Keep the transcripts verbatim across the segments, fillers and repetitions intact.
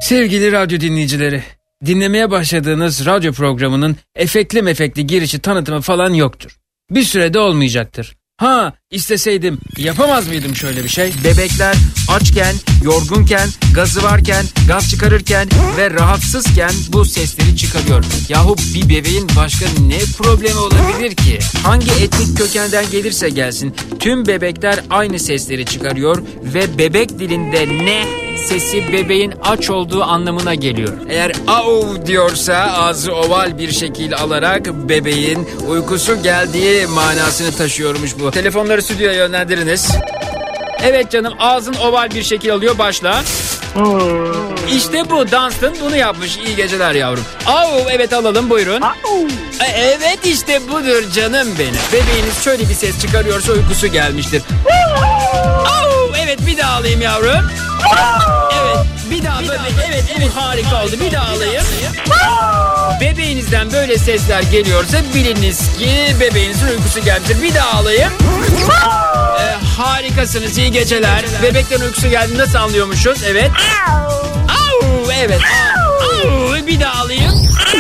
Sevgili radyo dinleyicileri, dinlemeye başladığınız radyo programının efektli mefekli girişi tanıtımı falan yoktur. Bir sürede olmayacaktır. Ha, isteseydim yapamaz mıydım şöyle bir şey? Bebekler açken, yorgunken, gazı varken, gaz çıkarırken ve rahatsızken bu sesleri çıkarıyor. Yahu bir bebeğin başka ne problemi olabilir ki? Hangi etnik kökenden gelirse gelsin tüm bebekler aynı sesleri çıkarıyor ve bebek dilinde ne sesi bebeğin aç olduğu anlamına geliyor. Eğer au diyorsa ağzı oval bir şekil alarak bebeğin uykusu geldiği manasını taşıyormuş bu. Telefonları stüdyoya yönlendiriniz. Evet canım, ağzın oval bir şekil alıyor, başla. İşte bu, Dunstan bunu yapmış. İyi geceler yavrum. Au, evet alalım, buyurun. E, evet işte budur canım benim. Bebeğiniz şöyle bir ses çıkarıyorsa uykusu gelmiştir. Au, evet bir daha alayım yavrum. Evet bir daha böyle, evet evet harika oldu, bir daha alayım. Bebeğinizden böyle sesler geliyorsa biliniz ki bebeğinizin uykusu gelmiştir. Bir daha alayım. Ee, harikasınız, iyi geceler. Bebeklerin uykusu geldi, nasıl anlıyormuşuz? Evet. Au, evet. Au, bir daha alayım.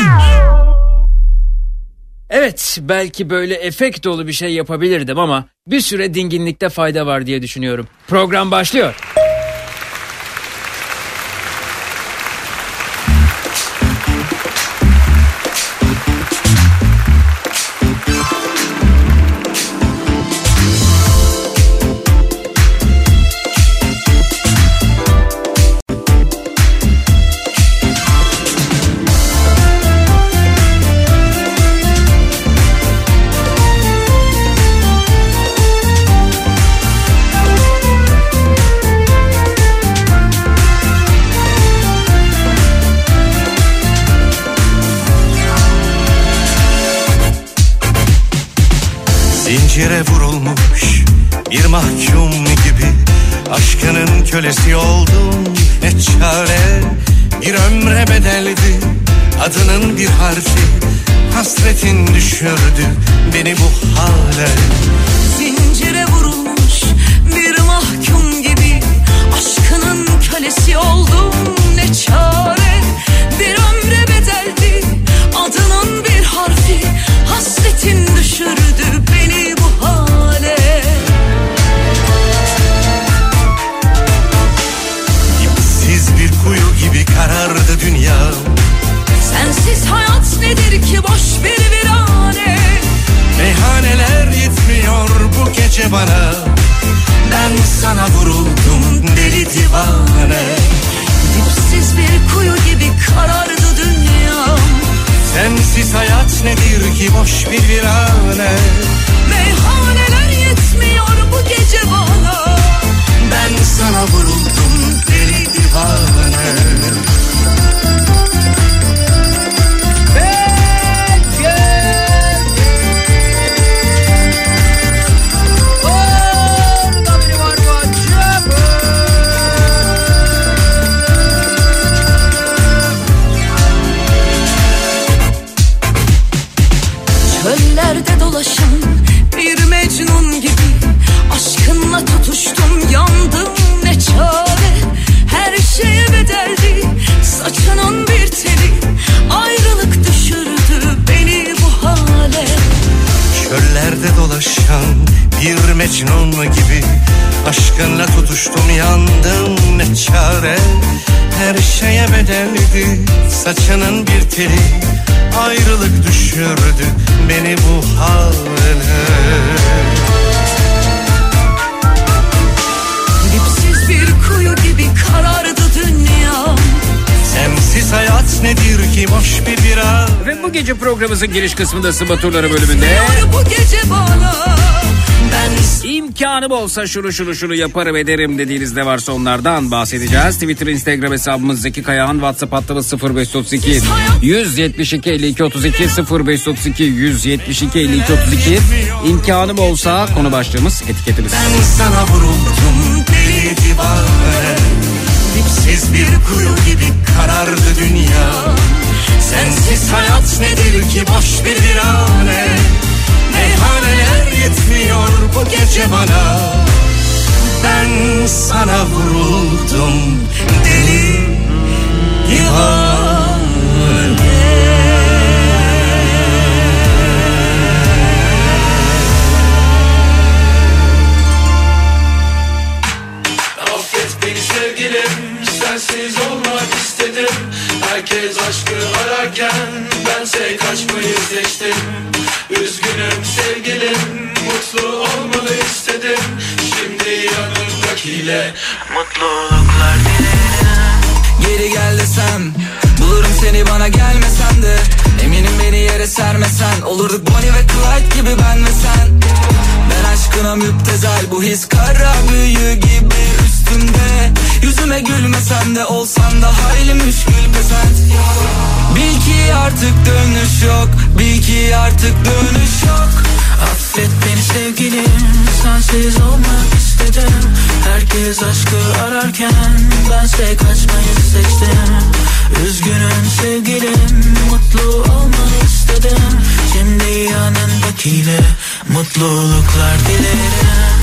Evet, belki böyle efekt dolu bir şey yapabilirdim ama bir süre dinginlikte fayda var diye düşünüyorum. Program başlıyor. Zincire vurulmuş bir mahkum gibi aşkının kölesi oldum, ne çare. Bir ömre bedeldi adının bir harfi, hasretin düşürdü beni bu hale. Zincire vurulmuş bir mahkum gibi aşkının kölesi oldum, ne çare. Bir ömre bedeldi adının bir harfi, hasretin düşürdü beni bu hale. Dipsiz bir kuyu gibi karardı dünya. Sensiz hayat nedir ki, boş bir virane. Meyhaneler yetmiyor bu gece bana, ben sana vuruldum deli divane. Dipsiz bir kuyu gibi karardı dünya. Sensiz hayat nedir ki, boş bir virane. Meyhaneler yetmiyor bu gece bana, ben sana vuruldum deli divane. Çöllerde dolaşan bir mecnun gibi aşkınla tutuştum, yandım, ne çare. Her şeye bedeldi saçının bir teli, ayrılık düşürdü beni bu hale. Çöllerde dolaşan bir mecnun gibi aşkınla tutuştum, yandım, ne çare. Her şeye bedeldi saçının bir teli, ayrılık düşürdü beni bu hale. Dipsiz bir kuyu gibi karardı dünya. Sensiz hayat nedir ki, boş bir bira. Ve bu gece programımızın giriş kısmında Sıba Turları bölümünde bu gece bana, ben imkanım olsa şunu şunu şunu yaparım ederim dediğiniz ne varsa onlardan bahsedeceğiz. Twitter, Instagram hesabımız Zeki Kayahan, WhatsApp hattımız sıfır beş otuz iki yüz yetmiş iki elli iki otuz iki sıfır beş otuz iki yüz yetmiş iki elli iki otuz iki. İmkanım olsa konu başlığımız, etiketimiz. Ben sana vuruldum deli divane. Dipsiz bir kuyu gibi karardı dünya. Sensiz hayat nedir ki, boş bir virane. Meyhaneler yetmiyor bu gece bana, ben sana vuruldum deli sensiz olmak istedim. Herkes aşkı ararken bense kaçmayı seçtim. Üzgünüm sevgilim, mutlu olmanı istedim. Şimdi yanımdakiyle mutluluklar dilerim. Geri gel desem, bulurum seni bana gelmesen de. Eminim beni yere sermesen, olurduk Bonnie ve Clyde gibi ben ve sen. Ben aşkına müptezel, bu his kara büyü gibi üstümde. Yüzüme gülmesen de olsan da hayli müşkül pesent. Bil ki artık dönüş yok, bil ki artık dönüş yok. Affet beni sevgilim, sensiz olmak istedim. Herkes aşkı ararken bense kaçmayı seçtim. Üzgünüm sevgilim, mutlu olmak istedim. Şimdi yanındakiyle mutluluklar dilerim.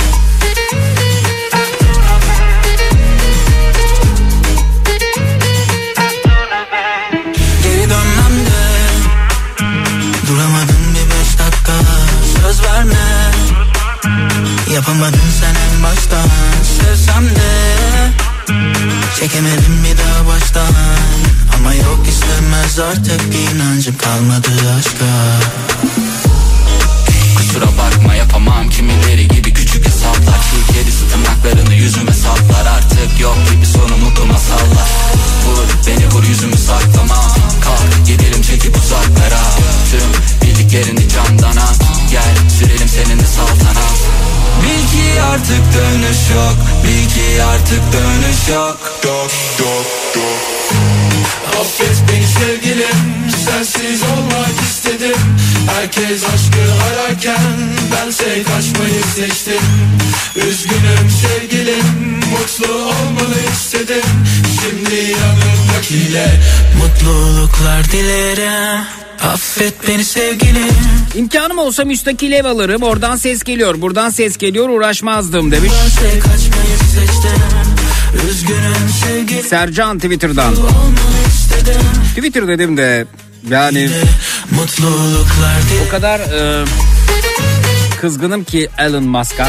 Geri dönmem de duramadım bir beş dakika. Söz verme, yapamadın sen en baştan. Sevsem de çekemedim bir daha baştan. Ama yok istemez artık, inancım kalmadı aşka. Kusura bakma yapamam kimileri gibi küçük hesaplar. Çiğ kedisi tırnaklarını yüzüme saplar. Artık yok gibi sonu mutlu masallar. Vur beni vur yüzümü saklama. Kalk gidelim çekip uzaklara. Tüm bildiklerini candan al. Gel sürelim seninle saltanat. Bil ki artık dönüş yok, bil ki artık dönüş yok. Dok dok dok. Affet beni sevgilim, sensiz olmak istedim. Herkes aşkı ararken bense kaçmayı seçtim. Üzgünüm sevgilim, mutlu olmanı istedim. Şimdi yanımdakiyle mutluluklar dilerim. Affet beni sevgilim. İmkanım olsa müstakil ev alırım. Oradan ses geliyor, buradan ses geliyor, uğraşmazdım demiş. Bense kaçmayı seçtim. Üzgünüm sevgilim. Sercan Twitter'dan. Twitter dedim de yani mutluluklar dilerim. o kadar e, kızgınım ki Elon Musk'a.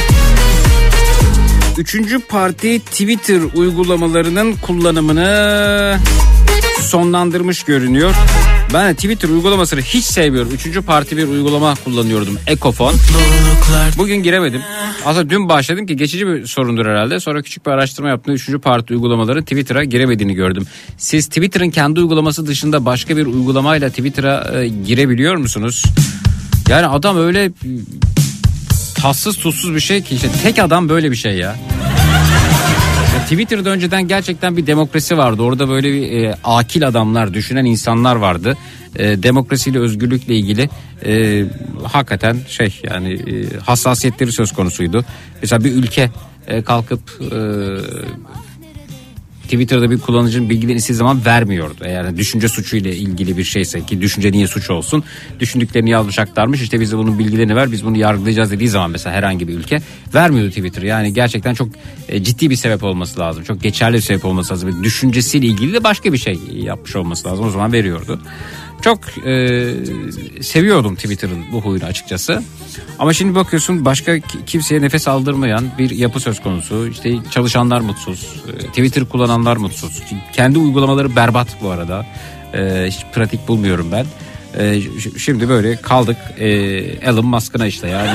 Üçüncü parti Twitter uygulamalarının kullanımını sonlandırmış görünüyor. Ben Twitter uygulamasını hiç sevmiyorum. Üçüncü parti bir uygulama kullanıyordum. Ecofon. Bugün giremedim. Aslında dün başladım ki geçici bir sorundur herhalde. Sonra küçük bir araştırma yaptım. Üçüncü parti uygulamaların Twitter'a giremediğini gördüm. Siz Twitter'ın kendi uygulaması dışında başka bir uygulamayla Twitter'a e, girebiliyor musunuz? Yani adam öyle tatsız tuzsuz bir şey ki işte tek adam böyle bir şey ya. Twitter'da önceden gerçekten bir demokrasi vardı. Orada böyle bir e, akil adamlar, düşünen insanlar vardı. E, demokrasiyle, özgürlükle ilgili e, hakikaten şey yani e, hassasiyetleri söz konusuydu. Mesela bir ülke e, kalkıp e, Twitter'da bir kullanıcının bilgilerini istediği zaman vermiyordu. Eğer düşünce suçuyla ilgili bir şeyse, ki düşünce niye suç olsun, düşündüklerini yazmış aktarmış, işte bize bunun bilgilerini ver, biz bunu yargılayacağız dediği zaman mesela herhangi bir ülke vermiyordu Twitter. Yani gerçekten çok e, ciddi bir sebep olması lazım, çok geçerli bir sebep olması lazım. Düşüncesiyle ilgili de başka bir şey yapmış olması lazım, o zaman veriyordu. Çok e, seviyordum Twitter'ın bu huyunu açıkçası. Ama şimdi bakıyorsun başka kimseye nefes aldırmayan bir yapı söz konusu. İşte çalışanlar mutsuz, e, Twitter kullananlar mutsuz. Kendi uygulamaları berbat bu arada. E, hiç pratik bulmuyorum ben. E, şimdi böyle kaldık e, Elon Musk'ına işte yani.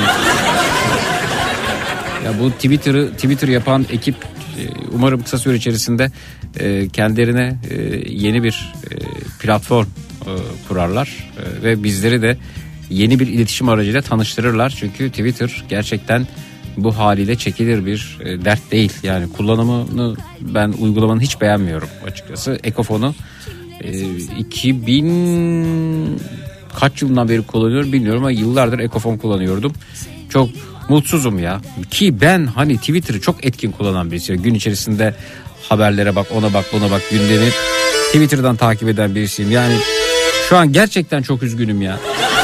Ya bu Twitter'ı Twitter yapan ekip umarım kısa süre içerisinde e, kendilerine e, yeni bir e, platform kurarlar ve bizleri de yeni bir iletişim aracıyla tanıştırırlar. Çünkü Twitter gerçekten bu haliyle çekilir bir dert değil. Yani kullanımını ben uygulamanın hiç beğenmiyorum açıkçası. Ecofon'u iki bin kaç yılından beri kullanıyorum bilmiyorum ama yıllardır Ecofon kullanıyordum. Çok mutsuzum ya. Ki ben hani Twitter'ı çok etkin kullanan birisiyim. Gün içerisinde haberlere bak, ona bak, buna bak, gündemi Twitter'dan takip eden birisiyim. Yani şu an gerçekten çok üzgünüm ya.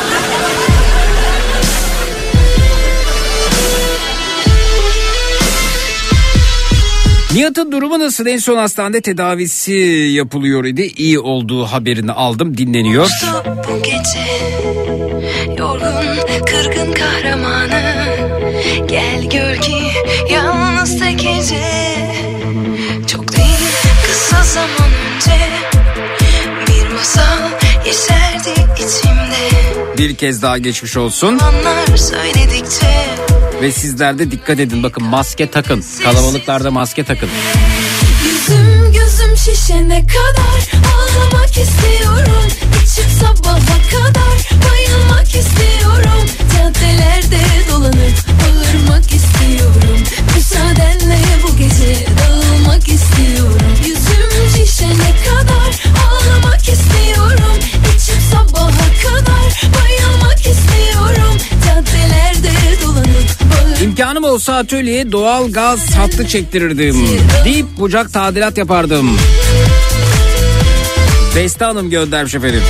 Nihat'ın durumu nasıl? En son hastanede tedavisi yapılıyor idi. İyi olduğu haberini aldım. Dinleniyor. Bu gece yorgun, kırgın kahramanı, gel gör ki yalnız tek gece çok değil kısa. kısa zaman önce bir masal yeşerdi içimde. Bir kez daha geçmiş olsun. Anlar söyledikçe. Ve sizler de dikkat edin, bakın maske takın. Kalabalıklarda maske takın. Yüzüm gözüm şişene kadar ağlamak istiyorum. İçim sabaha kadar bayılmak istiyorum. Caddelerde dolanıp bağırmak istiyorum. Müsaadenle bu gece dağılmak istiyorum. Yüzüm şişene kadar ağlamak istiyorum. İçim sabaha kadar bayılmak istiyorum. Caddelerde dolanıp bağırmak. İmkanım olsa atölyeye doğal gaz hattı çektirirdim. Deyip bucak tadilat yapardım. Beste Hanım göndermiş efendim.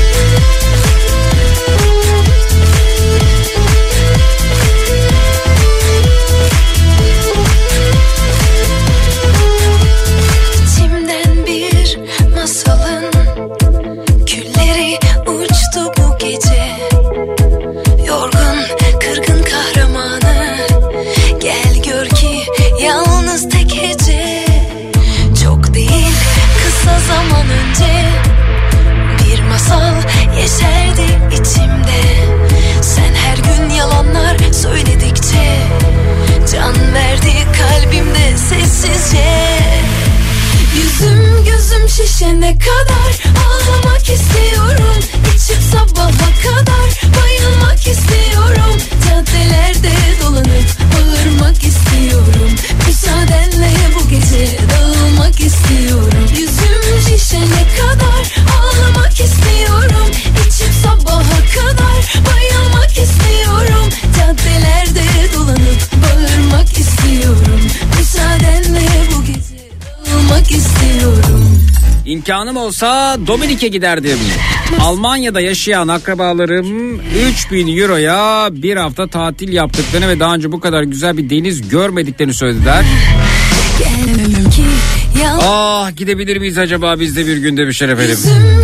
İçimden bir masalın külleri uçtu bu gece. Yorgun, kırgın kahramanı gel gör ki yalnız tek hece. Çok değil kısa zaman önce bir masal yeşerdi içimde. Sen her gün yalanlar söyledikçe can verdi kalbimde sessizce. Yüzüm gözüm şişene kadar ağlamak istiyorum. İçim sabaha kadar bayılmak istiyorum. Caddelerde dolanıp bağırmak istiyorum. Müsaadenle bu gece dağılmak istiyorum. Yüzüm şişene kadar ağlamak istiyorum. İçim sabaha kadar bayılmak istiyorum. Caddelerde dolanıp bağırmak istiyorum. Müsaadenle bu gece dağılmak istiyorum. İmkanım olsa Dominik'e giderdim. Almanya'da yaşayan akrabalarım üç bin euroya bir hafta tatil yaptıklarını ve daha önce bu kadar güzel bir deniz görmediklerini söylediler. Ah, gidebilir miyiz acaba biz de bir günde bir şey efendim?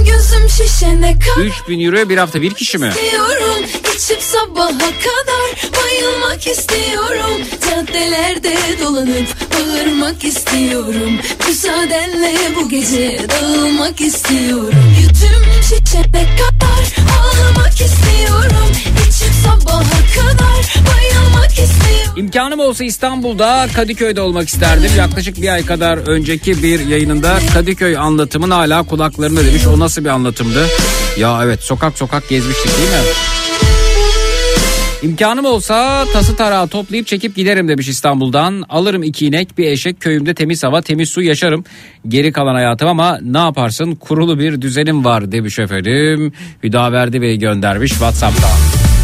üç bin euroya bir hafta bir kişi mi? İçim sabaha kadar bayılmak istiyorum. Caddelerde dolanıp bağırmak istiyorum. Müsaadenle bu gece dağılmak istiyorum. Yüzüm şişene kadar ağlamak istiyorum. İçim sabaha kadar bayılmak istiyorum. İmkanım olsa İstanbul'da Kadıköy'de olmak isterdim. Yaklaşık bir ay kadar önceki bir yayınında Kadıköy anlatımın hala kulaklarında demiş. O nasıl bir anlatımdı? Ya evet, sokak sokak gezmiştik değil mi? İmkanım olsa tası tarağı toplayıp çekip giderim demiş İstanbul'dan. Alırım iki inek, bir eşek, köyümde temiz hava, temiz su yaşarım. Geri kalan hayatım ama ne yaparsın, kurulu bir düzenim var demiş efendim. Hüdaverdi Bey göndermiş WhatsApp'ta.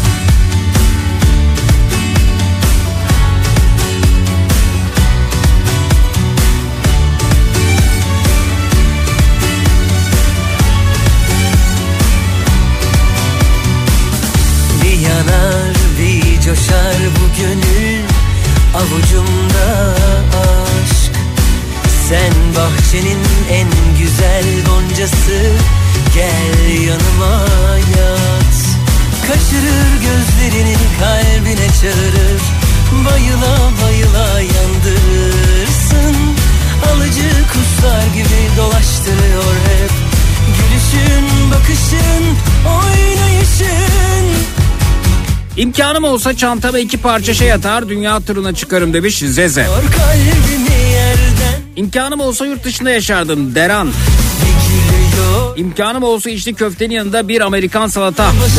Coşar bu gönül avucumda aşk. Sen bahçenin en güzel goncası, gel yanıma yat. Kaçırır gözlerini, kalbine çağırır, bayıla bayıla yandırırsın. Alıcı kuşlar gibi dolaştırıyor hep gülüşün, bakışın, oynayışın. İmkanım olsa çantama iki parça şey atar, dünya turuna çıkarım demiş Zeze. İmkanım olsa yurt dışında yaşardım Deran. İmkanım olsa içli köftenin yanında bir Amerikan salata. Hmm.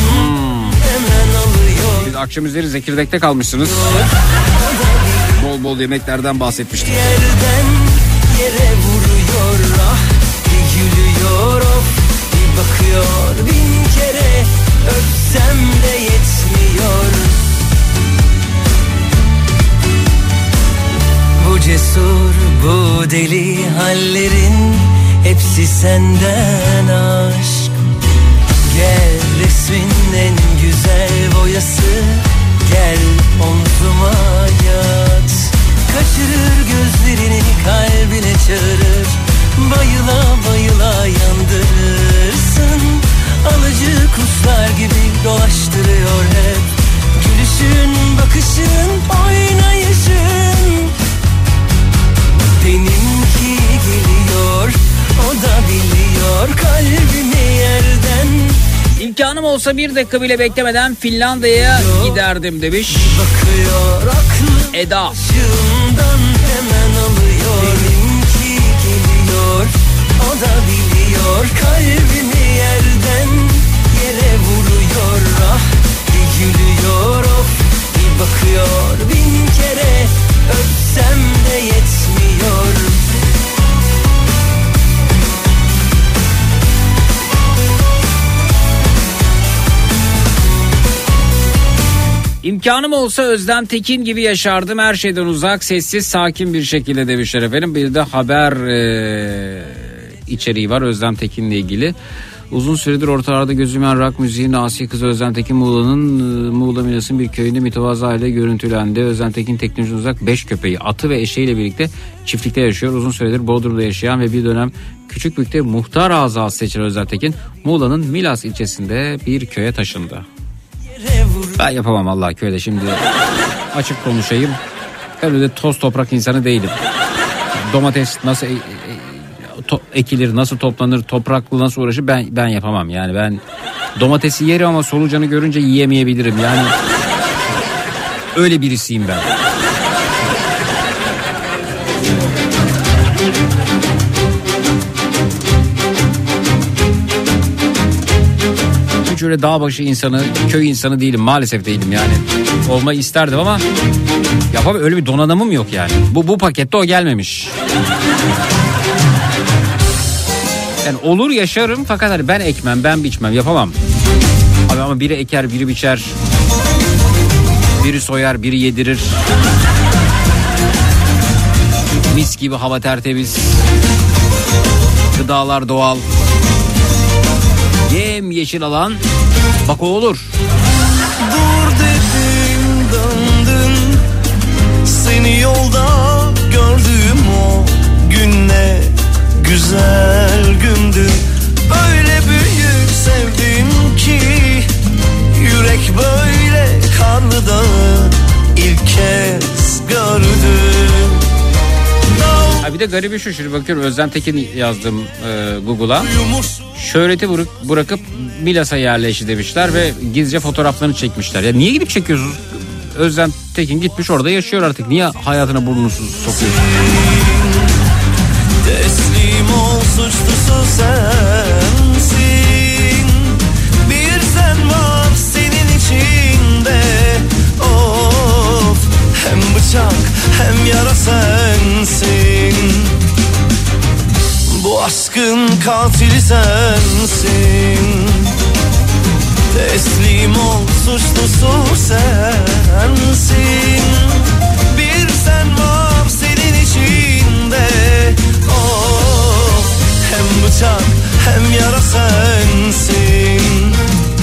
Biz akşam üzeri Zekirdek'te kalmışsınız. Bol bol yemeklerden bahsetmiştik. Yerden yere vuruyor, ah bir gülüyor, of bir bakıyor, bin kere öpsem de yetmiyor. Bu cesur, bu deli hallerin hepsi senden aşk. Gel resmin en güzel boyası, gel omzuma yat. Kaçırır gözlerini, kalbine çağırır, bayıla bayıla yandırırsın. Alıcı kuşlar gibi dolaştırıyor hep gülüşün, bakışın, oynayışın. Benimki geliyor İmkanım olsa bir dakika bile beklemeden Finlandiya'ya giderdim demiş Bakıyor aklım Eda. başımdan hemen alıyor. Benimki geliyor, o da biliyor. Kalbimi yerden yere vuruyor. Ah bir gülüyor, of bir bakıyor. Bin kere öpsem de yetmiyor. İmkanım olsa Özlem Tekin gibi yaşardım. Her şeyden uzak, sessiz, sakin bir şekilde demişler efendim. Bir de haber e, içeriği var Özlem Tekin'le ilgili. Uzun süredir ortalarda gözümen rock müziğinin asi kızı Özlem Tekin Muğla'nın Muğla Milas'ın bir köyünde mütevazı aile görüntülendi. Özlem Tekin teknolojiden uzak beş köpeği, atı ve eşeğiyle birlikte çiftlikte yaşıyor. Uzun süredir Bodrum'da yaşayan ve bir dönem Küçükbük'te muhtar azası seçilen Özlem Tekin Muğla'nın Milas ilçesinde bir köye taşındı. Ben yapamam Allah köyde, şimdi açık konuşayım. Ben öyle toz toprak insanı değilim. Domates nasıl e, e, to, ekilir, nasıl toplanır, toprakla nasıl uğraşır ben ben yapamam. Yani ben domatesi yerim ama solucanı görünce yiyemeyebilirim. Yani öyle birisiyim ben. Hiç öyle dağ başı insanı, köy insanı değilim, maalesef değilim yani. Olmayı isterdim ama yapamam, öyle bir donanımım yok yani. Bu bu pakette o gelmemiş. Yani olur yaşarım fakat hani ben ekmem, ben biçmem, yapamam. Abi ama biri eker, biri biçer. Biri soyar, biri yedirir. Mis gibi hava tertemiz. Gıdalar doğal. Yem yeşil alan. Bak o olur. Dur dedim döndün. Seni yolda gördüğüm o gün ne güzel gündü. Öyle büyük sevdim ki yürek böyle karlı dağı ilk kez gördüm. Ha bir de garibi şu, şimdi bakıyorum Özlem Tekin yazdım e, Google'a. Şöhreti bırak, bırakıp Milas'a yerleşti demişler ve gizlice fotoğraflarını çekmişler. Ya niye gidip çekiyorsunuz? Özlem Tekin gitmiş orada yaşıyor artık. Niye hayatına burnunu sokuyorsun? Teslim ol, suçlusu sensin. Bir sen var senin içinde. Of, hem bıçak hem yara sensin. Bu aşkın katili sensin. Teslim ol, suçlusu sensin. Bir sen var senin içinde. Oh, hem bıçak hem yara sensin.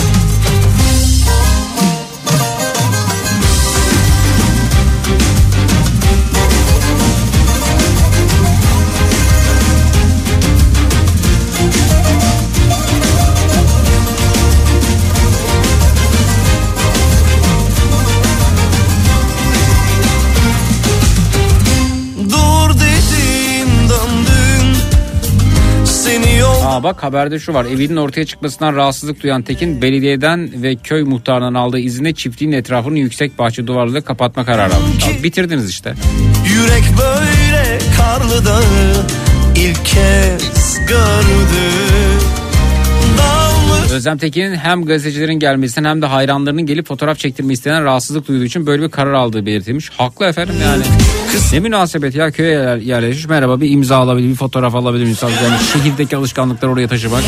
Aa bak haberde şu var. Evinin ortaya çıkmasından rahatsızlık duyan Tekin belediyeden ve köy muhtarından aldığı izinle çiftliğin etrafını yüksek bahçe duvarlarıyla kapatma kararı almış. Abi, bitirdiniz işte. Yürek böyle karlı dağı ilk kez gördü. Dağlı... Özlem Tekin'in hem gazetecilerin gelmesinden hem de hayranlarının gelip fotoğraf çektirme isteyen rahatsızlık duyduğu için böyle bir karar aldığı belirtilmiş. Haklı efendim yani. Ne münasebet ya, köye yerleşmiş, merhaba bir imza alabilir, bir fotoğraf alabilir insan. Yani şehirdeki alışkanlıkları oraya taşımak.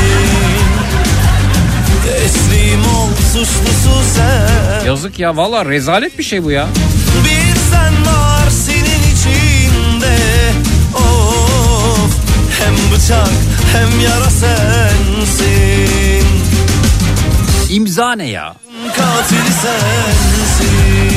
Teslim ol, suçlusu sen. Yazık ya, valla rezalet bir şey bu ya. Bir sen var senin içinde. Of, hem bıçak hem yara sensin. İmza ne ya? Katili sensin.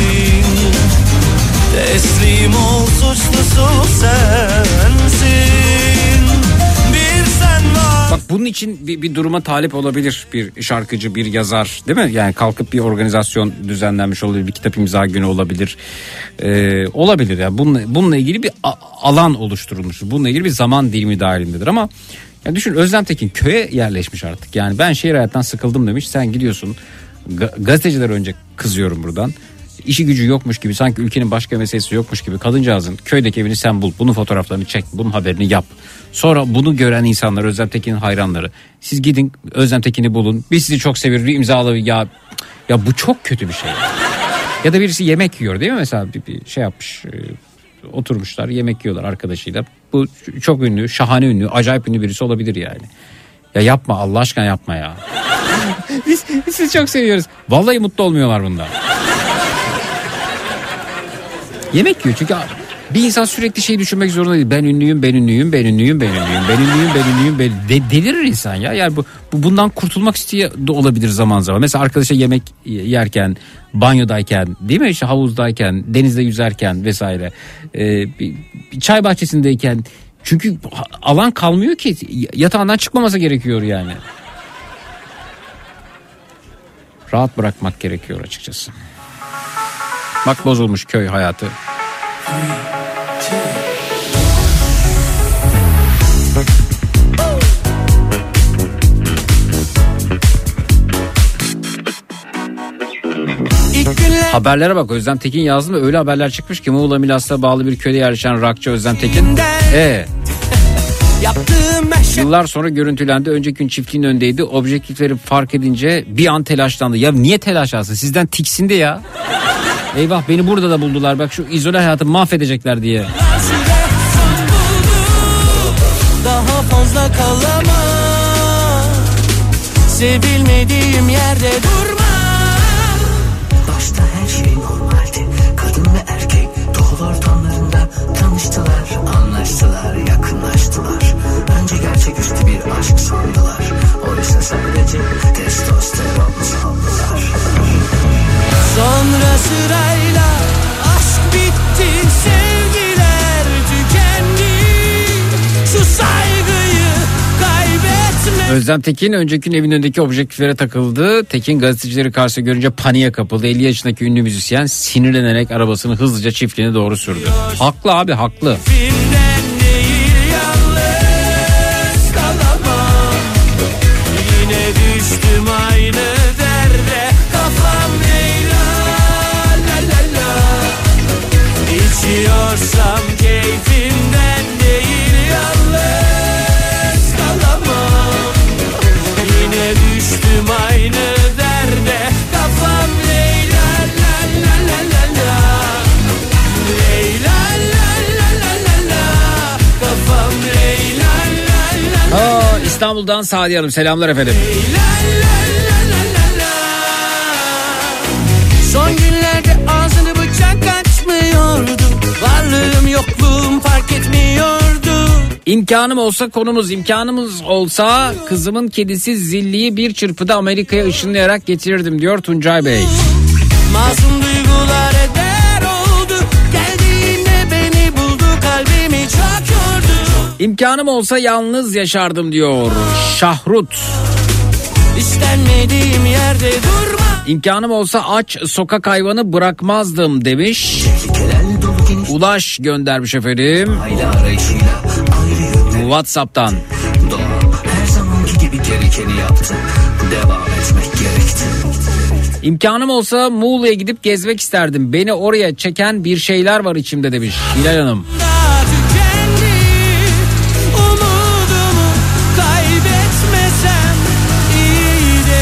Teslim ol, suçlusu sensin. Bir sen var. Bak bunun için bir, bir duruma talip olabilir bir şarkıcı, bir yazar, değil mi? Yani kalkıp bir organizasyon düzenlenmiş olabilir, bir kitap imza günü olabilir. Ee, olabilir yani bununla, bununla ilgili bir a- alan oluşturulmuş. Bununla ilgili bir zaman dilimi dahilindedir ama Ya düşün, Özlem Tekin köye yerleşmiş artık. Yani ben şehir hayattan sıkıldım demiş. Sen gidiyorsun, Ga- gazeteciler önce kızıyorum buradan. İşi gücü yokmuş gibi, sanki ülkenin başka meselesi yokmuş gibi kadıncağızın köydeki evini sen bul. Bunun fotoğraflarını çek, bunun haberini yap. Sonra bunu gören insanlar, Özlem Tekin'in hayranları, siz gidin Özlem Tekin'i bulun. Biz sizi çok severiz, imzalı. Ya ya bu çok kötü bir şey. Ya da birisi yemek yiyor değil mi? Mesela bir, bir şey yapmış, e, oturmuşlar yemek yiyorlar arkadaşıyla. Bu çok ünlü, şahane ünlü, acayip ünlü birisi olabilir yani. Ya yapma, Allah aşkına yapma ya. biz, biz sizi çok seviyoruz. Vallahi mutlu olmuyorlar bundan. Yemek yiyor çünkü bir insan sürekli şey düşünmek zorunda değil. Ben ünlüyüm, ben ünlüyüm, ben ünlüyüm, ben ünlüyüm, ben ünlüyüm, ben ünlüyüm. Ben... De, delirir insan ya. Yani bu, bu bundan kurtulmak istiyor da olabilir zaman zaman. Mesela arkadaşa yemek yerken, banyodayken, değil mi? İşte havuzdayken, denizde yüzerken vesaire. Ee, bir, bir çay bahçesindeyken. Çünkü alan kalmıyor ki, yatağından çıkmaması gerekiyor yani. Rahat bırakmak gerekiyor açıkçası. Bak bozulmuş köy hayatı. Haberlere bak, Özlem Tekin yazdı mı öyle haberler çıkmış ki Muğla Milas'ta bağlı bir köyde yerleşen rockçı Özlem Tekin. Ee. Yıllar sonra görüntülendi. Önceki gün çiftliğin önündeydi. Objektifleri fark edince bir an telaşlandı. Ya niye telaşlansın? Sizden tiksindi ya. Eyvah, beni burada da buldular. Bak şu izole hayatı mahvedecekler diye. Daha fazla kalamam. Sevilmediğim yerde durma. Başta her şey normaldi. Kadın ve erkek doğal ortamlarında tanıştılar, anlaştılar, yakınlaştılar. Önce gerçeküstü bir aşk sandılar. Oysa sadece testosteron sandılar. Sonra sırayla aşk bitti, sevgiler tükendi. Şu saygıyı kaybetme. Özlem Tekin önceki gün evin önündeki objektiflere takıldı. Tekin gazetecileri karşısında görünce paniğe kapıldı. elli yaşındaki ünlü müzisyen sinirlenerek arabasını hızlıca çiftliğine doğru sürdü. Haklı abi, haklı. Yine düştüm aynı derde, kafam Leyla la la la. İçiyorsam keyfimden değil, yalnız kalamam. Yine düştüm aynı derde, kafam Leyla la la la la la. Leyla la la la la la. Kafam Leyla la la la. Aa, İstanbul'dan Sadiye Hanım, selamlar efendim. Son günlerde ağzını bıçak açmıyordu. Varlığım yokluğum fark etmiyordu. İmkanım olsa konumuz imkanımız olsa kızımın kedisi Zilli'yi bir çırpıda Amerika'ya ışınlayarak getirirdim diyor Tuncay Bey. Masum duygular eder oldu. Geldiğinde beni buldu, kalbimi çok yordu. İmkanım olsa yalnız yaşardım diyor Şahrut. İstenmediğim yerde durma. İmkanım olsa aç sokak hayvanı bırakmazdım demiş. Ulaş göndermiş efendim. WhatsApp'tan. Her zamanki gibi gerekeni yaptım. Devam etmek gerekti. İmkanım olsa Muğla'ya gidip gezmek isterdim. Beni oraya çeken bir şeyler var içimde demiş Hilal Hanım. Umudumu kaybetmesem iyiydi.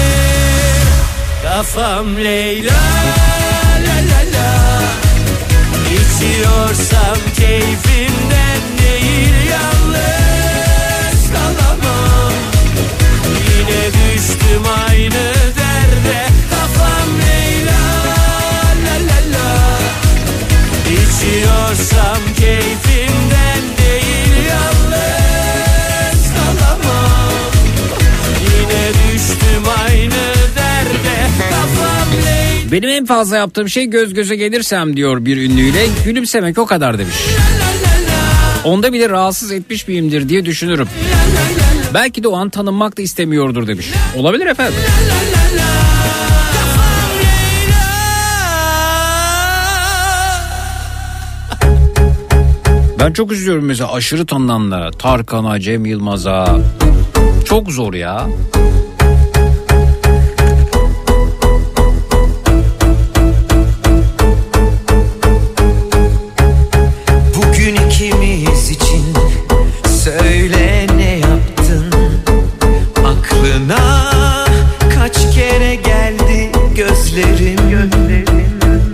Kafam Leyla la la la. İçiyorsam keyfimden değil, yalnız kalamam. Yine düştüm aynı derde, kafam Leyla la la la. İçiyorsam keyfimden değil, yalnız kalamam. Yine düştüm aynı derde, kafam Leyla. Benim en fazla yaptığım şey göz göze gelirsem diyor bir ünlüyle gülümsemek, o kadar demiş. Onda bile rahatsız etmiş miyimdir diye düşünürüm. Belki de o an tanınmak da istemiyordur demiş. Olabilir efendim. Ben çok üzülüyorum mesela aşırı tanınanlara. Tarkan'a, Cem Yılmaz'a. Çok zor ya. Bugün ikimiz için söyle ne yaptın? Aklına kaç kere geldi gözlerim, gözlerim.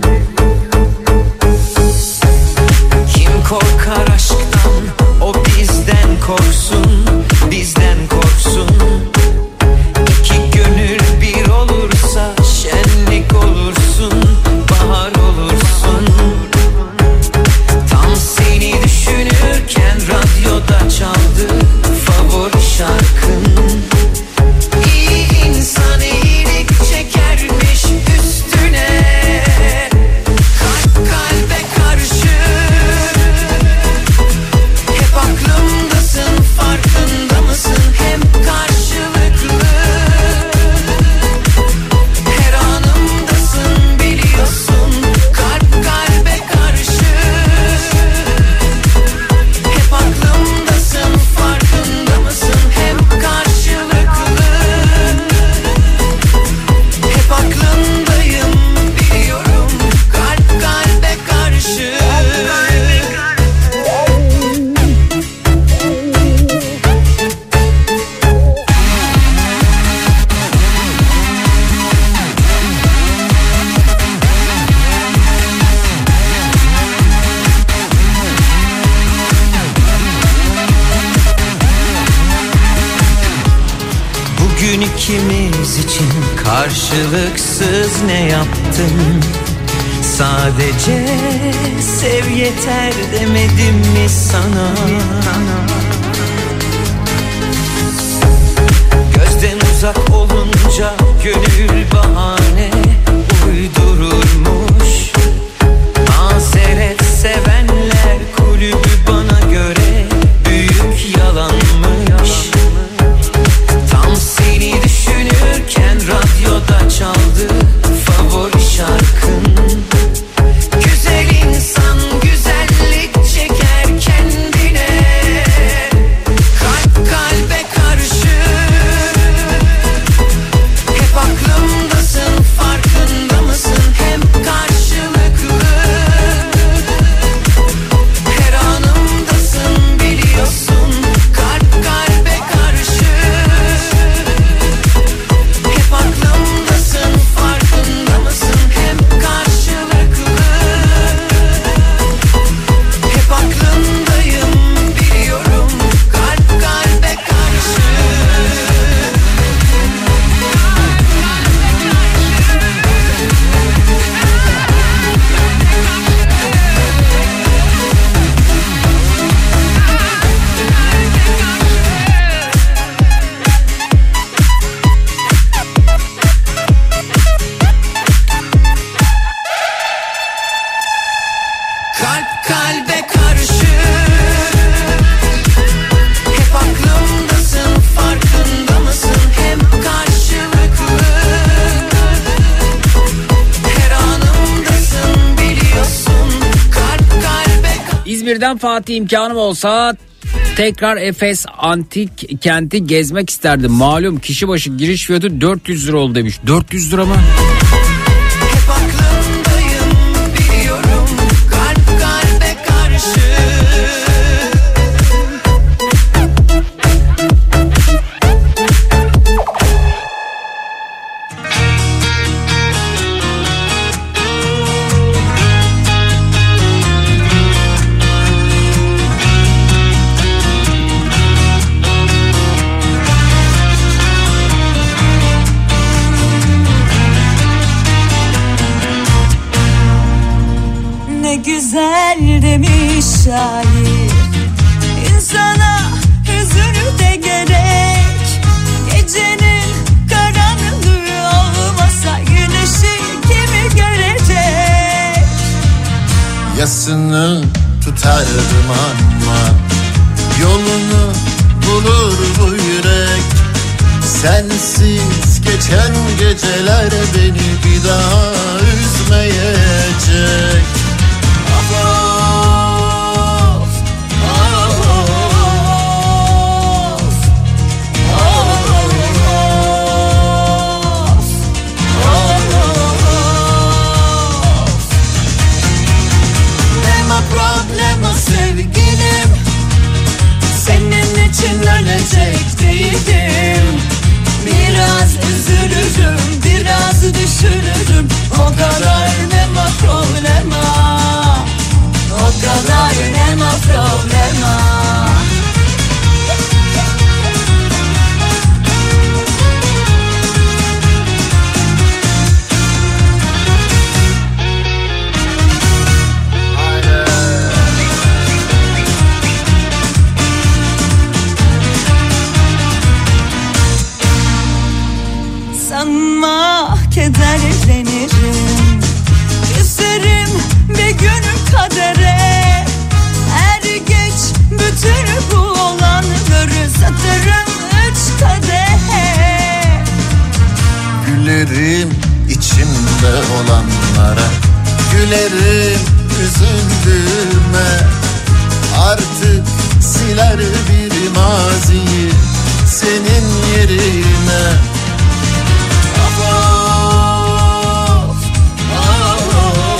Kim korkar aşktan, o bizden korksun, bizden korksun. İki gönül bir olursa şenlik olursun, bahar olursun. Tam seni düşünürken radyoda çaldı favori şarkın. İyi insan iyilik çekermiş üstüne. Kalp kalbe karşı. Hep aklımdasın, farkında mısın? Hem karşılıklı. Her anımdasın, biliyorsun. Kalp kalbe karşı. Hep aklımdasın, farkında mısın? Hem karşılıklı. Hep aklındayım, biliyorum. Kalp kalbe karşı. Bugün ikimiz için karşılıksız ne yaptın? Sadece sev yeter demedim mi sana? Gözden uzak olunca gönül bahane uydururmuş. Mazeret sevenler kulübü bana göre büyük yalanmış. Tam seni düşünürken radyoda çaldı favori şarkın. Güzel insan güzellik çeker kendine. Kalp kalbe karşı. Hep aklımdasın, farkında mısın? Hem karşılıklı. Her anımdasın, biliyorsun. Kalp kalbe karşı. Hep aklımdasın, farkında mısın? Hem karşılıklı. Hep aklındayım, biliyorum. Kalp kalbe karşı. Kalp kalbe karşı. Hep aklımdasın, farkında mısın? Hem karşılıklı. Her anımdasın, biliyorsun. Kalp kalbe karşı. İzmir'den Fatih imkanım olsa tekrar Efes Antik Kenti gezmek isterdim. Malum kişi başı giriş fiyatı dört yüz lira oldu demiş. dört yüz lira mı? Hep aklımdayım, biliyorum. Kalp kalbe karşı. Ne güzel demiş şair, insana hüzün de gerek. Gecenin karanlığı olmasa güneşi kimi görecek? Yasını tutardım ama yolunu bulur bu yürek. Sensiz geçen geceler beni bir daha üzmeyecek. Of, sanma kederlenirim. Küserim bir gün kadere, er geç bütün bu olanları satarım üç kadehe. Gülerim içimde olanlara, gülerim üzüldüğüme. Artık siler bir maziyi senin yerine. Of, of, of,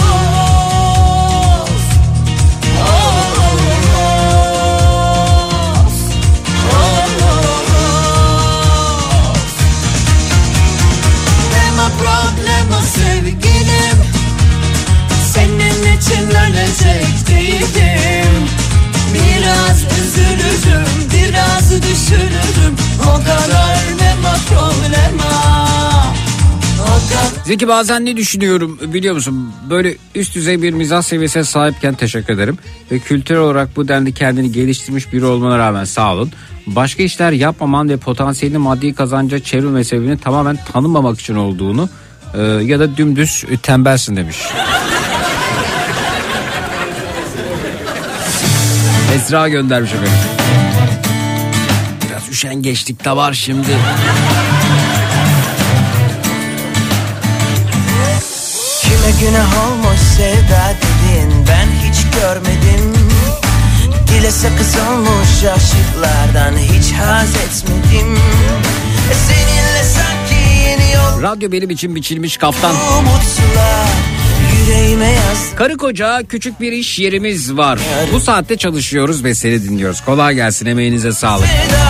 Dema problema sevgilim, senin için ölecek değilim. Biraz üzülürüm, biraz düşünürüm, o kadar dema problema. Zeki, bazen ne düşünüyorum biliyor musun? Böyle üst düzey bir mizah seviyesine sahipken teşekkür ederim. Ve kültürel olarak bu denli kendini geliştirmiş biri olmana rağmen sağ olun. Başka işler yapmaman ve potansiyelini maddi kazanca çevirme sebebinin tamamen tanınmamak için olduğunu e, ya da dümdüz tembelsin demiş. Esra göndermiş efendim. Biraz üşengeçlik de var şimdi. Kime günah olmuş sevda dediğin ben hiç görmedim. Dile sakız olmuş aşıklardan hiç haz etmedim. E seninle sanki yeni yol. Radyo benim için biçilmiş kaftan. Umutsular yüreğime yaz. Karı koca küçük bir iş yerimiz var. Bu saatte çalışıyoruz ve seni dinliyoruz. Kolay gelsin, emeğinize sağlık.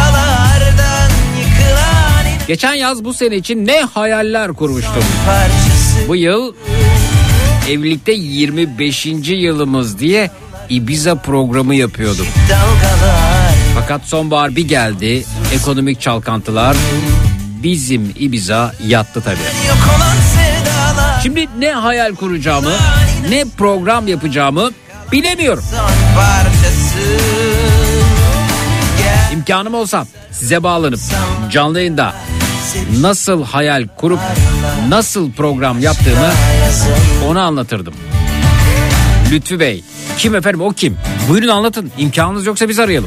Geçen yaz bu sene için ne hayaller kurmuştum. Bu yıl evlilikte yirmi beşinci yılımız diye Ibiza programı yapıyordum. Fakat sonbahar bir geldi, ekonomik çalkantılar, bizim Ibiza yattı tabii. Şimdi ne hayal kuracağımı, ne program yapacağımı bilemiyorum. İmkanım olsa size bağlanıp canlı yayında nasıl hayal kurup nasıl program yaptığımı onu anlatırdım. Lütfü Bey, kim efendim, o kim? Buyurun anlatın. İmkanınız yoksa biz arayalım.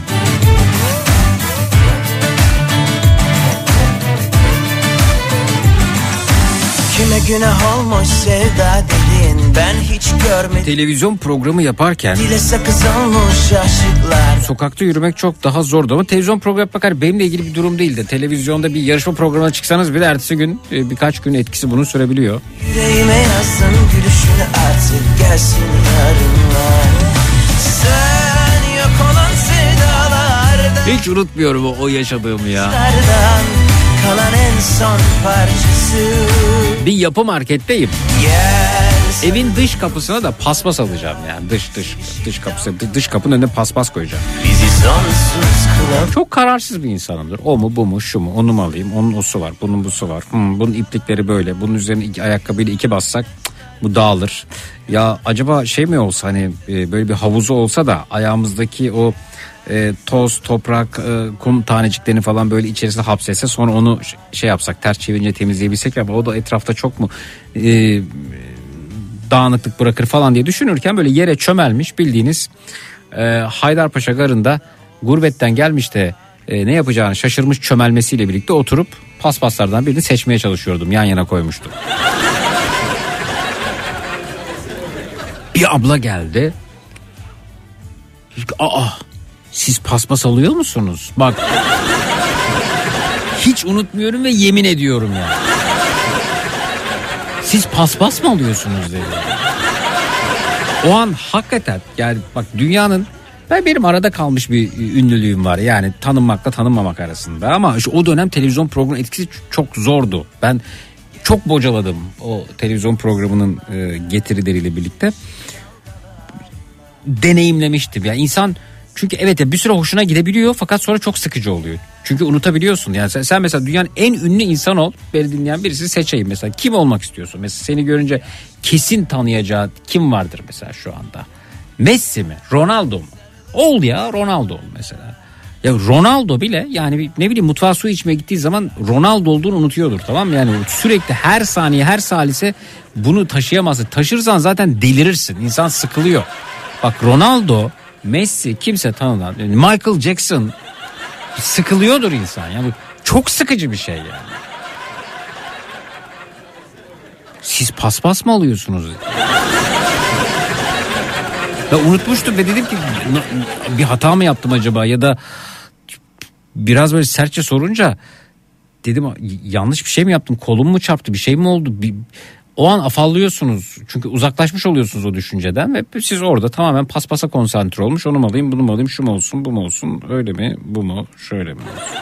Kime günah olmuş sevda dediğin ben hiç görmedim. Televizyon programı yaparken Dile sakız olmuş aşıklar. sokakta yürümek çok daha zordu ama televizyon programı yapmak hani benimle ilgili bir durum değildi. Televizyonda bir yarışma programına çıksanız bile ertesi gün e, birkaç gün etkisi bunu sürebiliyor. Yüreğime yazsın gülüşünü artık gelsin yarınlar. Sen yok olan sevdalardan. Hiç unutmuyorum o, o yaşadığımı ya. Kalan en son parçası. Bir yapı marketteyim. Yes. Evin dış kapısına da paspas alacağım yani dış dış dış kapısı dış kapının önüne paspas koyacağım. Bizi sonsuz kılan. Çok kararsız bir insanımdır. O mu bu mu şu mu, onu mu alayım, onun o su var, bunun bu su var. Hmm, bunun iplikleri böyle, bunun üzerine iki, ayakkabıyla iki bassak cık, bu dağılır. Ya acaba şey mi olsa hani e, böyle bir havuzu olsa da ayağımızdaki o e, toz, toprak, e, kum taneciklerini falan böyle içerisine hapsetse sonra onu şey yapsak, ters çevirince temizleyebilsek ama o da etrafta çok mu e, dağınıklık bırakır falan diye düşünürken böyle yere çömelmiş bildiğiniz e, Haydarpaşa Garı'nda gurbetten gelmiş de e, ne yapacağını şaşırmış çömelmesiyle birlikte oturup paspaslardan birini seçmeye çalışıyordum. Yan yana koymuştum. Bir abla geldi. Aa, siz paspas alıyor musunuz? Bak. Hiç unutmuyorum ve yemin ediyorum ya. Yani. Siz paspas mı alıyorsunuz dedi. O an hakikaten yani bak dünyanın ben benim arada kalmış bir ünlülüğüm var. Yani tanınmakla tanınmamak arasında ama işte o dönem televizyon programı etkisi çok zordu. Ben çok bocaladım o televizyon programının getirileriyle birlikte. Deneyimlemiştim. Yani insan çünkü evet ya bir süre hoşuna gidebiliyor fakat sonra çok sıkıcı oluyor. Çünkü unutabiliyorsun. Yani sen, sen mesela dünyanın en ünlü insan ol. Beni dinleyen birisi seçeyim mesela. Kim olmak istiyorsun? Mesela seni görünce kesin tanıyacağı kim vardır mesela şu anda? Messi mi? Ronaldo mu? Ol ya Ronaldo ol mesela. Ya Ronaldo bile yani ne bileyim mutfağa su içmeye gittiği zaman Ronaldo olduğunu unutuyordur, tamam mı? Yani sürekli her saniye her salise bunu taşıyamazsın. Taşırsan zaten delirirsin. İnsan sıkılıyor. Bak Ronaldo, Messi, kimse tanınan, yani Michael Jackson, sıkılıyordur insan. Yani çok sıkıcı bir şey yani. Siz paspas mı alıyorsunuz? Ya unutmuştum ve dedim ki bir hata mı yaptım acaba, ya da biraz böyle sertçe sorunca dedim yanlış bir şey mi yaptım, kolum mu çarptı, bir şey mi oldu? Bir, o an afallıyorsunuz çünkü uzaklaşmış oluyorsunuz o düşünceden ve siz orada tamamen paspasa konsantre olmuş, onu mu alayım, bunu mu alayım, şu mu olsun, bu mu olsun, öyle mi, bu mu, şöyle mi olsun.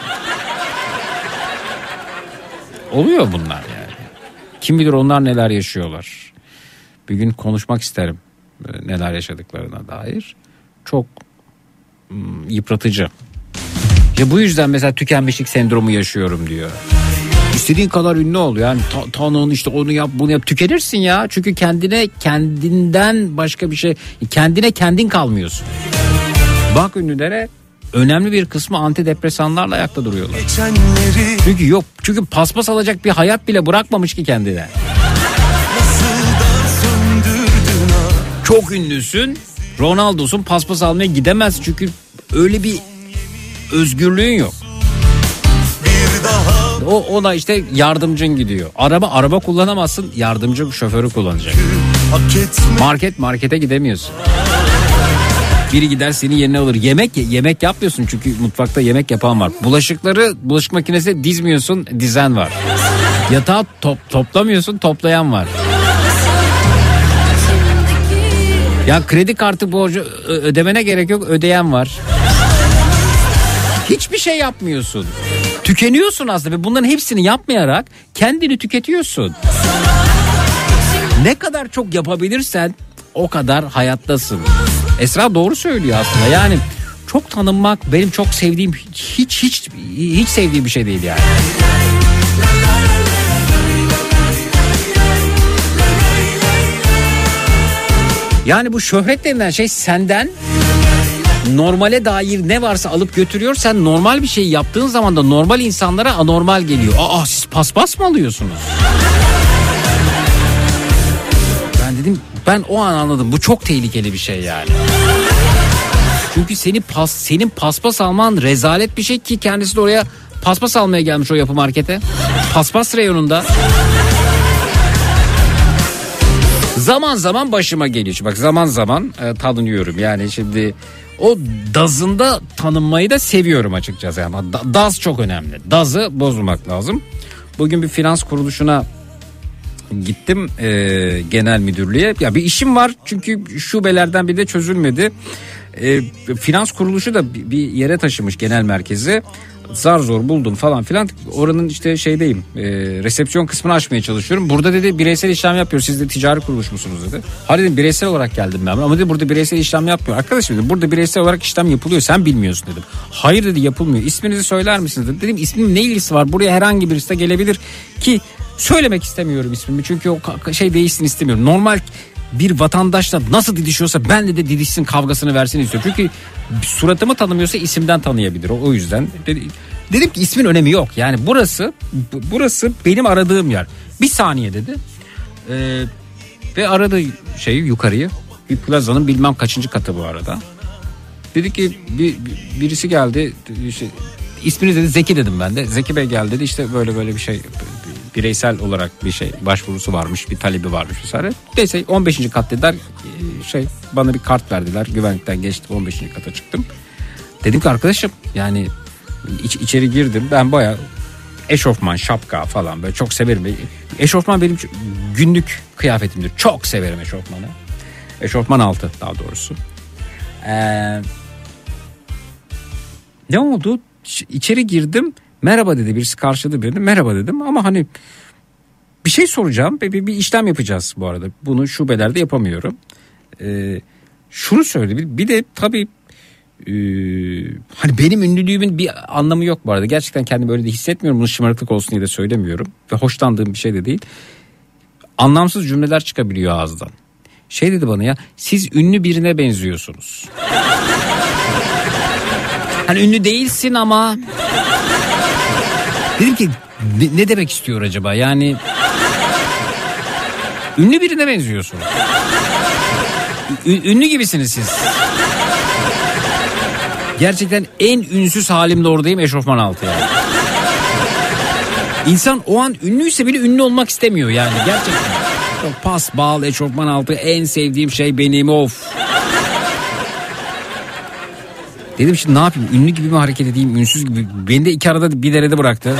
Oluyor bunlar yani. Kim bilir onlar neler yaşıyorlar. Bir gün konuşmak isterim neler yaşadıklarına dair. Çok hmm, yıpratıcı. Ya bu yüzden mesela tükenmişlik sendromu yaşıyorum diyor. İstediğin kadar ünlü ol yani, ta- tanın işte onu yap bunu yap, tükenirsin ya. Çünkü kendine kendinden başka bir şey, kendine kendin kalmıyorsun. Bak ünlülere önemli bir kısmı antidepresanlarla ayakta duruyorlar. Çünkü yok, çünkü paspas alacak bir hayat bile bırakmamış ki kendine. Çok ünlüsün, Ronaldo'sun, paspas almaya gidemez çünkü öyle bir özgürlüğün yok. O ona işte yardımcın gidiyor. Araba araba kullanamazsın, yardımcı şoförü kullanacak. Market markete gidemiyorsun. Biri gider seni yerine alır. Yemek yemek yapmıyorsun çünkü mutfakta yemek yapan var. Bulaşıkları bulaşık makinesine dizmiyorsun, dizen var. Yatağı top, toplamıyorsun, toplayan var. Ya kredi kartı borcu ödemene gerek yok, ödeyen var. Hiçbir şey yapmıyorsun. Tükeniyorsun aslında ve bunların hepsini yapmayarak kendini tüketiyorsun. Ne kadar çok yapabilirsen o kadar hayattasın. Esra doğru söylüyor aslında. Yani çok tanınmak benim çok sevdiğim, hiç hiç hiç sevdiğim bir şey değil yani. Yani bu şöhret denilen şey senden normale dair ne varsa alıp götürüyor. Sen normal bir şey yaptığın zaman da normal insanlara anormal geliyor. Aa, siz paspas mı alıyorsunuz? Ben dedim, ben o an anladım. Bu çok tehlikeli bir şey yani. Çünkü seni pas, senin paspas alman rezalet bir şey ki kendisi de oraya paspas almaya gelmiş o yapı markete. Paspas reyonunda. Zaman zaman başıma geliyor. Bak zaman zaman e, tanınıyorum. Yani şimdi o dazında tanınmayı da seviyorum açıkçası. Yani daz çok önemli. Dazı bozmak lazım. Bugün bir finans kuruluşuna gittim, e, genel müdürlüğe. Ya bir işim var çünkü şubelerden bir de çözülmedi. E, finans kuruluşu da bir yere taşımış, genel merkezi. Zar zor buldum falan filan. Oranın işte şeydeyim, e, resepsiyon kısmını açmaya çalışıyorum. Burada dedi bireysel işlem yapıyor. Siz de ticari kuruluş musunuz dedi. Hayır dedim, bireysel olarak geldim ben. Ama dedi burada bireysel işlem yapmıyor. Arkadaşım dedim, burada bireysel olarak işlem yapılıyor. Sen bilmiyorsun dedim. Hayır dedi, yapılmıyor. İsminizi söyler misiniz dedi. Dedim ismim ne ilgisi var? Buraya herhangi birisi de gelebilir ki söylemek istemiyorum ismimi. Çünkü o şey değişsin istemiyorum. Normal bir vatandaşla nasıl didişiyorsa ben de de didişsin, kavgasını versin istiyorum. Çünkü suratımı tanımıyorsa isimden tanıyabilir. O, o yüzden dedim, dedim ki ismin önemi yok. Yani burası burası benim aradığım yer. Bir saniye dedi. Ee, ve aradı şeyi, yukarıyı. Bir plazanın bilmem kaçıncı katı bu arada. Dedi ki bir, birisi geldi. İşte, ismini dedi Zeki dedim ben de. Zeki Bey geldi dedi, işte böyle böyle bir şey, bireysel olarak bir şey başvurusu varmış, bir talebi varmış vesaire. Neyse on beşinci kat dediler, şey bana bir kart verdiler, güvenlikten geçtim, on beşinci kata çıktım. Dedim ki arkadaşım yani iç, içeri girdim, ben bayağı eşofman, şapka falan böyle çok severim. Eşofman benim günlük kıyafetimdir, çok severim eşofmanı. Eşofman altı daha doğrusu. Ee, ne oldu? İçeri girdim. Merhaba dedi, birisi karşıladı beni. Merhaba dedim ama hani bir şey soracağım. Bir, bir, bir işlem yapacağız bu arada. Bunu şubelerde yapamıyorum. Ee, şunu söyledi. Bir, bir de tabii e, hani benim ünlülüğümün bir anlamı yok bu arada. Gerçekten kendimi öyle de hissetmiyorum. Bunu şımarıklık olsun diye de söylemiyorum. Ve hoşlandığım bir şey de değil. Anlamsız cümleler çıkabiliyor ağızdan. Şey dedi bana, ya siz ünlü birine benziyorsunuz. Hani ünlü değilsin ama. Dedim ki ne, ne demek istiyor acaba? Yani ünlü birine benziyorsun. Ü, ünlü gibisiniz siz. Gerçekten en ünsüz halimde oradayım, eşofman altı yani. İnsan o an ünlüyse bile ünlü olmak istemiyor yani gerçekten. O pas, bağıl, eşofman altı en sevdiğim şey benim, of. Dedim şimdi ne yapayım, ünlü gibi mi hareket edeyim, ünsüz gibi. Beni de iki arada bir derede bıraktı.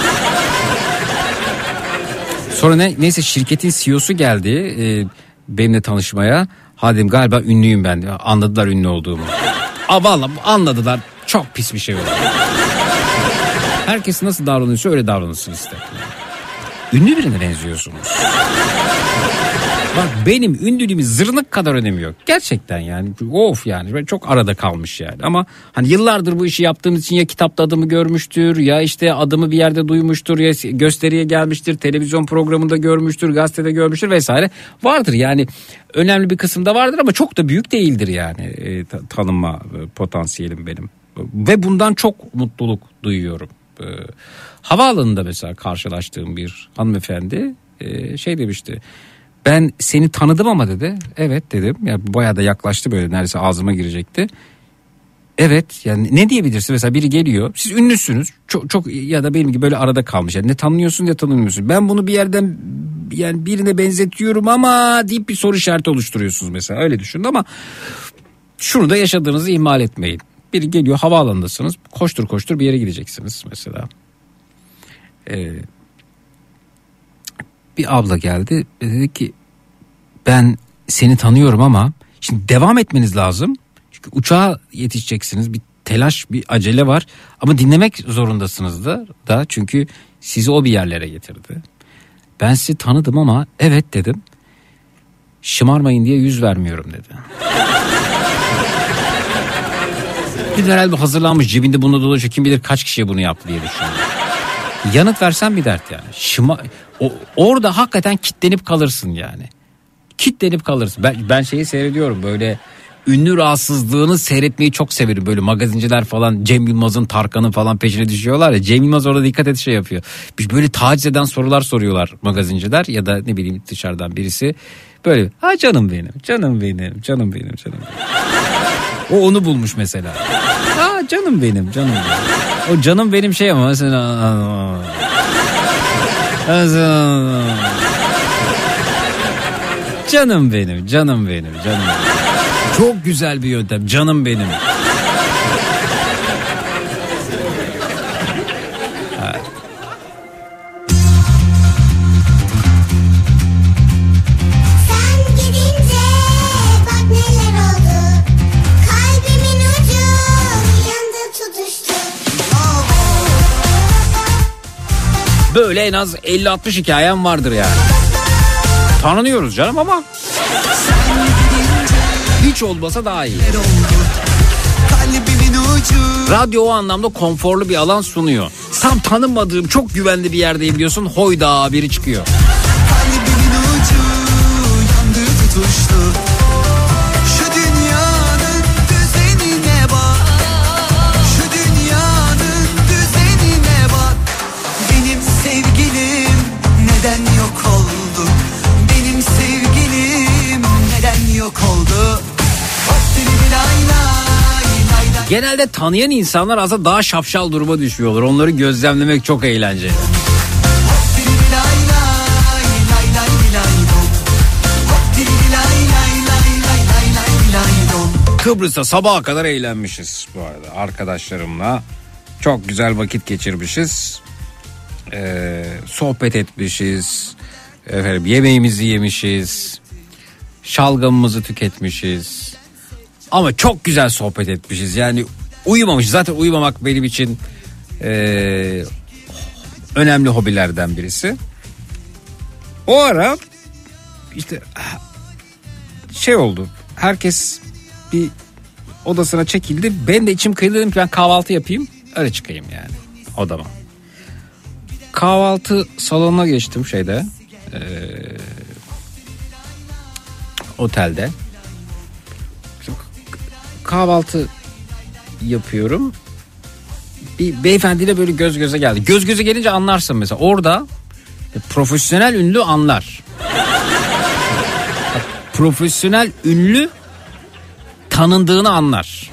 Sonra ne, neyse şirketin C E O'su geldi e, benimle tanışmaya. Ha dedim galiba ünlüyüm ben. Anladılar ünlü olduğumu. Aa vallahi anladılar. Çok pis bir şey oldu. Herkes nasıl davranıyorsa öyle davranırsın ister. Ünlü birine benziyorsunuz. Bak benim ünlülüğümün zırnık kadar önemi yok. Gerçekten yani. Of yani. Ben çok arada kalmış yani. Ama hani yıllardır bu işi yaptığımız için ya kitapta adımı görmüştür, ya işte adımı bir yerde duymuştur, ya gösteriye gelmiştir, televizyon programında görmüştür, gazetede görmüştür vesaire. Vardır yani. Önemli bir kısımda vardır ama çok da büyük değildir yani. E, tanınma potansiyelim benim. Ve bundan çok mutluluk duyuyorum. E, havaalanında mesela karşılaştığım bir hanımefendi e, şey demişti. Ben seni tanıdım ama dedi. Evet dedim. Yani bayağı da yaklaştı böyle, neredeyse ağzıma girecekti. Evet yani ne diyebilirsin mesela, biri geliyor. Siz ünlüsünüz. Çok çok ya da benim gibi böyle arada kalmış. Yani ne tanıyorsun ne tanımıyorsun. Ben bunu bir yerden yani birine benzetiyorum ama deyip bir soru işareti oluşturuyorsunuz mesela. Öyle düşünün ama şunu da yaşadığınızı ihmal etmeyin. Biri geliyor, havaalanındasınız. Koştur koştur bir yere gideceksiniz mesela. Eee Bir abla geldi, dedi ki ben seni tanıyorum ama şimdi devam etmeniz lazım. Çünkü uçağa yetişeceksiniz, bir telaş, bir acele var ama dinlemek zorundasınız da, da çünkü sizi o bir yerlere getirdi. Ben sizi tanıdım ama evet dedim. Şımarmayın diye yüz vermiyorum dedi. Bir de herhalde hazırlanmış, cebinde bunu dolaşıyor, kim bilir kaç kişiye bunu yaptı diye düşünüyorum. Yanıt versen bir dert yani. Şıma, o, orada hakikaten kitlenip kalırsın yani. Kitlenip kalırsın. Ben, ben şeyi seyrediyorum, böyle ünlü rahatsızlığını seyretmeyi çok severim. Böyle magazinciler falan Cem Yılmaz'ın, Tarkan'ın falan peşine düşüyorlar ya. Cem Yılmaz orada dikkat et şey yapıyor. Böyle taciz eden sorular soruyorlar magazinciler ya da ne bileyim dışarıdan birisi. Böyle ha canım benim, canım benim, canım benim, canım benim. O onu bulmuş mesela. Ha canım benim, canım benim. O canım benim şey ama mesela... Canım benim, canım benim, canım benim. Çok güzel bir yöntem, canım benim. Böyle en az elli altmış hikayem vardır yani. Tanınıyoruz canım ama hiç olmasa daha iyi. Radyo o anlamda konforlu bir alan sunuyor. Tam tanınmadığım, çok güvenli bir yerdeyim diyorsun, hoyda biri çıkıyor. Genelde tanıyan insanlar aslında daha şapşal duruma düşüyorlar. Onları gözlemlemek çok eğlenceli. Kıbrıs'ta sabaha kadar eğlenmişiz bu arada arkadaşlarımla. Çok güzel vakit geçirmişiz. Ee, sohbet etmişiz. Efendim, yemeğimizi yemişiz. Şalgamımızı tüketmişiz. Ama çok güzel sohbet etmişiz. Yani uyumamışız. Zaten uyumamak benim için e, önemli hobilerden birisi. O ara işte şey oldu. Herkes bir odasına çekildi. Ben de içim kıyıldı, dedim ki ben kahvaltı yapayım, öyle çıkayım yani odama. Kahvaltı salonuna geçtim şeyde. E, otelde. Kahvaltı yapıyorum. bir beyefendiyle böyle göz göze geldi. Göz göze gelince anlarsın mesela. Orada profesyonel ünlü anlar. Profesyonel ünlü tanındığını anlar.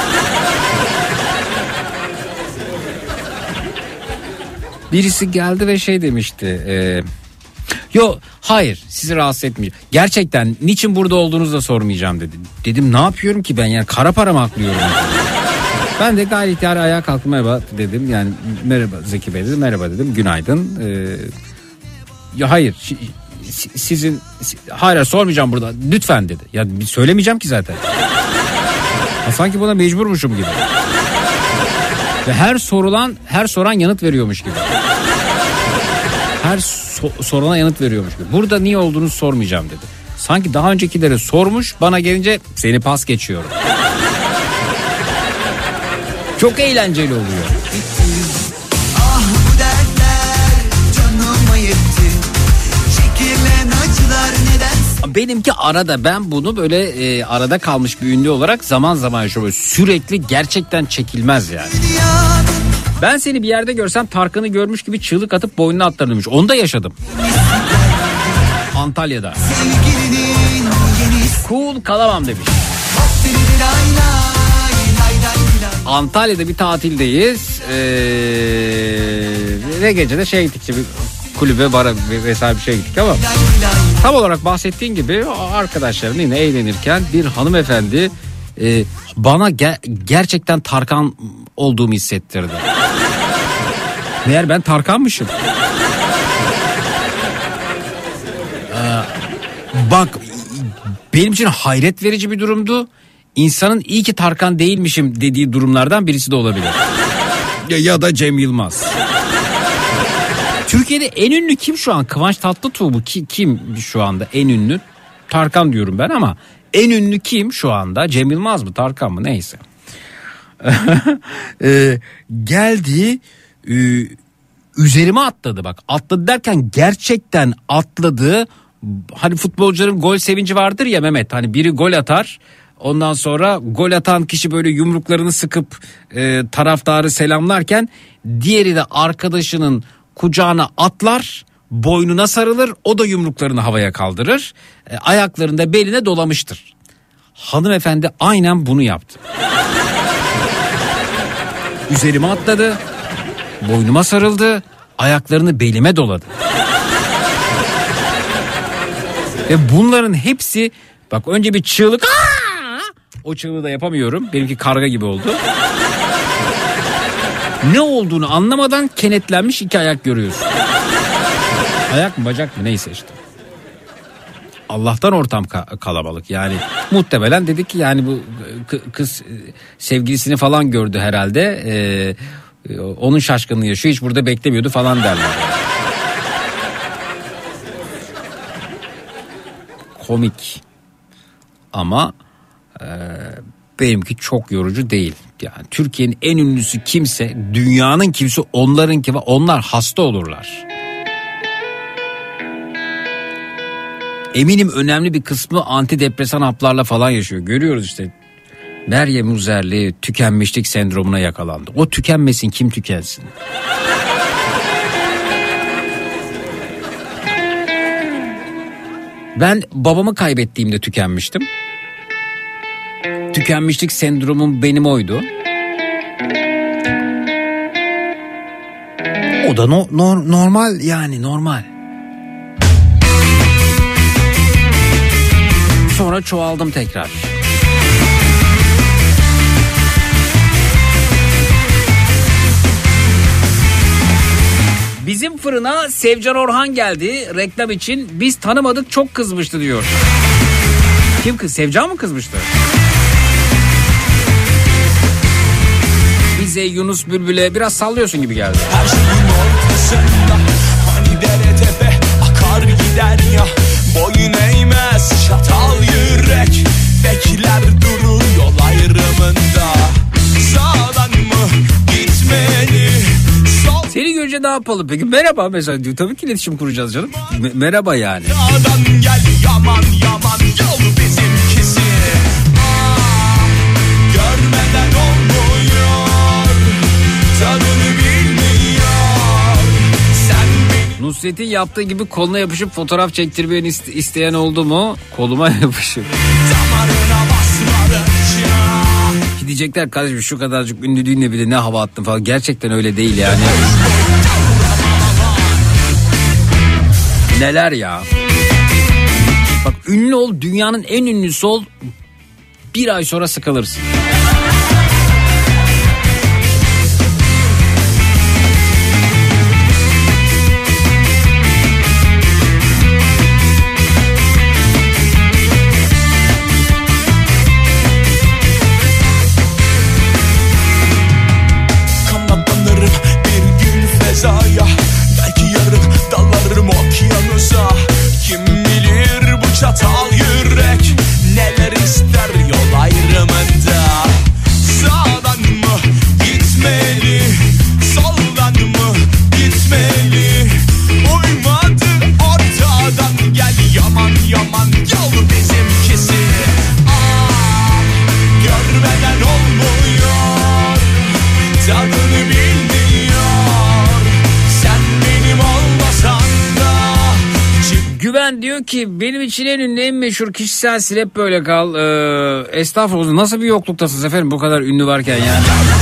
Birisi geldi ve şey demişti. E, Yo hayır sizi rahatsız etmeyeceğim. Gerçekten niçin burada olduğunuzu da sormayacağım dedi. Dedim ne yapıyorum ki ben yani kara para mı aklıyorum? Ben de gayri ihtiyari ayağa kalktım, merhaba dedim. Yani merhaba Zeki Bey dedim, merhaba dedim, günaydın. Ee, ya hayır sizin hayır sormayacağım burada lütfen dedi. Ya söylemeyeceğim ki zaten. Ya, sanki buna mecburmuşum gibi. Ve her sorulan her soran yanıt veriyormuş gibi. Her so- soruna yanıt veriyormuş gibi. Burada niye olduğunu sormayacağım dedi. Sanki daha öncekilere sormuş, bana gelince seni pas geçiyorum. Çok eğlenceli oluyor. Ah bu dertler canıma yetti. Çekilen acılar neden? Benimki arada, ben bunu böyle e, arada kalmış bir ünlü olarak zaman zaman yaşıyorum. Sürekli gerçekten çekilmez yani. Ben seni bir yerde görsem Tarkan'ı görmüş gibi çığlık atıp boynuna atlarmış. Onu da yaşadım. Antalya'da. Cool kalamam demiş. Antalya'da bir tatildeyiz. Ee, ve gece de şey gittik işte bir kulübe, bara vesaire bir şey gittik ama tam olarak bahsettiğin gibi arkadaşlarım yine eğlenirken bir hanımefendi e, bana ge- gerçekten Tarkan olduğumu hissettirdi. Meğer ben Tarkan'mışım. Ee, bak benim için hayret verici bir durumdu. İnsanın iyi ki Tarkan değilmişim dediği durumlardan birisi de olabilir. Ya, ya da Cem Yılmaz. Türkiye'de en ünlü kim şu an? Kıvanç Tatlıtuğ mu? Kim, kim şu anda en ünlü? Tarkan diyorum ben ama en ünlü kim şu anda? Cem Yılmaz mı? Tarkan mı? Neyse. ee, geldi e, üzerime atladı bak. Atladı derken gerçekten atladı. Hani futbolcuların gol sevinci vardır ya Mehmet. Hani biri gol atar. Ondan sonra gol atan kişi böyle yumruklarını sıkıp e, taraftarı selamlarken diğeri de arkadaşının kucağına atlar, boynuna sarılır, o da yumruklarını havaya kaldırır, e, ayaklarını da beline dolamıştır. Hanımefendi aynen bunu yaptı. Üzerime atladı, boynuma sarıldı, ayaklarını belime doladı. Ve bunların hepsi bak önce bir çığlık, Aa! O çığlığı da yapamıyorum, benimki karga gibi oldu. Ne olduğunu anlamadan kenetlenmiş iki ayak görüyorsun. Ayak mı bacak mı neyse işte. Allah'tan ortam ka- kalabalık yani muhtemelen dedik ki yani bu kız sevgilisini falan gördü herhalde. Ee, onun şaşkınlığı yaşıyor, hiç burada beklemiyordu falan derler. Komik ama e, benimki çok yorucu değil. Yani Türkiye'nin en ünlüsü kimse, dünyanın kimse onlarınki ve onlar hasta olurlar. Eminim önemli bir kısmı antidepresan haplarla falan yaşıyor. Görüyoruz işte. Meryem Uzerli tükenmişlik sendromuna yakalandı. O tükenmesin, kim tükensin? Ben babamı kaybettiğimde tükenmiştim. Tükenmişlik sendromum benim oydu. O da no, no, normal yani normal. Sonra çoğaldım tekrar. Bizim fırına Sevcan Orhan geldi reklam için. Biz tanımadık, çok kızmıştı diyor. Kim kız? Sevcan mı kızmıştı? Bize Yunus Bülbül'e biraz sallıyorsun gibi geldi. Her şeyin ortasında hani dere tepe akar gider ya. Boyun eğmez çatal yürek, bekler durur yol ayrımında. Sağdan mı gitmeli? Sol... Seni görünce ne yapalım peki? Merhaba mesela diyor. Tabii ki iletişim kuracağız canım. Me- merhaba yani. Sağdan gel yaman yaman yol bizimkisi. Aa, görmeden olmuyor. Nusret'in yaptığı gibi koluna yapışıp fotoğraf çektirmeni iste- isteyen oldu mu? Koluma yapışıp. Diyecekler kardeşim şu kadarcık ünlülüğünle bile ne hava attın falan. Gerçekten öyle değil yani. Neler ya. Bak ünlü ol, dünyanın en ünlüsü ol. Bir ay sonra sıkılırsın. Belki yarın dalarım okyanusa. Kim bilir bu çatal yürek neler ister yol ayrımında. Sağdan mı gitmeli, soldan mı gitmeli? Uymadı ortadan, gel yaman yaman yol bizimkisi. Ah, görmeden olmuyor, tadını bilmiyor. Güven diyor ki benim için en ünlü en meşhur kişiselsin, hep böyle kal. Ee, estağfurullah, nasıl bir yokluktasınız efendim bu kadar ünlü varken yani.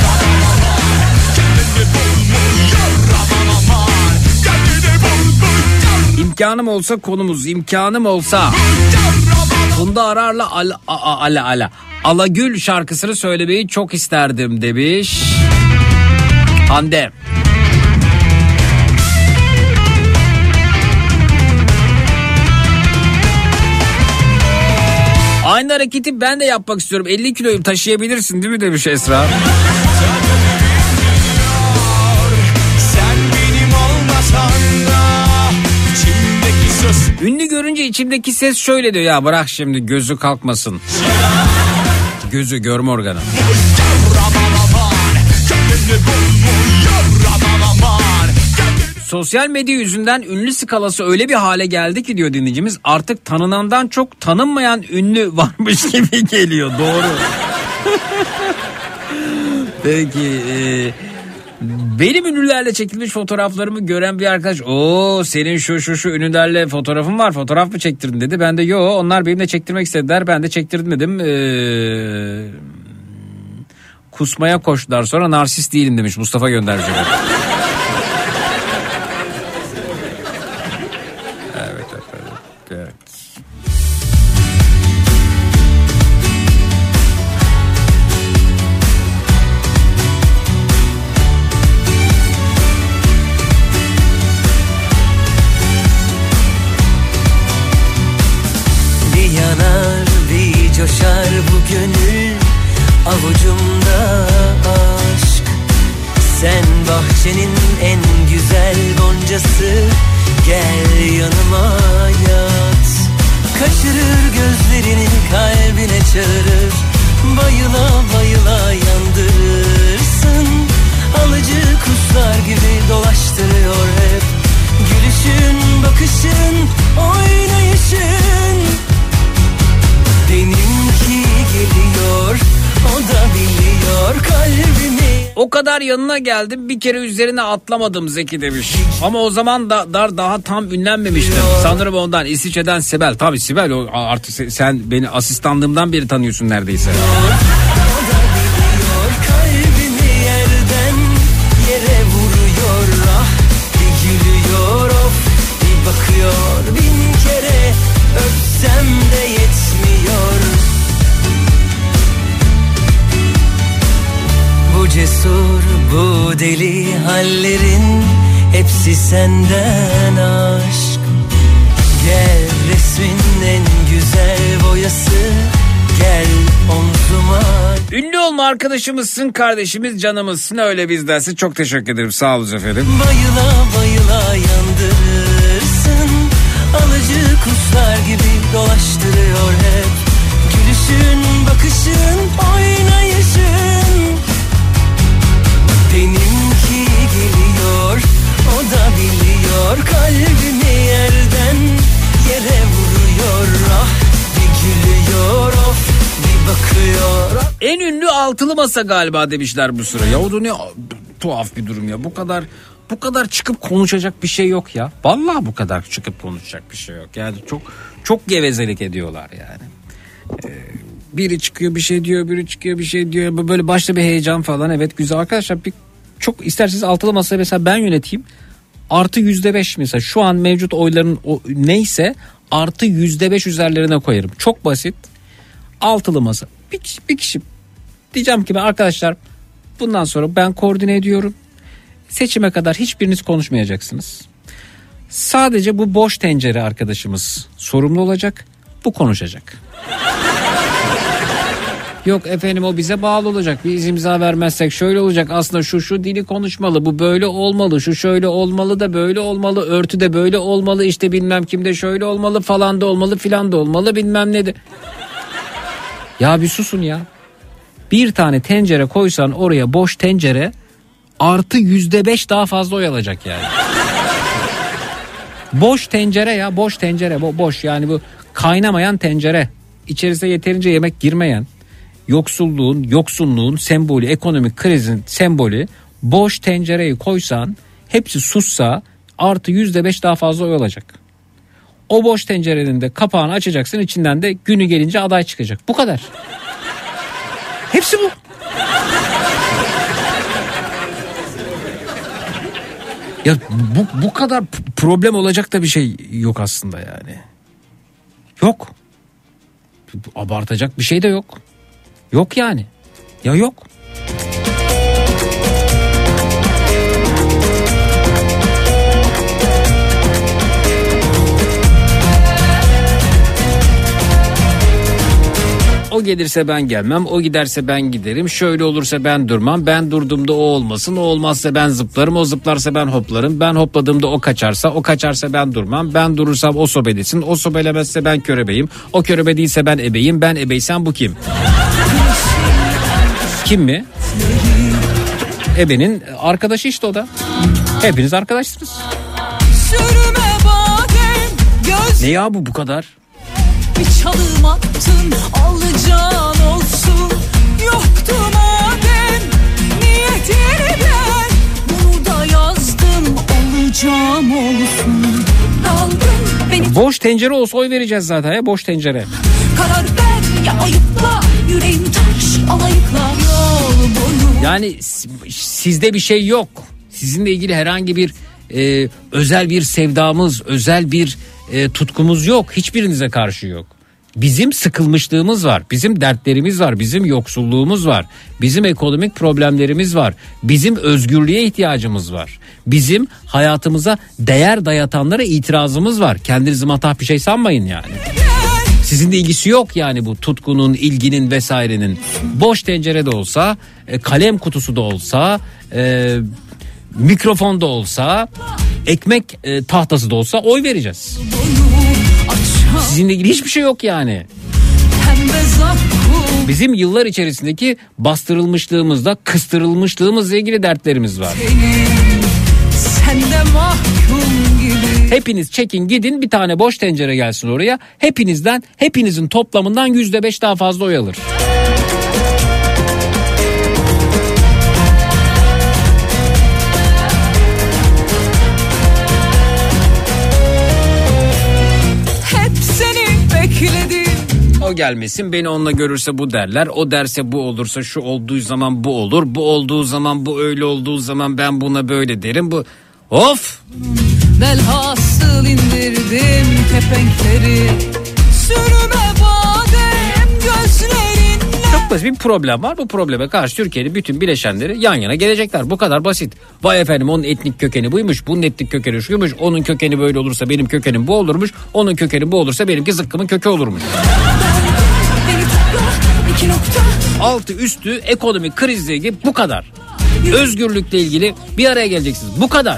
İmkanım olsa konumuz, imkanım olsa Funda Arar'la ala ala ala Alagül şarkısını söylemeyi çok isterdim demiş Hande. Aynı hareketi ben de yapmak istiyorum. elli kiloyu taşıyabilirsin değil mi demiş Esra. Ünlü görünce içimdeki ses şöyle diyor, ya bırak şimdi gözü kalkmasın. Gözü görme organı. Sosyal medya yüzünden ünlü skalası öyle bir hale geldi ki diyor dinleyicimiz, artık tanınandan çok tanınmayan ünlü varmış gibi geliyor. Doğru. Peki e, benim ünlülerle çekilmiş fotoğraflarımı gören bir arkadaş, o senin şu şu şu ünlülerle fotoğrafın var, fotoğraf mı çektirdin dedi. Ben de yo, onlar benimle çektirmek istediler, ben de çektirdim dedim. Eee... Kusmaya koştular sonra, narsist değilim demiş Mustafa göndermiş. Evet efendim. Evet. Bir yanar bir coşar bu gönül, avucumda aşk. Sen bahçenin en güzel goncası, gel yanıma yat. Kaçırır gözlerini, kalbine çağırır, bayıla bayıla yandırırsın. Alıcı kuşlar gibi dolaştırıyor hep, gülüşün, bakışın, oynayışın. Benimki geliyor, o da biliyor kalbimi. O kadar yanına geldim, bir kere üzerine atlamadım Zeki demiş. Ama o zaman da dar daha tam ünlenmemiştim. Sanırım ondan. İsviçre'den Sibel. Tabii Sibel, o artık sen beni asistanlığımdan beri tanıyorsun neredeyse. Bakıyor bin kere, öpsem de yetmiyor. Bu cesur, bu deli hallerin hepsi senden aşk. Gel resmin en güzel boyası, gel omzuma. Ünlü olma arkadaşımızsın, kardeşimiz, canımızsın, öyle bizdensin. Çok teşekkür ederim, sağ olun efendim. Bayıla bayıla yandırırsın, alıcı kuşlar gibi dolaştırıyor hep. Gülüşün, bakışın, oynayışın. Benimki geliyor, o da biliyor kalbimi yerden yere vuruyor. Ah bir gülüyor, of bir bakıyor. En ünlü altılı masa galiba demişler bu sıra. Ya o da ne tuhaf bir durum ya. Bu kadar bu kadar çıkıp konuşacak bir şey yok ya. Vallahi bu kadar çıkıp konuşacak bir şey yok. Yani çok çok gevezelik ediyorlar yani. Ee, biri çıkıyor bir şey diyor, biri çıkıyor bir şey diyor. Böyle başta bir heyecan falan. Evet güzel arkadaşlar. Bir, çok isterseniz altılı masayı mesela ben yöneteyim. Artı yüzde beş mesela şu an mevcut oyların o, neyse artı yüzde beş üzerlerine koyarım. Çok basit. Altılı masa. Bir kişi, bir kişi diyeceğim ki ben arkadaşlar bundan sonra ben koordine ediyorum. Seçime kadar hiçbiriniz konuşmayacaksınız. Sadece bu boş tencere arkadaşımız sorumlu olacak. Bu konuşacak. Yok efendim o bize bağlı olacak. Biz imza vermezsek şöyle olacak. Aslında şu şu dili konuşmalı. Bu böyle olmalı. Şu şöyle olmalı da böyle olmalı. Örtü de böyle olmalı. İşte bilmem kim de şöyle olmalı. Falan da olmalı filan da olmalı. Bilmem ne de. Ya bir susun ya. Bir tane tencere koysan oraya boş tencere artı yüzde beş daha fazla oy alacak yani. Boş tencere ya boş tencere bo- boş yani bu kaynamayan tencere. İçerisine yeterince yemek girmeyen, yoksulluğun, yoksunluğun sembolü, ekonomik krizin sembolü boş tencereyi koysan hepsi sussa artı yüzde beş daha fazla oy alacak. O boş tencerenin de kapağını açacaksın, içinden de günü gelince aday çıkacak. Bu kadar. Hepsi bu. Ya bu bu kadar problem olacak da bir şey yok aslında yani. Yok. Abartacak bir şey de yok. Yok yani. Ya yok. O gelirse ben gelmem, o giderse ben giderim, şöyle olursa ben durmam, ben durduğumda o olmasın, o olmazsa ben zıplarım, o zıplarsa ben hoplarım, ben hopladığımda o kaçarsa, o kaçarsa ben durmam, ben durursam o sobelesin, o sobelemezse ben körebeyim, o körebe değilse ben ebeyim, ben ebeysem bu kim? Kim mi? Ebenin arkadaşı işte o da. Hepiniz arkadaşsınız. Ne ya bu bu kadar? Bir çalım attın alacağın olsun. Yoktu madem niyetini ben bunu da yazdım olacağım olsun. Aldın beni. Boş tencere olsa oy vereceğiz zaten ya boş tencere. Karar ver ya ayıpla yüreğim taş alayıkla yol boyu. Yani sizde bir şey yok. Sizinle ilgili herhangi bir e, özel bir sevdamız, özel bir e, tutkumuz yok. Hiçbirinize karşı yok. Bizim sıkılmışlığımız var. Bizim dertlerimiz var. Bizim yoksulluğumuz var. Bizim ekonomik problemlerimiz var. Bizim özgürlüğe ihtiyacımız var. Bizim hayatımıza değer dayatanlara itirazımız var. Kendinizi matah bir şey sanmayın yani. Sizinle ilgisi yok yani bu tutkunun, ilginin vesairenin. Boş tencere de olsa, kalem kutusu da olsa, e, mikrofon da olsa, ekmek e, tahtası da olsa oy vereceğiz. Sizinle ilgili hiçbir şey yok yani. Bizim yıllar içerisindeki bastırılmışlığımızda, kıstırılmışlığımızla ilgili dertlerimiz var. Hepiniz çekin gidin, bir tane boş tencere gelsin oraya. Hepinizden, hepinizin toplamından yüzde beş daha fazla oy alır. O gelmesin, beni onunla görürse bu derler, o derse bu olursa şu olduğu zaman bu olur, bu olduğu zaman bu öyle olduğu zaman ben buna böyle derim. Bu of. Velhasıl indirdim kepenkleri, sürme badem gözlerinle. Çok basit bir problem var. Bu probleme karşı Türkiye'nin bütün bileşenleri yan yana gelecekler. Bu kadar basit. Vay efendim onun etnik kökeni buymuş, bunun etnik kökeni şuymuş, onun kökeni böyle olursa benim kökenim bu olurmuş, onun kökeni bu olursa benimki zıkkımın kökü olurmuş. Altı üstü ekonomik krizle ilgili bu kadar. Özgürlükle ilgili bir araya geleceksiniz. Bu kadar.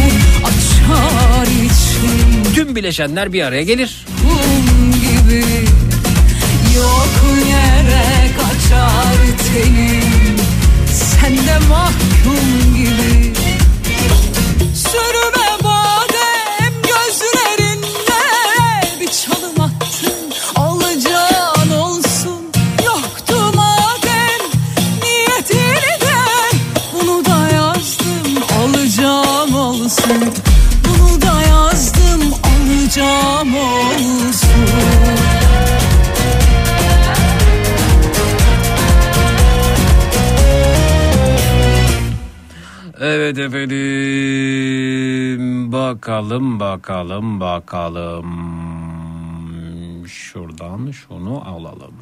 Tüm bileşenler bir araya gelir. Gibi yok yere kaçar tenim, sen de mahkum gibi. Sürme badem gözlerinde, bir çalım attın alacağın olsun. Yoktu madem niyetini de bunu da yazdım olacağım akşam olsun. Evet efendim, bakalım bakalım bakalım, şuradan şunu alalım.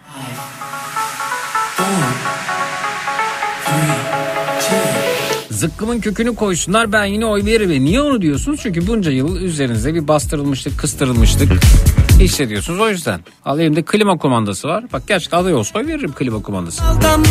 Zıkkımın kökünü koysunlar, ben yine oy veririm. Niye onu diyorsunuz? Çünkü bunca yıl üzerinize bir bastırılmıştık, kıstırılmıştık hissediyorsunuz, o yüzden. Al, elimde klima kumandası var. Bak gerçekten aday olsa oy veririm klima kumandası.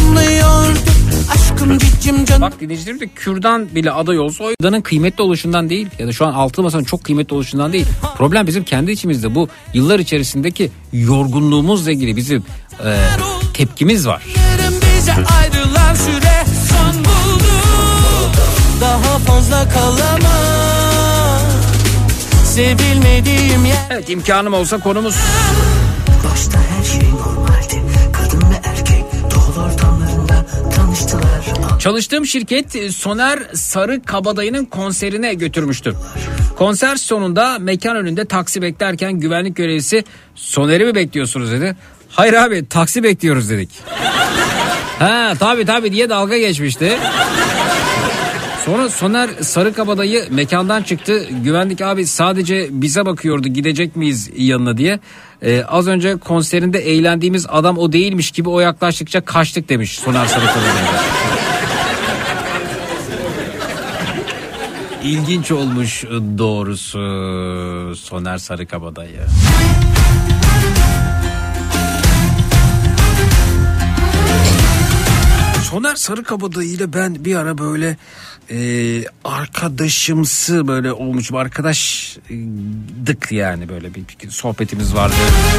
Bak dinleyicilerim de kürdan bile aday olsa oy. Kürdanın kıymetli oluşundan değil ya da şu an altı masanın çok kıymetli oluşundan değil. Problem bizim kendi içimizde, bu yıllar içerisindeki yorgunluğumuzla ilgili bizim e, tepkimiz var. Bize ayrılan süre son buldu. Daha fazla kalamam. Sevilmediğim yer. Evet, imkanım olsa konumuz. Başta her şey normaldi. Kadın ve erkek doğal ortamlarında tanıştılar. Çalıştığım şirket Soner Sarıkabadayı'nın konserine götürmüştü. Konser sonunda mekan önünde taksi beklerken güvenlik görevlisi "Soner'i mi bekliyorsunuz?" dedi. "Hayır abi, taksi bekliyoruz" dedik. Ha tabii tabii diye dalga geçmişti. Sonra Soner Sarıkabadayı mekandan çıktı. Güvenlik abi sadece bize bakıyordu, gidecek miyiz yanına diye. Ee, az önce konserinde eğlendiğimiz adam o değilmiş gibi o yaklaştıkça kaçtık demiş Soner Sarıkabadayı. İlginç olmuş doğrusu Soner Sarıkabadayı. Soner Sarıkabadayı ile ben bir ara böyle e, arkadaşımsı böyle olmuşum. Arkadaşdık yani, böyle bir, bir sohbetimiz vardı.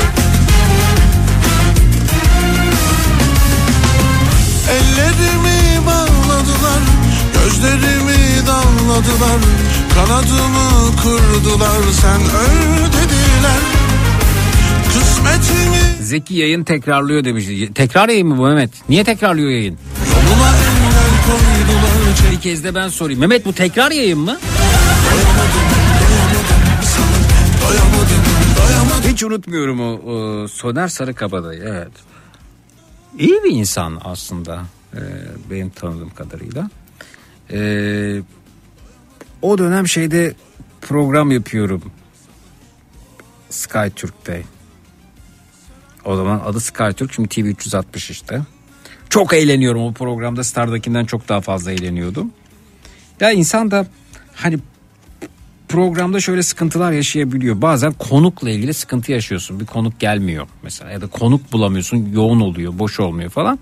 Ellerimi bağladılar, gözlerimi damladılar, kanadımı kırdılar, sen öl dediler. Kısmetimi... Zeki yayın tekrarlıyor demiş. Tekrar yayın mı bu Mehmet? Niye tekrarlıyor yayın? Yoluma engel koydular. Bir kez de ben sorayım. Mehmet, bu tekrar yayın mı? Doyamadım, doyamadım, sana doyamadım, doyamadım. Hiç unutmuyorum o, o Soner Sarıkabadayı. Evet. İyi bir insan aslında. Ee, benim tanıdığım kadarıyla. Ee, o dönem şeyde program yapıyorum. Sky Türk'te. O zaman adı Sky Türk, şimdi T V üç yüz altmış işte. Çok eğleniyorum o programda. Star'dakinden çok daha fazla eğleniyordum. Ya insan da hani programda şöyle sıkıntılar yaşayabiliyor. Bazen konukla ilgili sıkıntı yaşıyorsun. Bir konuk gelmiyor mesela, ya da konuk bulamıyorsun, yoğun oluyor, boş olmuyor falan.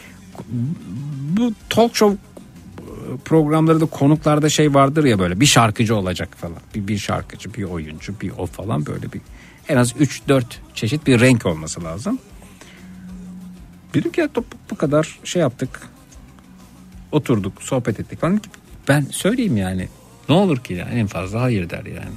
Bu talk show programlarında konuklarda şey vardır ya, böyle bir şarkıcı olacak falan. Bir, bir şarkıcı, bir oyuncu, bir o falan, böyle bir en az üç dört çeşit bir renk olması lazım. Dedim ki ya, bu kadar şey yaptık. Oturduk, sohbet ettik falan. Ben söyleyeyim yani. Ne olur ki yani, en fazla hayır der yani.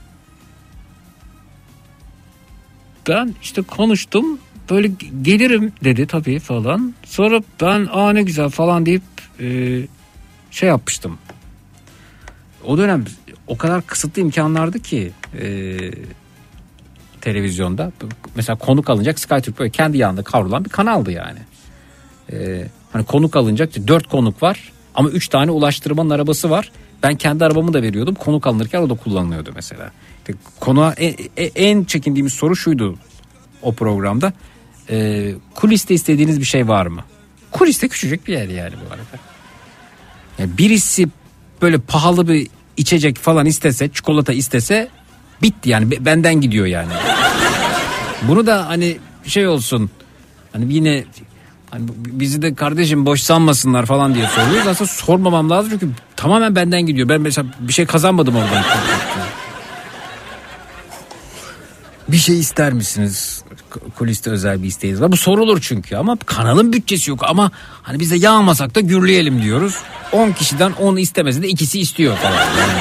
Ben işte konuştum. Böyle gelirim dedi tabii falan. Sonra ben aa ne güzel falan deyip e, şey yapmıştım. O dönem o kadar kısıtlı imkanlardı ki e, televizyonda. Mesela konuk alınacak, Sky Türk böyle kendi yanında kavrulan bir kanaldı yani. E, hani konuk alınacak, dört konuk var ama üç tane ulaştırmanın arabası var. Ben kendi arabamı da veriyordum. Konuk alınırken o da kullanılıyordu mesela. İşte konuğa en, en çekindiğimiz soru şuydu o programda. E, kuliste istediğiniz bir şey var mı? Kuliste küçücük bir yer yani bu arada. Yani birisi böyle pahalı bir içecek falan istese, çikolata istese bitti yani, benden gidiyor yani. Bunu da hani şey olsun, hani yine hani bizi de kardeşim boş sanmasınlar falan diye soruyoruz. Aslında sormamam lazım çünkü tamamen benden gidiyor. Ben mesela bir şey kazanmadım oradan. Bir şey ister misiniz? Kuliste özel bir isteğiniz var. Bu sorulur çünkü, ama kanalın bütçesi yok, ama hani biz de yağmasak da gürleyelim diyoruz. on kişiden on istemese de ikisi istiyor falan. Yani.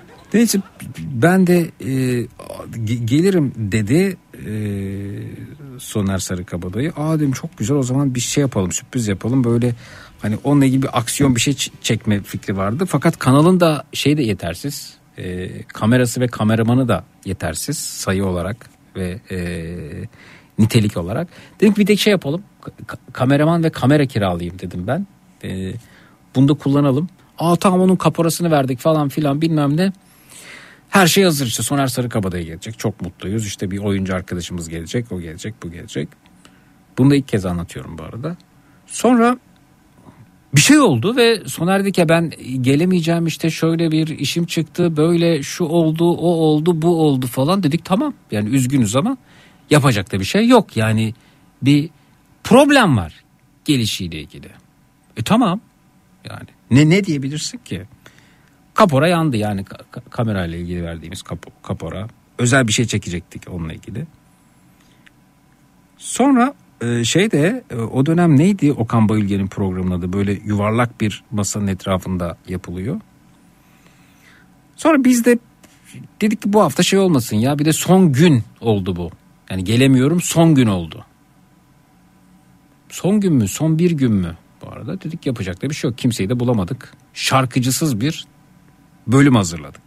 Neyse ben de e, gelirim dedi. E, Soner Sarıkabadayı. Aa dedim çok güzel, o zaman bir şey yapalım, sürpriz yapalım. Böyle hani onunla ilgili bir aksiyon bir şey ç- çekme fikri vardı. Fakat kanalın da şey de yetersiz. E, kamerası ve kameramanı da yetersiz sayı olarak ve e, nitelik olarak. Dedim ki bir tek şey yapalım. Ka- kameraman ve kamera kiralayayım dedim ben. E, bunu da kullanalım. Aa tamam, onun kaporasını verdik falan filan bilmem ne. Her şey hazır işte. Soner Sarıkabadayı gelecek. Çok mutluyuz. İşte bir oyuncu arkadaşımız gelecek. O gelecek, bu gelecek. Bunu da ilk kez anlatıyorum bu arada. Sonra bir şey oldu ve Soner dedi ki ben gelemeyeceğim, işte şöyle bir işim çıktı, böyle şu oldu, o oldu, bu oldu falan. Dedik tamam, yani üzgünüz ama yapacak da bir şey yok. Yani bir problem var gelişiyle ilgili. E tamam yani ne ne diyebilirsin ki? Kapora yandı yani, ka- kamerayla ilgili verdiğimiz kap- kapora. Özel bir şey çekecektik onunla ilgili. Sonra e, şey de e, o dönem neydi Okan Bayülgen'in programının adı? Böyle yuvarlak bir masanın etrafında yapılıyor. Sonra biz de dedik ki bu hafta şey olmasın ya, bir de son gün oldu bu. Yani gelemiyorum, son gün oldu. Son gün mü, son bir gün mü? Bu arada dedik yapacak da bir şey yok. Kimseyi de bulamadık. Şarkıcısız bir bölüm hazırladık.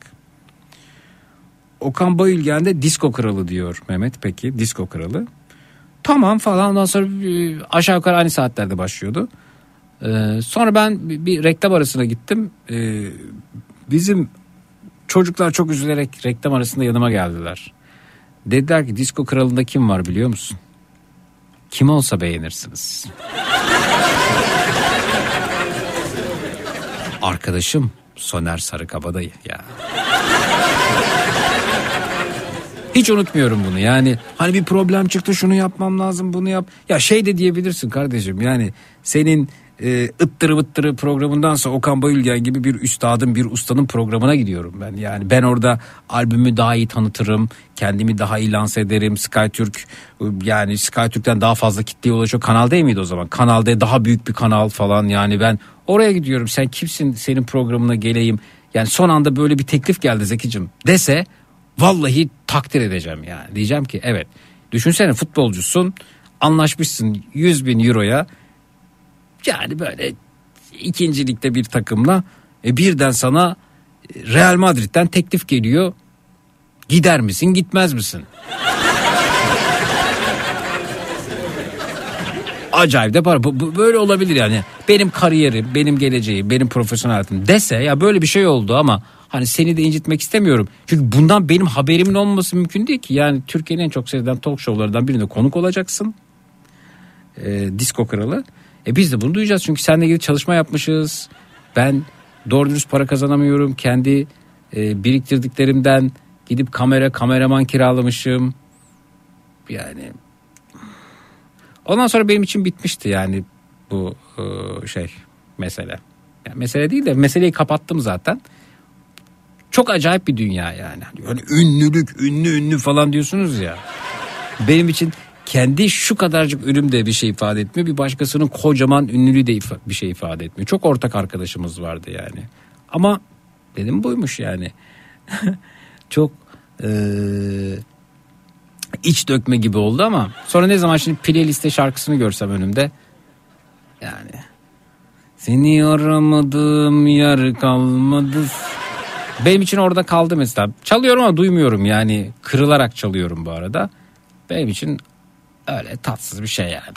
Okan Bayülgen de Disko Kralı diyor Mehmet, peki Disko Kralı. Tamam falan, ondan sonra aşağı yukarı aynı saatlerde başlıyordu. Ee, sonra ben bir, bir reklam arasına gittim. Ee, bizim çocuklar çok üzülerek reklam arasında yanıma geldiler. Dediler ki Disko Kralı'nda kim var biliyor musun? Kim olsa beğenirsiniz. Arkadaşım Soner Sarıkabadayı ya. Hiç unutmuyorum bunu yani, hani bir problem çıktı, şunu yapmam lazım, bunu yap. Ya şey de diyebilirsin kardeşim, yani senin e, ıttırı vıttırı programındansa Okan Bayülgen gibi bir üstadın, bir ustanın programına gidiyorum ben. Yani ben orada albümü daha iyi tanıtırım, kendimi daha iyi lanse ederim. SkyTürk, yani SkyTürk'ten daha fazla kitleye ulaşıyor. Kanal değil miydi o zaman? Kanal'da daha büyük bir kanal falan, yani ben oraya gidiyorum. Sen kimsin, senin programına geleyim? Yani son anda böyle bir teklif geldi Zekicim dese, vallahi takdir edeceğim yani. Diyeceğim ki evet, düşünsene futbolcusun, anlaşmışsın yüz bin euroya, yani böyle ikinci ligde bir takımla, e birden sana Real Madrid'den teklif geliyor. Gider misin, gitmez misin? Acayip de para. Bu, bu böyle olabilir yani. Benim kariyerim, benim geleceğim, benim profesyonel hayatım dese ya, böyle bir şey oldu ama hani seni de incitmek istemiyorum. Çünkü bundan benim haberimin olmaması mümkün değil ki. Yani Türkiye'nin en çok sevilen talk show'larından birinde konuk olacaksın. Ee, Disko Kralı. E biz de bunu duyacağız çünkü seninle ilgili çalışma yapmışız. Ben doğru dürüst para kazanamıyorum. Kendi e, biriktirdiklerimden gidip kamera, kameraman kiralamışım. Yani ondan sonra benim için bitmişti yani bu e, şey mesele. Yani mesele değil de meseleyi kapattım zaten. Çok acayip bir dünya yani. Hani ünlülük, ünlü ünlü falan diyorsunuz ya. Benim için kendi şu kadarcık ürüm de bir şey ifade etmiyor. Bir başkasının kocaman ünlülüğü de ifa- bir şey ifade etmiyor. Çok ortak arkadaşımız vardı yani. Ama dedim buymuş yani. Çok e, iç dökme gibi oldu ama sonra ne zaman şimdi playliste şarkısını görsem önümde, yani seni aramadığım yer kalmadı. Benim için orada kaldı mesela. Çalıyorum ama duymuyorum yani, kırılarak çalıyorum bu arada. Benim için öyle tatsız bir şey yani.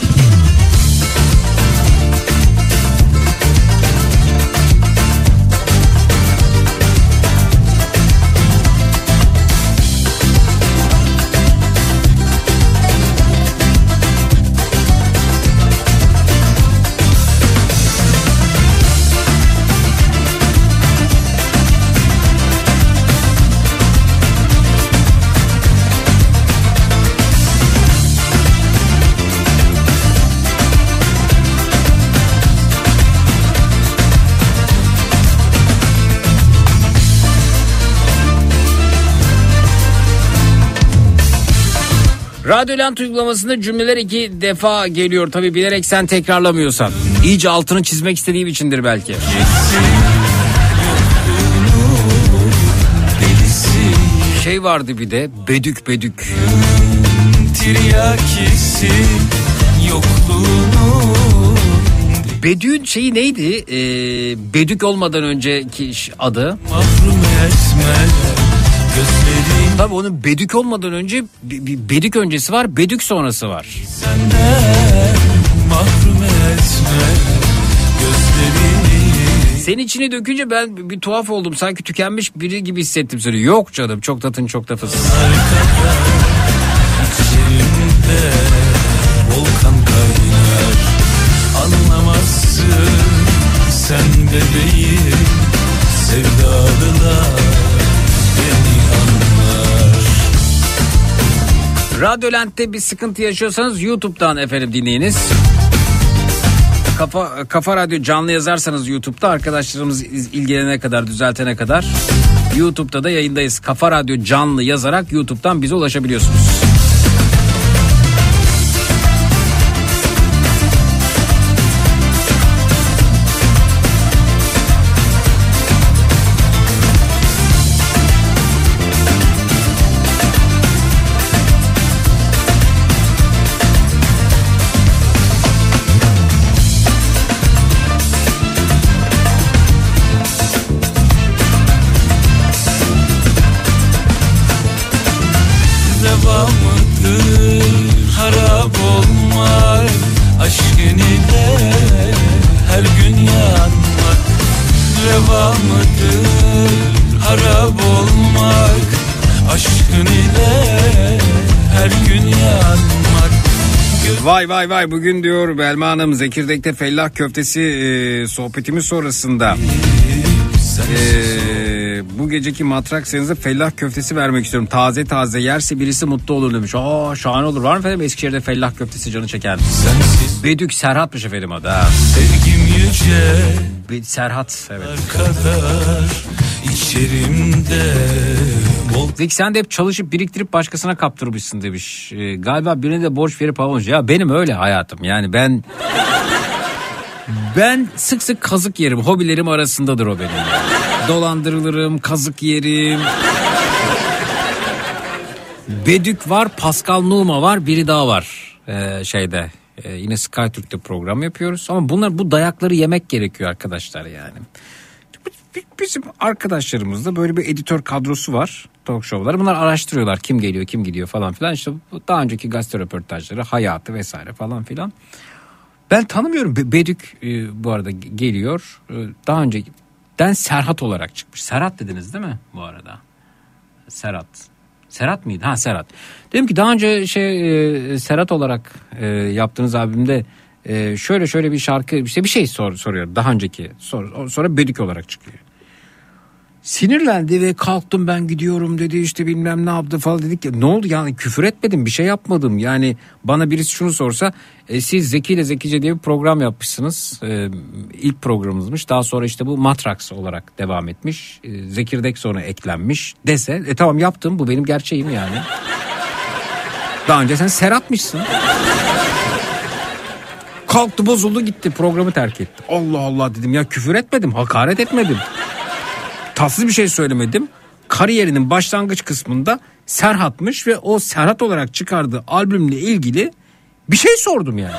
Radyo Lent uygulamasında cümleler iki defa geliyor. Tabii bilerek sen tekrarlamıyorsan. İyice altını çizmek istediğim içindir belki. Şey vardı bir de, bedük bedük. tiryakisi yokluğunu. Bedük'ün şeyi neydi? Ee, Bedük olmadan önceki adı. Mahrum etme gözlerin. Tabii onun Bedük olmadan önce bir Bedük öncesi var, Bedük sonrası var. Senden mahrum etme gözlerini. Senin içine dökünce ben bir tuhaf oldum. Sanki tükenmiş biri gibi hissettim seni. Yok canım, çok tatın çok da fısın. İçerimde volkan kaynar. Anlamazsın sen bebeğim. Sevdalılar beni anlar. Radyolent'te bir sıkıntı yaşıyorsanız YouTube'dan efendim dinleyiniz. Kafa, Kafa Radyo canlı yazarsanız YouTube'da, arkadaşlarımız ilgilenene kadar, düzeltene kadar YouTube'da da yayındayız. Kafa Radyo canlı yazarak YouTube'dan bize ulaşabiliyorsunuz. Harap olmak aşkın ile her gün yanmak. Reva mıdır harap olmak aşkın ile her gün yanmak. Vay vay vay, bugün diyor Belma Hanım Zekirdek'te fellah köftesi e, sohbetimiz sonrasında e, bu geceki matrak sayınıza fellah köftesi vermek istiyorum. Taze taze yerse birisi mutlu olur demiş. Aa, şahane olur. Var mı efendim Eskişehir'de fellah köftesi, canı çeker? Bedük Serhat'mış efendim adı. Sevgim yüce Be- Serhat evet. kadar içerimde. Zeki sen de hep çalışıp biriktirip başkasına kaptırmışsın demiş. Ee, galiba birine de borç verip almış. Ya benim öyle hayatım. Yani ben ben sık sık kazık yerim. Hobilerim arasındadır o benim. Yani. Dolandırılırım, kazık yerim. Bedük var, Pascal Numa var, biri daha var ee, şeyde. Ee, yine SkyTürk'te program yapıyoruz. Ama bunlar, bu dayakları yemek gerekiyor arkadaşlar yani. Bizim arkadaşlarımızda böyle bir editör kadrosu var, talk show'lar. Bunlar araştırıyorlar kim geliyor kim gidiyor falan filan. İşte daha önceki gazete röportajları, hayatı vesaire falan filan. Ben tanımıyorum. Bedük e, bu arada geliyor. E, daha önceden Serhat olarak çıkmış. Serhat dediniz değil mi bu arada? Serhat. Serhat mıydı? Ha, Serhat. Dedim ki daha önce şey e, Serhat olarak e, yaptığınız albümde e, şöyle şöyle bir şarkı, işte bir şey sor, soruyor. Daha önceki sor, sonra Bedük olarak çıkıyor. Sinirlendi ve kalktım ben gidiyorum dedi, işte bilmem ne yaptı falan, dedik ya ne oldu yani, küfür etmedim, bir şey yapmadım yani. Bana birisi şunu sorsa e, siz Zeki ile Zekice diye bir program yapmışsınız, e, ilk programımızmış, daha sonra işte bu Matrax olarak devam etmiş, e, Zekirdek sonra eklenmiş dese e tamam yaptım, bu benim gerçeğim yani. Daha önce sen Serhat'mışsın. Kalktı bozuldu gitti, programı terk etti. Allah Allah dedim ya, küfür etmedim, hakaret etmedim. Tatsız bir şey söylemedim. Kariyerinin başlangıç kısmında Serhat'mış ve o Serhat olarak çıkardığı albümle ilgili bir şey sordum yani.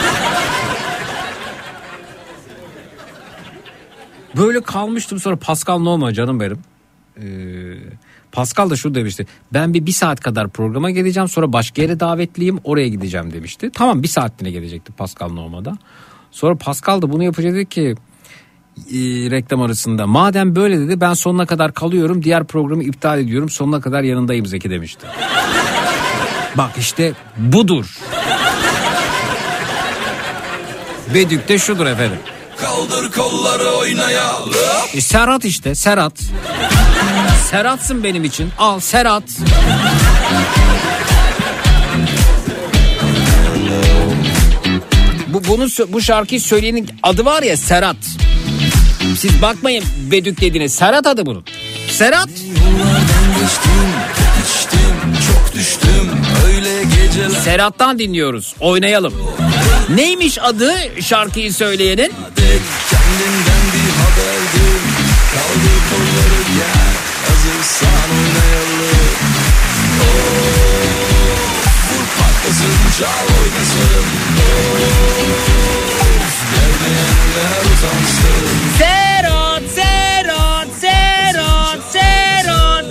Böyle kalmıştım, sonra Pascal Numa canım benim. Ee, Pascal da şu demişti. Ben bir bir saat kadar programa geleceğim, sonra başka yere davetliyim, oraya gideceğim demişti. Tamam, bir saatliğine gelecekti Pascal Numa'da. Sonra Pascal da bunu yapacak dedi ki E, reklam arasında, madem böyle dedi ben sonuna kadar kalıyorum, diğer programı iptal ediyorum, sonuna kadar yanındayım Zeki demişti. Bak işte budur. Bedük de şudur efendim. Kaldır kolları oynayalım. E, Serhat işte Serhat. Serhat'sın benim için, al Serhat. Bu, bunu, bu şarkıyı söyleyenin adı var ya, Serhat. Siz bakmayın Bedük dediğine, Serhat adı bunun. Serhat. Yollardan geçtim, içtim, çok düştüm, öyle geceler. Serhat'tan dinliyoruz, oynayalım. Neymiş adı şarkıyı söyleyenin? Kendimden bir haberdim, kaldır kolları gel, hazırsan oynayalım. Oh, vur pat çal oynasın. Of, gelmeyenler utansın. Serot, Serot, Serot, Serot.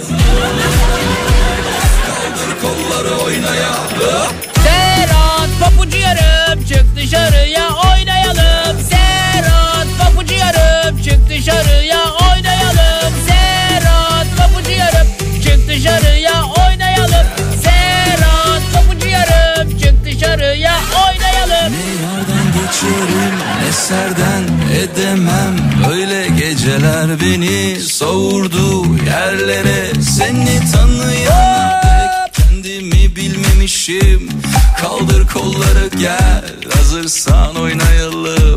Kaldır kolları oynayalım. Serot, papucu yarım, çık dışarıya oynayalım. Serot, papucu yarım, çık dışarıya oynayalım. Serot, papucu yarım, çık dışarıya oynayalım. Serot, papucu yarım, çık dışarıya oynayalım. Ne yardan geçerim, ne serden edemem. Böyle geceler beni savurdu yerlere. Seni tanıyana dek kendimi bilmemişim. Kaldır kolları gel, hazırsan oynayalım.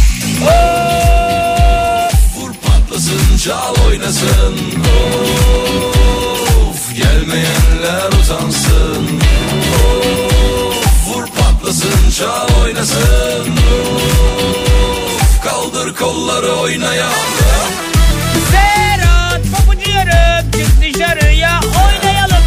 Vur patlasın, çal oynasın. Of, gelmeyenler utansın. Of, vur patlasın, çal oynasın. Of, kaldır kolları oynayalım. Serot, papucu yarım, çık dışarıya oynayalım.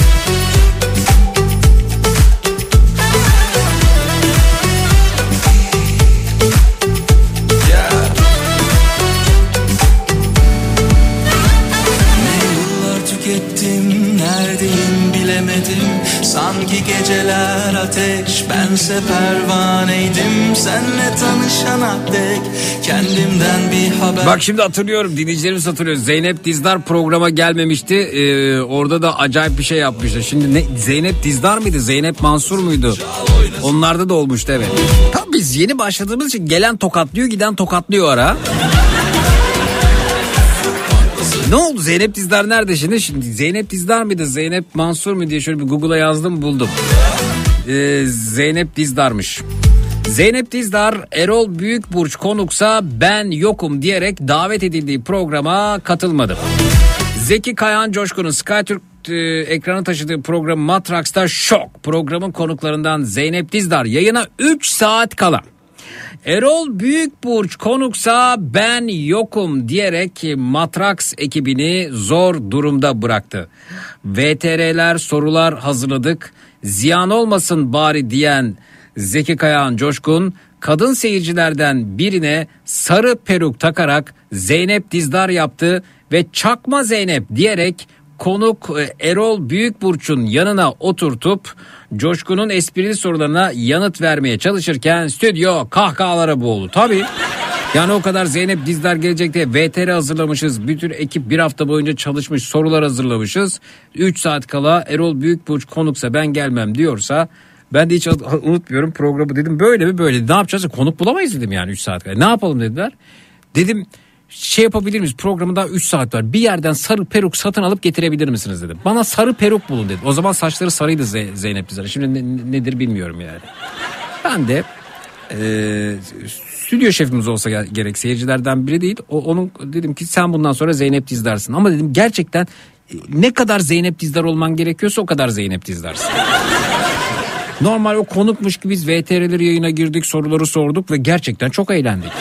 Tükettim, neredeyim bilemedim. Sanki geceler ateş, bense pervaneydim. Senle tanışana dek kendimden bir haber. Bak şimdi hatırlıyorum, dinleyicilerimiz hatırlıyor. Zeynep Dizdar programa gelmemişti. Ee, orada da acayip bir şey yapmıştı. Şimdi ne, Zeynep Dizdar mıydı? Zeynep Mansur muydu? Onlarda da olmuştu, evet. Tabii biz yeni başladığımız için gelen tokatlıyor, giden tokatlıyor ara. Ne oldu? Zeynep Dizdar nerede şimdi? Şimdi Zeynep Dizdar mıydı? Zeynep Mansur mu diye şöyle bir Google'a yazdım, buldum. Ee, Zeynep Dizdar'mış. Zeynep Dizdar, Erol Büyükburç konuksa ben yokum diyerek davet edildiği programa katılmadı. Zeki Kayhan Coşkun'un SkyTürk e, ekranı taşıdığı program Matraks'ta şok. Programın konuklarından Zeynep Dizdar yayına üç saat kala Erol Büyükburç konuksa ben yokum diyerek Matraks ekibini zor durumda bıraktı. V T R'ler, sorular hazırladık, ziyan olmasın bari diyen Zeki Kayhan Coşkun, kadın seyircilerden birine sarı peruk takarak Zeynep Dizdar yaptı ve çakma Zeynep diyerek konuk Erol Büyükburç'un yanına oturtup Coşkun'un esprili sorularına yanıt vermeye çalışırken stüdyo kahkahalara boğuldu. Tabii yani o kadar Zeynep Dizdar gelecek diye V T R hazırlamışız. Bütün ekip bir hafta boyunca çalışmış, sorular hazırlamışız. üç saat kala Erol Büyükburç konuksa ben gelmem diyorsa, ben de hiç unutmuyorum programı, dedim böyle mi böyle, ne yapacağız, konuk bulamayız dedim yani üç saat kala. Ne yapalım dediler. Dedim şey yapabilir miyiz, programın daha üç saat var, bir yerden sarı peruk satın alıp getirebilir misiniz dedim. Bana sarı peruk bulun dedi. O zaman saçları sarıydı Z- Zeynep Dizdar. Şimdi ne, nedir bilmiyorum yani. Ben de e, stüdyo şefimiz olsa gerek, seyircilerden biri değil. O, onun dedim ki sen bundan sonra Zeynep Dizdar'sın. Ama dedim gerçekten ne kadar Zeynep Dizdar olman gerekiyorsa o kadar Zeynep Dizdar'sın. Normal o konukmuş gibi biz V T R'leri yayına girdik, soruları sorduk ve gerçekten çok eğlendik.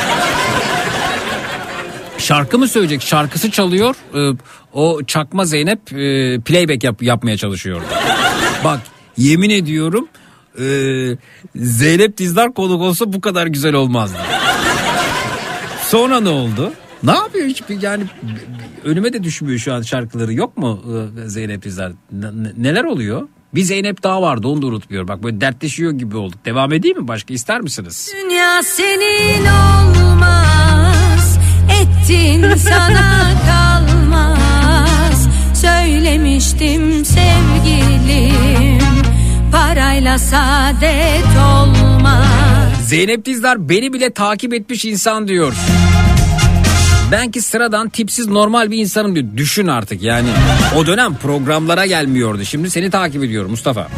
Şarkı mı söyleyecek? Şarkısı çalıyor. O çakma Zeynep playback yap, yapmaya çalışıyor. Bak yemin ediyorum Zeynep Dizdar konuk olsa bu kadar güzel olmazdı. Sonra ne oldu? Ne yapıyor hiçbir, yani önüme de düşmüyor şu an şarkıları, yok mu Zeynep Dizdar? N- neler oluyor? Bir Zeynep daha vardı, onu da unutmuyor. Bak böyle dertleşiyor gibi olduk. Devam edeyim mi? Başka ister misiniz? Dünya senin olmaz, ettin sana kalmaz. Söylemiştim sevgilim, parayla saadet olmaz. Zeynep Dizdar beni bile takip etmiş insan diyor. Ben ki sıradan tipsiz normal bir insanım diyor. Düşün artık yani. O dönem programlara gelmiyordu. Şimdi seni takip ediyorum Mustafa.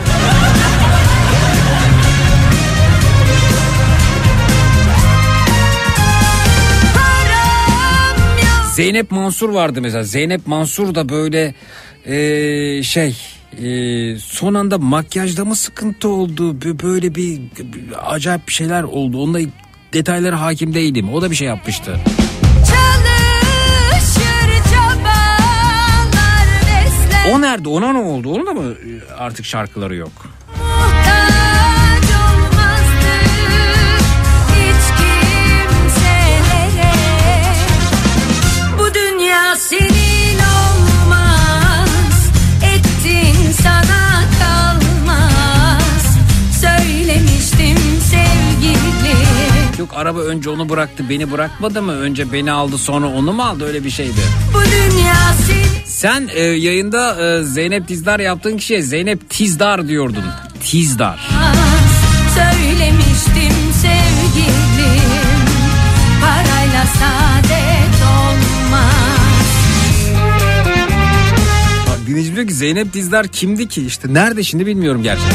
Zeynep Mansur vardı mesela. Zeynep Mansur da böyle ee, şey ee, son anda makyajda mı sıkıntı oldu? Böyle bir, bir acayip bir şeyler oldu. Onunla detaylara hakim değilim. O da bir şey yapmıştı. O nerede? Ona ne oldu? Onun da mı artık şarkıları yok? Muhtaç Yok araba önce onu bıraktı, beni bırakmadı mı? Önce beni aldı, sonra onu mu aldı? Öyle bir şeydi. Bu dünya seni... Sen e, yayında e, Zeynep Dizdar yaptığın kişiye Zeynep Tizdar diyordun. Tizdar. Söylemiştim sevgilim, parayla saadet olmaz. Bak, dinleyici diyor ki Zeynep Dizdar kimdi ki? İşte nerede şimdi bilmiyorum gerçekten.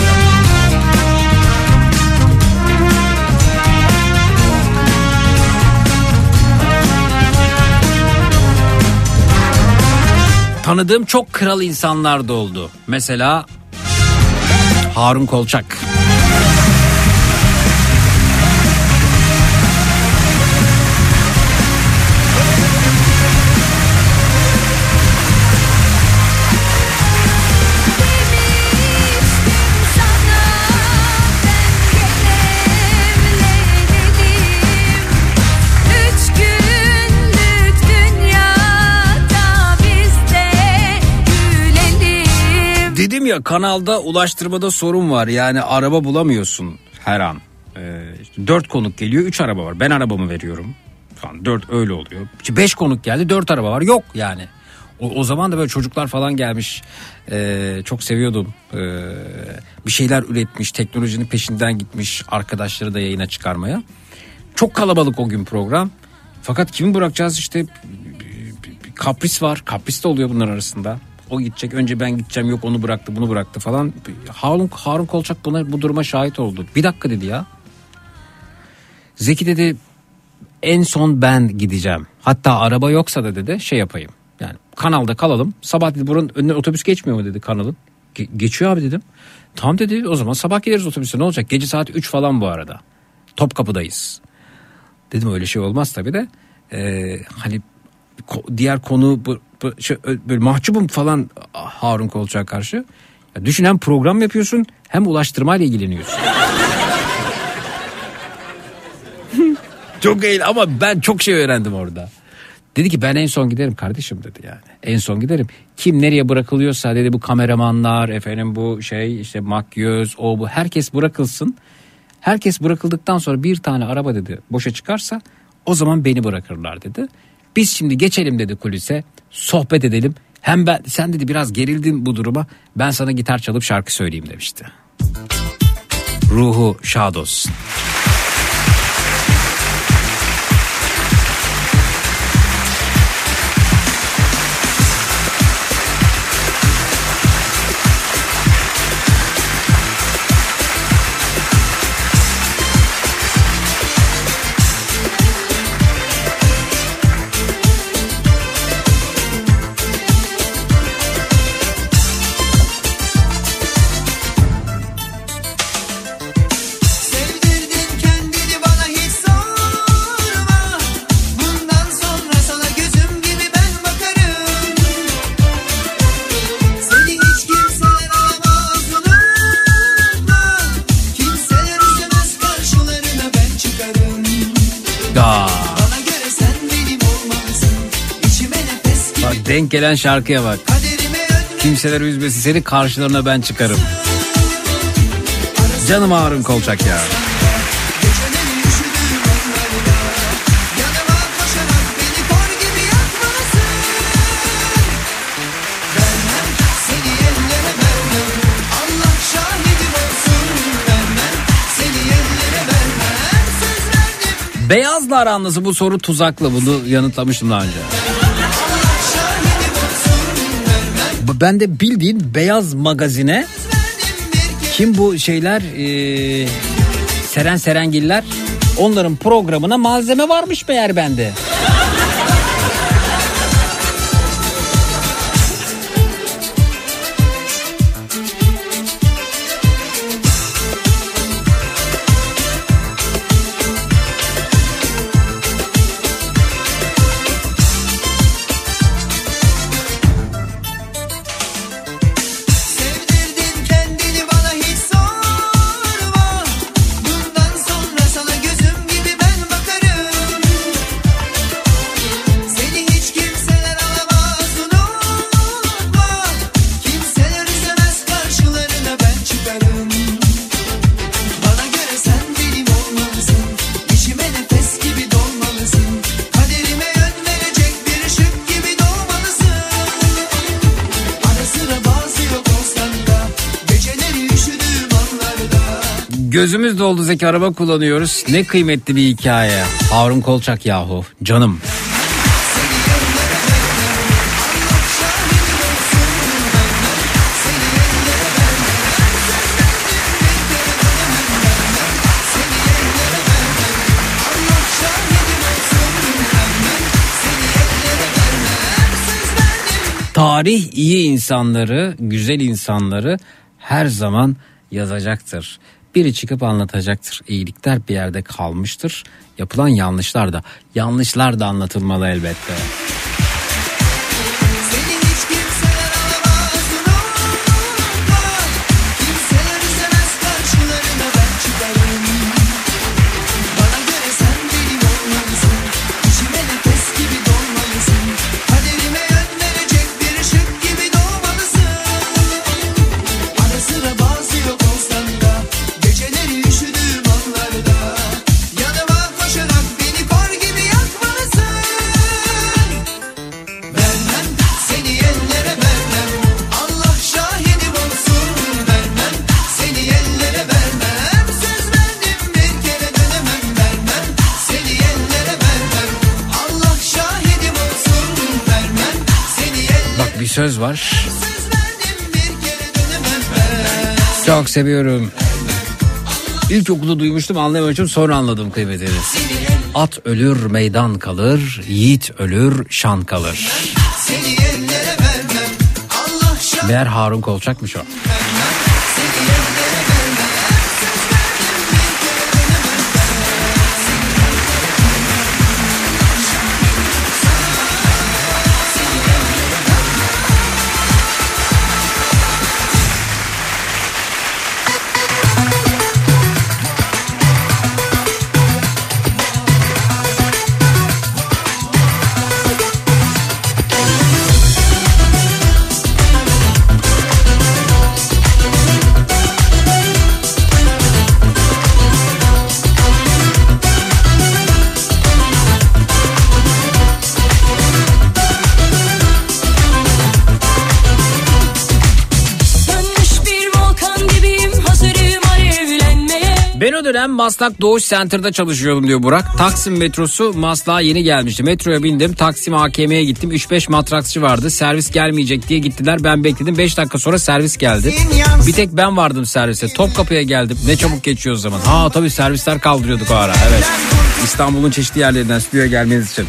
Tanıdığım çok kral insanlar da oldu. Mesela Harun Kolçak. Dedim ya, kanalda ulaştırmada sorun var. Yani araba bulamıyorsun her an. Ee, işte dört konuk geliyor, üç araba var. Ben arabamı veriyorum falan. Dört öyle oluyor. İşte beş konuk geldi, dört araba var. Yok yani. O, o zaman da böyle çocuklar falan gelmiş. Ee, çok seviyordum. Ee, bir şeyler üretmiş, teknolojinin peşinden gitmiş, arkadaşları da yayına çıkarmaya. Çok kalabalık o gün program. Fakat kimi bırakacağız işte, kapris var. Kapris de oluyor bunlar arasında. O gidecek, önce ben gideceğim, yok onu bıraktı bunu bıraktı falan. Harun, Harun Kolçak buna, bu duruma şahit oldu. Bir dakika dedi ya. Zeki dedi en son ben gideceğim. Hatta araba yoksa da dedi şey yapayım. Yani kanalda kalalım. Sabah dedi buranın önüne otobüs geçmiyor mu dedi kanalın. Ge- geçiyor abi dedim. Tamam dedi, o zaman sabah gideriz otobüse, ne olacak? Gece saat üç falan bu arada. Topkapı'dayız. Dedim öyle şey olmaz tabii de. Ee, hani diğer konu bu, bu, şey, böyle mahcubum falan Harun Kolçak'a karşı. Ya düşün, hem program yapıyorsun hem ulaştırmayla ilgileniyorsun. Çok eğlenceli ama ben çok şey öğrendim orada. Dedi ki ben en son giderim kardeşim dedi yani. En son giderim. Kim nereye bırakılıyorsa dedi, bu kameramanlar, efendim bu şey işte makyöz, o bu, herkes bırakılsın. Herkes bırakıldıktan sonra bir tane araba dedi boşa çıkarsa o zaman beni bırakırlar dedi. Biz şimdi geçelim dedi kulise, sohbet edelim. Hem ben, sen dedi biraz gerildin bu duruma, ben sana gitar çalıp şarkı söyleyeyim demişti. Ruhu şad olsun. Denk gelen şarkıya bak. Kimseler üzmesin seni, karşılarına ben çıkarım. Canım Harun Kolçak ya. Beyazla aran nasıl? Bu soru tuzaklı, bunu yanıtlamıştım daha önce. Ben de bildiğin Beyaz Magazin'e, kim bu şeyler, ee, Seren Serengiller, onların programına malzeme varmış meğer bende. Gözümüz doldu Zeki, araba kullanıyoruz. Ne kıymetli bir hikaye. Harun Kolçak yahu canım. Tarih iyi insanları, güzel insanları her zaman yazacaktır. Biri çıkıp anlatacaktır. İyilikler bir yerde kalmıştır. Yapılan yanlışlar da, yanlışlar da anlatılmalı elbette. Söz var. Çok seviyorum. İlkokulu duymuştum, anlayamamıştım, sonra anladım kıymetini. At ölür meydan kalır, yiğit ölür şan kalır. Meğer Harun Kolçak'mış o. Ben o dönem Maslak Doğuş Center'da çalışıyordum diyor Burak. Taksim metrosu Maslak'a yeni gelmişti. Metroya bindim, Taksim A K M'ye gittim. üç beş matrakçı vardı. Servis gelmeyecek diye gittiler. Ben bekledim. beş dakika sonra servis geldi. Bir tek ben vardım servise. Topkapı'ya geldim. Ne çabuk geçiyor o zaman. Ha tabii servisler kaldırıyorduk o ara. Evet. İstanbul'un çeşitli yerlerinden stüdyoya gelmeniz için.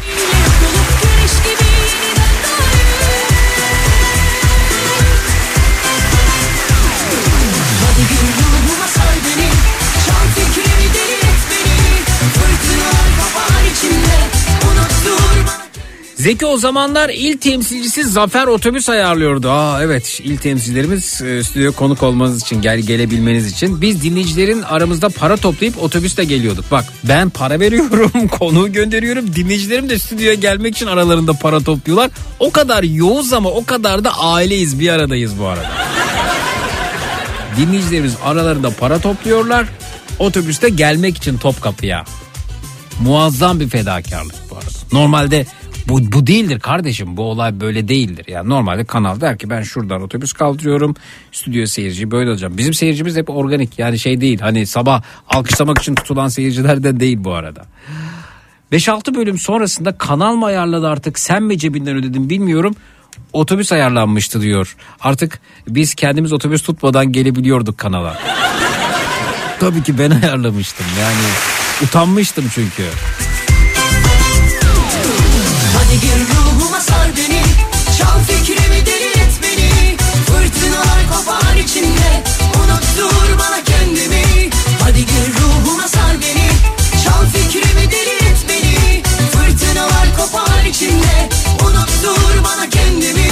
Zeki o zamanlar il temsilcisi Zafer otobüs ayarlıyordu. Aa evet, il temsilcilerimiz e, stüdyoya konuk olmanız için, gel gelebilmeniz için. Biz dinleyicilerin aramızda para toplayıp otobüste geliyorduk. Bak ben para veriyorum, konuğu gönderiyorum. Dinleyicilerim de stüdyoya gelmek için aralarında para topluyorlar. O kadar yoğuz ama o kadar da aileyiz, bir aradayız bu arada. Dinleyicilerimiz aralarında para topluyorlar. Otobüste gelmek için Topkapı'ya. Muazzam bir fedakarlık bu arada. Normalde Bu, bu değildir kardeşim, bu olay böyle değildir. Yani normalde kanal der ki ben şuradan otobüs kaldırıyorum, stüdyo seyirciyi böyle alacağım. Bizim seyircimiz hep organik, yani şey değil, hani sabah alkışlamak için tutulan seyirciler de değil bu arada. beş altı bölüm sonrasında kanal mı ayarladı artık, sen mi cebinden ödedin bilmiyorum, otobüs ayarlanmıştı diyor. Artık biz kendimiz otobüs tutmadan gelebiliyorduk kanala. Tabii ki ben ayarlamıştım, yani utanmıştım çünkü. Hadi gir ruhuma sar beni, çal fikrimi deli et beni. Fırtınalar kopar içimde, unuttur bana kendimi. Hadi gir ruhuma sar beni, çal fikrimi deli et beni. Fırtınalar kopar içimde, unuttur bana kendimi.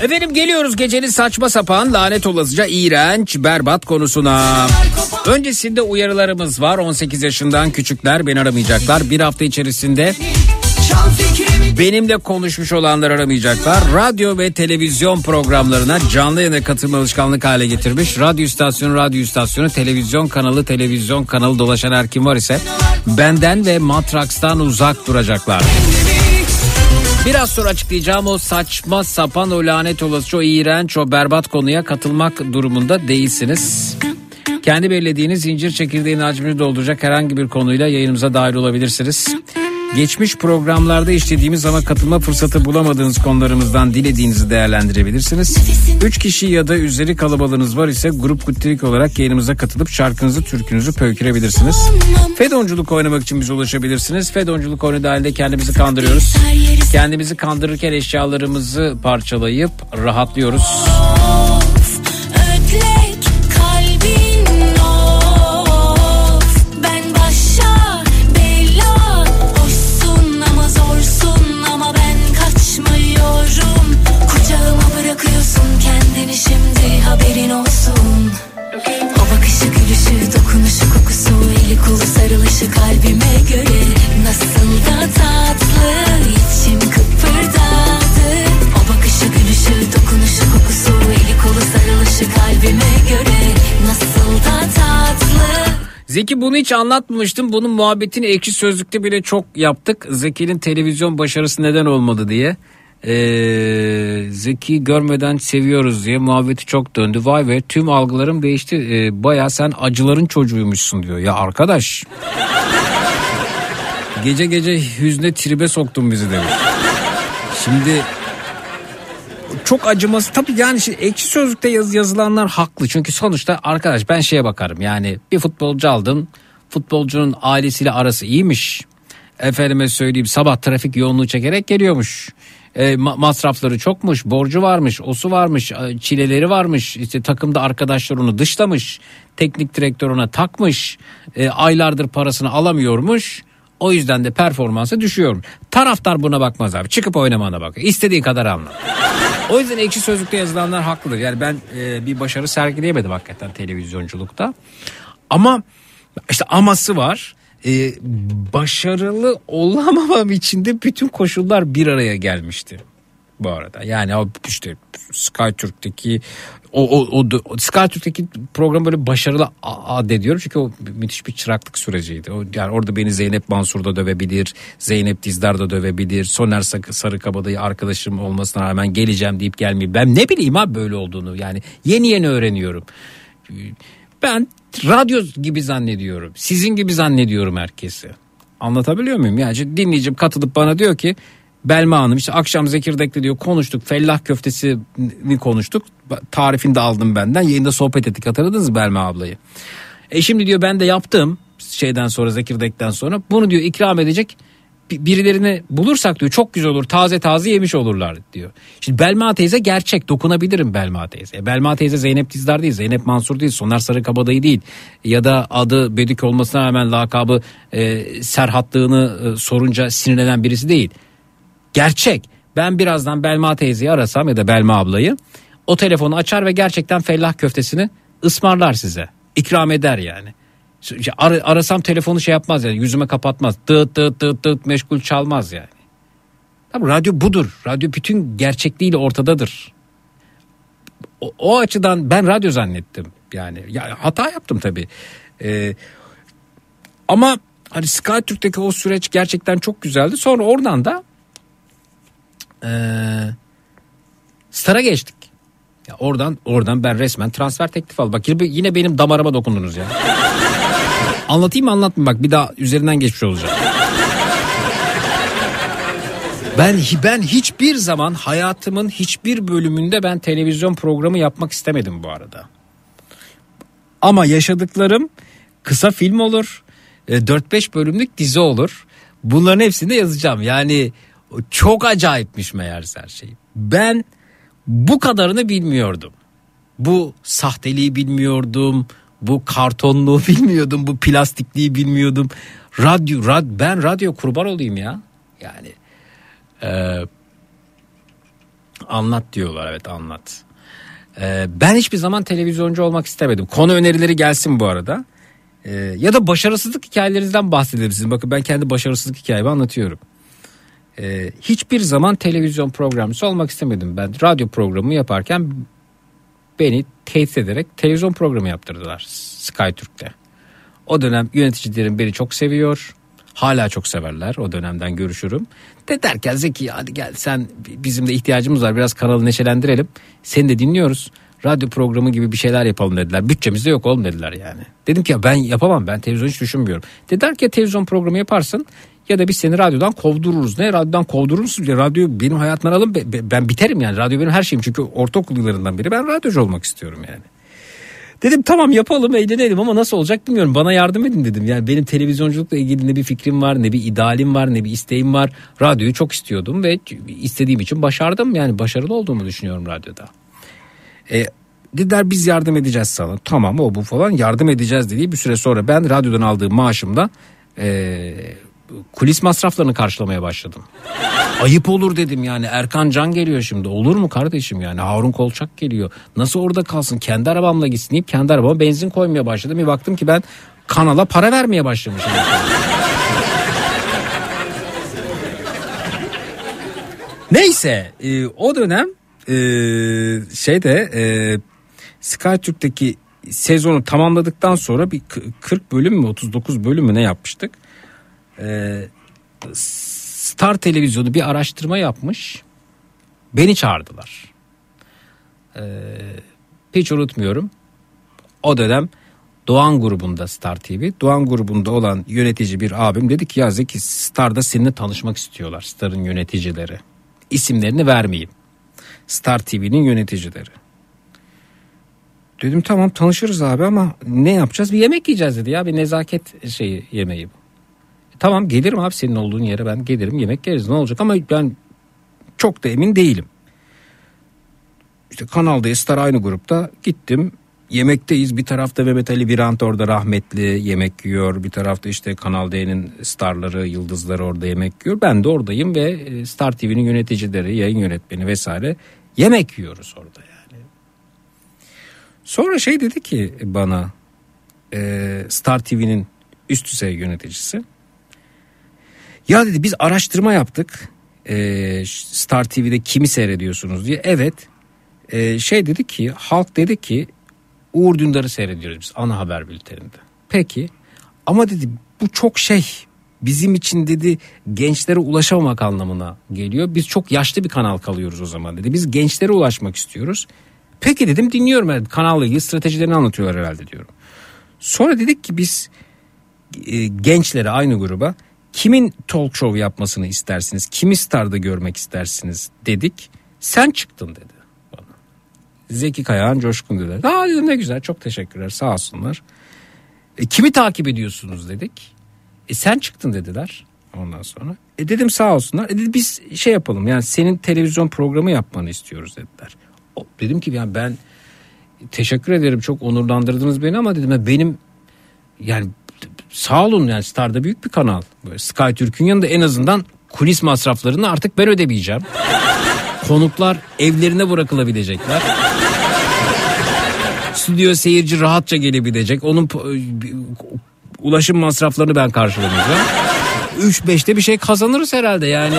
Efendim geliyoruz gecenin saçma sapan, lanet olasıca iğrenç, berbat konusuna. Öncesinde uyarılarımız var. on sekiz yaşından küçükler beni aramayacaklar. Bir hafta içerisinde benimle konuşmuş olanlar aramayacaklar. Radyo ve televizyon programlarına canlı yayına katılma alışkanlık hale getirmiş. Radyo istasyonu, radyo istasyonu, televizyon kanalı, televizyon kanalı dolaşan her kim var ise benden ve Matraks'tan uzak duracaklar. Biraz sonra açıklayacağım o saçma sapan, o lanet olası, o iğrenç, o berbat konuya katılmak durumunda değilsiniz. Kendi belirlediğiniz zincir çekirdeğin hacmini dolduracak herhangi bir konuyla yayınımıza dahil olabilirsiniz. Geçmiş programlarda işlediğimiz ama katılma fırsatı bulamadığınız konularımızdan dilediğinizi değerlendirebilirsiniz. Üç kişi ya da üzeri kalabalığınız var ise grup kutlik olarak yayınımıza katılıp şarkınızı, türkünüzü pöykürebilirsiniz. Fedonculuk oynamak için bize ulaşabilirsiniz. Fedonculuk oyunu dahilinde kendimizi kandırıyoruz. Kendimizi kandırırken eşyalarımızı parçalayıp rahatlıyoruz. Şimdi haberin olsun. O bakışı, gülüşü, dokunuşu, kokusu, eli kolu sarılışı kalbime göre nasıl da tatlı, içim kıpırdadı. O bakışı, gülüşü, dokunuşu, kokusu, eli kolu sarılışı kalbime göre nasıl da tatlı. Zeki, bunu hiç anlatmamıştım. Bunun muhabbetini Ekşi Sözlük'te bile çok yaptık. Zeki'nin televizyon başarısı neden olmadı diye. Ee, Zeki görmeden seviyoruz diye muhabbeti çok döndü. Vay be, tüm algılarım değişti. Ee, Baya sen acıların çocuğuymuşsun diyor. Ya arkadaş, gece gece hüzne tribe soktun bizi demiş. Şimdi çok acıması tabii, yani şimdi Ekşi Sözlük'te yaz, yazılanlar haklı. Çünkü sonuçta arkadaş, ben şeye bakarım, yani bir futbolcu aldın, futbolcunun ailesiyle arası iyiymiş. Efendime söyleyeyim, sabah trafik yoğunluğu çekerek geliyormuş. E, masrafları çokmuş, borcu varmış, osu varmış, çileleri varmış. İşte takımda arkadaşlar onu dışlamış, teknik direktör ona takmış, e, aylardır parasını alamıyormuş. O yüzden de performansı düşüyor. Taraftar buna bakmaz abi, çıkıp oynamana bak, istediği kadar anlar. O yüzden Ekşi Sözlük'te yazılanlar haklıdır. Yani ben e, bir başarı sergileyemedim hakikaten televizyonculukta. Ama işte aması var. Ee, başarılı olamamam için de bütün koşullar bir araya gelmişti bu arada. Yani işte SkyTürk'teki o, o, o, o SkyTürk'teki program böyle başarılı addediyorum çünkü o müthiş bir çıraklık süreciydi. O, yani orada beni Zeynep Mansur da dövebilir, Zeynep Dizdar da dövebilir, Soner Sarıkabadayı arkadaşım olmasına rağmen geleceğim deyip gelmeyeyim. Ben ne bileyim abi böyle olduğunu, yani yeni yeni öğreniyorum. Ben radyo gibi zannediyorum. Sizin gibi zannediyorum herkesi. Anlatabiliyor muyum? Yani dinleyicim katılıp bana diyor ki Belma Hanım işte akşam Zekirdek'te diyor konuştuk. Fellah köftesini konuştuk. Tarifini de aldım benden. Yayında sohbet ettik. Hatırladınız mı Belma ablayı? E şimdi diyor ben de yaptım şeyden sonra, Zekirdek'ten sonra. Bunu diyor ikram edecek birilerini bulursak diyor çok güzel olur, taze taze yemiş olurlar diyor. Şimdi Belma teyze gerçek, dokunabilirim Belma teyze. Belma teyze Zeynep Dizdar değil, Zeynep Mansur değil, Soner Sarıkabadayı değil ya da adı Bedik olmasına rağmen lakabı e, Serhatlığını e, sorunca sinirlenen birisi değil. Gerçek. Ben birazdan Belma teyzeyi arasam ya da Belma ablayı, o telefonu açar ve gerçekten fellah köftesini ısmarlar size. İkram eder yani. Ar- arasam telefonu şey yapmaz yani, yüzüme kapatmaz. Dıt dıt dıt dıt meşgul çalmaz yani. Tabii radyo budur. Radyo bütün gerçekliğiyle ortadadır. O, o açıdan ben radyo zannettim. Yani ya, hata yaptım tabii. Ee, ama hani SkyTürk'teki o süreç gerçekten çok güzeldi. Sonra oradan da ee, Star'a geçtik. Ya oradan oradan ben resmen transfer teklifi aldım. Bak yine benim damarıma dokundunuz ya. Anlatayım mı anlatmayayım, bak bir daha üzerinden geçmiş olacak. Ben ben hiçbir zaman hayatımın hiçbir bölümünde ben televizyon programı yapmak istemedim bu arada. Ama yaşadıklarım kısa film olur, dört beş bölümlük dizi olur. Bunların hepsini de yazacağım. Yani çok acayipmiş meğerse her şey. Ben bu kadarını bilmiyordum. Bu sahteliği bilmiyordum. Bu kartonluğu bilmiyordum. Bu plastikliği bilmiyordum. Radyo, rad, ben radyo kurban olayım ya. Yani e, Anlat diyorlar, evet anlat. Ee, ben hiçbir zaman televizyoncu olmak istemedim. Konu önerileri gelsin bu arada. Ee, ya da başarısızlık hikayelerinizden bahsedelim sizin. Bakın ben kendi başarısızlık hikayemi anlatıyorum. Ee, hiçbir zaman televizyon programcısı olmak istemedim. Ben radyo programı yaparken beni tehdit ederek televizyon programı yaptırdılar SkyTürk'te. O dönem yöneticilerim beni çok seviyor. Hala çok severler, o dönemden görüşürüm. De derken Zeki hadi gel sen, bizim de ihtiyacımız var, biraz kanalı neşelendirelim. Seni de dinliyoruz. Radyo programı gibi bir şeyler yapalım dediler. Bütçemiz de yok oğlum dediler yani. Dedim ki ya ben yapamam, ben televizyon hiç düşünmüyorum. Dediler ki televizyon programı yaparsın ya da biz seni radyodan kovdururuz. Ne radyodan kovdurur musun? Radyo benim hayatımdan alın, ben biterim yani. Radyo benim her şeyim, çünkü ortaokul yıllarından beri ben radyocu olmak istiyorum yani. Dedim tamam yapalım, eğlenelim ama nasıl olacak bilmiyorum. Bana yardım edin dedim. Yani benim televizyonculukla ilgili ne bir fikrim var, ne bir idealim var, ne bir isteğim var. Radyoyu çok istiyordum ve istediğim için başardım. Yani başarılı olduğumu düşünüyorum radyoda. E, dediler biz yardım edeceğiz sana. Tamam o bu falan, yardım edeceğiz dediği bir süre sonra ben radyodan aldığım maaşımda e, kulis masraflarını karşılamaya başladım. Ayıp olur dedim yani, Erkan Can geliyor şimdi, olur mu kardeşim yani, Harun Kolçak geliyor, nasıl orada kalsın, kendi arabamla gitsin deyip kendi arabama benzin koymaya başladım. Bir baktım ki ben kanala para vermeye başlamışım. Neyse e, o dönem e, şeyde e, SkyTürk'teki sezonu tamamladıktan sonra bir kırk bölüm mü otuz dokuz bölüm mü ne yapmıştık. Ee, Star Televizyonu bir araştırma yapmış, beni çağırdılar. Ee, hiç unutmuyorum, o dönem Doğan grubunda Star T V, Doğan grubunda olan yönetici bir abim dedi ki ya Zeki, Star'da seninle tanışmak istiyorlar, Star'ın yöneticileri, isimlerini vermeyeyim, Star T V'nin yöneticileri. Dedim tamam tanışırız abi ama ne yapacağız, bir yemek yiyeceğiz dedi ya, bir nezaket şeyi yemeği bu. Tamam gelirim abi, senin olduğun yere ben gelirim, yemek yeriz, ne olacak, ama ben çok da emin değilim. İşte Kanal Star aynı grupta, gittim, yemekteyiz, bir tarafta Mehmet Ali Birant orada rahmetli yemek yiyor, bir tarafta işte Kanal D'nin starları, yıldızları orada yemek yiyor, ben de oradayım ve Star T V'nin yöneticileri, yayın yönetmeni vesaire yemek yiyoruz orada yani. Sonra şey dedi ki bana e, Star T V'nin üst düzey yöneticisi, ya dedi biz araştırma yaptık ee, Star T V'de kimi seyrediyorsunuz diye. Evet ee, şey dedi ki, halk dedi ki Uğur Dündar'ı seyrediyoruz biz ana haber bülteninde. Peki ama dedi bu çok şey, bizim için dedi gençlere ulaşamamak anlamına geliyor. Biz çok yaşlı bir kanal kalıyoruz o zaman dedi. Biz gençlere ulaşmak istiyoruz. Peki dedim, dinliyorum, yani kanalla ilgili stratejilerini anlatıyorlar herhalde diyorum. Sonra dedik ki biz e, gençlere, aynı gruba kimin talk show yapmasını istersiniz, kimi Star'da görmek istersiniz dedik. Sen çıktın dedi bana. Zeki Kayağan Coşkun dediler. Aa dedim ne güzel, çok teşekkürler, sağ olsunlar. E, kimi takip ediyorsunuz dedik. E sen çıktın dediler ondan sonra. E dedim sağ olsunlar. E dedi biz şey yapalım, yani senin televizyon programı yapmanı istiyoruz dediler. O, dedim ki yani ben teşekkür ederim, çok onurlandırdınız beni ama dedim benim yani sağ olun, yani Star'da büyük bir kanal. Böyle SkyTürk'ün yanında en azından kulis masraflarını artık ben ödemeyeceğim. Konuklar evlerine bırakılabilecekler. Stüdyo seyirci rahatça gelebilecek. Onun ulaşım masraflarını ben karşılamayacağım. üç beşte bir şey kazanırız herhalde yani.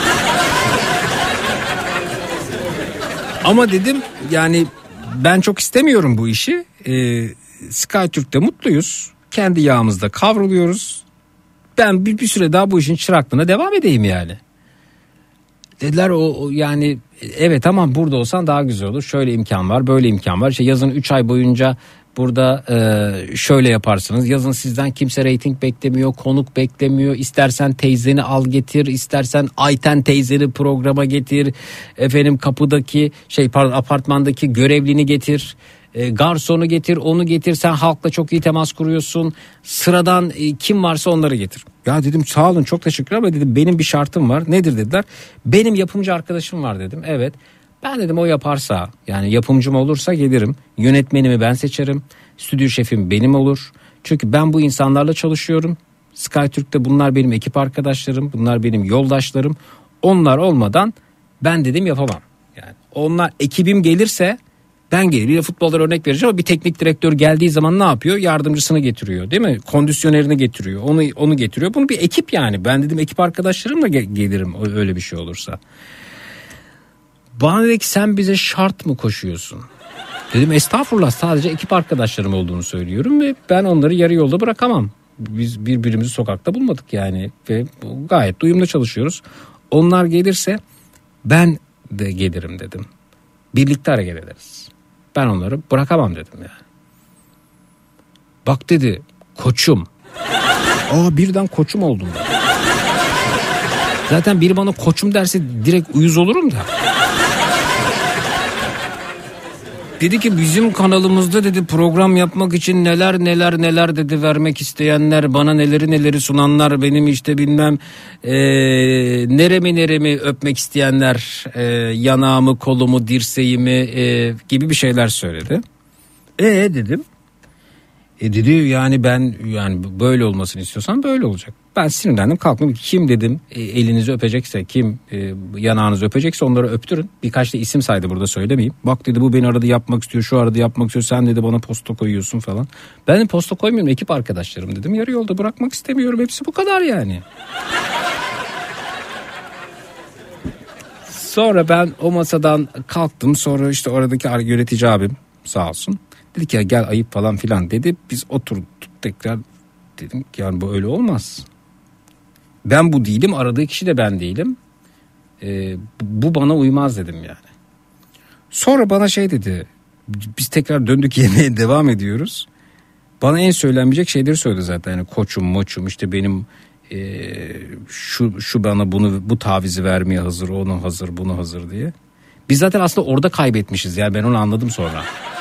Ama dedim yani ben çok istemiyorum bu işi. Ee, SkyTürk'te mutluyuz. Kendi yağımızda kavruluyoruz. Ben bir, bir süre daha bu işin çıraklığına devam edeyim yani. Dediler o, o yani evet tamam, burada olsan daha güzel olur. Şöyle imkan var, böyle imkan var. İşte yazın üç ay boyunca burada e, şöyle yaparsınız. Yazın sizden kimse reyting beklemiyor, konuk beklemiyor. İstersen teyzeni al getir, istersen Ayten teyzeni programa getir. Efendim kapıdaki şey pardon apartmandaki görevlini getir. E, garsonu getir, onu getir, sen halkla çok iyi temas kuruyorsun, sıradan e, kim varsa onları getir. Ya dedim sağ olun, çok teşekkürler ama dedim benim bir şartım var. Nedir dediler. Benim yapımcı arkadaşım var dedim. Evet, ben dedim o yaparsa, yani yapımcım olursa gelirim, yönetmenimi ben seçerim, stüdyo şefim benim olur. Çünkü ben bu insanlarla çalışıyorum. SkyTürk'te bunlar benim ekip arkadaşlarım, bunlar benim yoldaşlarım. Onlar olmadan ben dedim yapamam yani. onlar ekibim gelirse ben gelir. Bir de futbolda örnek vereceğim ama bir teknik direktör geldiği zaman ne yapıyor? Yardımcısını getiriyor değil mi? Kondisyonerini getiriyor. Onu onu getiriyor. Bunu bir ekip yani. Ben dedim ekip arkadaşlarımla gel- gelirim öyle bir şey olursa. Bana dedi ki sen bize şart mı koşuyorsun? Dedim estağfurullah, sadece ekip arkadaşlarım olduğunu söylüyorum ve ben onları yarı yolda bırakamam. Biz birbirimizi sokakta bulmadık yani ve gayet de uyumlu çalışıyoruz. Onlar gelirse ben de gelirim dedim. Birlikte hareket ederiz. Ben onları bırakamam dedim yani. Bak dedi koçum. Aa birden koçum oldum ben. Zaten biri bana koçum derse direkt uyuz olurum da. Dedi ki bizim kanalımızda dedi program yapmak için neler neler neler dedi vermek isteyenler, bana neleri neleri sunanlar, benim işte bilmem e, neremi neremi öpmek isteyenler, e, yanağımı, kolumu, dirseğimi e, gibi bir şeyler söyledi. E dedim. E dedi yani ben yani böyle olmasını istiyorsan böyle olacak. Ben sinirlendim, kalktım. Kim dedim e, elinizi öpecekse, kim e, yanağınızı öpecekse onları öptürün. Birkaç da isim saydı, burada söylemeyeyim. Bak dedi bu beni arada yapmak istiyor, şu arada yapmak istiyor. Sen dedi bana posta koyuyorsun falan. Ben de posta koymuyorum, ekip arkadaşlarım dedim. Yarı yolda bırakmak istemiyorum. Hepsi bu kadar yani. Sonra ben o masadan kalktım. Sonra işte oradaki yönetici abim sağ olsun. Dedi ki ya gel ayıp falan filan dedi. Biz oturduk tekrar, dedim ki yani bu öyle olmaz. Ben bu değilim, aradığı kişi de ben değilim. Ee, bu bana uymaz dedim yani. Sonra bana şey dedi. Biz tekrar döndük yemeğe devam ediyoruz. Bana en söylenmeyecek şeyleri söyledi zaten. Yani koçum moçum işte benim e, şu şu bana bunu bu tavizi vermeye hazır, onu hazır, bunu hazır diye. Biz zaten aslında orada kaybetmişiz yani, ben onu anladım sonra.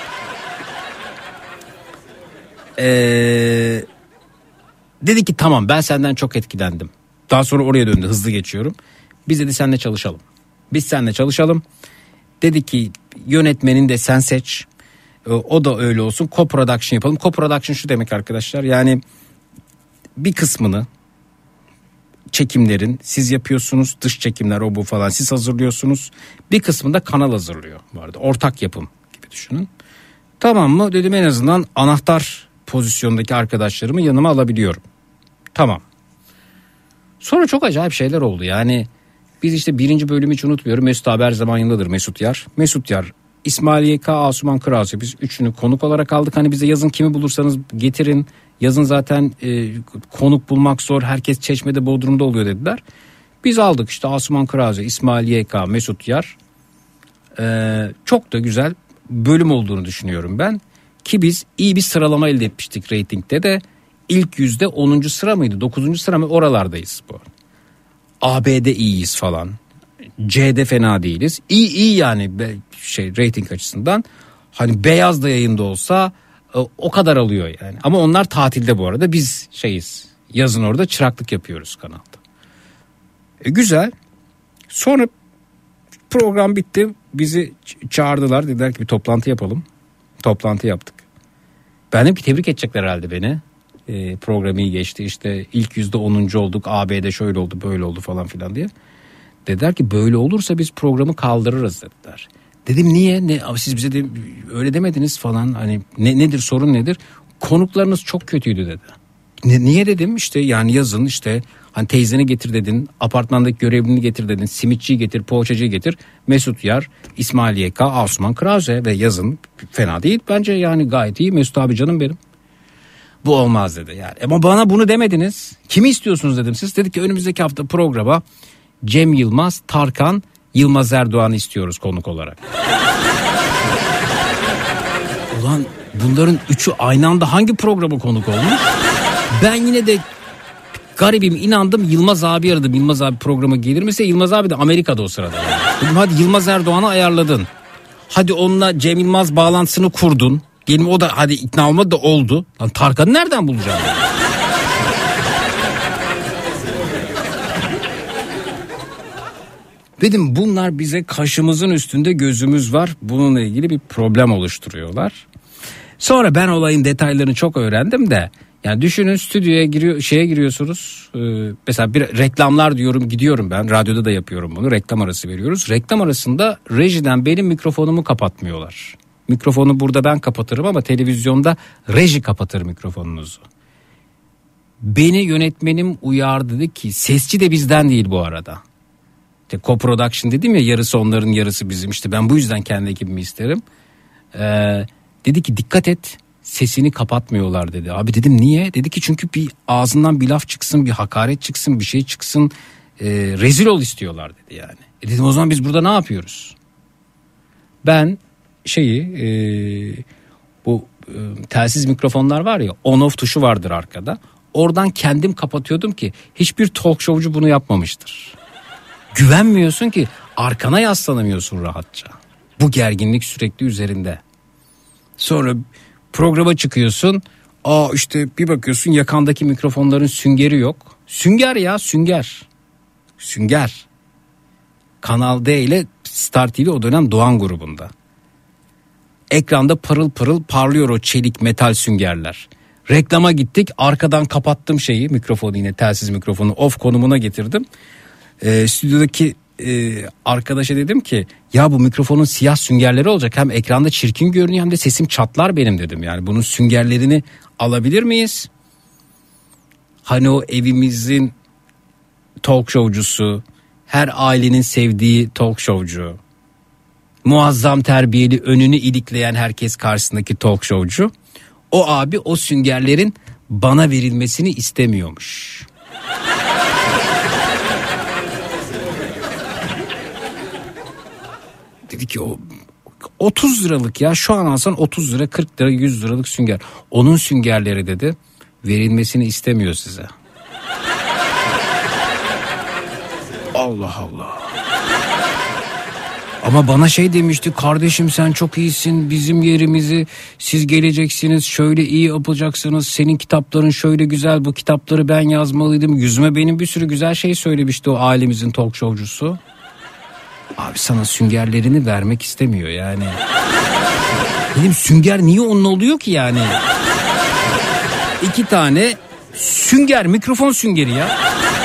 Eee Dedi ki tamam ben senden çok etkilendim. Daha sonra oraya döndü, hızlı geçiyorum. Biz dedi seninle çalışalım. Biz seninle çalışalım. Dedi ki yönetmenin de sen seç. O da öyle olsun. Co-production yapalım. Co-production şu demek arkadaşlar. Yani bir kısmını çekimlerin siz yapıyorsunuz. Dış çekimler o bu falan siz hazırlıyorsunuz. Bir kısmını da kanal hazırlıyor bu arada. Ortak yapım gibi düşünün. Tamam mı? Dedim en azından anahtar pozisyondaki arkadaşlarımı yanıma alabiliyorum. Tamam. Sonra çok acayip şeyler oldu. Yani biz işte birinci bölümü hiç unutmuyorum. Mesut abi her zaman yanındadır, Mesut Yar. Mesut Yar, İsmail Y K, Asuman Krause. Biz üçünü konuk olarak aldık. Hani bize yazın kimi bulursanız getirin. Yazın zaten e, konuk bulmak zor. Herkes Çeşme'de, Bodrum'da oluyor dediler. Biz aldık işte Asuman Krause, İsmail Y K, Mesut Yar. Ee, çok da güzel bölüm olduğunu düşünüyorum ben. Ki biz iyi bir sıralama elde etmiştik reytingde de. İlk yüzde onuncu sıra mıydı? dokuzuncu sıra mı? Oralardayız bu. A B'de iyiyiz falan. C'de fena değiliz. İyi iyi yani şey reyting açısından. Hani Beyaz da yayında olsa o kadar alıyor yani. Ama onlar tatilde bu arada. Biz şeyiz. Yazın orada çıraklık yapıyoruz kanalda. E, güzel. Sonra program bitti. Bizi çağırdılar. Dediler ki bir toplantı yapalım. Toplantı yaptık. Ben dedim ki tebrik edecekler herhalde beni. E, program iyi geçti. İşte ilk yüzde onuncu olduk. A B'de şöyle oldu böyle oldu falan filan diye. Dediler ki böyle olursa biz programı kaldırırız dediler. Dedim niye? Ne, siz bize de öyle demediniz falan. Hani ne, nedir sorun nedir? Konuklarınız çok kötüydü dedi. Ne, niye dedim işte yani yazın işte hani teyzeni getir dedin. Apartmandaki görevlini getir dedin. Simitçiyi getir, poğaçacıyı getir. Mesut Yar, İsmail Y K, Asuman Krause ve yazın fena değil. Bence yani gayet iyi. Mesut abi canım benim. Bu olmaz dedi yani. Ama bana bunu demediniz. Kimi istiyorsunuz dedim siz. Dedik ki önümüzdeki hafta programa Cem Yılmaz, Tarkan, Yılmaz Erdoğan'ı istiyoruz konuk olarak. Ulan bunların üçü aynı anda hangi programa konuk olmuş? Ben yine de garibim inandım, Yılmaz abi aradım. Yılmaz abi programa gelir misin? Yılmaz abi de Amerika'da o sırada. Yani. Dedim hadi Yılmaz Erdoğan'ı ayarladın. Hadi onunla Cem Yılmaz bağlantısını kurdun. Diyelim o da hadi ikna olmadı da oldu. Lan Tarkan'ı nereden bulacağım? Dedim bunlar bize kaşımızın üstünde gözümüz var. Bununla ilgili bir problem oluşturuyorlar. Sonra ben olayın detaylarını çok öğrendim de Yani düşünün, stüdyoya giriyor, şeye giriyorsunuz. E, mesela bir reklamlar diyorum, gidiyorum ben. Radyoda da yapıyorum bunu. Reklam arası veriyoruz. Reklam arasında rejiden benim mikrofonumu kapatmıyorlar. Mikrofonu burada ben kapatırım ama televizyonda reji kapatır mikrofonunuzu. Beni yönetmenim uyardı, dedi ki sesçi de bizden değil bu arada. İşte co-production dedim ya, yarısı onların yarısı bizim, işte ben bu yüzden kendi ekibimi isterim. Ee, dedi ki dikkat et, sesini kapatmıyorlar dedi. Abi dedim niye? Dedi ki çünkü bir ağzından bir laf çıksın, bir hakaret çıksın, bir şey çıksın, e, rezil ol istiyorlar dedi yani. E dedim o zaman biz burada ne yapıyoruz? Ben şeyi e, bu e, telsiz mikrofonlar var ya, on off tuşu vardır arkada. Oradan kendim kapatıyordum ki hiçbir talk showcu bunu yapmamıştır. Güvenmiyorsun ki, arkana yaslanamıyorsun rahatça. Bu gerginlik sürekli üzerinde. Sonra programa çıkıyorsun. Aa işte bir bakıyorsun yakandaki mikrofonların süngeri yok. Sünger ya, sünger. Sünger. Kanal D ile Star T V o dönem Doğan grubunda. Ekranda parıl parıl parlıyor o çelik metal süngerler. Reklama gittik, arkadan kapattım şeyi, mikrofonu, yine telsiz mikrofonu off konumuna getirdim. Ee, stüdyodaki e, arkadaşa dedim ki ya bu mikrofonun siyah süngerleri olacak, hem ekranda çirkin görünüyor hem de sesim çatlar benim dedim. Yani bunun süngerlerini alabilir miyiz? Hani o evimizin talk showcusu, her ailenin sevdiği talk showcu, muazzam terbiyeli, önünü ilikleyen herkes karşısındaki talk showcu, o abi o süngerlerin bana verilmesini istemiyormuş. Dedi ki o otuz liralık ya, şu an alsan otuz lira, kırk lira, yüz liralık sünger. Onun süngerleri dedi verilmesini istemiyor size. Allah Allah. Ama bana şey demişti, kardeşim sen çok iyisin, bizim yerimizi siz geleceksiniz, şöyle iyi yapacaksınız, senin kitapların şöyle güzel, bu kitapları ben yazmalıydım. Yüzüme benim bir sürü güzel şey söylemişti o ailemizin talk showcusu. Abi sana süngerlerini vermek istemiyor yani. Benim sünger niye onun oluyor ki yani? İki tane sünger, mikrofon süngeri ya.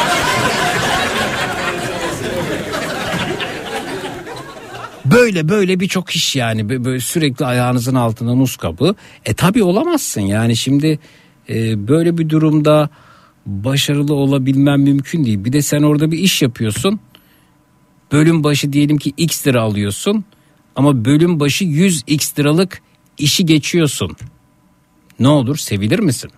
Böyle böyle birçok iş yani, böyle sürekli ayağınızın altında muz kabı. E tabii olamazsın yani, şimdi e, böyle bir durumda başarılı olabilmen mümkün değil. Bir de sen orada bir iş yapıyorsun. Bölüm başı diyelim ki X lira alıyorsun ama bölüm başı yüz X liralık işi geçiyorsun. Ne olur, sevilir misin?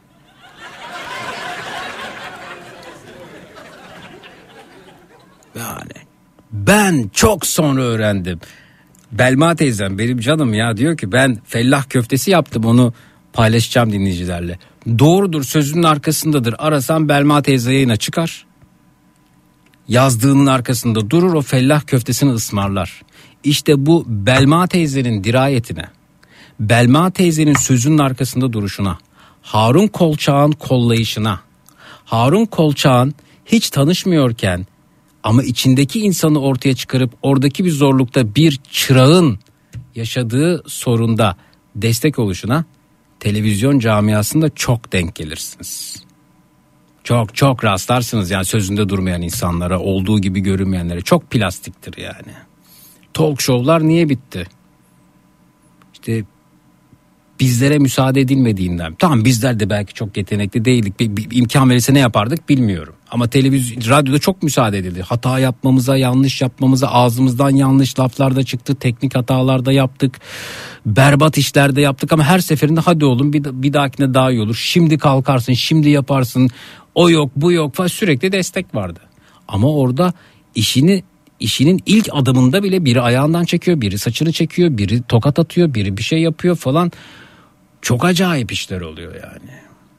Yani ben çok sonra öğrendim. Belma teyzem benim canım ya, diyor ki ben fellah köftesi yaptım, onu paylaşacağım dinleyicilerle. Doğrudur, sözünün arkasındadır. Arasan Belma teyze yayına çıkar. Yazdığının arkasında durur, o fellah köftesini ısmarlar. İşte bu Belma teyzenin dirayetine, Belma teyzenin sözünün arkasında duruşuna, Harun Kolçak'ın kollayışına, Harun Kolçak'ın hiç tanışmıyorken ama içindeki insanı ortaya çıkarıp oradaki bir zorlukta bir çırağın yaşadığı sorunda destek oluşuna televizyon camiasında çok denk gelirsiniz. Çok çok rastlarsınız yani, sözünde durmayan insanlara, olduğu gibi görünmeyenlere. Çok plastiktir yani. Talk show'lar niye bitti? İşte bizlere müsaade edilmediğinden. Tamam, bizler de belki çok yetenekli değildik. Bir, bir imkan verirse ne yapardık bilmiyorum. Ama televizyon, radyoda çok müsaade edildi. Hata yapmamıza, yanlış yapmamıza, ağzımızdan yanlış laflar da çıktı. Teknik hatalar da yaptık. Berbat işler de yaptık ama her seferinde hadi oğlum bir, bir dahakine daha iyi olur. Şimdi kalkarsın, şimdi yaparsın. O yok, bu yok falan, sürekli destek vardı. Ama orada işini işinin ilk adımında bile biri ayağından çekiyor, biri saçını çekiyor, biri tokat atıyor, biri bir şey yapıyor falan. Çok acayip işler oluyor yani.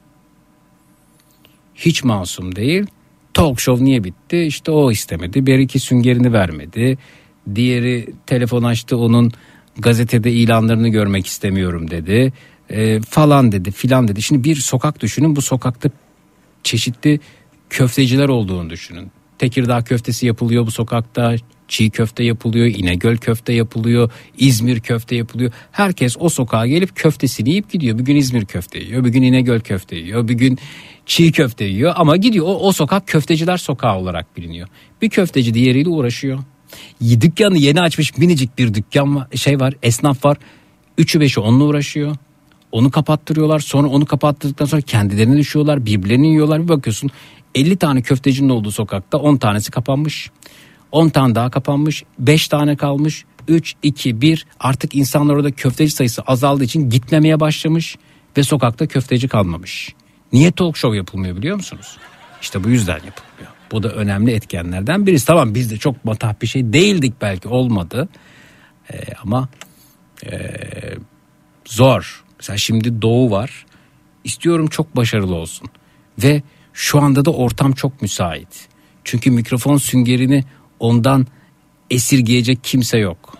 Hiç masum değil. Talk show niye bitti? İşte o istemedi. Bir iki süngerini vermedi. Diğeri telefon açtı, onun gazetede ilanlarını görmek istemiyorum dedi. E, falan dedi, filan dedi. Şimdi bir sokak düşünün, bu sokakta çeşitli köfteciler olduğunu düşünün. Tekirdağ köftesi yapılıyor bu sokakta. çiğ köfte yapılıyor, İnegöl köfte yapılıyor, İzmir köfte yapılıyor. Herkes o sokağa gelip köftesini yiyip gidiyor. Bir gün İzmir köfte yiyor, bir gün İnegöl köfte yiyor, bir gün çiğ köfte yiyor. Ama gidiyor o, o sokak köfteciler sokağı olarak biliniyor. Bir köfteci diğeriyle uğraşıyor. Dükkanı yeni açmış minicik bir dükkan var, şey var, esnaf var. Üçü beşi onunla uğraşıyor. Onu kapattırıyorlar. Sonra onu kapattırdıktan sonra kendilerine düşüyorlar. Birbirlerini yiyorlar. Bir bakıyorsun elli tane köftecinin olduğu sokakta on tanesi kapanmış. on tane daha kapanmış. beş tane kalmış. üç, iki, bir artık insanlar orada köfteci sayısı azaldığı için gitmemeye başlamış. Ve sokakta köfteci kalmamış. Niye talk show yapılmıyor biliyor musunuz? İşte bu yüzden yapılmıyor. Bu da önemli etkenlerden birisi. Tamam biz de çok matah bir şey değildik belki olmadı. Ee, ama ee, zor. Mesela şimdi Doğu var. İstiyorum çok başarılı olsun. Ve şu anda da ortam çok müsait. Çünkü mikrofon süngerini ondan esirgeyecek kimse yok.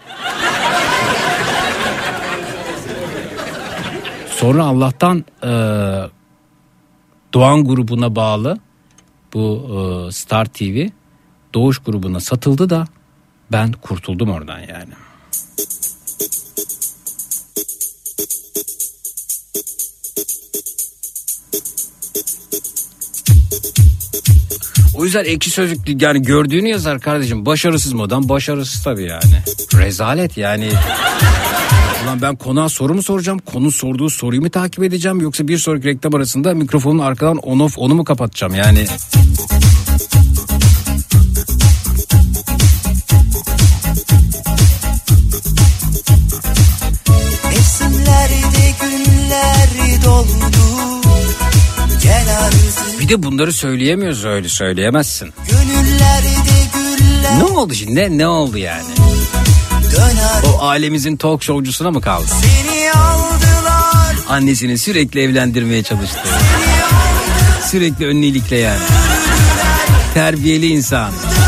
Sonra Allah'tan e, Doğan grubuna bağlı bu e, Star T V Doğuş grubuna satıldı da ben kurtuldum oradan yani. O yüzden Ekşi Sözlük yani gördüğünü yazar kardeşim. Başarısız modern, başarısız tabii yani. Rezalet yani. Ulan ben konuğa soru mu soracağım? Konu sorduğu soruyu mu takip edeceğim? Yoksa bir sonraki reklam arasında mikrofonun arkadan on off onu mu kapatacağım? Yani... Mevsimlerde günler doldu. Bir de bunları söyleyemiyoruz öyle söyleyemezsin. Gönüllerde güller. Ne oldu şimdi? Ne, ne oldu yani? O ailemizin talk showcusuna mı kaldı? Seni aldılar. Annesini sürekli evlendirmeye çalıştı. Sürekli önlülikle yani. Terbiyeli insan.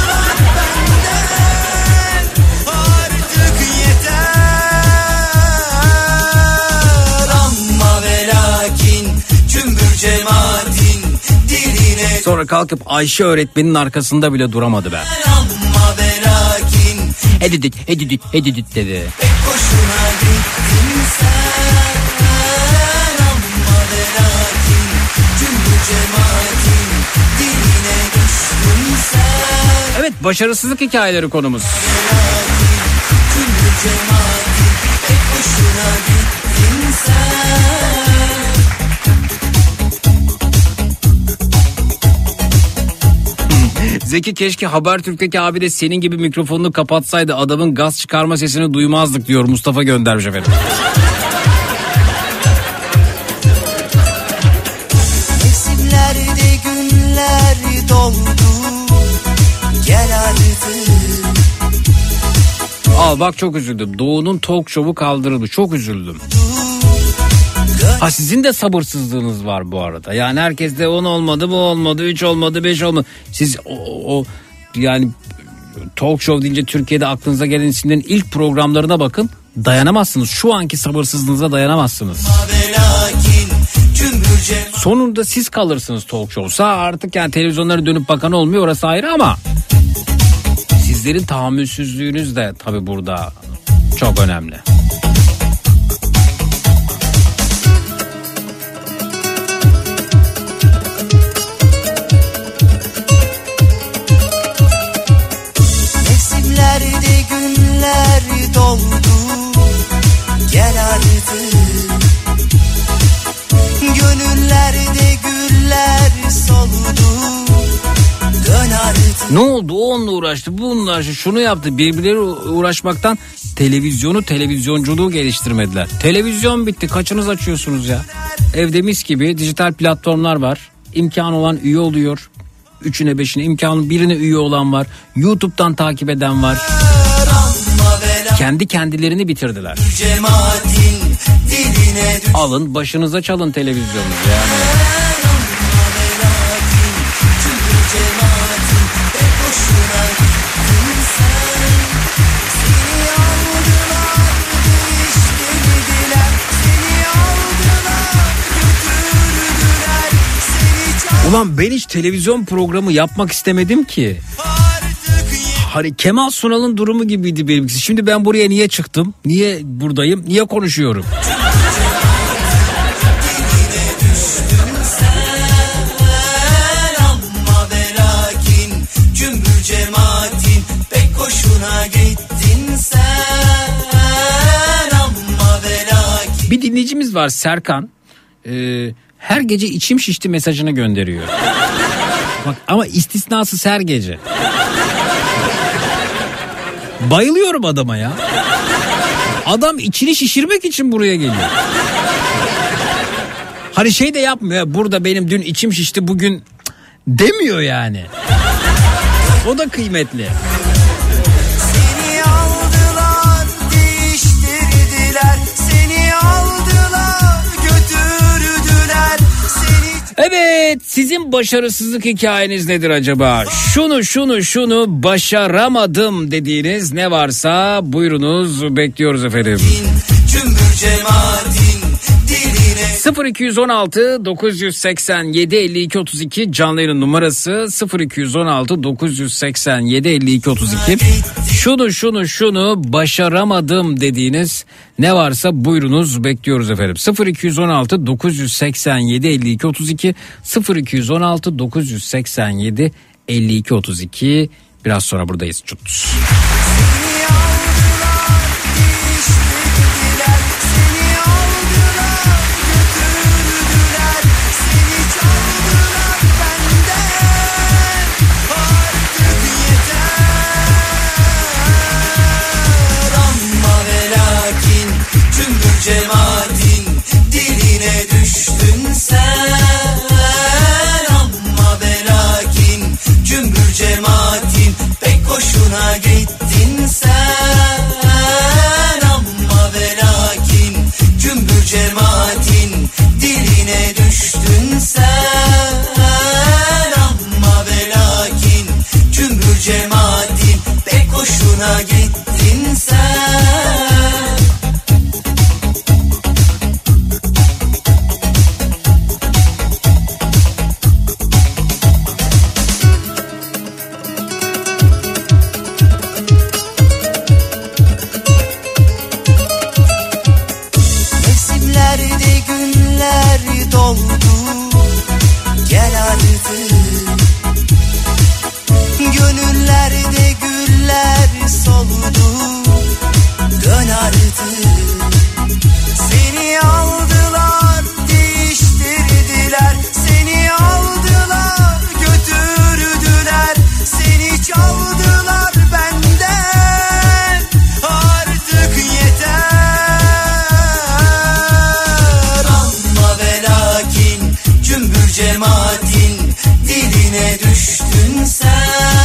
Sonra kalkıp Ayşe öğretmenin arkasında bile duramadı be. Edidik, edidik, edidik dedi. Evet, başarısızlık hikayeleri konumuz. Zeki keşke Habertürk'teki abi de senin gibi mikrofonunu kapatsaydı adamın gaz çıkarma sesini duymazdık diyor Mustafa göndermiş efendim. Mevsimlerde günler doldu. Gel artık. Al bak çok üzüldüm. Doğu'nun talk show'u kaldırıldı. Çok üzüldüm. Ha sizin de sabırsızlığınız var bu arada. Yani herkes de on olmadı, bu olmadı, üç olmadı, beş olmadı. Siz o, o yani talk show deyince Türkiye'de aklınıza gelen isimlerin ilk programlarına bakın. Dayanamazsınız. Şu anki sabırsızlığınıza dayanamazsınız. Sonunda siz kalırsınız talk show'sa artık yani televizyonlara dönüp bakan olmuyor orası ayrı ama sizlerin tahammülsüzlüğünüz de tabii burada çok önemli. Mevsimlerde günler doldu. Gel artık. Gönüllerde güller soldu. Dön artık. Ne oldu? O onunla uğraştı, bu onunla uğraştı, şunu yaptı. Birbirleri uğraşmaktan televizyonu, televizyonculuğu geliştirmediler. Televizyon bitti. Kaçınız açıyorsunuz ya? Evde mis gibi dijital platformlar var. İmkanı olan üye oluyor. Üçüne beşine imkanı birine üye olan var. YouTube'dan takip eden var. Kendi kendilerini bitirdiler. Alın başınıza çalın televizyonu yani. Ulan ben hiç televizyon programı yapmak istemedim ki. hani Kemal Sunal'ın durumu gibiydi benimkisi. Şimdi ben buraya niye çıktım? Niye buradayım? Niye konuşuyorum? Bir dinleyicimiz var, Serkan. Ee, her gece içim şişti mesajını gönderiyor. Bak ama istisnasız her gece. Bayılıyorum adama ya. Adam içini şişirmek için buraya geliyor. Hani şey de yapmıyor. Burada benim dün içim şişti bugün demiyor yani. O da kıymetli. Seni aldılar, değiştirdiler. Seni aldılar, götürdüler. Seni... Evet, sizin başarısızlık hikayeniz nedir acaba? Şunu şunu şunu başaramadım dediğiniz ne varsa buyurunuz, bekliyoruz efendim. Cümbür cemaatin diline. sıfır iki on altı dokuz seksen yedi elli iki otuz iki canlı yayın numarası sıfır iki on altı dokuz seksen yedi elli iki otuz iki. Şunu şunu şunu başaramadım dediğiniz ne varsa buyurunuz, bekliyoruz efendim. sıfır iki on altı dokuz seksen yedi elli iki otuz iki sıfır iki on altı dokuz seksen yedi elli iki otuz iki. Biraz sonra buradayız. Çut. Cemaatin diline düştün sen, ama velakin cümbür cemaatin pek hoşuna gittin sen, ama velakin cümbür cemaatin diline düştün sen, ama velakin cümbür cemaatin pek hoşuna gittin sen. Gönüllerde güller soldu, dön artık. Seni aldılar, değiştirdiler. Seni aldılar, götürdüler. Seni çaldılar benden, artık yeter. Ama ve lakin cümbür cemaatin diline düştün sen,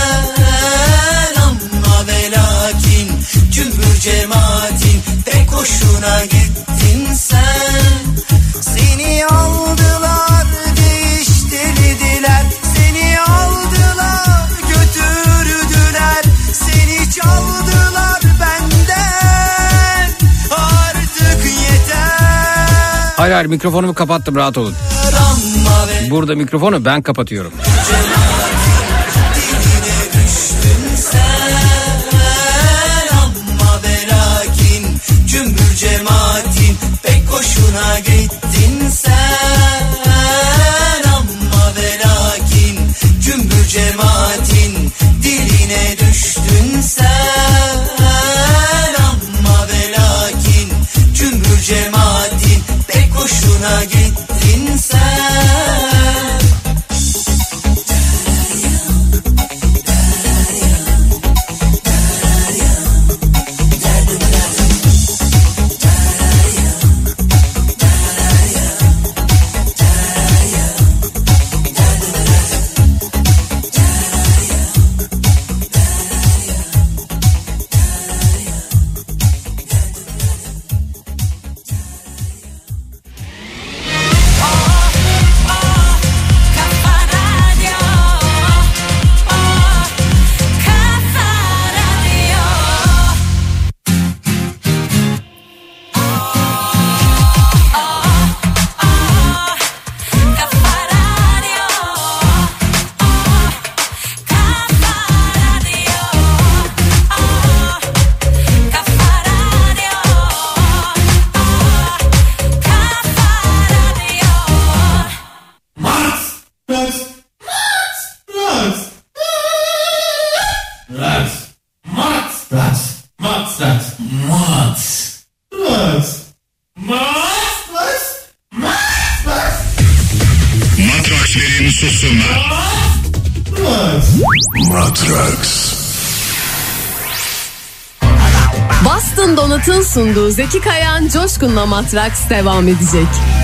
ama ve lakin cümbür cemaatin pek hoşuna gittin sen. Seni aldılar, değiştirdiler. Seni aldılar, götürdüler. Seni çaldılar benden, artık yeter. Hayır hayır, mikrofonumu kapattım, rahat olun. Burada mikrofonu ben kapatıyorum. Cümbür cemaatin pek hoşuna gittin sen, ama ve lakin cümbür cemaatin diline düştün sen, ama ve lakin cümbür cemaatin pek hoşuna gittin sen. Matrax. Boston Donut'un sunduğu Zeki Kayan Coşkun'la Matrax devam edecek.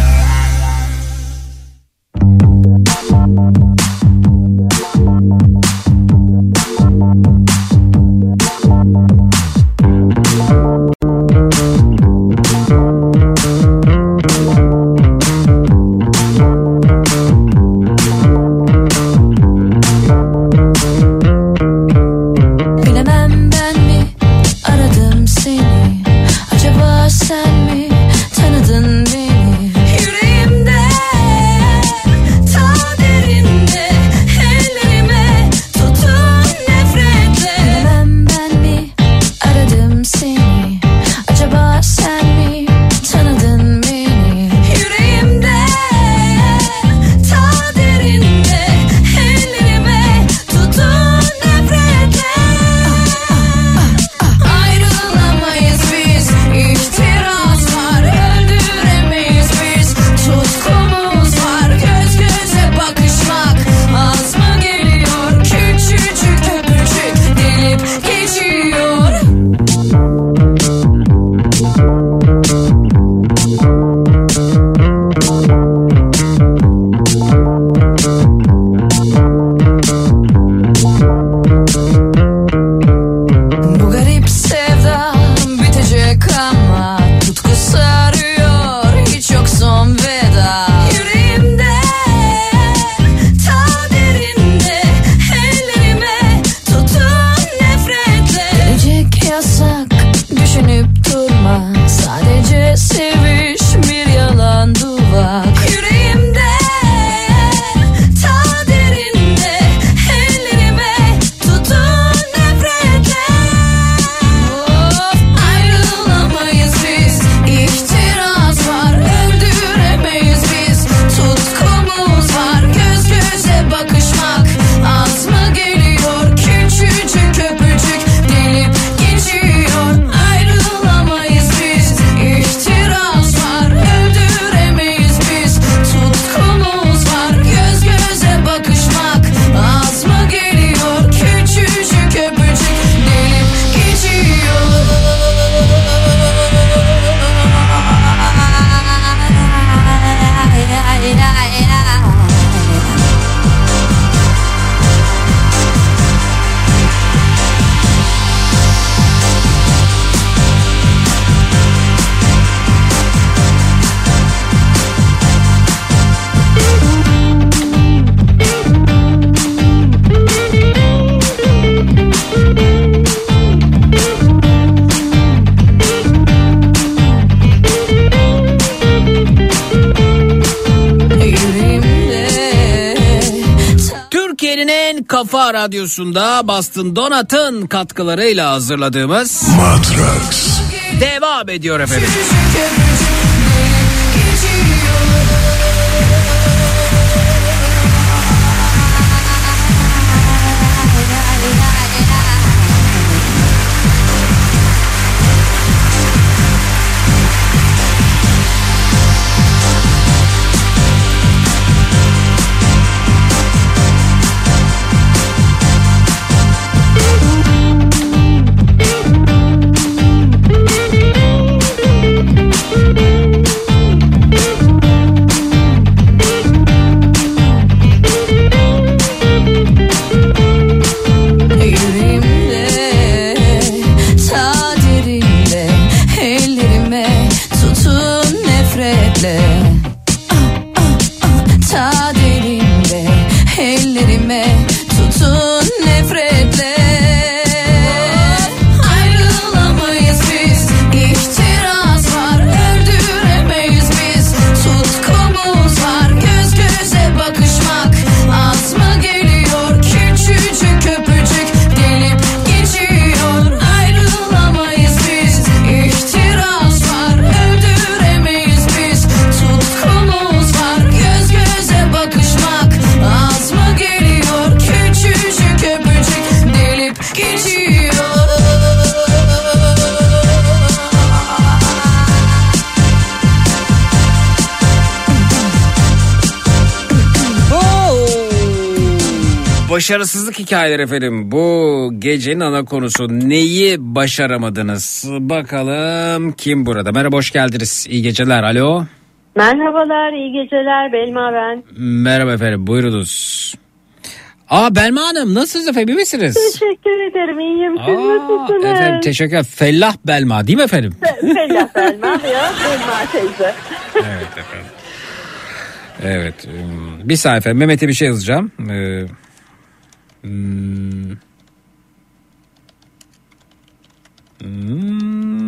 Kafa Radyosu'nda Boston Donut'ın katkılarıyla hazırladığımız Matrax devam ediyor efendim. Başarısızlık hikayeleri efendim. Bu gecenin ana konusu. Neyi başaramadınız? Bakalım kim burada? Merhaba, hoş geldiniz. İyi geceler. Alo. Merhabalar, iyi geceler. Belma ben. Merhaba efendim, buyurunuz. Aa, Belma Hanım, nasılsınız efendim, iyi misiniz? Teşekkür ederim, iyiyim. Siz Aa, nasılsınız? efendim teşekkür ederim. Fellah Belma değil mi efendim? Fellah Belma ya, Belma teyze. Evet efendim. Evet. Bir saniye efendim, Mehmet'e bir şey yazacağım. Ee, hmm. Hmm.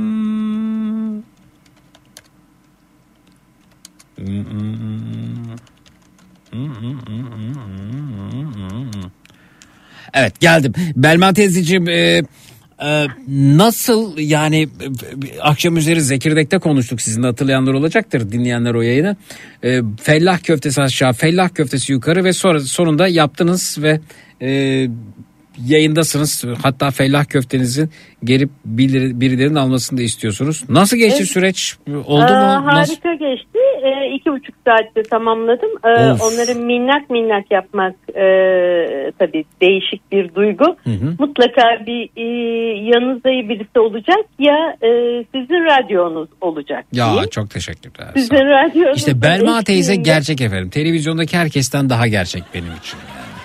Evet, geldim. Belma teyzeciğim, e, e, nasıl yani e, akşam üzeri Zekirdek'te konuştuk, sizin de hatırlayanlar olacaktır, dinleyenler o yayını. E, fellah köftesi aşağı, fellah köftesi yukarı ve sonra sonunda yaptınız ve e, yayındasınız. Hatta fellah köftenizin gelip birilerinin almasını da istiyorsunuz. Nasıl geçti evet. süreç? Oldu ee, mu? Harika Nasıl? geçti. Ee, iki buçuk saatte tamamladım. Ee, onları minnak minnak yapmak e, tabii değişik bir duygu. Hı hı. Mutlaka bir e, yanınızda birisi olacak ya e, sizin radyonuz olacak. Ya değil. Çok teşekkürler. Sizin radyonuz. İşte Belma teyze gerçek efendim. Televizyondaki herkesten daha gerçek benim için.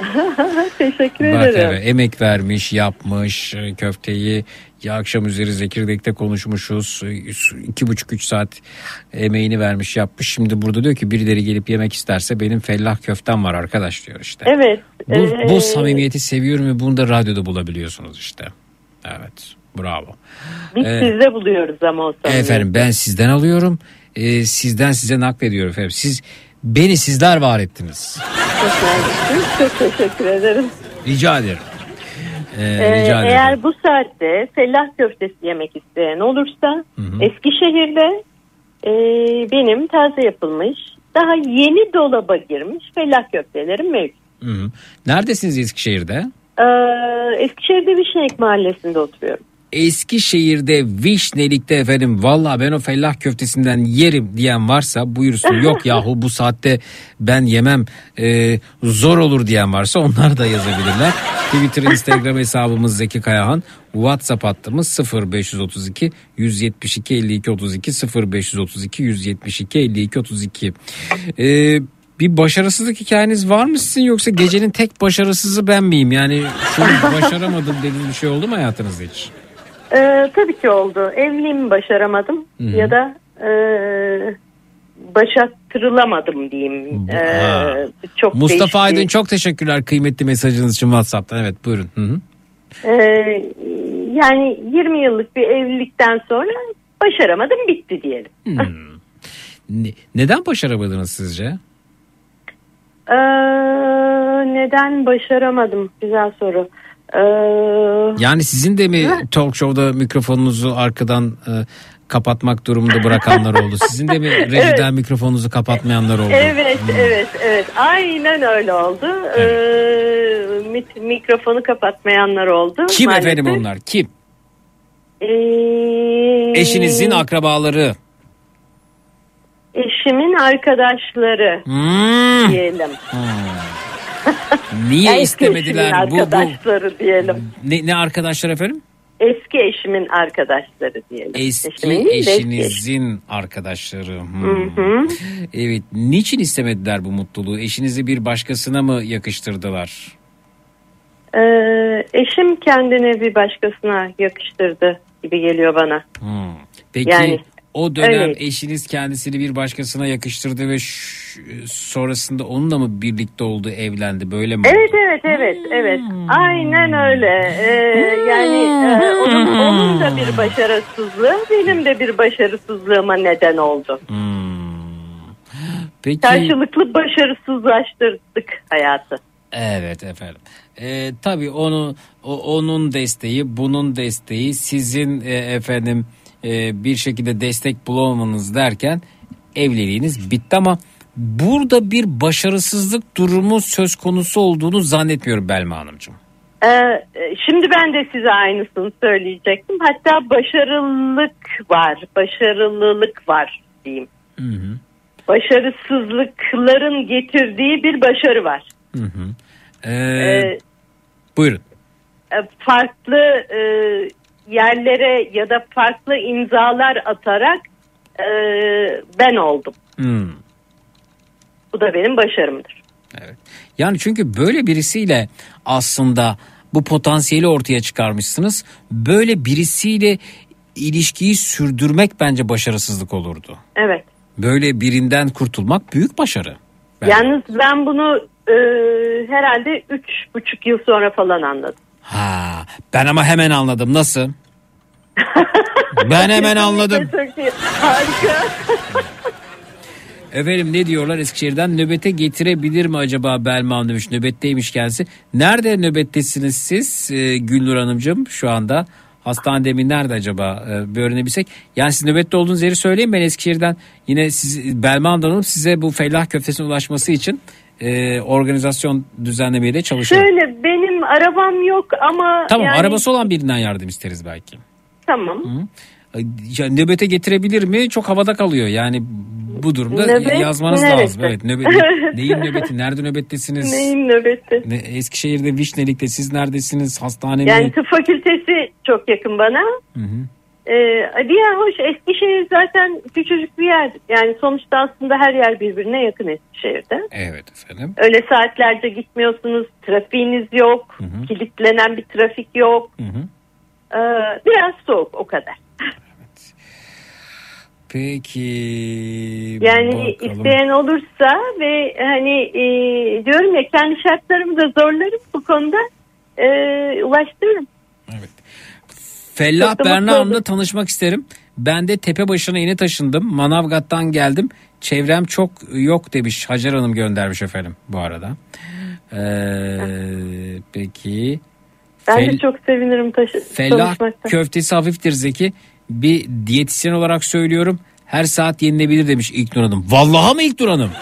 Teşekkür Bak, ederim. Evet, emek vermiş, yapmış köfteyi. Ya akşam üzeri Zekirdek'te konuşmuşuz. iki buçuk üç saat emeğini vermiş, yapmış. Şimdi burada diyor ki birileri gelip yemek isterse benim fellah köftem var arkadaş diyor işte. Evet. Bu, ee... bu samimiyeti seviyorum ve bunu da radyoda bulabiliyorsunuz işte. Evet, bravo. Biz ee, sizde buluyoruz ama o samimiyeti. Efendim ben sizden alıyorum. Ee, sizden size naklediyorum efendim. Siz beni sizler var ettiniz. Çok, çok teşekkür ederim. Rica ederim. Ee, ee, rica eğer ederim. bu saatte fellah köftesi yemek isteyen olursa hı hı. Eskişehir'de e, benim taze yapılmış, daha yeni dolaba girmiş fellah köftelerim mevcut. Hı hı. Neredesiniz Eskişehir'de? Ee, Eskişehir'de Vişnelik Mahallesi'nde oturuyorum. Eskişehir'de Vişnelik'te efendim, vallahi ben o fellah köftesinden yerim diyen varsa buyursun. Yok yahu bu saatte ben yemem, e, zor olur diyen varsa onlar da yazabilirler. Twitter, Instagram hesabımız Zeki Kayahan, WhatsApp hattımız sıfır beş otuz iki yüz yetmiş iki elli iki otuz iki sıfır beş otuz iki yüz yetmiş iki elli iki otuz iki. Eee Bir başarısızlık hikayeniz var mı sizin, yoksa gecenin tek başarısızı ben miyim? Yani şunu başaramadım dediğiniz bir şey oldu mu hayatınızda hiç? Ee, tabii ki oldu. Evliliğimi başaramadım. Hı-hı. Ya da e, başartırılamadım diyeyim. Ee, çok Mustafa değişti. Aydın, çok teşekkürler kıymetli mesajınız için WhatsApp'tan. Evet, buyurun. Hı-hı. Ee, yani yirmi yıllık bir evlilikten sonra başaramadım, bitti diyelim. Hmm. ne, neden başaramadınız sizce? Ee, neden başaramadım? Güzel soru. Ee, yani sizin de mi talk show'da mikrofonunuzu arkadan e, kapatmak durumunda bırakanlar oldu? Sizin de mi rejiden evet. mikrofonunuzu kapatmayanlar oldu? Evet, hmm. evet, evet. Aynen öyle oldu. Evet. Ee, mikrofonu kapatmayanlar oldu. Kim maalesef. Efendim onlar? Kim? Ee, Eşinizin akrabaları. Eşimin arkadaşları hmm. diyelim. Hmm. Niye istemediler bu? Arkadaşları bu, diyelim. Ne, ne arkadaşlar efendim? Eski eşimin arkadaşları diyelim. Eski eşimin eşinizin eski. arkadaşları. Hmm. Hı hı. Evet. Niçin istemediler bu mutluluğu? Eşinizi bir başkasına mı yakıştırdılar? Ee, eşim kendini bir başkasına yakıştırdı gibi geliyor bana. Hmm. Peki yani, o dönem öyle. Eşiniz kendisini bir başkasına yakıştırdı ve ş- sonrasında onunla mı birlikte oldu, evlendi, böyle mi evet, oldu? Evet evet evet evet aynen öyle. Ee, yani e, onun, onun da bir başarısızlığı benim de bir başarısızlığıma neden oldu. Hmm. Peki. Karşılıklı başarısızlaştırdık hayatı. Evet efendim. Ee, tabii onu o, onun desteği, bunun desteği, sizin e, efendim e, bir şekilde destek bulamamanız derken evliliğiniz bitti, ama burada bir başarısızlık durumu söz konusu olduğunu zannetmiyorum Belma Hanımcığım. Ee, şimdi ben de size aynısını söyleyecektim. Hatta başarılılık var, başarılılık var diyeyim. Hı hı. Başarısızlıkların getirdiği bir başarı var. Hı hı. Ee, ee, Buyurun. Farklı e, yerlere ya da farklı imzalar atarak e, ben oldum. Hmm. Bu da benim başarımdır. Evet. Yani çünkü böyle birisiyle aslında bu potansiyeli ortaya çıkarmışsınız. Böyle birisiyle ilişkiyi sürdürmek bence başarısızlık olurdu. Evet. Böyle birinden kurtulmak büyük başarı. Bence. Yalnız ben bunu e, herhalde üç buçuk yıl sonra falan anladım. Ha, ben ama hemen anladım. Nasıl? Ben hemen anladım. Harika. Efendim ne diyorlar Eskişehir'den, nöbete getirebilir mi acaba Belma Hanım demiş, nöbetteymiş kendisi. Nerede nöbettesiniz siz ee, Gülnur Hanımcığım şu anda? Hastanede mi, nerede acaba ee, bir öğrenebilsek. Yani siz nöbette olduğunuz yeri söyleyin, ben Eskişehir'den yine siz, Belma Hanım size bu fellah köftesine ulaşması için e, organizasyon düzenlemeye de çalışıyorum. Şöyle, benim arabam yok ama. Tamam yani... arabası olan birinden yardım isteriz belki. Tamam. Hı. Ya, nöbete getirebilir mi? Çok havada kalıyor. Yani bu durumda Nöbet, yazmanız neresi? lazım. Evet, nöbet, neyin nöbeti? Nerede nöbettesiniz? Neyin nöbeti? Ne, Eskişehir'de Vişnelik'te siz neredesiniz? Hastane mi? Yani tıp fakültesi çok yakın bana. Hı hı. Ee, diğer hoş, Eskişehir zaten küçücük bir yer. Yani sonuçta aslında her yer birbirine yakın Eskişehir'de. Evet efendim. Öyle saatlerce gitmiyorsunuz. Trafiğiniz yok. Hı hı. Kilitlenen bir trafik yok. Hı hı. Ee, biraz soğuk, o kadar. Evet. Peki. Yani bakalım. isteyen olursa ve hani e, diyorum ya, kendi şartlarımı da zorlarım bu konuda, e, ulaştırırım. Evet. Fellah Berna Hanım'la tanışmak isterim. Ben de Tepebaşı'na yeni taşındım. Manavgat'tan geldim. Çevrem çok yok demiş. Hacer Hanım göndermiş efendim bu arada. Ee, peki. Ben Fel, de çok sevinirim taşı, Fellah tanışmaktan. köftesi hafiftir Zeki. Bir diyetisyen olarak söylüyorum. Her saat yenilebilir demiş İlknur Hanım. Vallahi mı İlknur Hanım?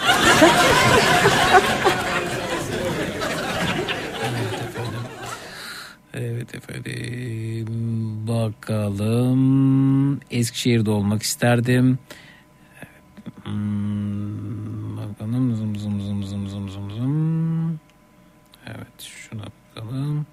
Evet efendim. Bakalım. Eskişehir'de olmak isterdim. Hmm, bakalım. Zım zım zım zım zım zım zım. Evet, şuna bakalım.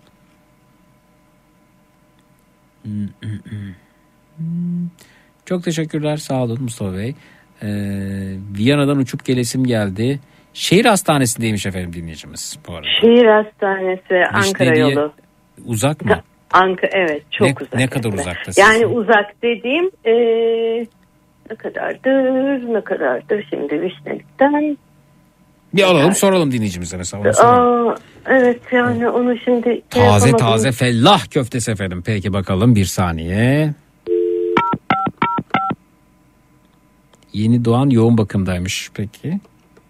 Çok teşekkürler, sağ olun Mustafa Bey. Ee, Viyana'dan uçup gelesim geldi. Şehir hastanesindeymiş efendim dinleyicimiz bu arada. Şehir hastanesi, Ankara Vişneli'ye yolu. Uzak mı? Ankara, evet, çok ne, uzak. Ne kadar uzakta? Yani sizin? uzak dediğim e, ne kadardır ne kadardır şimdi Vişnelik'ten. Bir alalım soralım dinleyicimize mesela. Aa, evet yani onu şimdi taze taze fellah köftesi efendim. Peki bakalım, bir saniye. Yeni doğan yoğun bakımdaymış. Peki.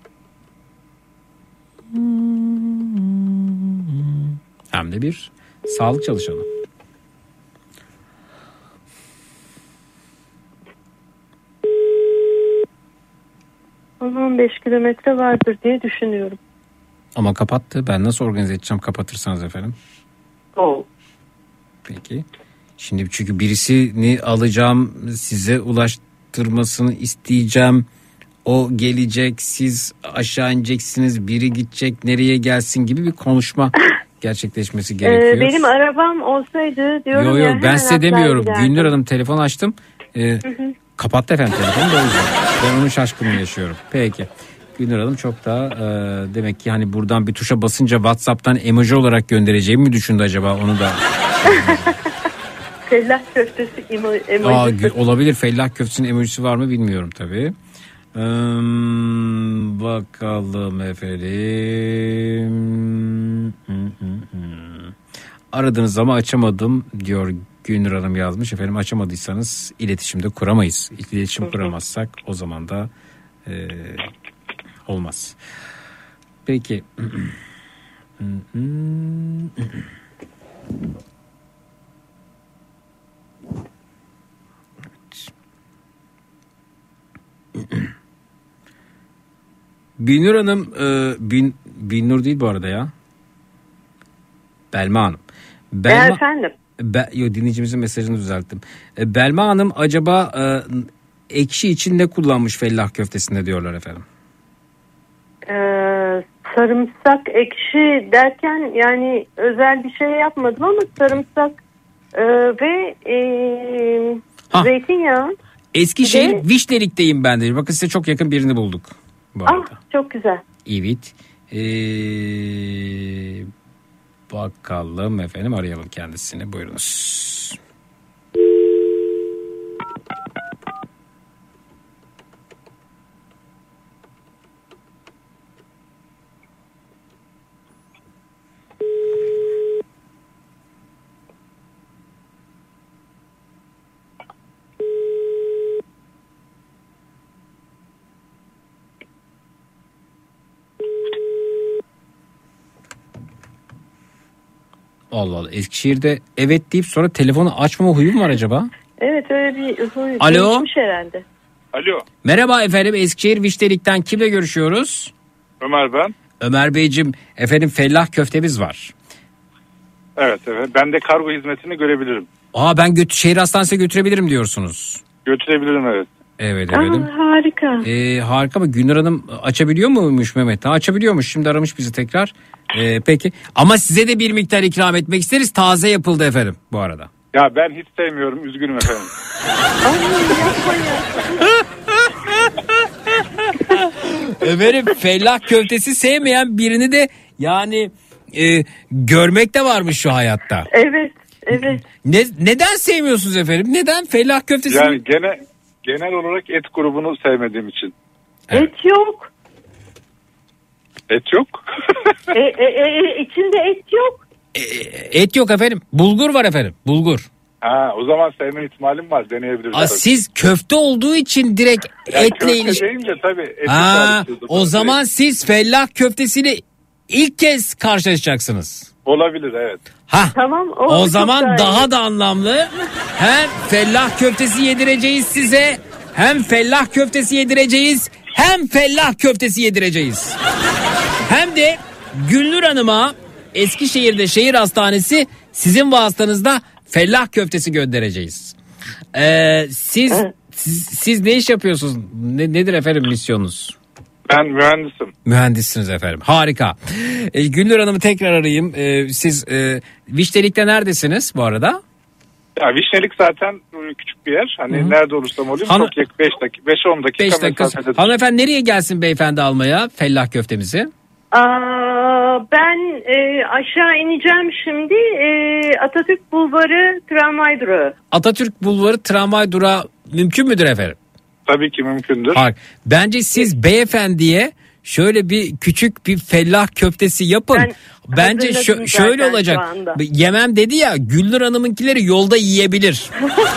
Hem de bir sağlık çalışanı. on beş kilometre vardır diye düşünüyorum. Ama kapattı. Ben nasıl organize edeceğim kapatırsanız efendim? Oh. Peki. Şimdi çünkü birisini alacağım, size ulaştırmasını isteyeceğim. O gelecek, siz aşağı ineceksiniz, biri gidecek, nereye gelsin gibi bir konuşma gerçekleşmesi gerekiyor. Ee, benim arabam olsaydı diyorum yo, yo, ya. ben size demiyorum. Giderdim. Gülnur Hanım telefon açtım. Ee, hı hı. Kapattı efendim telefonu da o yüzden. Ben onun şaşkınlığı yaşıyorum. Peki. Gülnur Hanım çok da e, demek ki hani buradan bir tuşa basınca WhatsApp'tan emoji olarak göndereceğimi mi düşündü acaba, onu da. Fellah köftesi emojisi. Aa, olabilir. Fellah köftesinin emojisi var mı bilmiyorum tabii. Hmm, bakalım efendim. Aradığınız ama açamadım diyor Gülnur Hanım yazmış. Efendim açamadıysanız iletişimde kuramayız. İletişim kuramazsak o zaman da e, olmaz. Peki. Binur Hanım, e, Bin, Binur değil bu arada ya. Belma Hanım. Belma, Efendim. Be, yo, dinleyicimizin mesajını düzelttim. E, Belma Hanım acaba e, ekşi için ne kullanmış fellah köftesinde diyorlar efendim. Ee, Sarımsak ekşi derken yani özel bir şey yapmadım ama sarımsak e, ve e, zeytinyağı. Eskişehir Ve... Vişnelik'teyim ben de. Bakın size çok yakın birini bulduk bu arada. Ah, çok güzel. Evet. Ee, bakalım efendim, arayalım kendisini. Buyurunuz. Allah Allah, Eskişehir'de evet deyip sonra telefonu açmama huyu mu var acaba? Evet, öyle bir huy Alo? değişmiş herhalde. Alo. Merhaba efendim, Eskişehir Vişnelik'ten kimle görüşüyoruz? Ömer ben. Ömer Beyciğim, efendim fellah köftemiz var. Evet evet, ben de kargo hizmetini görebilirim. Aa, ben götü, şehir hastanesine götürebilirim diyorsunuz. Götürebilirim, evet. Evet efendim. Aa, harika. Ee, harika mı? Gülnur Hanım açabiliyor muymuş Mehmet? Ha, açabiliyormuş. Şimdi aramış bizi tekrar. Ee, peki. Ama size de bir miktar ikram etmek isteriz. Taze yapıldı efendim bu arada. Ya ben hiç sevmiyorum. Üzgünüm efendim. Efendim, fellah köftesi sevmeyen birini de yani e, görmek de varmış şu hayatta. Evet. Evet. Ne, neden sevmiyorsunuz efendim? Neden fellah köftesi? Yani gene genel olarak et grubunu sevmediğim için. Evet. Et yok. Et yok. e, e, e, içinde et yok. E, et yok efendim. Bulgur var efendim. Bulgur. Ha, o zaman sevme ihtimalim var. Deneyebiliriz. Aa, siz köfte olduğu için direkt yani etle ilişki. Köfte de tabii. Ha, o zaman siz fellah köftesiyle ilk kez karşılaşacaksınız. Olabilir, evet. Ha. Tamam. O, o zaman daha da anlamlı. Hem fellah köftesi yedireceğiz size, hem fellah köftesi yedireceğiz, hem fellah köftesi yedireceğiz. Hem de Gülnur Hanım'a Eskişehir'de şehir hastanesi sizin vasıtanızda fellah köftesi göndereceğiz. Ee, siz, siz siz ne iş yapıyorsunuz? Ne, nedir efendim misyonunuz? Ben mühendisim. Mühendissiniz efendim. Harika. Ee, Gülnur Hanım'ı tekrar arayayım. Ee, siz e, Vişnelik'te neredesiniz bu arada? Ya Vişnelik zaten küçük bir yer. Hani Hı-hı. nerede olursam olayım Han- çok yakın, beş dakika beş on dakika, beş dakika. mesafededir. Hanımefendi nereye gelsin beyefendi almaya fellah köftemizi? Aa, ben e, aşağı ineceğim şimdi. E, Atatürk Bulvarı tramvay durağı. Atatürk Bulvarı tramvay durağı mümkün müdür efendim? Tabii ki mümkündür. Hayır. Bence siz beyefendiye şöyle bir küçük bir fellah köftesi yapın. Ben Bence hazırladım şö- şöyle zaten olacak. şu anda. Yemem dedi ya, Gülnur Hanım'ınkileri yolda yiyebilir.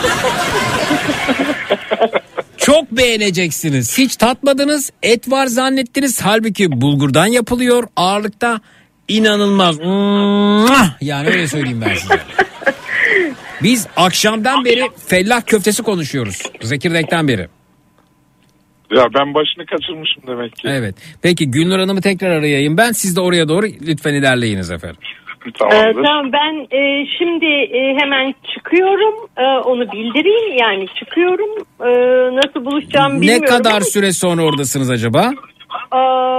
Çok beğeneceksiniz. Hiç tatmadınız, et var zannettiniz. Halbuki bulgurdan yapılıyor ağırlıkta. İnanılmaz. Yani öyle söyleyeyim ben size. Biz akşamdan beri fellah köftesi konuşuyoruz. Zekirdek'ten beri. Ya ben başını kaçırmışım demek ki. Evet. Peki Gülnur Hanım'ı tekrar arayayım ben. Siz de oraya doğru lütfen ilerleyiniz efendim. Tamamdır. Ee, tamam ben e, şimdi e, hemen çıkıyorum. E, onu bildireyim. Yani çıkıyorum. E, nasıl buluşacağımı bilmiyorum. Ne kadar ama, süre sonra oradasınız acaba? e,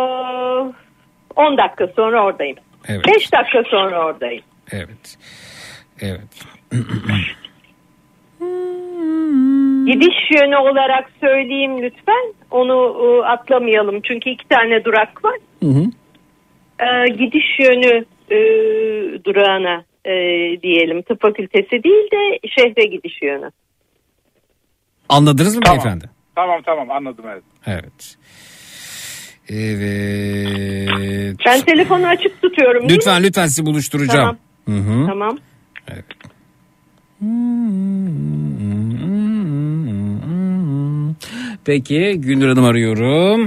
on dakika sonra oradayım. Evet. beş dakika sonra oradayım. Evet. Evet. Gidiş yönü olarak söyleyeyim lütfen. Onu e, atlamayalım. Çünkü iki tane durak var. Hı hı. E, gidiş yönü e, durağına e, diyelim. Tıp fakültesi değil de şehre gidiş yönü. Anladınız mı Tamam. beyefendi? Tamam tamam anladım, evet. Evet. Evet. Ben telefonu açık tutuyorum. değil Lütfen mi? lütfen sizi buluşturacağım. Tamam. Hı hı. Tamam. Evet. Peki Gülnur Hanım arıyorum.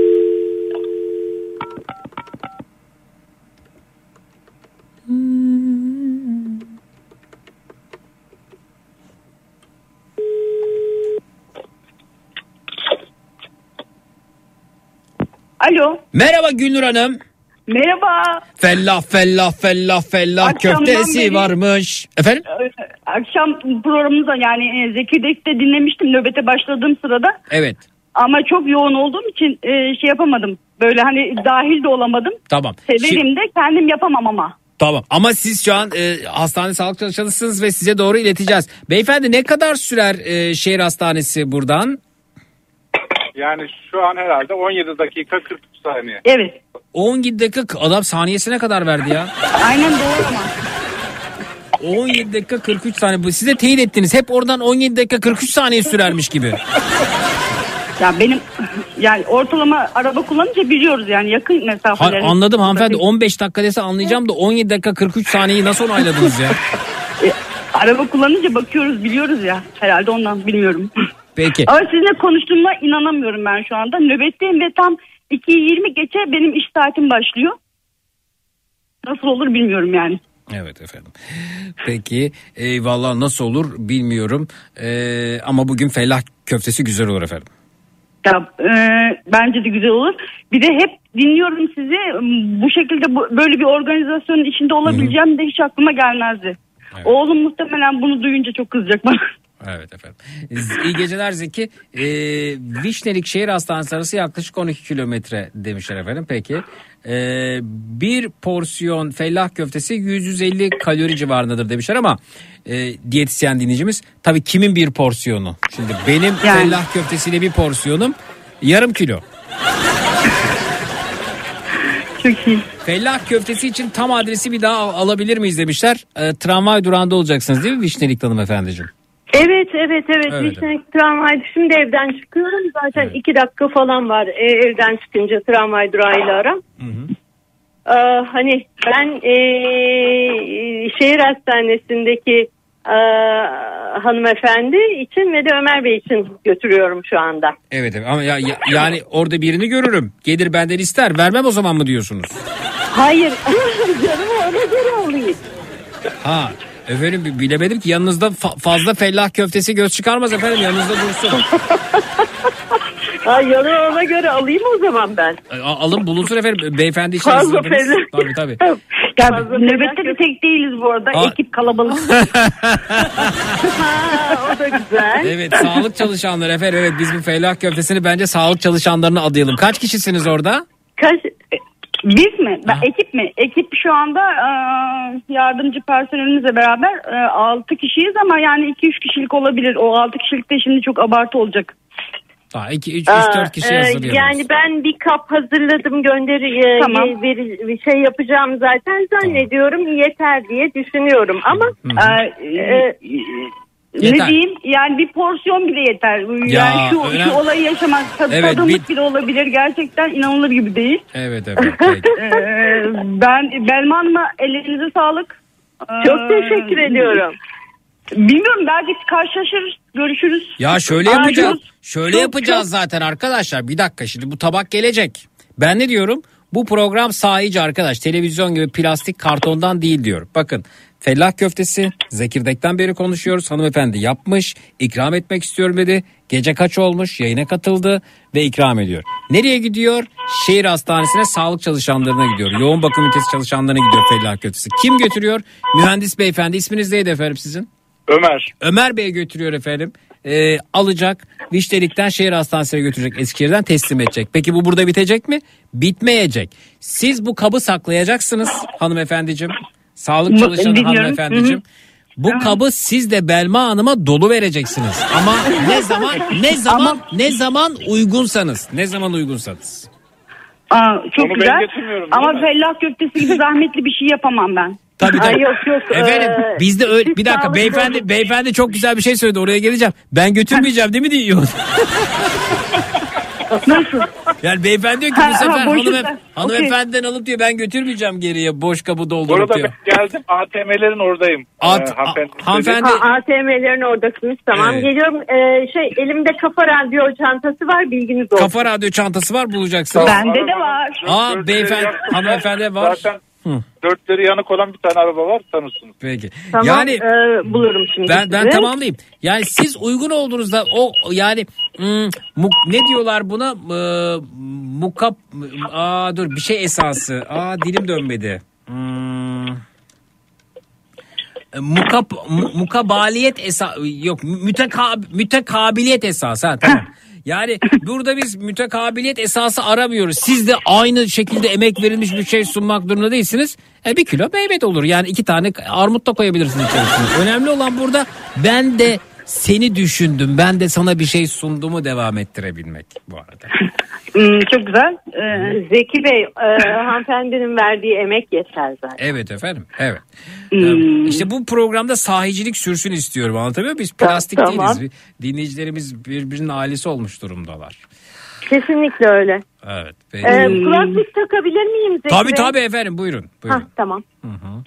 Alo. Merhaba Gülnur Hanım. Merhaba. Fellah fellah fellah fellah Akşamdan köftesi beri- varmış. Efendim? Akşam programımızda yani e, Zekirdek'te dinlemiştim nöbete başladığım sırada. Evet. Ama çok yoğun olduğum için e, şey yapamadım. Böyle hani dahil de olamadım. Tamam. Severim Şi- de kendim yapamam ama. Tamam ama siz şu an e, hastane sağlık çalışanısınız ve size doğru ileteceğiz. Beyefendi ne kadar sürer e, şehir hastanesi buradan? Yani şu an herhalde on yedi dakika kırk üç saniye. Evet. on yedi dakika adam saniyesine kadar verdi ya. Aynen doğru ama. on yedi dakika kırk üç saniye. Bu siz de teyit ettiniz. Hep oradan on yedi dakika kırk üç saniye sürermiş gibi. Ya benim yani ortalama araba kullanınca biliyoruz yani yakın Ha, mesafeleri. anladım hanımefendi, on beş dakika dese anlayacağım da on yedi dakika kırk üç saniyeyi nasıl onayladınız ya? E, araba kullanınca bakıyoruz biliyoruz ya herhalde ondan bilmiyorum. Peki. Ama sizinle konuştuğuma inanamıyorum ben şu anda. Nöbetteyim ve tam ikiyi yirmi geçe benim iş saatim başlıyor. Nasıl olur bilmiyorum yani. Evet efendim. Peki eyvallah, nasıl olur bilmiyorum. Ee, ama bugün fellah köftesi güzel olur efendim. Ya, e, bence de güzel olur. Bir de hep dinliyorum sizi. Bu şekilde bu, böyle bir organizasyonun içinde olabileceğim de hiç aklıma gelmezdi. Evet. Oğlum muhtemelen bunu duyunca çok kızacak bana. Evet efendim. İyi geceler Zeki. Ee, Vişnelik Şehir Hastanesi arası yaklaşık on iki kilometre demişler efendim. Peki. Ee, bir porsiyon fellah köftesi yüz yüz elli kalori civarındadır demişler ama e, diyetisyen dinleyicimiz tabii kimin bir porsiyonu? Şimdi benim yani. Fellah köftesiyle bir porsiyonum yarım kilo. Çok iyi. Fellah köftesi için tam adresi bir daha alabilir miyiz demişler. E, tramvay durağında olacaksınız değil mi Vişnelik hanımefendiciğim? Evet evet evet, evet. Vişnelik tramvay, şimdi evden çıkıyorum zaten evet. iki dakika falan var e, evden çıkınca tramvay durağıyla aram. Hı hı. Ee, hani ben e, şehir hastanesindeki e, hanımefendi için ve de Ömer Bey için götürüyorum şu anda. Evet evet ama ya, ya, yani orada birini görürüm, gelir benden ister, vermem o zaman mı diyorsunuz? Hayır canım, ona göre alayım. Ha efendim bilemedim ki, yanınızda fa- fazla fellah köftesi göz çıkarmaz efendim, yanınızda dursun. Ha, yanı ona göre alayım o zaman ben. A- alın bulunsun efendim, beyefendi için fazla hazırladınız. Fellah. Tabii tabii. Ya, nöbette de tek değiliz bu arada. Aa. Ekip kalabalık. Ha, o da güzel. Evet, sağlık çalışanları efendim. Evet, biz bu fellah köftesini bence sağlık çalışanlarına adayalım. Kaç kişisiniz orada? Kaç? Biz mi? Ben, ekip mi? Ekip şu anda e, yardımcı personelimizle beraber e, altı kişiyiz ama yani iki üç kişilik olabilir. O altı kişilik de şimdi çok abartı olacak. Ha, iki üç dört kişi hazırlayalım. Yani ben bir kap hazırladım, gönderi tamam. bir, bir şey yapacağım zaten zannediyorum, tamam. Yeter diye düşünüyorum ama e, e, ne diyeyim yani bir porsiyon bile yeter. Yani ya, şu, önemli. şu olayı yaşamak evet, tadımlık bir... bile olabilir, gerçekten inanılır gibi değil. Evet evet. ee, ben Belma Hanım'a ellerinize sağlık. Çok ee, teşekkür ediyorum. Bilmiyorum, belki karşılaşırız, görüşürüz. Ya şöyle yapacağız. Şöyle çok, yapacağız çok... zaten arkadaşlar. Bir dakika, şimdi bu tabak gelecek. Ben ne diyorum? Bu program sahici arkadaş. Televizyon gibi plastik kartondan değil diyorum. Bakın, fellah köftesi Zekirdek'ten beri konuşuyoruz. Hanımefendi yapmış, ikram etmek istiyorum dedi. Gece kaç olmuş, yayına katıldı ve ikram ediyor. Nereye gidiyor? Şehir hastanesine sağlık çalışanlarına gidiyor. Yoğun bakım ünitesi çalışanlarına gidiyor fellah köftesi. Kim götürüyor? Mühendis beyefendi. İsminiz neydi efendim sizin? Ömer. Ömer Bey götürüyor efendim. Ee, alacak, Vişnelik'ten şehir hastanesine götürecek, Eskişehir'den teslim edecek. Peki bu burada bitecek mi? Bitmeyecek. Siz bu kabı saklayacaksınız hanımefendiciğim. Sağlık çalışanı hanımefendiciğim. Bu kabı siz de Belma Hanım'a dolu vereceksiniz. Ama ne zaman ne zaman Ama... ne zaman uygunsanız. Ne zaman uygunsanız. Aa, çok Onu güzel. Ama fellah köftesi gibi zahmetli bir şey yapamam ben. Tabii tabii. Ay, yok yok. Efendim ee, bizde öyle, bir dakika beyefendi olun. Beyefendi çok güzel bir şey söyledi, oraya geleceğim. Ben götürmeyeceğim değil mi diyor. Nasıl? Yani beyefendi diyor ki bu sefer hanımef- hanımefendiden okay. alıp diyor ben götürmeyeceğim geriye, boş kabı doldurup diyor. Burada ben geldim, A T M'lerin oradayım. At, ee, hanımefendi. hanımefendi. Ha, A T M'lerin oradasınız, tamam evet. Geliyorum. Ee, şey elimde kafa radyo çantası var, bilginiz olsun. Kafa radyo çantası var, bulacaksınız. Tamam, Bende de var. Aa beyefendi, hanımefendi var. Zaten Hı. dörtleri yanık olan bir tane araba var, tanırsınız. Peki. Tamam, yani e, bulurum şimdi. Ben ben tamamlayayım. Yani siz uygun olduğunuzda o yani mm, mu, ne diyorlar buna? E, mukap aa dur bir şey esası. Aa dilim dönmedi. Hmm, mukap mu, mukabaliyet esası yok mütekab mütekabiliyet esası ha tamam. Yani burada biz mütekabiliyet esası aramıyoruz. Siz de aynı şekilde emek verilmiş bir şey sunmak durumunda değilsiniz. E bir kilo meyve olur. Yani iki tane armut da koyabilirsiniz içerisine. Önemli olan burada ben de seni düşündüm. Ben de sana bir şey sunduğumu devam ettirebilmek bu arada. Hmm, çok güzel. Ee, Zeki Bey, e, hanımefendinin verdiği emek yeter zaten. Evet efendim. Evet. Hmm. İşte bu programda sahicilik sürsün istiyorum. Anlatabiliyor muyum? Biz plastik Tamam. değiliz. Dinleyicilerimiz birbirinin ailesi olmuş durumdalar. Kesinlikle öyle. Evet. Ee, kulaklık takabilir miyim Zeki Tabii Bey? tabii efendim. Buyurun. Buyurun. Hah, tamam. Hı hı.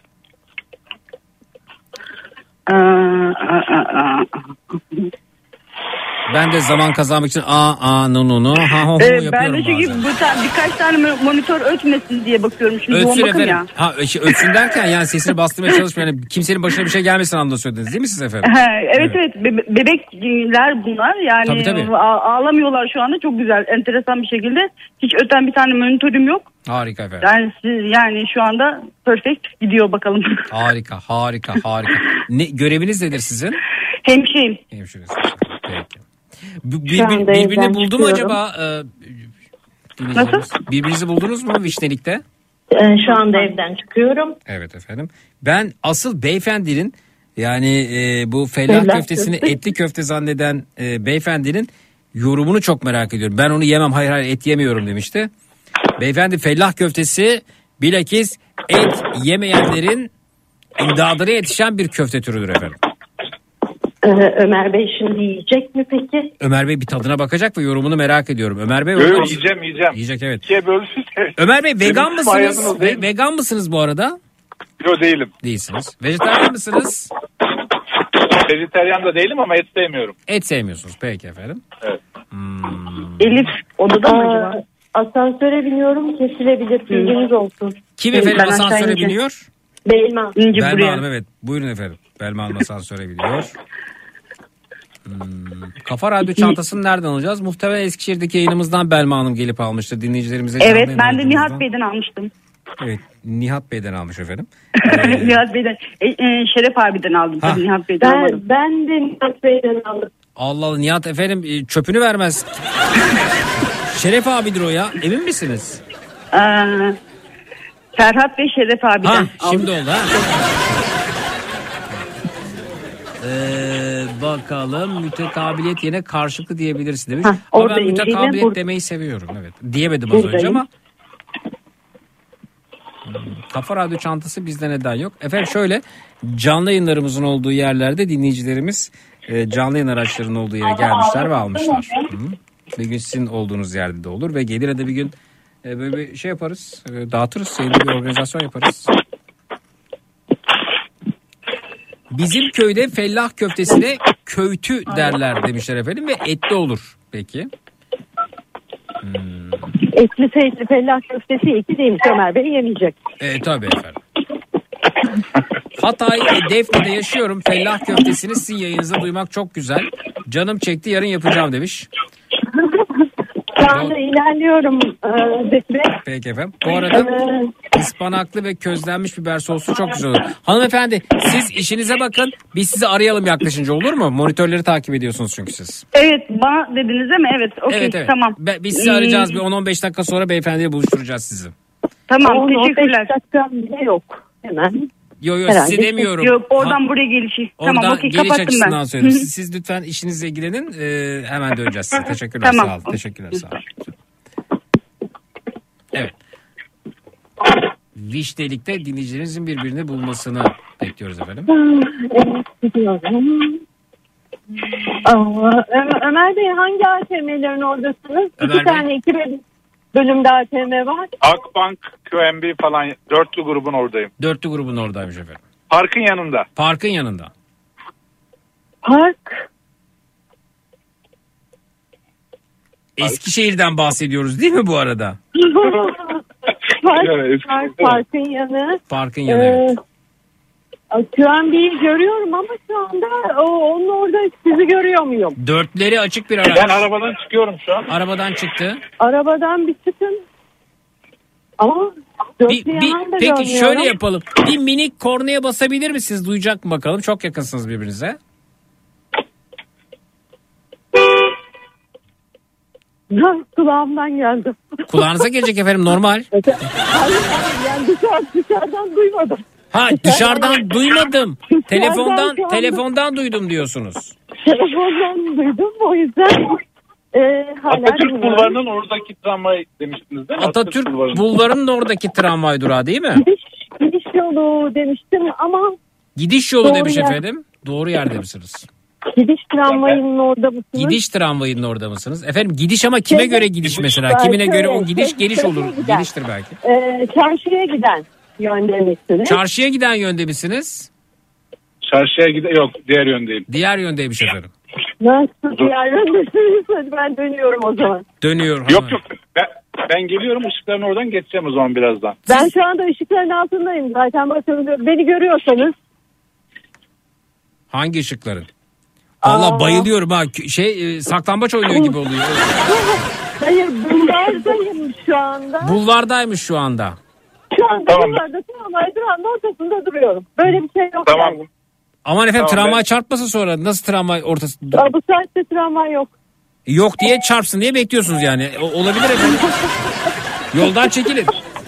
Ben de zaman kazanmak için a a no no no ha ho ho Ee, yapıyorum ben de çünkü bazen. bu ta- birkaç tane monitör ötmesin diye bakıyorum. Şimdi yoğun Ötsün bakım efendim. ya. Ha şey, ötsün derken yani sesini bastırmaya çalışmayın. Yani kimsenin başına bir şey gelmesin anlamda söylediniz değil mi siz efendim? Ha, evet evet, Be- bebekler bunlar yani Tabii, tabii. a- ağlamıyorlar şu anda, çok güzel, enteresan bir şekilde, hiç öten bir tane monitörüm yok. Harika efendim. Yani siz, yani şu anda perfect gidiyor bakalım. Harika harika harika. Ne, göreviniz nedir sizin? Hemşireyim. Hemşiresi. Peki. Bu- Bir, Şu anda bir, birbirini evden buldu mu çıkıyorum. acaba? E, dinleyicilerimiz? Birbirinizi buldunuz mu Vişnelik'te? Ee, şu anda evden çıkıyorum. Evet efendim. Ben asıl beyefendinin yani e, bu fellah Fellah köftesini köfte. etli köfte zanneden e, beyefendinin yorumunu çok merak ediyorum. Ben onu yemem, hayır hayır et yemiyorum demişti. Beyefendi fellah köftesi bilakis et yemeyenlerin imdadına yetişen bir köfte türüdür efendim. Ee, Ömer Bey şimdi yiyecek mi peki? Ömer Bey bir tadına bakacak ve yorumunu merak ediyorum. Ömer Bey Yok orada- yok, yiyeceğim yiyeceğim. Yiyecek evet. İkiye bölüşürse. Ömer Bey vegan Benim mısınız? ayırdınız değil Ve, mi? vegan mısınız bu arada? Yok değilim. Değilsiniz. Vejetaryen mısınız? Vejeteryan da değilim ama et sevmiyorum. Et sevmiyorsunuz. Peki efendim. Evet. Hmm. Elif odada mı Aa, acaba? Asansöre biniyorum, kesilebilir, bilginiz olsun. Kim efendim Ben asansöre aşağı ineceğim. biniyor? Belma. İnce Belma buraya. Hanım evet. Buyurun efendim. Belma Hanım asansöre biniyor. Hmm. Kafa Radyo çantasını nereden alacağız? Muhtemelen Eskişehir'deki yayınımızdan Belma Hanım gelip almıştı. Dinleyicilerimize canlı Evet, yayın ben de olduğumuzdan. Nihat Bey'den almıştım. Evet. Nihat Bey'den almış efendim. Nihat Bey'den, e, e, Şeref abiden aldım. Ha. Tabii Nihat Bey'den Ben, almadım. ben de Nihat Bey'den aldım. Allah Allah Nihat efendim e, çöpünü vermez. Şeref abidir o ya. Emin misiniz? Ee, Ferhat ve Şeref abiden Ha aldım. şimdi oldu ha. Ee, bakalım mütekabiliyet yerine karşılıklı diyebilirsin demiş. Hah, Ama ben oradayım. mütekabiliyet Yine bur- demeyi seviyorum. Evet. Diyemedim az önce Buradayım. ama. Hmm, Kafa Radyo çantası bizde neden yok? Efendim şöyle canlı yayınlarımızın olduğu yerlerde dinleyicilerimiz e, canlı yayın araçlarının olduğu yere gelmişler ve almışlar. Hı. Bir gün sizin olduğunuz yerde de olur ve gelir de bir gün e, böyle bir şey yaparız. E, dağıtırız. Yayında bir organizasyon yaparız. Bizim köyde fellah köftesine köytü derler demişler efendim ve etli olur. Peki. Hmm. Etli seyitli fellah köftesi iki değilmiş, Ömer Bey yemeyecek. E, tabii efendim. Hatay e, Defne'de yaşıyorum. Fellah köftesini sizin yayınınızda duymak çok güzel. Canım çekti yarın yapacağım demiş. Şu anda ilerliyorum e, Zeki Bey. Peki efendim. Bu arada ıspanaklı ve közlenmiş biber soslu çok güzel olur. Hanımefendi siz işinize bakın. Biz sizi arayalım yaklaşınca olur mu? Monitörleri takip ediyorsunuz çünkü siz. Evet, bana dediniz değil mi? Evet, okey, Evet evet. tamam. Be- Biz sizi arayacağız. Bir on on beş dakika sonra beyefendiyle buluşturacağız sizi. Tamam, on on beş teşekkürler. dakikam bile yok. Hemen. Yo yo Herhalde size demiyorum. Yok, oradan Ha- buraya gelişi. Oradan Tamam, okey, geliş kapattım açısından ben. söylüyorum. Siz, siz lütfen işinizle ilgilenin. Ee, hemen döneceğiz size. Teşekkürler Tamam. sağ olun. Teşekkürler sağ olun. Evet. Vişnelik'te dinleyicilerinizin birbirini bulmasını bekliyoruz efendim. Evet, gidiyorum. Aa, Ö- Ömer Bey hangi A T M'lerin oradasınız? Ömer İki Bey. tane iki böl- bölümde A T M var. Akbank, Q M B falan dörtlü grubun oradayım. Dörtlü grubun oradaymış efendim. Parkın yanında. Parkın yanında. Park. Eskişehir'den bahsediyoruz değil mi bu arada? Park, Evet, park, parkın yanı. Parkın yanı evet. Ee, Q M B'yi görüyorum ama şu anda o, onun orada sizi görüyor muyum? Dörtleri açık bir araç. Ben arabadan çıkıyorum şu an. Arabadan çıktı. Arabadan bir çıkın. Ama Bir, dörtlü bir, yanan da peki görmüyorum. şöyle yapalım. Bir minik kornaya basabilir misiniz? Duyacak mı bakalım? Çok yakınsınız birbirinize. Kulağımdan geldi. Kulağınıza gelecek efendim, normal. Hayır, hayır, yani dışarı, dışarıdan duymadım. Ha, dışarıdan duymadım. Telefondan şu anda- telefondan duydum diyorsunuz. Telefondan duydum, o yüzden e, hala Atatürk dinliyorum. Bulvarı'nın oradaki tramvay demiştiniz değil mi? Atatürk Bulvarı'nın. Bulvarı'nın oradaki tramvay durağı değil mi? Gidiş, gidiş yolu demiştim ama Gidiş yolu Doğru demiş yer. efendim. Doğru yerde misiniz? gidiş tramvayının orada mısınız? Gidiş tramvayının orada mısınız? Efendim gidiş ama kime Şey- göre gidiş mesela? Ben Kimine göre o şöyle- gidiş şey- geliş şöyle olur. giden. Geliştir belki. E, çarşıya giden yönde misiniz? Çarşıya giden yönde misiniz? Çarşıya gide yok, diğer yöndeyim. Diğer yöndeymiş efendim. Nasıl diğer yöndesiniz? Hadi ben dönüyorum o zaman. Dönüyor. Yok hemen. yok. Ben, ben geliyorum, ışıkların oradan geçeceğim o zaman birazdan. Ben şu anda ışıkların altındayım zaten. Bakın beni görüyorsanız. Hangi ışıkların? Allah bayılıyorum ha. K- Şey e, saklambaç oynuyor gibi oluyor. Hayır, bulvardayım şu anda. Bulvardaymış şu anda. Şu anda Tamam. bulvarda tramvay durağının ortasında duruyorum. Böyle bir şey yok Tamam. yani. Aman efendim, Tamam, tramvay ben- çarpmasın sonra. Nasıl tramvay ortası? Aa, bu saatte tramvay yok. Yok diye çarpsın diye bekliyorsunuz yani. O- olabilir efendim. Yoldan çekilin.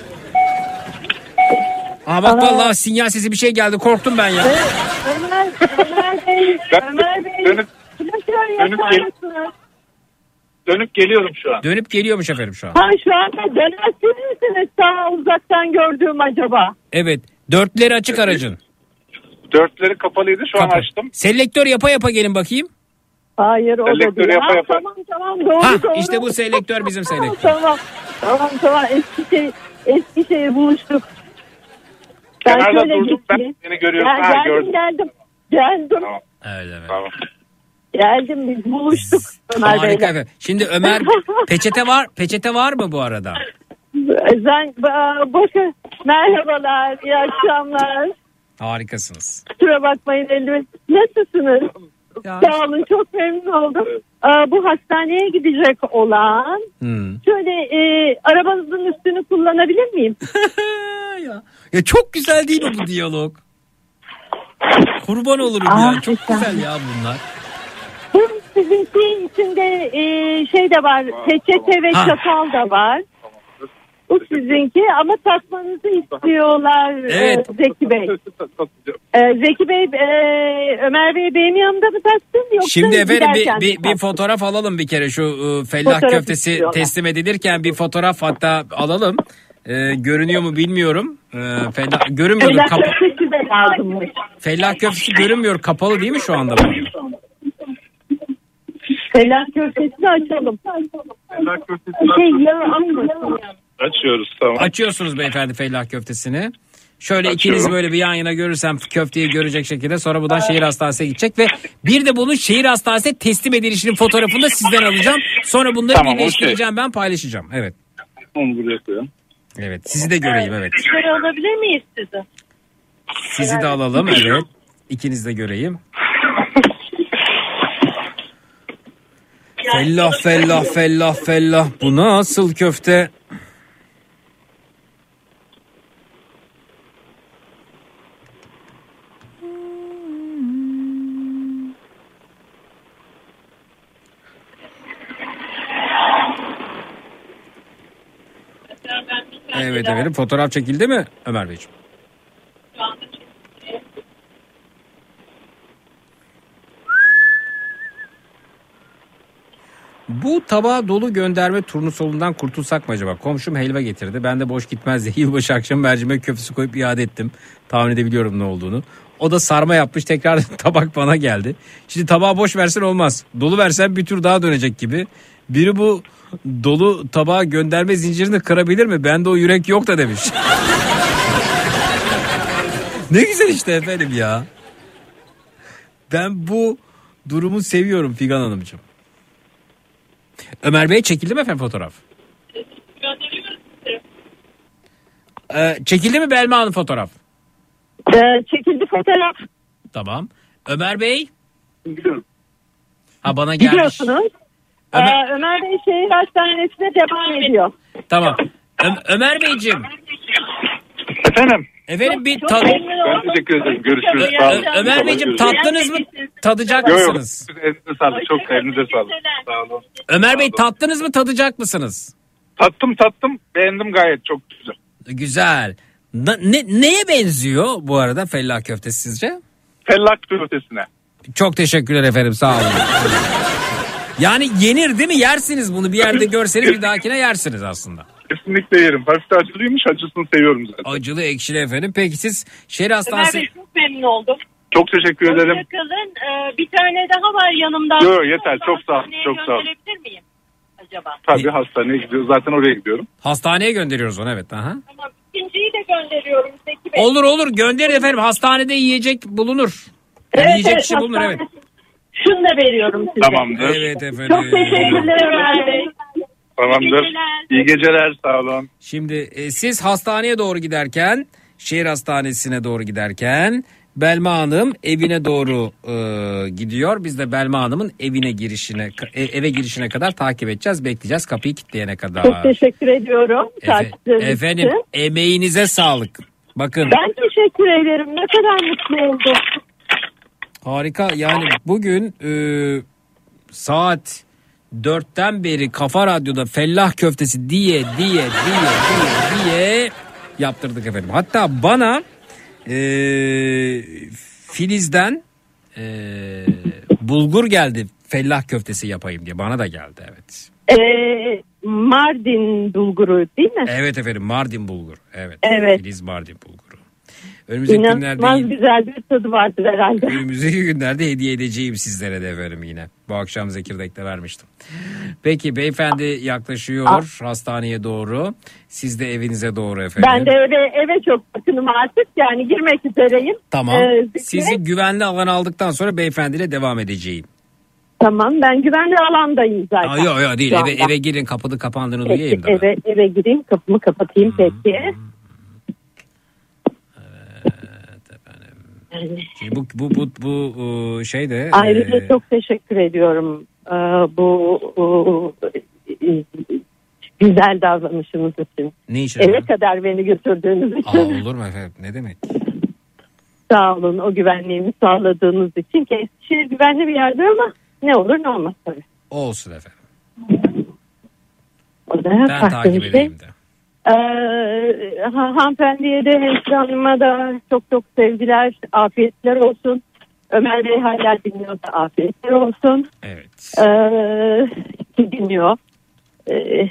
Aa bak, vallahi sinyal sesi bir şey geldi. Korktum ben ya. Evet, Ömer, Ömer Bey, Ben- Ömer Bey. dönüp- Plakör dönüp yapar gel- mısınız? Dönüp geliyorum şu an. Dönüp geliyormuş efendim şu an. Ha, şu anda dönersiniz misiniz sağ uzaktan gördüğüm acaba? Evet. Dörtleri açık aracın. Dörtleri kapalıydı, şu an Kapı. açtım. Selektör yapa yapa gelin bakayım. Hayır, o da Selektör değil. yapa Ha, yapa. Tamam tamam doğru Ha doğru. işte bu selektör bizim selektör. Tamam tamam tamam Eskişehir, Eskişehir buluştuk. Ben Kenarda şöyle durdum, ben geçeyim. seni görüyorum. Gel- Ha, geldim gördüm. geldim. Geldim. Tamam. Evet evet. Tamam. Geldim biz buluştuk Ömer Harika Bey'le. efendim. Şimdi Ömer, peçete var peçete var mı bu arada? Ben ba- boş merhabalar, iyi akşamlar. Harikasınız. Kusura bakmayın elime. Nasılsınız? Ya. Sağ olun, çok memnun oldum. Aa, bu hastaneye gidecek olan Hmm. şöyle e, arabanızın üstünü kullanabilir miyim? ya. ya çok güzel değil mi bu diyalog? Kurban olurum Aa, ya. Çok güzel. güzel ya bunlar. Bu sizinki içinde e, şey de var, peçete ve Ha. çatal da var. Bu sizinki ama takmanızı istiyorlar Evet. e, Zeki Bey. E, Zeki Bey, e, Ömer Bey benim yanımda mı taksın yoksa Şimdi efendim bir, giderken bir, mi bir taksın? fotoğraf alalım bir kere şu e, fellah Fotoğraf köftesi istiyorlar. teslim edilirken bir fotoğraf hatta alalım. E, görünüyor mu bilmiyorum. E, fellah, görünmüyor. Fellah Kapa- köftesi de lazımmış. fellah köftesi görünmüyor. Kapalı değil mi şu anda bu? Fellah köftesini açalım. Fellah köftesi Şey yağı almasın. açıyoruz, tamam. Açıyorsunuz beyefendi fellah köftesini. Şöyle Açıyorum. ikiniz böyle bir yan yana görürsem köfteyi görecek şekilde sonra buradan şehir hastanesine gidecek ve bir de bunun şehir hastanesine teslim edilişinin fotoğrafını da sizden alacağım. Sonra bunları Tamam, birleştireceğim, ben paylaşacağım. Evet. Onu buraya koyalım. Evet. Sizi de göreyim, evet. Şöyle alabilir miyiz sizi? Sizi de alalım, evet. İkiniz de göreyim. Fellah fellah fellah fellah. Bu nasıl köfte? Evet efendim, fotoğraf çekildi mi Ömer Beyciğim? Bu tabağa dolu gönderme turnusolundan kurtulsak mı acaba? Komşum helva getirdi. Ben de boş gitmez diye yılbaşı akşamı mercimek köftesi koyup iade ettim. Tahmin edebiliyorum ne olduğunu. O da sarma yapmış, tekrar tabak bana geldi. Şimdi tabağı boş versen olmaz. Dolu versen bir tur daha dönecek gibi. Biri bu dolu tabağa gönderme zincirini kırabilir mi? Bende o yürek yok da demiş. Ne güzel işte efendim ya. Ben bu durumu seviyorum Figan Hanımcığım. Ömer Bey, çekildi mi efendim fotoğraf? Ee, çekildi mi Belma Hanım fotoğraf? Ee, çekildi fotoğraf. Tamam. Ömer Bey? Gidiyorum. Ha, bana gelmiş. Gidiyorsunuz. Ömer... Ee, Ömer Bey şehir hastanesine devam ediyor. Tamam. Ö- Ömer Beyciğim. Efendim? Efendim bir Çok tad... memnun Ben oldum. teşekkür ederim. Görüşürüz. Ö- Sağ olun. Ö- Ömer Beyciğim, tattınız mı? Tadacak Yok yok. mısınız? Elinize sağlık. Çok elinize sağlık. Sağ olun. Ömer Bey tattınız mı, tadacak mısınız? Tattım tattım beğendim, gayet çok güzel. Güzel. Na, ne, neye benziyor bu arada fellah köftesi sizce? Fellah köftesine. Çok teşekkürler efendim, sağ olun. Yani yenir değil mi? Yersiniz bunu, bir yerde görseniz bir dahakine yersiniz aslında. Kesinlikle yerim. Hafif de acılıymış, acısını seviyorum zaten. Acılı ekşili efendim. Peki siz şehir hastanesi... Ömer Bey çok memnun oldum. Çok teşekkür ederim. Hoşçakalın. Ee, bir tane daha var yanımda. Yok yeter, çok sağ ol. Çok sağ ol. Gönderebilir miyim acaba? Tabii hastaneye gidiyoruz. Zaten oraya gidiyorum. Hastaneye gönderiyoruz onu, evet. Aha. Tamam. İkinciyi de gönderiyorum. Zeki Bey. Olur olur, gönderin efendim. Hastanede yiyecek bulunur. Yani Evet, yiyecek evet, kişi bulunur, evet. Şunu da veriyorum size. Tamamdır. Evet efendim. Çok teşekkürler Ömer Bey. Tamamdır. İyi geceler, sağ olun. Şimdi e, siz hastaneye doğru giderken, şehir hastanesine doğru giderken Belma Hanım evine doğru e, gidiyor. Biz de Belma Hanım'ın evine girişine e, eve girişine kadar takip edeceğiz, bekleyeceğiz kapıyı kilitleyene kadar. Çok teşekkür ediyorum. Efe, efendim emeğinize sağlık. Bakın. Ben teşekkür ederim. Ne kadar mutlu oldum. Harika, yani bugün e, saat dörtten beri Kafa Radyo'da fellah köftesi diye diye diye diye diye yaptırdık efendim. Hatta bana e, Filiz'den e, bulgur geldi, fellah köftesi yapayım diye. Bana da geldi, evet. Ee, Mardin bulguru değil mi? Evet efendim, Mardin bulgur. Evet. Evet. Filiz Mardin bulguru. Önümüzdeki İnanılmaz günlerde güzel bir tadı vardır herhalde. Önümüzdeki günlerde hediye edeceğim sizlere de efendim yine. Bu akşam Zekirdek'te vermiştim. Peki beyefendi yaklaşıyor Aa. hastaneye doğru. Siz de evinize doğru efendim. Ben de öyle eve çok yakınım artık. Yani girmek üzereyim. Tamam. Ee, Sizi güvenli alan aldıktan sonra beyefendiyle devam edeceğim. Tamam, ben güvenli alandayım zaten. Yok yok değil, eve, eve girin, kapıda kapandığını peki, duyayım da. Eve, eve gireyim, kapımı kapatayım hmm. peki. Şimdi bu bu bu bu şey de ayrıca e... çok teşekkür ediyorum ee, bu e, güzel davranışınız için. Ne için? Eve kadar beni götürdüğünüz için. Aa, olur mu efendim? Ne demek? Sağ olun, o güvenliğimi sağladığınız için. Ki Eskişehir güvenli bir yerde ama ne olur ne olmaz tabii. Olsun efendim. O da ben takip şey. edeyim de. Ee, hanımefendiye de hemşire hanıma da çok çok sevgiler, afiyetler olsun. Ömer Bey hala dinliyor da afiyetler olsun. Evet. Ee, dinliyor. Ee,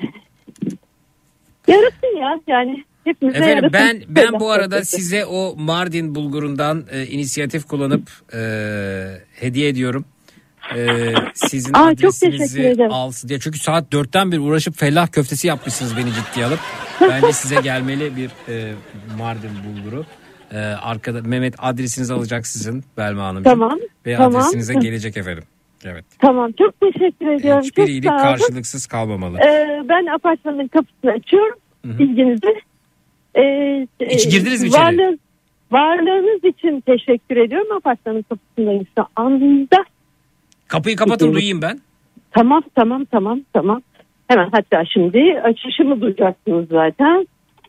yarasın ya yani. Hepimize efendim yarasın. ben ben bu arada size o Mardin bulgurundan e, inisiyatif kullanıp e, hediye ediyorum. Ee, sizin Aa, adresinizi alsın diye. Çünkü saat dörtten beri uğraşıp fellah köftesi yapmışsınız beni ciddiye alıp. Bence size gelmeli bir e, Mardin bulguru. Ee, arkada Mehmet adresinizi alacak sizin Belma Hanımcığım. Tamam. Ve tamam. adresinize gelecek efendim. Evet. Tamam, çok teşekkür ediyorum. Hiçbir çok iyilik karşılıksız kalmamalı. Ee, ben apartmanın kapısını açıyorum. Bilginizi. Ee, Hiç girdiniz mi içeri? Varlığınız, varlığınız için teşekkür ediyorum. Apartmanın kapısındayım şu anda. Kapıyı kapatın, duyayım ben. Tamam tamam tamam tamam. Hemen, hatta şimdi açışımı duyacaksınız zaten.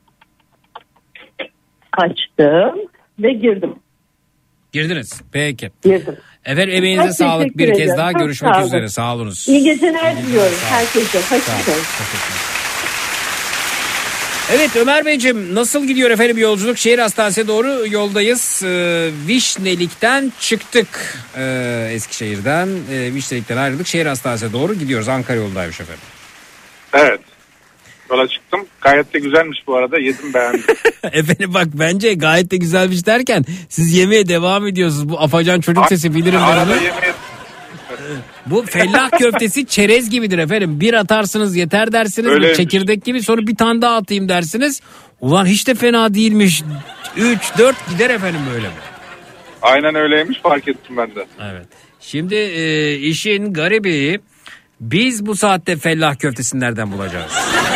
Açtım ve girdim. Girdiniz. Peki. Girdim. Efendim emeğinize sağlık. Bir kez daha görüşmek sağ üzere. Sağ olunuz. İyi geceler diliyorum herkese. Hoşçakalın. Evet Ömer Beyciğim, nasıl gidiyor efendim yolculuk? Şehir hastanesine doğru yoldayız. Ee, Vişnelik'ten çıktık. Ee, Eskişehir'den e, Vişnelik'ten ayrıldık. Şehir hastanesine doğru gidiyoruz. Ankara yolundaymış efendim. Evet. Yola çıktım. Gayet de güzelmiş bu arada. Yedim, beğendim. Efendim bak, bence gayet de güzelmiş derken siz yemeğe devam ediyorsunuz. Bu afacan çocuk sesi bilirim ben onu. Bu fellah köftesi çerez gibidir efendim. Bir atarsınız yeter dersiniz. Öyleymiş. Çekirdek gibi, sonra bir tane daha atayım dersiniz. Ulan hiç de fena değilmiş. üç dört gider efendim böyle mi? Aynen öyleymiş, fark ettim ben de. Evet. Şimdi e, işin garibi, biz bu saatte fellah köftesini nereden bulacağız?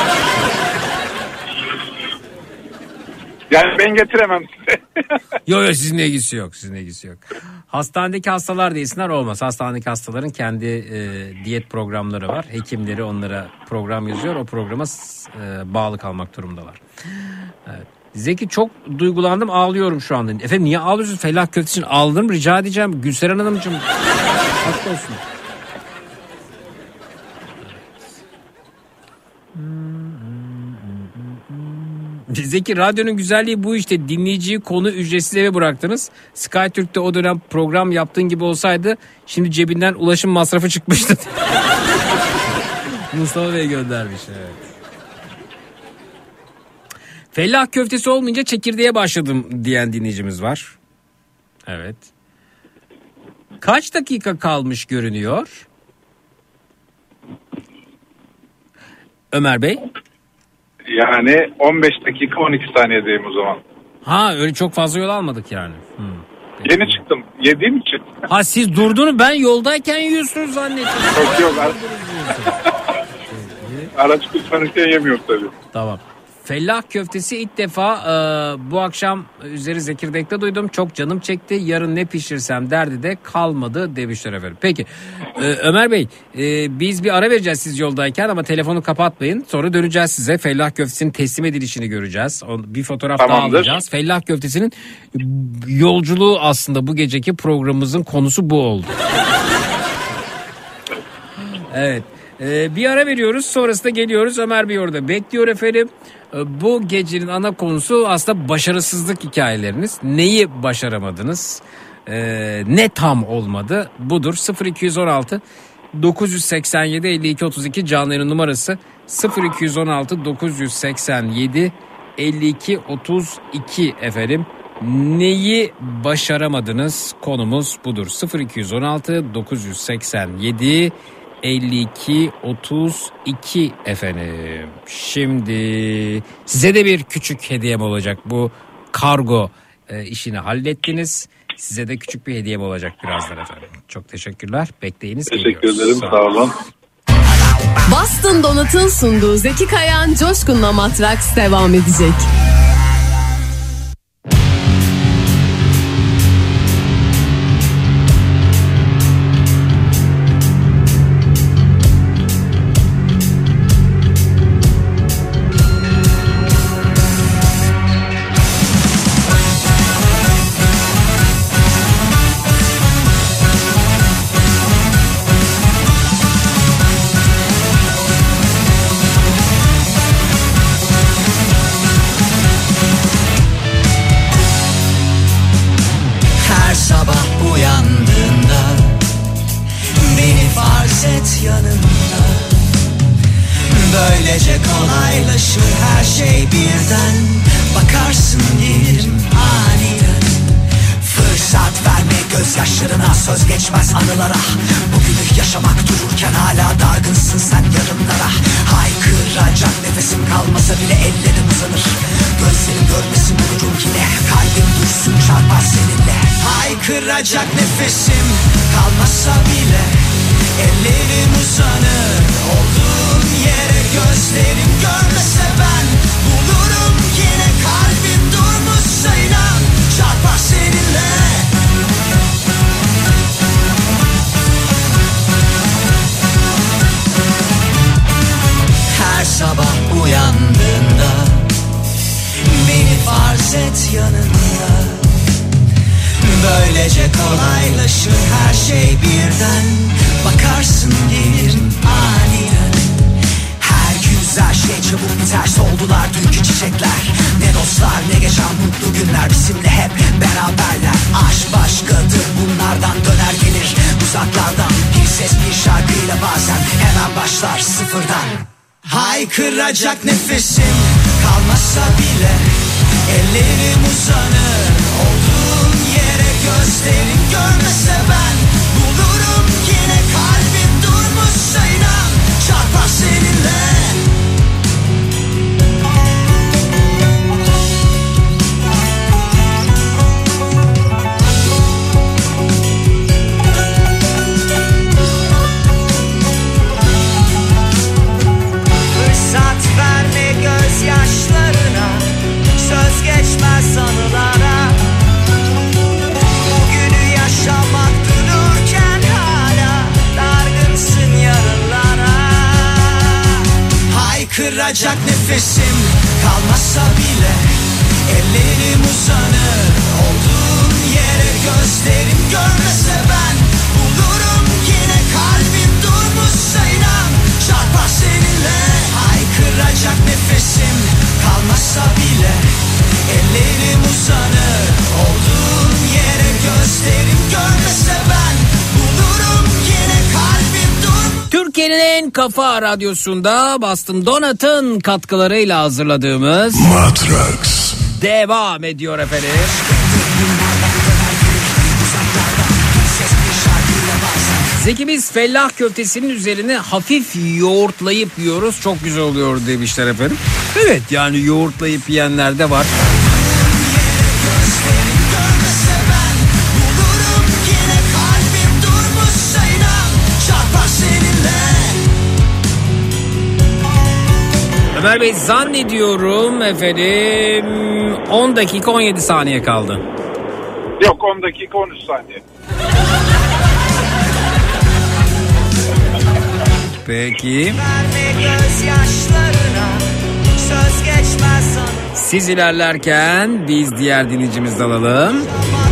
Yani ben getiremem size. Yok yok, sizin ilgisi yok. Sizin ilgisi yok. Hastanedeki hastalar değilsinler, olmaz. Hastanedeki hastaların kendi e, diyet programları var. Hekimleri onlara program yazıyor. O programa e, bağlı kalmak durumundalar. Evet. Zeki, çok duygulandım, ağlıyorum şu anda. Efendim niye ağlıyorsunuz? Fellah köftesi için ağladım, rica edeceğim. Gülseren Hanımcığım. Haklı olsun. Zeki, radyonun güzelliği bu işte. Dinleyiciyi konu ücretsiz eve bıraktınız. SkyTürk'te o dönem program yaptığın gibi olsaydı şimdi cebinden ulaşım masrafı çıkmıştı. Mustafa Bey göndermiş. Evet. Fellah köftesi olmayınca çekirdeğe başladım diyen dinleyicimiz var. Evet. Kaç dakika kalmış görünüyor? Ömer Bey? Yani on beş dakika on iki saniyedeyim o zaman. Ha, öyle çok fazla yol almadık yani. Hmm. Yeni çıktım. Yediğim için. Ha, siz durdunuz, ben yoldayken yiyorsunuz zannettim. Çok yok. Araç kullanırken yemiyorum tabii. Tamam. Fellah köftesi ilk defa e, bu akşam üzeri Zekirdek'te duydum. Çok canım çekti. Yarın ne pişirsem derdi de kalmadı demişler efendim. Peki e, Ömer Bey, e, biz bir ara vereceğiz siz yoldayken ama telefonu kapatmayın. Sonra döneceğiz size. Fellah köftesinin teslim edilişini göreceğiz. Bir fotoğraf Tamamdır. daha alacağız. Fellah köftesinin yolculuğu aslında bu geceki programımızın konusu bu oldu. Evet. Ee, bir ara veriyoruz, sonrasında geliyoruz. Ömer Bey orada bekliyor efendim. Ee, bu gecenin ana konusu aslında başarısızlık hikayeleriniz. Neyi başaramadınız? Ee, ne tam olmadı? Budur. sıfır iki on altı dokuz seksen yedi elli iki otuz iki canlı yayın numarası. sıfır iki on altı dokuz seksen yedi elli iki otuz iki efendim. Neyi başaramadınız? Konumuz budur. sıfır iki on altı dokuz seksen yedi elli iki otuz iki efendim. Şimdi size de bir küçük hediyem olacak. Bu kargo e, işini hallettiniz. Size de küçük bir hediyem olacak birazdan efendim. Çok teşekkürler. Bekleyiniz. Teşekkür geliyoruz. ederim. Sağ olun. Boston Donut'un sunduğu Zeki Kayan Coşkun'la Matraks devam edecek. Böylece kolaylaşır her şey birden. Bakarsın gelirim aniden. Fırsat verme gözyaşlarına, söz geçmez anılara. Bugünü yaşamak dururken hala dargınsın sen yarınlara. Haykıracak nefesim kalmasa bile ellerim uzanır. Gözlerim görmesin olurum yine, kalbim dursun çarpar seninle. Haykıracak nefesim kalmasa bile ellerim uzanır. Olduğum yere gözlerim görmese ben bulurum yine, kalbim durmuşsa inan çarpar seninle. Her sabah uyandığında beni farz et yanında. Böylece kolaylaşır her şey birden. Bakarsın gelirim aniden. Her güzel şey çabuk biter, soldular dünkü çiçekler. Ne dostlar ne geçen mutlu günler, bizimle hep beraberler. Aşk başkadır bunlardan, döner gelir uzaklardan. Bir ses bir şarkıyla bazen hemen başlar sıfırdan. Haykıracak nefesim kalmasa bile ellerim uzanır. Olduğum yere gözlerim görmese ben bulurum yine, kalbim durmuşsa inan çarpar seninle. Fırsat verme gözyaşlarına, söz geçmez anılara. Bugünü yaşamak dururken hala dargınsın yarınlara. Haykıracak nefesim kalmasa bile ellerim uzanır. Olduğum yere gözlerim görmese ben bulurum yine, kalbim durmuşsa inan çarpar seninle. Haykıracak ayıracak nefesim kalmazsa bile ellerim uzanır olduğun yere, gözlerim görmese ben bulurum yine, kalbim dur. Türkiye'nin en kafa radyosunda Boston Donut'ın katkılarıyla hazırladığımız Matrax devam ediyor efendim. Zekimiz fellah köftesinin üzerine hafif yoğurtlayıp yiyoruz. Çok güzel oluyor demişler efendim. Evet, yani yoğurtlayıp yiyenler de var. Ömer Bey, zannediyorum efendim on dakika on yedi saniye kaldı. Yok, on dakika on üç saniye. Peki. Siz ilerlerken biz diğer dinleyicimizi alalım.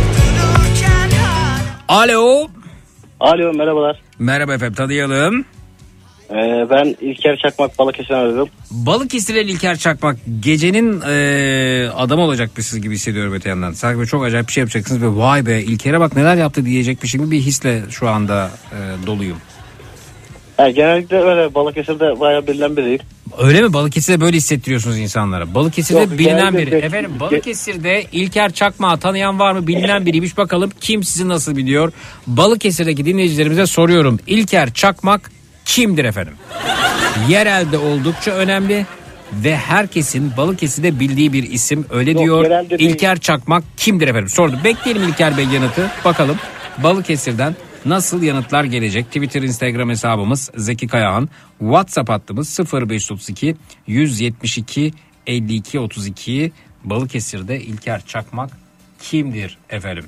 Alo. Alo, merhabalar. Merhaba efendim, tanıyalım. Ee, ben İlker Çakmak, Balıkesir'den arıyorum. Balıkesir'e İlker Çakmak, gecenin e, adamı olacakmışsınız gibi hissediyorum öte yandan. Sanki böyle çok acayip bir şey yapacaksınız ve vay be İlker'e bak neler yaptı diyecekmişim gibi bir hisle şu anda e, doluyum. Yani genellikle öyle, Balıkesir'de bayağı bilinen biriyim. Öyle mi? Balıkesir'de böyle hissettiriyorsunuz insanlara. Balıkesir'de Yok, bilinen biri. De, Efendim Balıkesir'de İlker Çakmak'ı tanıyan var mı? Bilinen biriymiş. Bakalım kim sizi nasıl biliyor? Balıkesir'deki dinleyicilerimize soruyorum. İlker Çakmak kimdir efendim? Yerelde oldukça önemli ve herkesin Balıkesir'de bildiği bir isim. Öyle Yok, diyor. İlker Çakmak kimdir efendim? Sordum. Bekleyelim İlker Bey yanıtı. Bakalım Balıkesir'den nasıl yanıtlar gelecek? Twitter, Instagram hesabımız Zeki Kayahan. WhatsApp hattımız sıfır beş otuz iki yüz yetmiş iki elli iki otuz iki. Balıkesir'de İlker Çakmak kimdir efendim?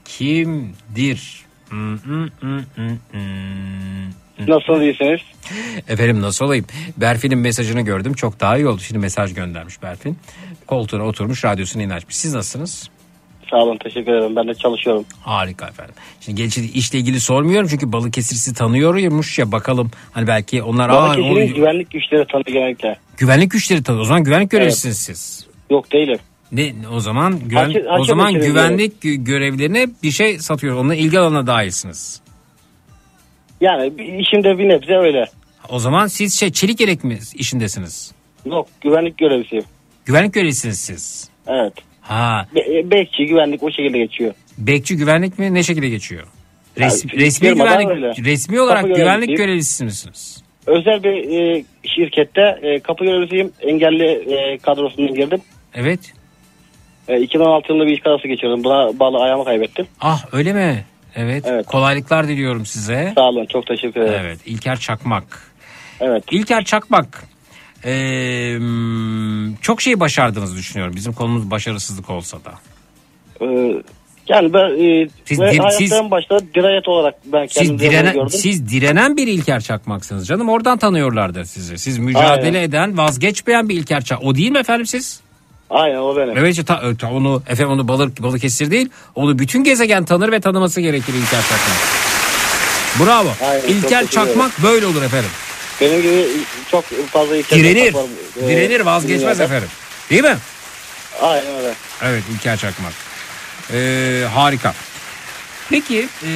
Kimdir? Hmm, hmm, hmm, hmm, hmm. Nasıl değilsiniz? Efendim nasıl olayım? Berfin'in mesajını gördüm. Çok daha iyi oldu. Şimdi mesaj göndermiş Berfin. Koltuğuna oturmuş, radyosunu yine açmış. Siz nasılsınız? Sağ olun, teşekkür ederim. Ben de çalışıyorum. Harika efendim. Şimdi genç işle ilgili sormuyorum çünkü Balıkesir sizi tanıyormuş ya, bakalım hani belki onlar... Balıkesir'in güvenlik güçleri tanıyor genellikle. Güvenlik güçleri tanıyor. O zaman güvenlik görevlisiniz evet. Siz. Yok, değilim. Ne o zaman güven, Haçı, o zaman güvenlik diyorum. Görevlilerine bir şey satıyor. Onların ilgi alanına dahilsiniz. Yani işimde bir nebze öyle. O zaman siz şey çelik yelek mi işindesiniz? Yok, güvenlik görevlisiyim. Güvenlik görevlisiniz siz. Evet. Ha. Be- bekçi güvenlik o şekilde geçiyor. Bekçi güvenlik mi? Ne şekilde geçiyor? Res- Yani, resmi güvenlik öyle. resmi olarak Kapı güvenlik görevlisi misiniz? Özel bir e, şirkette e, kapı görevlisiyim. Engelli e, kadrosundan girdim. Evet. E, iki bin on altı yılında bir iş kazası geçirdim. Buna bağlı ayağımı kaybettim. Ah öyle mi? Evet. evet. Kolaylıklar diliyorum size. Sağ olun, çok teşekkür ederim. Evet. İlker Çakmak. Evet. İlker Çakmak. Ee, çok şey başardığınızı düşünüyorum. Bizim konumuz başarısızlık olsa da. Ee, yani ben e, siz, dir, siz, hayattan başta dirayet olarak ben siz direnen, gördüm. Siz direnen bir İlker Çakmak'sınız canım. Oradan tanıyorlardır sizi. Siz mücadele Aynen. eden, vazgeçmeyen bir İlker Çakmak. O değil mi efendim siz? Aynen, o benim. Evet, ta, ta, onu efendim onu balık Balıkesir değil. Onu bütün gezegen tanır ve tanıması gerekir İlker Çakmak. Bravo. Aynen, İlker Çakmak böyle olur efendim. Benim gibi çok fazla İlker direnir. Var, direnir, vazgeçmez dünyada. Efendim. Değil mi? Aynen öyle. Evet, İlker Çakmak. Ee, harika. Peki ee,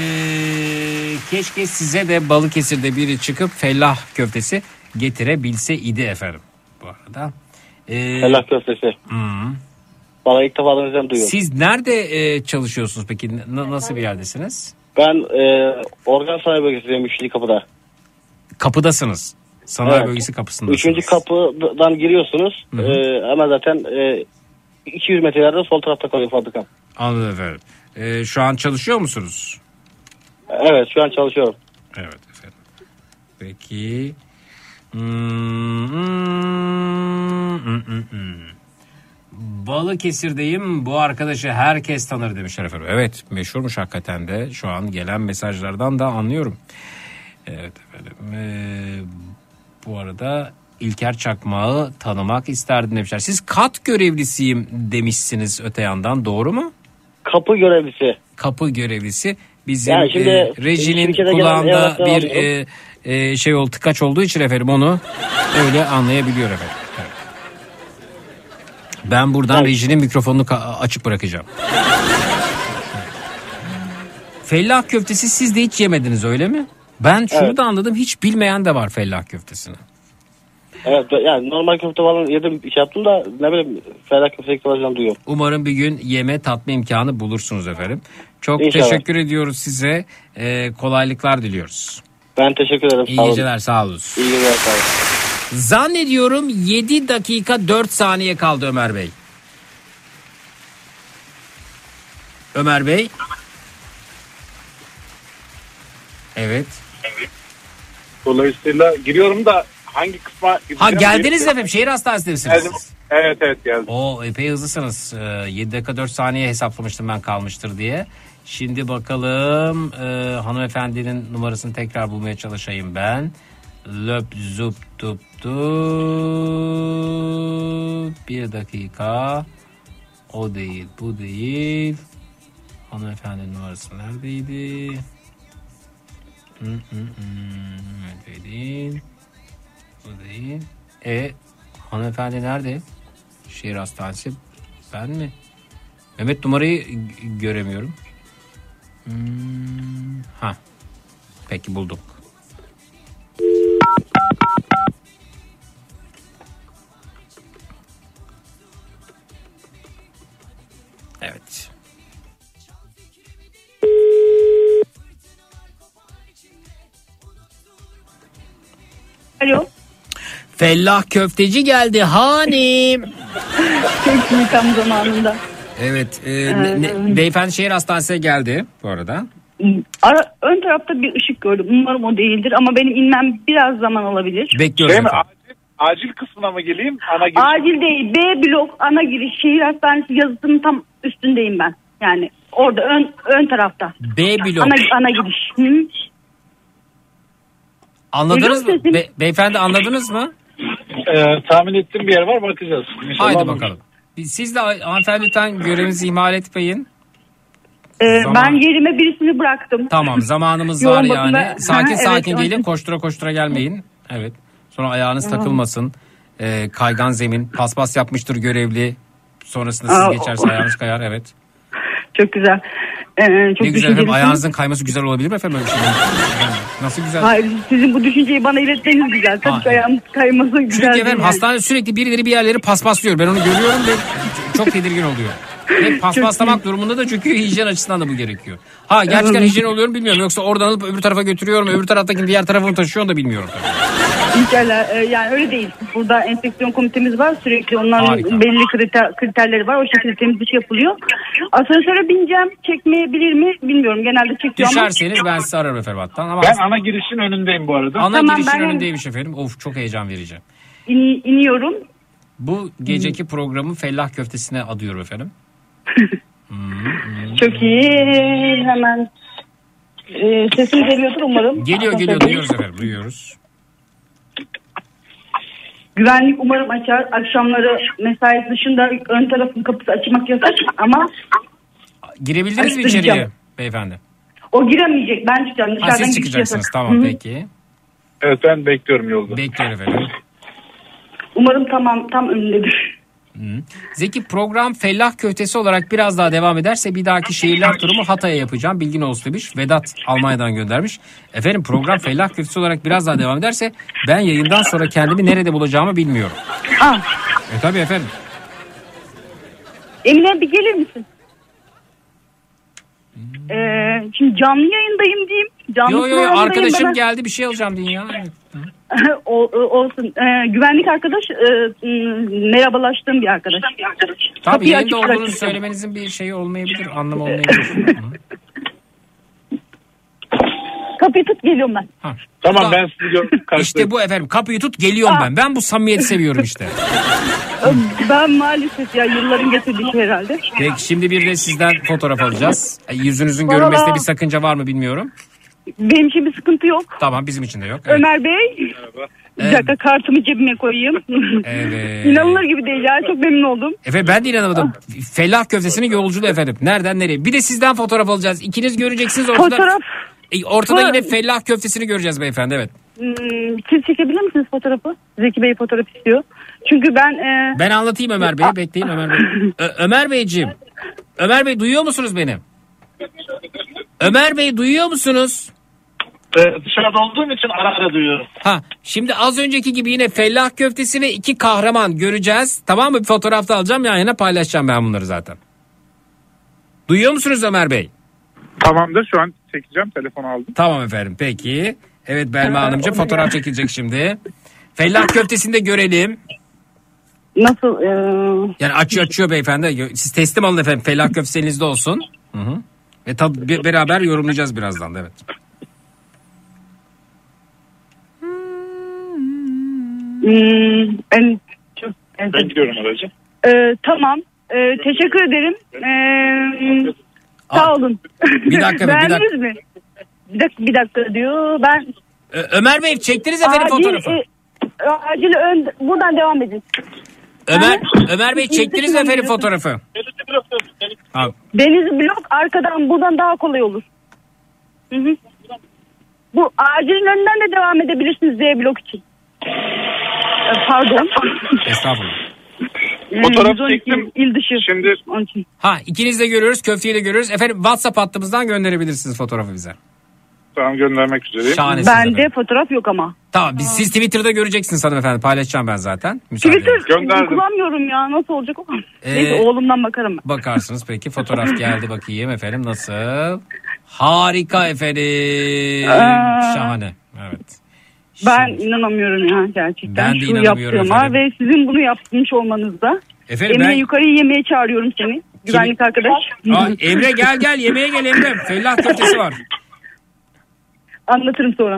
keşke size de Balıkesir'de biri çıkıp fellah köftesi getirebilse idi efendim. Bu arada. Ee, fellah köftesi. Hı. Bana ilk defa duyuyorum. Siz nerede e, çalışıyorsunuz peki? N- nasıl bir yerdesiniz? Ben e, organ sanayi bölgesindeyim, Üçüncü Kapı'da. Kapıdasınız. Sanayi evet. Bölgesi kapısındasınız. Üçüncü kapıdan giriyorsunuz. Hı hı. Ee, ama zaten e, iki yüz metrelerde sol tarafta kalıyor fabrikam. Anladım efendim. Ee, şu an çalışıyor musunuz? Evet, şu an çalışıyorum. Evet efendim. Peki. Hmm, hmm, hmm, hmm, hmm. Balıkesir'deyim. Bu arkadaşı herkes tanır demişler efendim. Evet, meşhurmuş hakikaten de. Şu an gelen mesajlardan da anlıyorum. Evet efendim. Ee, bu arada İlker Çakmak'ı tanımak isterdim demişler. Siz kat görevlisiyim demişsiniz öte yandan, doğru mu? Kapı görevlisi. Kapı görevlisi. Bizim yani şimdi, e, rejinin kulağında bir e, e, şey oldu, tıkaç olduğu için efendim onu öyle anlayabiliyor efendim. Ben buradan evet. rejinin mikrofonunu ka- açık bırakacağım. Fellah köftesi siz de hiç yemediniz öyle mi? Ben şunu evet. da anladım, hiç bilmeyen de var fellah köftesini. Evet, yani normal köfte falan yedim, şey yaptım da ne bileyim fellah köfte falan duyuyorum. Umarım bir gün yeme tatma imkanı bulursunuz efendim. Çok İnşallah. Teşekkür ediyoruz size. Ee, kolaylıklar diliyoruz. Ben teşekkür ederim. İyi geceler, sağ olun. İyi geceler, sağ olun. Zannediyorum yedi dakika dört saniye kaldı Ömer Bey. Ömer Bey. Evet. Evet. Dolayısıyla giriyorum da hangi kısma... Ha geldiniz efendim, şehir hastanesinde misiniz? Geldim. Evet evet geldim. Oo epey hızlısınız. Ee, yedi dakika dört saniye hesaplamıştım ben kalmıştır diye. Şimdi bakalım e, hanımefendinin numarasını tekrar bulmaya çalışayım ben. Löp zup tup tup. Bir dakika. O değil, bu değil. Hanımefendinin numarası neredeydi? Hı hı hı. Evet değil. Bu değil. E hanımefendi nerede? Şehir hastanesi. Ben mi? Mehmet numarayı göremiyorum. Hmm. Ha. Peki bulduk. Evet. Alo. Fellah köfteci geldi hanim. Çok iyi, tam zamanında. Evet. E, ne, ne, beyefendi şehir hastanesine geldi bu arada. Ara, ön tarafta bir ışık gördüm. Umarım o değildir ama benim inmem biraz zaman alabilir. Bekliyoruz şey efendim. Acil, acil kısmına mı geleyim? Ana giriş. Acil değil. B blok ana giriş. Şehir hastanesi yazısının tam üstündeyim ben. Yani orada ön ön tarafta. B blok. Ana, ana giriş. Hı? Anladınız mı? Be, beyefendi anladınız mı? Ee, tahmin ettiğim bir yer var, bakacağız. İnşallah. Haydi bakalım. Siz de hanımefendi lütfen görevinizi ihmal etmeyin. Ee, Zaman... Ben yerime birisini bıraktım. Tamam, zamanımız var yani. Sakin ha, sakin evet, gelin, koştura koştura gelmeyin. Evet. Sonra ayağınız tamam. takılmasın. Ee, kaygan zemin, paspas yapmıştır görevli. Sonrasında siz Aa, geçerse o... ayağınız kayar, evet. Çok güzel. Ee, çok ne güzel efendim, ayağınızın kayması güzel olabilir mi efendim? Öyle şey nasıl güzel? Hayır, sizin bu düşünceyi bana iletmeniz güzel. Tabii ayağım kayması güzel. Çünkü efendim yani. Hastanede sürekli birileri bir yerleri paspaslıyor. Ben onu görüyorum ve çok tedirgin oluyor. Ve paspaslamak durumunda da çünkü hijyen açısından da bu gerekiyor. Ha gerçekten hijyen oluyorum bilmiyorum. Yoksa oradan alıp öbür tarafa götürüyorum. Öbür taraftakini diğer tarafını taşıyor da bilmiyorum. İnşallah yani öyle değil. Burada enfeksiyon komitemiz var. Sürekli onların Harika. belli kriter, kriterleri var. O şekilde temizlik yapılıyor. Asansöre bineceğim. Çekmeyebilir mi bilmiyorum. Genelde çekiyor ama. Düşerseniz ben size ararım efendim hatta. Ama ben ana girişin önündeyim bu arada. Ana tamam, girişin ben... önündeymiş efendim. Of çok heyecan verici. İn, iniyorum. Bu geceki hmm. programı fellah köftesine adıyorum efendim. hmm. Çok iyi. Hemen ee, sesim geliyordur umarım. Geliyor geliyor duyuyoruz efendim duyuyoruz. Güvenlik umarım açar. Akşamları mesai dışında ön tarafın kapısı açmak yasak ama girebildiniz mi içeriye beyefendi? O giremeyecek. Ben çıkacağım. Ha, siz çıkacaksınız. Tamam Hı-hı. peki. Evet ben bekliyorum yolda. Bekliyorum efendim. Umarım tamam tam önündedir. Hı. Zeki program fellah köftesi olarak biraz daha devam ederse bir dahaki şehirler turumu Hatay'a yapacağım. Bilgin olsun demiş. Vedat Almanya'dan göndermiş. Efendim program fellah köftesi olarak biraz daha devam ederse ben yayından sonra kendimi nerede bulacağımı bilmiyorum. Aa. E tabii efendim. Emine bir gelir misin? Hmm. Ee, şimdi canlı yayındayım diyeyim. Canlı yo yo arkadaşım ben... geldi bir şey alacağım deyin ya. o, olsun. Ee, güvenlik arkadaş e, e, merhabalaştığım bir arkadaş. Tabii Kapıyı yayında olduğunuzu söylemenizin bir şeyi olmayabilir. Anlamı olmayabilir. Kapıyı tut geliyorum ben. Ha. Tamam tamam ben sizi gördüm. İşte bu efendim kapıyı tut geliyorum Aa. ben. Ben bu samimiyeti seviyorum işte. Ben maalesef ya yılların getirdiği şey herhalde. Peki şimdi bir de sizden fotoğraf alacağız. Yüzünüzün Vallahi. görünmesinde bir sakınca var mı bilmiyorum. Benim için bir sıkıntı yok. Tamam bizim için de yok. Evet. Ömer Bey. Merhaba. Bir dakika kartımı cebime koyayım. Evet. İnanılır gibi değil ya çok memnun oldum. Efendim ben de inanamadım. Fellah köftesinin yolculuğu efendim. Nereden nereye? Bir de sizden fotoğraf alacağız. İkiniz göreceksiniz ortada. Fotoğraf. E, ortada Bu... yine fellah köftesini göreceğiz beyefendi evet. Hmm, siz çekebilir misiniz fotoğrafı? Zeki Bey fotoğraf istiyor. Çünkü ben... E... Ben anlatayım Ömer Bey. Bekleyin Ömer Bey. Ö- Ömer Beyciğim. Ömer Bey duyuyor musunuz beni? Ömer Bey duyuyor musunuz? Ee, dışarıda olduğum için ara ara duyuyorum. Ha, şimdi az önceki gibi yine fellah köftesi ve iki kahraman göreceğiz. Tamam mı? Bir fotoğrafta alacağım, yan yana paylaşacağım ben bunları zaten. Duyuyor musunuz Ömer Bey? Tamamdır, şu an çekeceğim, telefonu aldım. Tamam efendim, peki. Evet Belma Hanımcığım, fotoğraf çekilecek şimdi. Fellah köftesini de görelim. Nasıl? E... Yani açıyor açıyor beyefendi. Siz teslim alın efendim, fellah köftesi elinizde olsun. Hı hı. Ve tabi beraber yorumlayacağız birazdan da, evet. Hmm, en, çok, en, Ben gidiyorum aracı. E, tamam. E, teşekkür ederim. E, sağ olun. Bir dakika. Beğendiniz bir dakika. mi? Bir dakika, bir dakika diyor. Ben... Ö- Ömer Bey çektiniz efendim acil, fotoğrafı. E, acil ön, buradan devam edin. Ömer Ömer Bey çektiniz mi efendim fotoğrafı? Ha. Deniz blok arkadan, buradan daha kolay olur. Hı hı. Bu acilin önünden de devam edebilirsiniz Z blok için. Pardon. Estağfurullah. Fotoğraf çektim. İl dışı. Şimdi. Ha, ikiniz de görüyoruz, köfteyi de görüyoruz. Efendim WhatsApp hattımızdan gönderebilirsiniz fotoğrafı bize. Tamam, göndermek üzereyim. Şahanesiniz Bende efendim. Fotoğraf yok ama. Tamam, biz, siz Twitter'da göreceksiniz hanımefendi, paylaşacağım ben zaten. Müsaade Twitter edin. kullanmıyorum ya, nasıl olacak o? Ee, Neyse, oğlumdan bakarım ben. Bakarsınız peki, fotoğraf geldi, bakayım efendim nasıl? Harika efendim. Aa. Şahane. Evet. Ben inanamıyorum ya gerçekten Ben de şu inanamıyorum yaptığıma efendim. ve sizin bunu yapmış olmanızda. Efendim Emre ben- yukarı yemeğe çağırıyorum seni. Güvenlik arkadaş. Aa, Emre gel gel yemeğe gel Emre. Fellah köftesi var. Anlatırım sonra.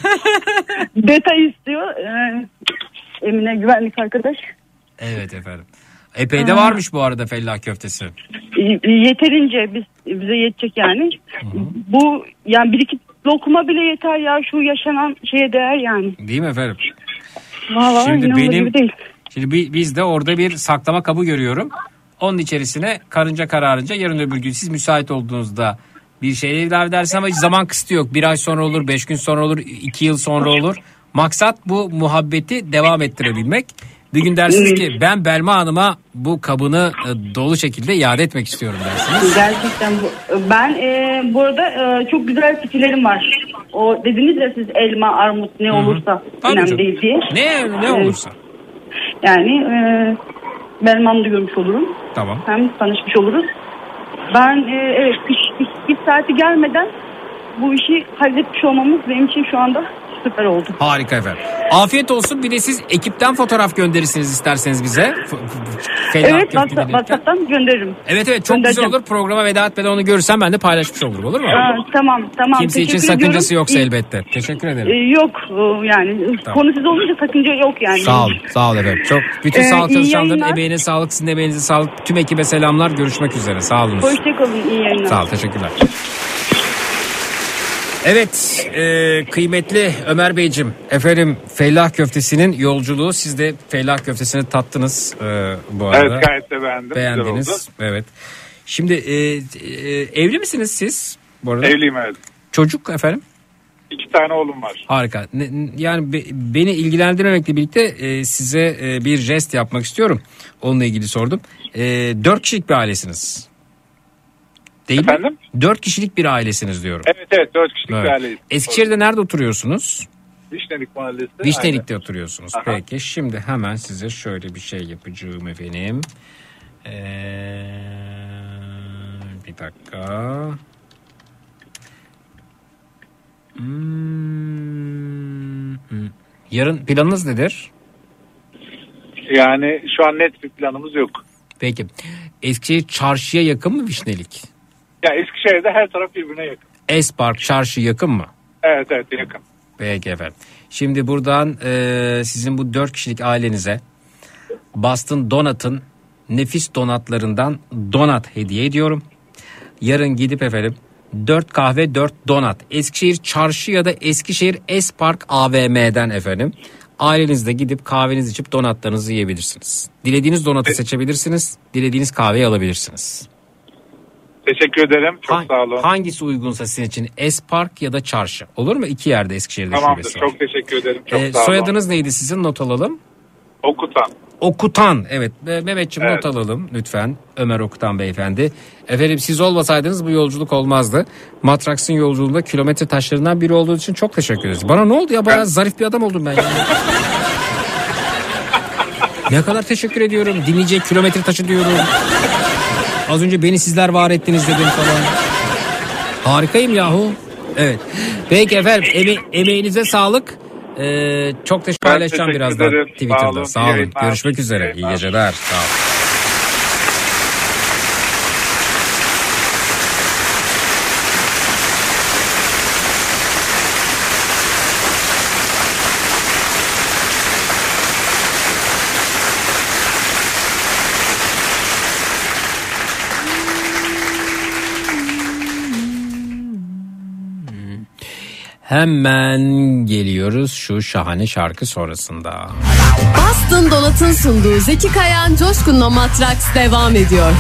Detay istiyor. Ee, Emine güvenlik arkadaş. Evet efendim. Epey de varmış bu arada fellah köftesi. Y- Yeterince biz bize yetecek yani. Bu yani bir iki lokma bile yeter ya, şu yaşanan şeye değer yani. Değil mi efendim? Vallahi Şimdi inanılır benim gibi değil. şimdi bi- biz de orada bir saklama kabı görüyorum. Onun içerisine karınca kararınca yarın öbür gün siz müsait olduğunuzda bir şeyle ilave edersiniz ama hiç zaman kısıtı yok. Bir ay sonra olur, beş gün sonra olur, iki yıl sonra olur. Maksat bu muhabbeti devam ettirebilmek. Bir gün dersiniz ki ben Belma Hanım'a bu kabını e, dolu şekilde iade etmek istiyorum dersiniz. Gerçekten bu. Ben e, bu arada e, çok güzel fikirlerim var. O dediniz ya siz, elma, armut ne olursa Tabii önemli canım. değil diye. Ne ne E, olursa. Yani e, Belma'mı da görmüş olurum. Tamam. Hem tanışmış oluruz. Ben e, evet iş, iş, iş saati gelmeden bu işi halletmiş olmamız benim için şu anda süper oldu. Harika efendim. Afiyet olsun. Bir de siz ekipten fotoğraf gönderirsiniz isterseniz bize. F- f- fellah Evet, köfteleri WhatsApp, WhatsApp'tan gönderirim. Evet evet, çok güzel olur. Programa veda etmeden onu görürsem ben de paylaşmış olurum, olur mu? Aa, tamam tamam. Kimse için Teşekkür sakıncası ediyorum. yoksa İyi- elbette. Teşekkür ederim. Ee, yok e, yani Tamam. konu siz olunca sakınca yok yani. Sağ ol, sağ ol efendim. Çok bütün Ee, sağlık iyi çalışanların yayınlar. emeğine sağlık, sizin emeğinize sağlık. Tüm ekibe selamlar. Görüşmek üzere. Sağ olunuz. Hoşçakalın, iyi yayınlar. Sağ ol, teşekkürler. Evet, e, kıymetli Ömer Beyciğim, efendim fellah köftesinin yolculuğu, siz de fellah köftesini tattınız e, bu arada. Evet, gayet de beğendim. Güzel Beğendiniz, oldu. evet. Şimdi e, e, evli misiniz siz bu arada? Evliyim, evet. Çocuk efendim? İki tane oğlum var. Harika. Ne- n- Yani be- beni ilgilendirmemekle birlikte e, size e, bir jest yapmak istiyorum. Onunla ilgili sordum. E, dört kişilik bir ailesiniz. Değil Efendim? mi? Dört kişilik bir ailesiniz diyorum. Evet evet, dört kişilik Evet. bir aileyiz. Eskişehir'de nerede oturuyorsunuz? Vişnelik Mahallesi. Vişnelik'te oturuyorsunuz. Aha. Peki şimdi hemen size şöyle bir şey yapacağım efendim. Ee, bir dakika. Hmm. Yarın planınız nedir? Yani şu an net bir planımız yok. Peki. Eskişehir çarşıya yakın mı Vişnelik? Ya Eskişehir'de her taraf birbirine yakın. Espark çarşı yakın mı? Evet evet, yakın. Peki efendim. Şimdi buradan e, sizin bu dört kişilik ailenize Boston Donut'ın nefis donatlarından donat hediye ediyorum. Yarın gidip efendim dört kahve dört donat Eskişehir çarşı ya da Eskişehir Espark A V M'den efendim ailenizle gidip kahvenizi içip donatlarınızı yiyebilirsiniz. Dilediğiniz donatı seçebilirsiniz. Dilediğiniz kahveyi alabilirsiniz. Teşekkür ederim. Çok Ha- sağ olun. Hangisi uygunsa sizin için, Espark ya da çarşı. Olur mu? İki yerde Eskişehir'de Tamamdır. şubesi var. Çok teşekkür ederim. Çok Ee, sağ olun. soyadınız neydi sizin? Not alalım. Okutan. Okutan, evet. Mehmetciğim Evet. not alalım lütfen. Ömer Okutan beyefendi. Efendim siz olmasaydınız bu yolculuk olmazdı. Matraks'ın yolculuğunda kilometre taşlarından biri olduğu için çok teşekkür ederiz. Bana ne oldu ya, bayağı zarif bir adam oldum ben yani. Ne kadar teşekkür ediyorum. Dinleyecek kilometre taşı diyorum. Az önce beni sizler var ettiniz dedim falan. Harikayım yahu. Evet. Peki efendim eme- emeğinize sağlık. Ee, çok teşekkür paylaşacağım teşekkür birazdan ederim. Twitter'da. Sağ olun. Sağ olun. İyi yayınlar. Görüşmek üzere. İyi geceler. Sağ olun. Hemen geliyoruz şu şahane şarkı sonrasında. Boston Donat'ın sunduğu Zeki Kayan Coşkun'la Matraks devam ediyor.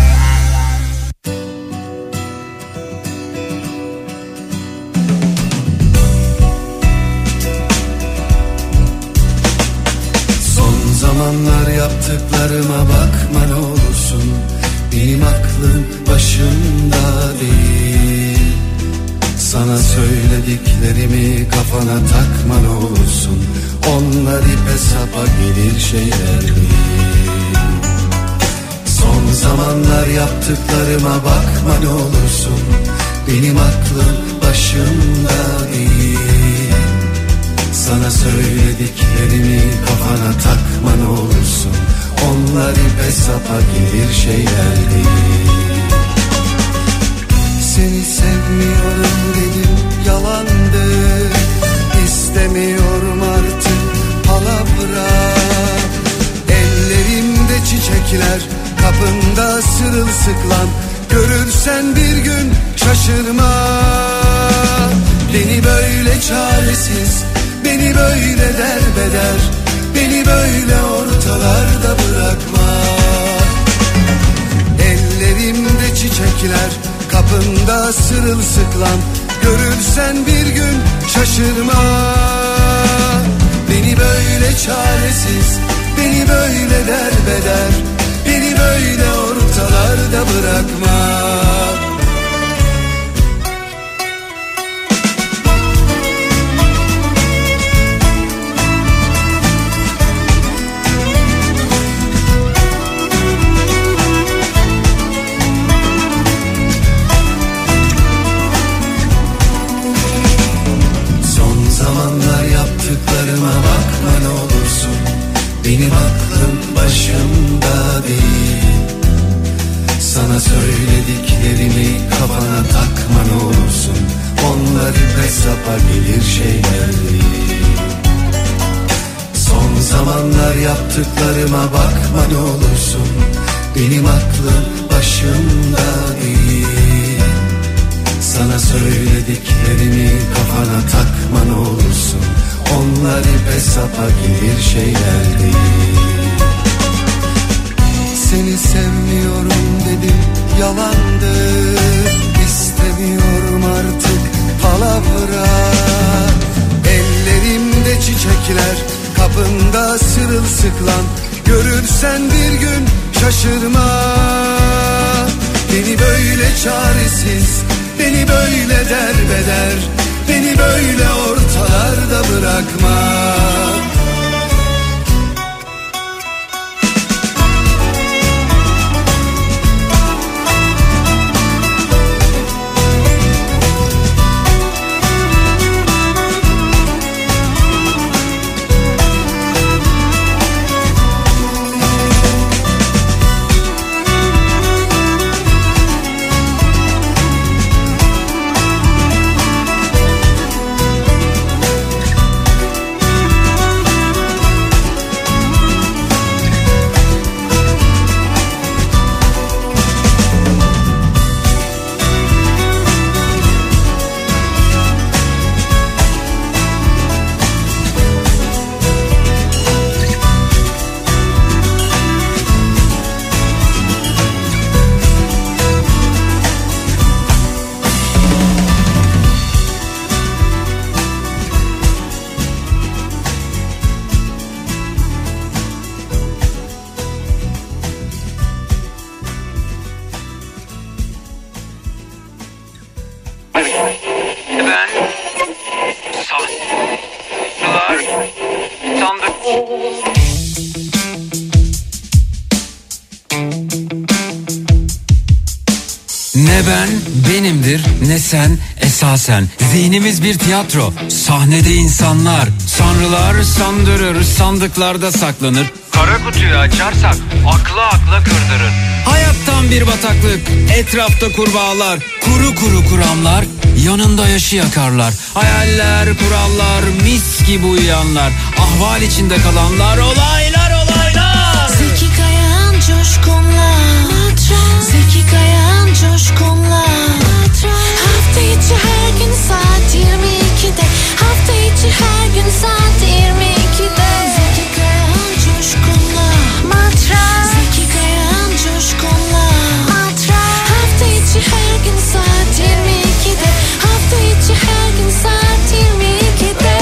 Son zamanlar yaptıklarıma bakma ne olursun. Benim aklım başımda değil. Sana söylediklerimi kafana takma ne olursun. Onlar ipe sapa gelir şeyler değil. Son zamanlar yaptıklarıma bakma ne olursun. Benim aklım başımda değil. Sana söylediklerimi kafana takma ne olursun. Onlar ipe sapa gelir şeyler değil. Seni sevmiyorum dedim yalandı. İstemiyorum artık palavra. Ellerimde çiçekler, kapında sırılsıklam. Görürsen bir gün şaşırma. Beni böyle çaresiz, beni böyle derbeder, beni böyle ortalarda bırakma. Ellerimde çiçekler, kapında sırılsıklam. Görürsen bir gün şaşırma. Beni böyle çaresiz, beni böyle derbeder, beni böyle ortalarda bırakma. Yaptıklarıma bakma ne olursun. Benim aklım başımda değil. Sana söylediklerimi kafana takma ne olursun. Onlar ipe sapa gelir şeyler değil. Son zamanlar yaptıklarıma bakma ne olursun. Benim aklım başımda değil. Sana söylediklerimi kafana takma ne olursun. Onlar ipe sapa gelir şeyler değil. Seni sevmiyorum dedim yalandı. İstemiyorum artık palavra. Ellerimde çiçekler, kapında sırılsıklam. Görürsen bir gün şaşırma. Beni böyle çaresiz, beni böyle derbeder, beni böyle ortalarda bırakma. Ne ben benimdir ne sen esasen. Zihnimiz bir tiyatro, sahnede insanlar. Sanrılar sandırır, sandıklarda saklanır. Kara kutuyu açarsak akla akla kırdırır. Hayattan bir bataklık, etrafta kurbağalar. Kuru kuru kuramlar, yanında yaşı yakarlar. Hayaller, kurallar, mis gibi uyuyanlar. Ahval içinde kalanlar, olaylar olaylar. Zeki Kayan Coşkun'la Zeki Kayan Coşkun'la hafta içi her gün saat yirmi ikide hafta içi her gün saat yirmi ikide Zeki Kayan Coşkun'la Matras Zeki Kayan Coşkun'la Matras hafta içi her gün saat yirmi ikide hafta içi her gün saat yirmi ikide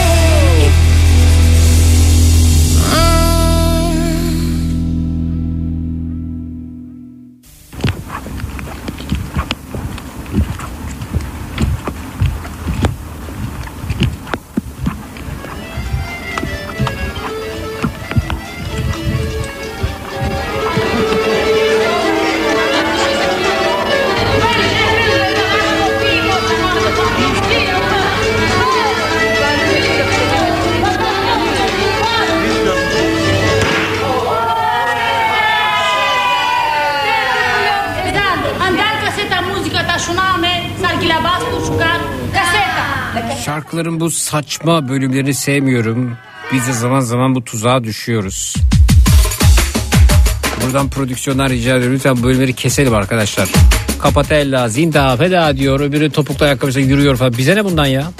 Şarkıların bu saçma bölümlerini sevmiyorum. Biz de zaman zaman bu tuzağa düşüyoruz. Buradan prodüksiyonlar rica ediyorum. Lütfen bölümleri keselim arkadaşlar. Kapatella, zinda, feda diyor. Öbürü topuklu ayakkabısıyla yürüyor falan. Bize ne bundan ya?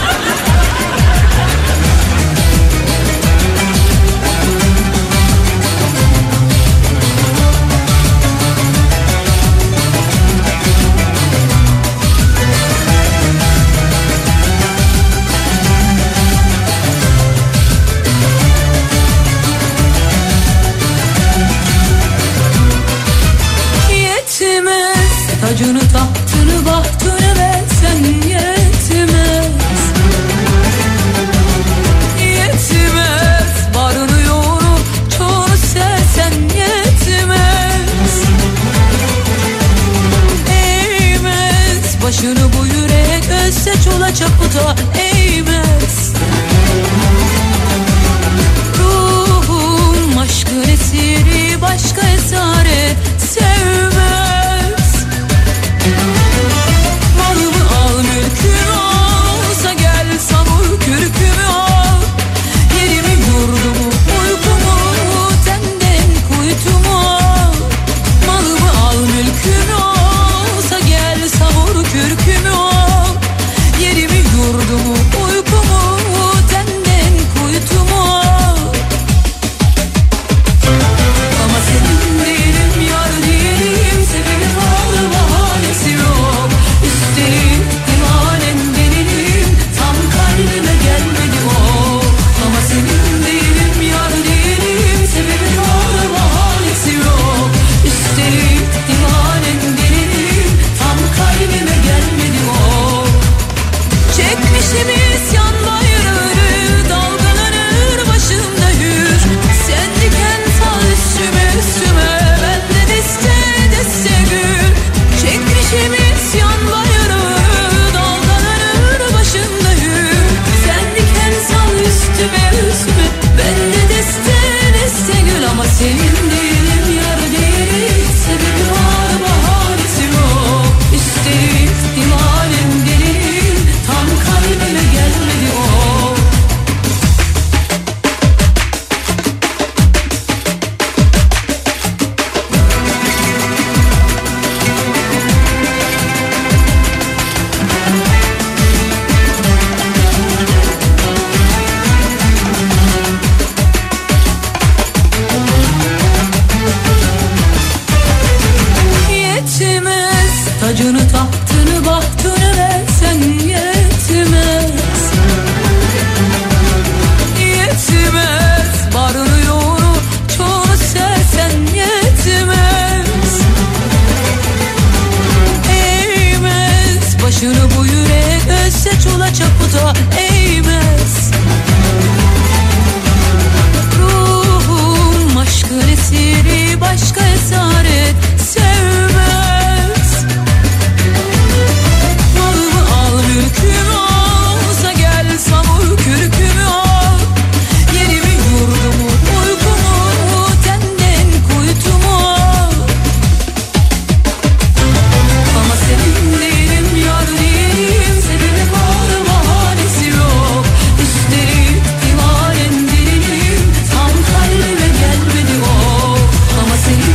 Tacını tahtını bahtını versen yetmez Yetmez Varını yoğunu çoğunu sersen yetmez Eğmez Başını bu yürek ölse çola çapıda eğmez Ruhum aşkın esiri başka esaret sevmez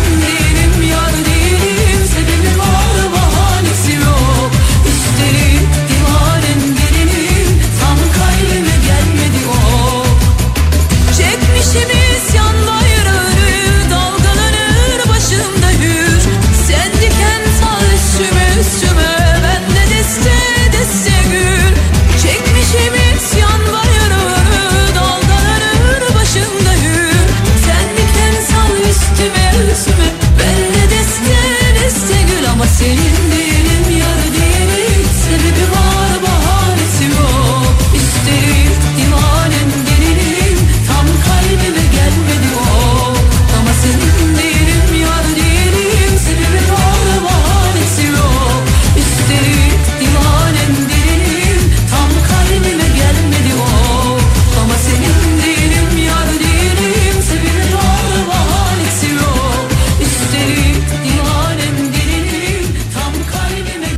senin değilim, yar değilim. Sebebi var, bahanesi yok. Üstelik divanen gelinim, tam kalbime gelmedi o. Çekmişim isyan bayrağını, dalgalanır başımda hür. Sen diken sal üstüme üstüme, ben de deste deste gül. Çekmişim isyan bayrağını, dalgalanır başımda hür. Sen diken sal üstüme üstüme, ben de deste deste gül. Ama senin değilim, yar değilim. Sebebi var, bahanesi yok. Üstelik divanen gelinim, tam kalbime gelmedi o. Ama senin değilim, yar değilim. Sebebi var, bahanesi yok. Üstelik divanen gelinim, tam kalbime gelmedi o. Ama senin değilim, yar değilim. Sebebi var, bahanesi yok. Üstelik divanen gelinim, tam kalbime.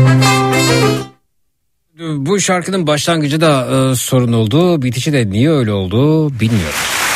Bu şarkının başlangıcı da e, sorun oldu. Bitişi de niye öyle oldu bilmiyorum.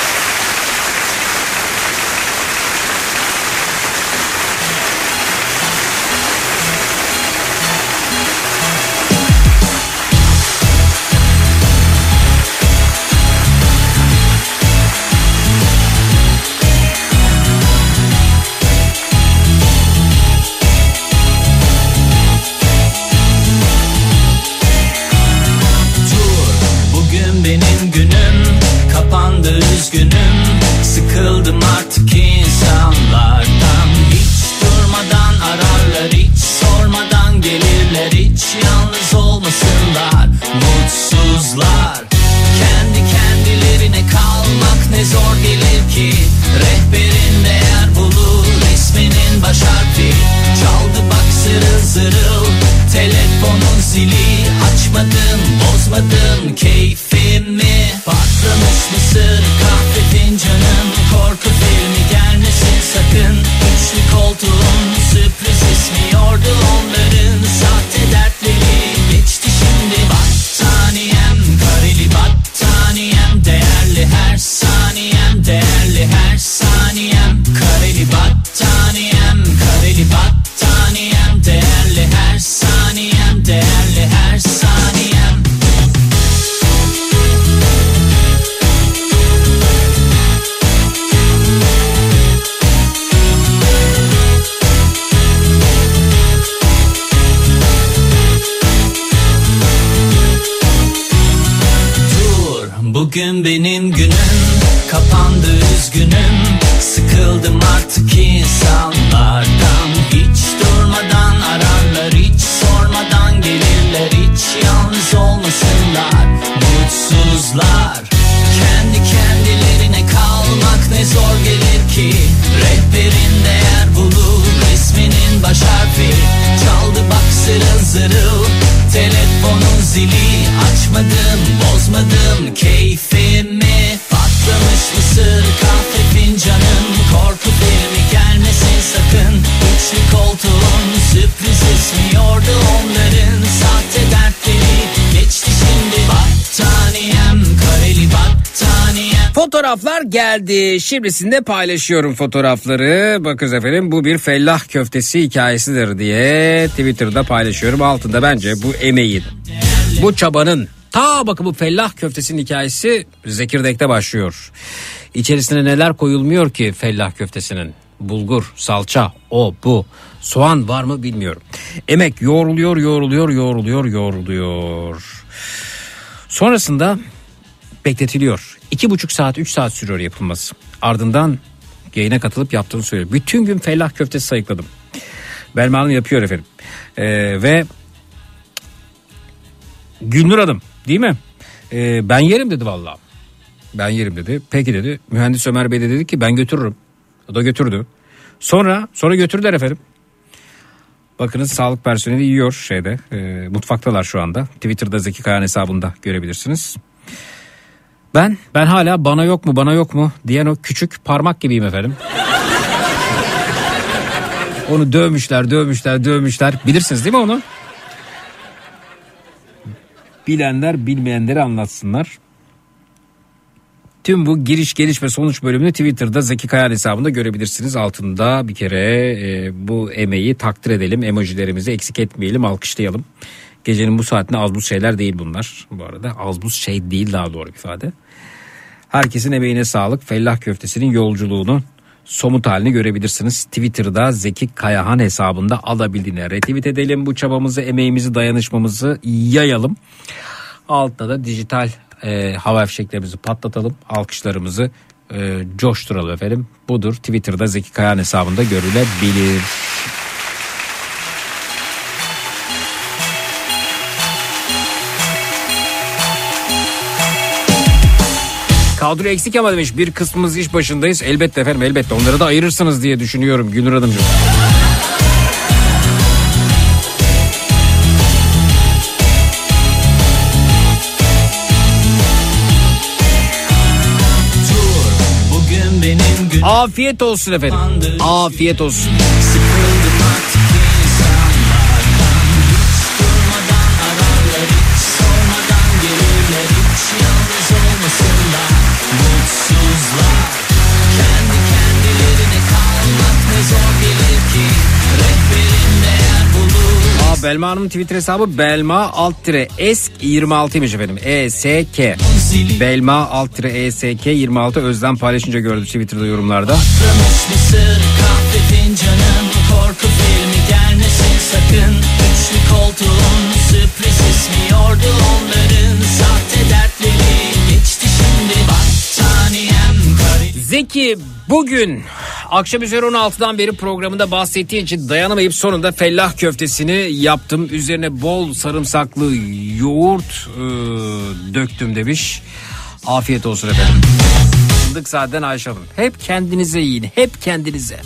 Bugün benim günüm, kapandı üzgünüm. Sıkıldım artık insanlardan. Hiç durmadan ararlar, hiç sormadan gelirler. Hiç yalnız olmasınlar, mutsuzlar. Kendi kendilerine kalmak ne zor gelir ki. Rehberin değer bulur, isminin baş harfi. Çaldı bak zırıl zırıl, telefonun zili. Açmadım, bozmadım keyfimi. Patlamış mısır kahve fincanım. Korku filmi gelmesin sakın. Üçlü koltuğun sürpriz ismiyordu onların. Sahte dertleri geçti şimdi. Battaniyem, kareli battaniyem. Değerli her saniyem, değerli her saniyem. Kareli battaniyem, kareli battaniyem. Değerli her saniyem, değerli her saniyem. Dur, bugün benim günüm, kapandı üzgünüm. Sıkıldım artık insanlardan. Hiç durmadan ararlar, hiç sormadan gelirler. Hiç yalnız olmasınlar, mutsuzlar. Kendi kendilerine kalmak ne zor gelir ki. Rehberin değer bulur, isminin baş harfi. Çaldı bak zırıl zırıl, telefonun zili. Açmadım, bozmadım keyfimi. Patlamış mısır kahve fincanım. Korku filmi gelmesin sakın. Üçlü koltuğun sürpriz ismiyordu onların. Sahte dertleri geçti şimdi. Battaniyem, kareli battaniyem. Fotoğraflar geldi. Şimdisinde paylaşıyorum fotoğrafları. Bakınız efendim, bu bir fellah köftesi hikayesidir diye Twitter'da paylaşıyorum. Altında bence bu emeğin, bu çabanın, ta bakın bu fellah köftesinin hikayesi Zekirdek'te başlıyor. İçerisine neler koyulmuyor ki fellah köftesinin? Bulgur, salça, o bu. Soğan var mı bilmiyorum. Emek yoğruluyor, yoğruluyor, yoğruluyor, yoğruluyor. Sonrasında bekletiliyor. İki buçuk saat, üç saat sürüyor yapılması. Ardından yayına katılıp yaptığını söylüyor. Bütün gün fellah köftesi sayıkladım. Belma Hanım yapıyor efendim. Ee, ve Gülnur Hanım değil mi? Ee, ben yerim dedi vallahi. Ben yerim dedi. Peki dedi. Mühendis Ömer Bey de dedi ki ben götürürüm. O da götürdü. Sonra sonra götürdüler efendim. Bakınız sağlık personeli yiyor şeyde. E, mutfaktalar şu anda. Twitter'da Zeki Kayan hesabında görebilirsiniz. Ben ben hala bana yok mu bana yok mu diyen o küçük parmak gibiyim efendim. Onu dövmüşler dövmüşler dövmüşler. Bilirsiniz değil mi onu? Bilenler bilmeyenleri anlatsınlar. Tüm bu giriş geliş ve sonuç bölümünü Twitter'da Zeki Kayan hesabında görebilirsiniz. Altında bir kere e, bu emeği takdir edelim. Emojilerimizi eksik etmeyelim, alkışlayalım. Gecenin bu saatinde az buz şeyler değil bunlar. Bu arada az buz şey değil, daha doğru bir ifade. Herkesin emeğine sağlık. Fellah köftesinin yolculuğunu, somut halini görebilirsiniz. Twitter'da Zeki Kayahan hesabında alabildiğine retweet edelim. Bu çabamızı, emeğimizi, dayanışmamızı yayalım. Altta da dijital e, hava fişeklerimizi patlatalım. Alkışlarımızı e, coşturalım efendim. Budur, Twitter'da Zeki Kayahan hesabında görülebilir. Kadro eksik ama demiş, bir kısmımız iş başındayız. Elbette efendim, elbette onları da ayırırsınız diye düşünüyorum Gülnur Hanımcığım. Bugün benim gün. Afiyet olsun efendim. Afiyet olsun. Sıkıldım artık insanlardan. Hiç durmadan ararlar, hiç sormadan gelirler. Hiç yalnız olmasınlar, mutsuzlar. Kendi kendilerine kalmak ne zor gelir ki. Rehberinde yer bulur. Aa, Belma Hanım'ın Twitter hesabı Belma alt tire esk yirmi altıymış efendim. E S K. Belma alt tire E S K yirmi altı. Özlem paylaşınca gördüm Twitter'da yorumlarda. Patlamış mısır, kahve fincanım, korku filmi gelmesin sakın. Üçlü koltuğun sürpriz ismiyordu onların. Sahte dertleri geçti şimdi battaniyem kari. Zeki bugün akşam üzeri on altıdan beri programında bahsettiği için dayanamayıp sonunda fellah köftesini yaptım. Üzerine bol sarımsaklı yoğurt e, döktüm demiş. Afiyet olsun efendim. Fındık zaten Ayşe Hanım. Hep kendinize yiyin. Hep kendinize.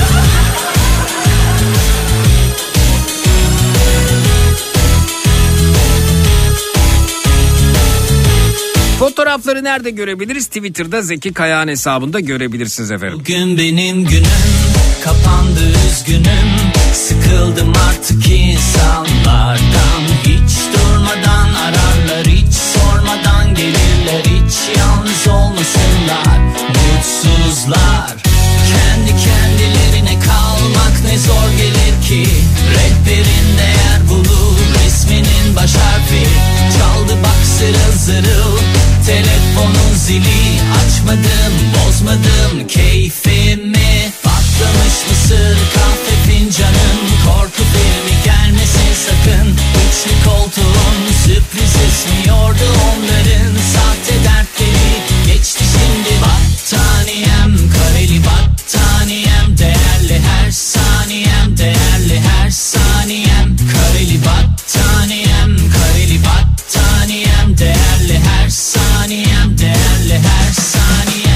Fotoğrafları nerede görebiliriz? Twitter'da Zeki Kayahan hesabında görebilirsiniz efendim. Bugün benim günüm, kapandı üzgünüm. Sıkıldım artık insanlardan. Hiç durmadan ararlar, hiç sormadan gelirler. Hiç yalnız olmasınlar, mutsuzlar. Kendi kendilerine kalmak ne zor gelir ki. Rehberinde yer bulur, resminin baş harfi. Çaldı bak zırıl zırıl, telefonun zili. Açmadım, bozmadım keyfimi. Patlamış mısır, kahve fincanım, korku filmi gelmesin sakın. Üçlü koltuğun sürpriz esmiyordu onların. Sahte dertleri geçti şimdi battaniyem. Kareli battaniyem, değerli her saniyem. Değerli her saniyem. Kareli battaniyem, kareli battaniyem. Değerli her saniyem, değerli her saniyem.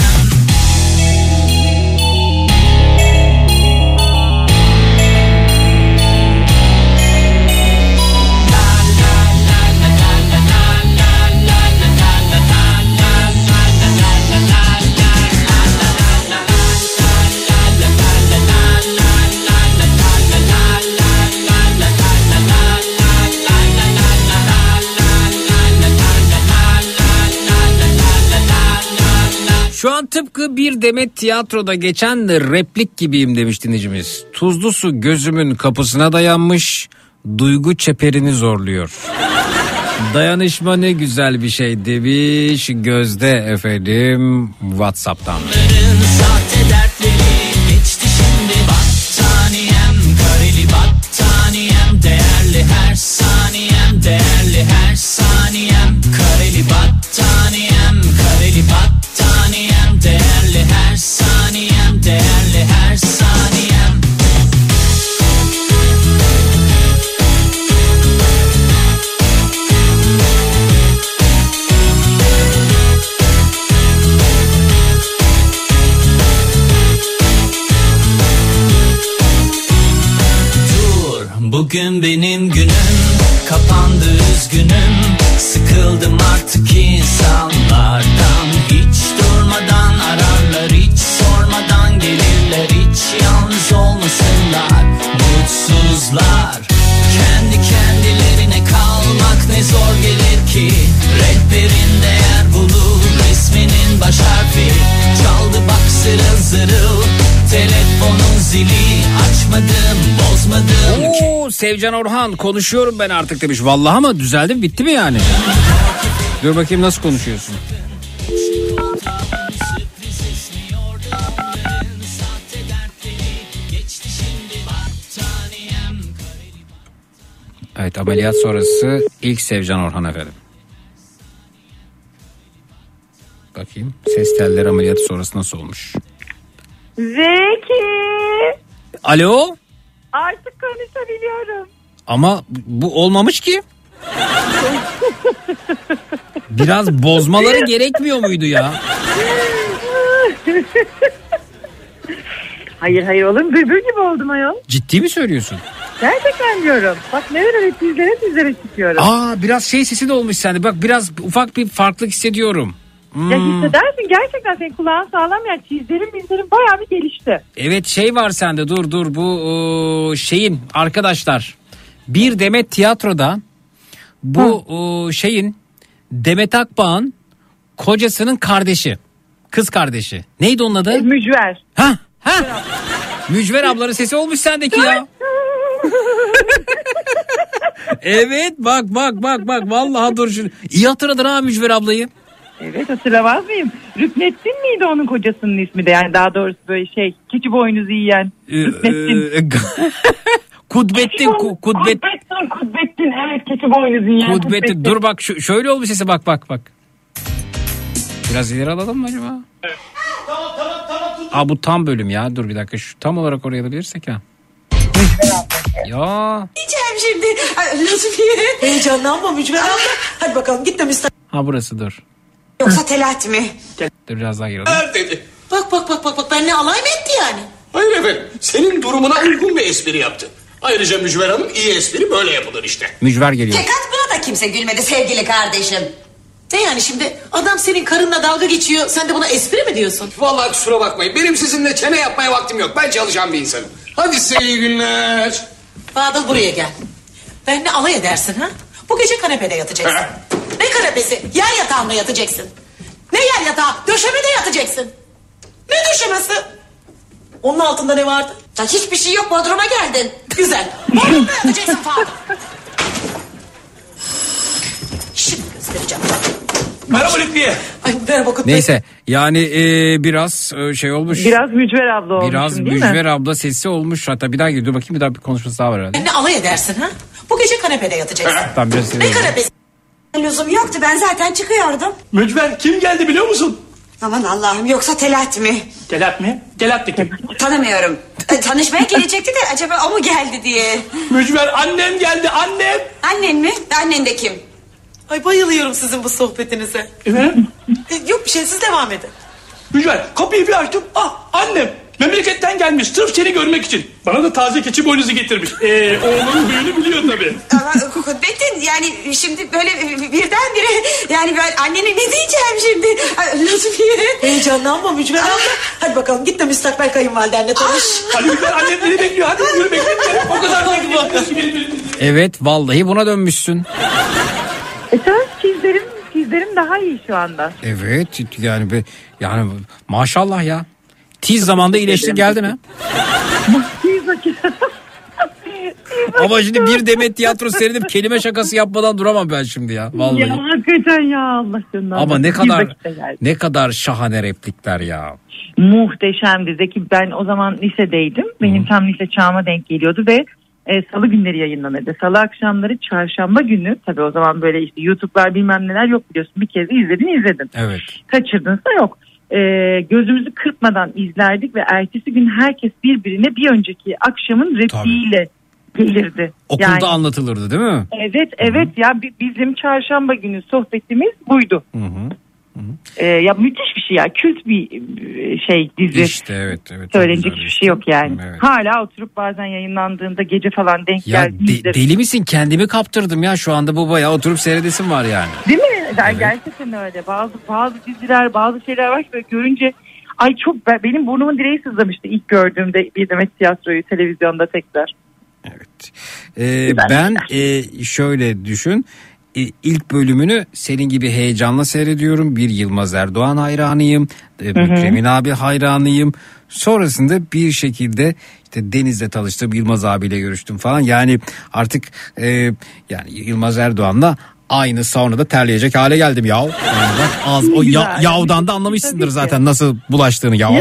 Şu an tıpkı bir demet tiyatroda geçen de replik gibiyim demiş dinleyicimiz. Tuzlu su gözümün kapısına dayanmış, duygu çeperini zorluyor. Dayanışma ne güzel bir şey demiş Gözde efendim WhatsApp'tan. Sahte dertleri geçti şimdi battaniyem. Kareli battaniyem, değerli her saniyem. Değerli her saniyem. Kareli battaniyem, kareli battaniyem. Değerli her saniyem, değerli her saniyem. Bugün benim günüm, kapandı üzgünüm. Sıkıldım artık insanlardan. Hiç durmadan ararlar, hiç sormadan gelirler. Hiç yalnız olmasınlar, mutsuzlar. Kendi kendilerine kalmak ne zor gelir ki. Rehberinde yer bulur, resminin zili açmadım, bozmadım. Oo, Sevcan Orhan konuşuyorum ben artık demiş. Vallahi ama düzeldi mi, bitti mi yani? Dur bakayım nasıl konuşuyorsun. Evet, ameliyat sonrası ilk Sevcan Orhan efendim. Bakayım ses telleri ameliyat sonrası nasıl olmuş. Zeki. Alo. Artık konuşabiliyorum. Ama bu olmamış ki. Biraz bozmaları gerekmiyor muydu ya? Hayır hayır oğlum, bülbül gibi oldum ayol. Ciddi mi söylüyorsun? Gerçekten diyorum. Bak ne öyle tizlere tizlere çıkıyorum. Aa, biraz şey sesi de olmuş sende. Bak biraz ufak bir farklılık hissediyorum. Hmm. Ya hissedersin gerçekten, senin kulağın sağlam ya. Çizlerin bizlerin bayağı bir gelişti. Evet, şey var sende, dur dur bu o, şeyin arkadaşlar. Bir Demet Tiyatro'da bu o, şeyin Demet Akbağ'ın kocasının kardeşi. Kız kardeşi. Neydi onun adı? E, Mücver. Ha ha. Mücver ablanın sesi olmuş sendeki ya. Evet bak bak bak bak vallahi dur şunu. İyi hatırladın ha Mücver ablayı. Evet, hatırlamaz mıyım? Rüknettin miydi onun kocasının ismi de? Yani daha doğrusu böyle şey, keçi boynuzu yiyen Rüknettin. Kudbettin, Kudbet. Kudbettin, Kudbettin, evet, keçi boynuzu yiyen Kudbettin. Kudbettin. Dur bak şu, şöyle olmuş sesi, bak bak bak. Biraz ileri alalım mı acaba? Evet. Tamam tamam tamam. Tut. Aa, bu tam bölüm ya, dur bir dakika, şu tam olarak oraya alabilirsek ha. Ya. Diyeceğim şimdi. Lütfiye. Heyecanlanma Mücver abla. Hadi bakalım git de müstahak. Ha, burası dur. Yoksa telat mi? Dur biraz daha girelim. Ver dedi. Bak bak bak bak bak, benimle alay mı etti yani? Hayır efendim. Senin durumuna uygun bir espri yaptı. Ayrıca Mücver Hanım, iyi espri böyle yapılır işte. Mücver geliyor. Fakat buna da kimse gülmedi sevgili kardeşim. Ne yani şimdi adam senin karınla dalga geçiyor, sen de buna espri mi diyorsun? Vallahi kusura bakmayın, benim sizinle çene yapmaya vaktim yok. Ben çalışan bir insanım. Hadi size iyi günler. Fadıl buraya gel. Benimle alay edersin ha? Bu gece kanepede yatacaksın. Ne kanepesi? Yer yatağında yatacaksın. Ne yer yatağı? Döşemede yatacaksın. Ne döşemesi? Onun altında ne vardı? Ya hiçbir şey yok, Bodrum'a geldin. Güzel. Bodrum'da yatacaksın Fadıl. Şimdi göstereceğim. Merhaba Lütfiye. Ay merhaba Kutlu. Neyse yani e, biraz e, şey olmuş. Biraz Mücver abla olmuşsun Biraz değil mi? Biraz Mücver abla sesi olmuş. Hatta bir daha gir, dur bakayım, bir daha bir konuşması daha var herhalde. Benimle alay edersin ha? Bu gece kanepede yatacaksın. Tamam, biraz Ne kanepesi? Lüzum yoktu, ben zaten çıkıyordum. Mücver kim geldi biliyor musun? Aman Allah'ım, yoksa Telat mi? Telat mi? Telat da kim? Tanımıyorum. E, tanışmaya gelecekti de acaba o mu geldi diye. Mücver, annem geldi, annem. Annen mi? Annen de kim? Ay bayılıyorum sizin bu sohbetinize. Evet. E, yok bir şey, siz devam edin. Mücver, kapıyı bir açtım. Ah, annem. Memleketten gelmiş sırf seni görmek için. Bana da taze keçi boynuzu getirmiş. Ee, oğlunun büyüğünü biliyor tabii. Ama Kudbettin, yani şimdi böyle birdenbire, yani ben annene ne diyeceğim şimdi? Lütfiye. Heyecanlanma Mücver abla. Hadi bakalım git de müstakbel kayınvalidenle tanış. Hadi Mücver, annem beni bekliyor. Hadi yürü, bekle. O kadar bekliyor. Evet, vallahi buna dönmüşsün. E sen çizlerim, çizlerim daha iyi şu anda. Evet yani be, yani maşallah ya. Tiz zamanda iyileşti, geldin ha. Ama şimdi bir Demet Tiyatro seyredip kelime şakası yapmadan duramam ben şimdi ya. Vallahi. Ya hakikaten ya, Allah canına. Ama ne kadar ne kadar şahane replikler ya. Muhteşemdi Zeki. Ben o zaman lisedeydim. Benim Hı. tam lise çağıma denk geliyordu ve e, salı günleri yayınlanırdı. Salı akşamları, çarşamba günü, tabii o zaman böyle işte YouTube'lar bilmem neler yok biliyorsun. Bir kez izledin izledin. Evet. Kaçırdınsa yok. E, gözümüzü kırpmadan izlerdik ve ertesi gün herkes birbirine bir önceki akşamın repliğiyle gelirdi. Okulda yani, anlatılırdı değil mi? Evet evet Hı-hı. ya bizim çarşamba günü sohbetimiz buydu. Hı hı. Ee, ya müthiş bir şey ya, kült bir şey dizi. İşte evet evet. Söylenecek hiçbir şey yok yani. Evet. Hala oturup bazen yayınlandığında gece falan denk ya geldiğinde. De, deli misin? Kendimi kaptırdım ya şu anda, bu bayağı oturup seyredesim var yani. Değil mi? Yani evet. Gerçekten öyle. Bazı bazı diziler, bazı şeyler var ki böyle görünce ay çok, benim burnumun direği sızlamıştı ilk gördüğümde bir Demet Tiyatro'yu televizyonda tekrar. Evet. Ee, ben e, şöyle düşün. İlk bölümünü senin gibi heyecanla seyrediyorum. Bir Yılmaz Erdoğan hayranıyım. Mükremin abi hayranıyım. Sonrasında bir şekilde işte Deniz'le tanıştım, Yılmaz abiyle görüştüm falan. Yani artık e, yani Yılmaz Erdoğan'la aynı saunada terleyecek hale geldim yav. Yani bak az o ya, yavdan da anlamışsındır zaten nasıl bulaştığını yav.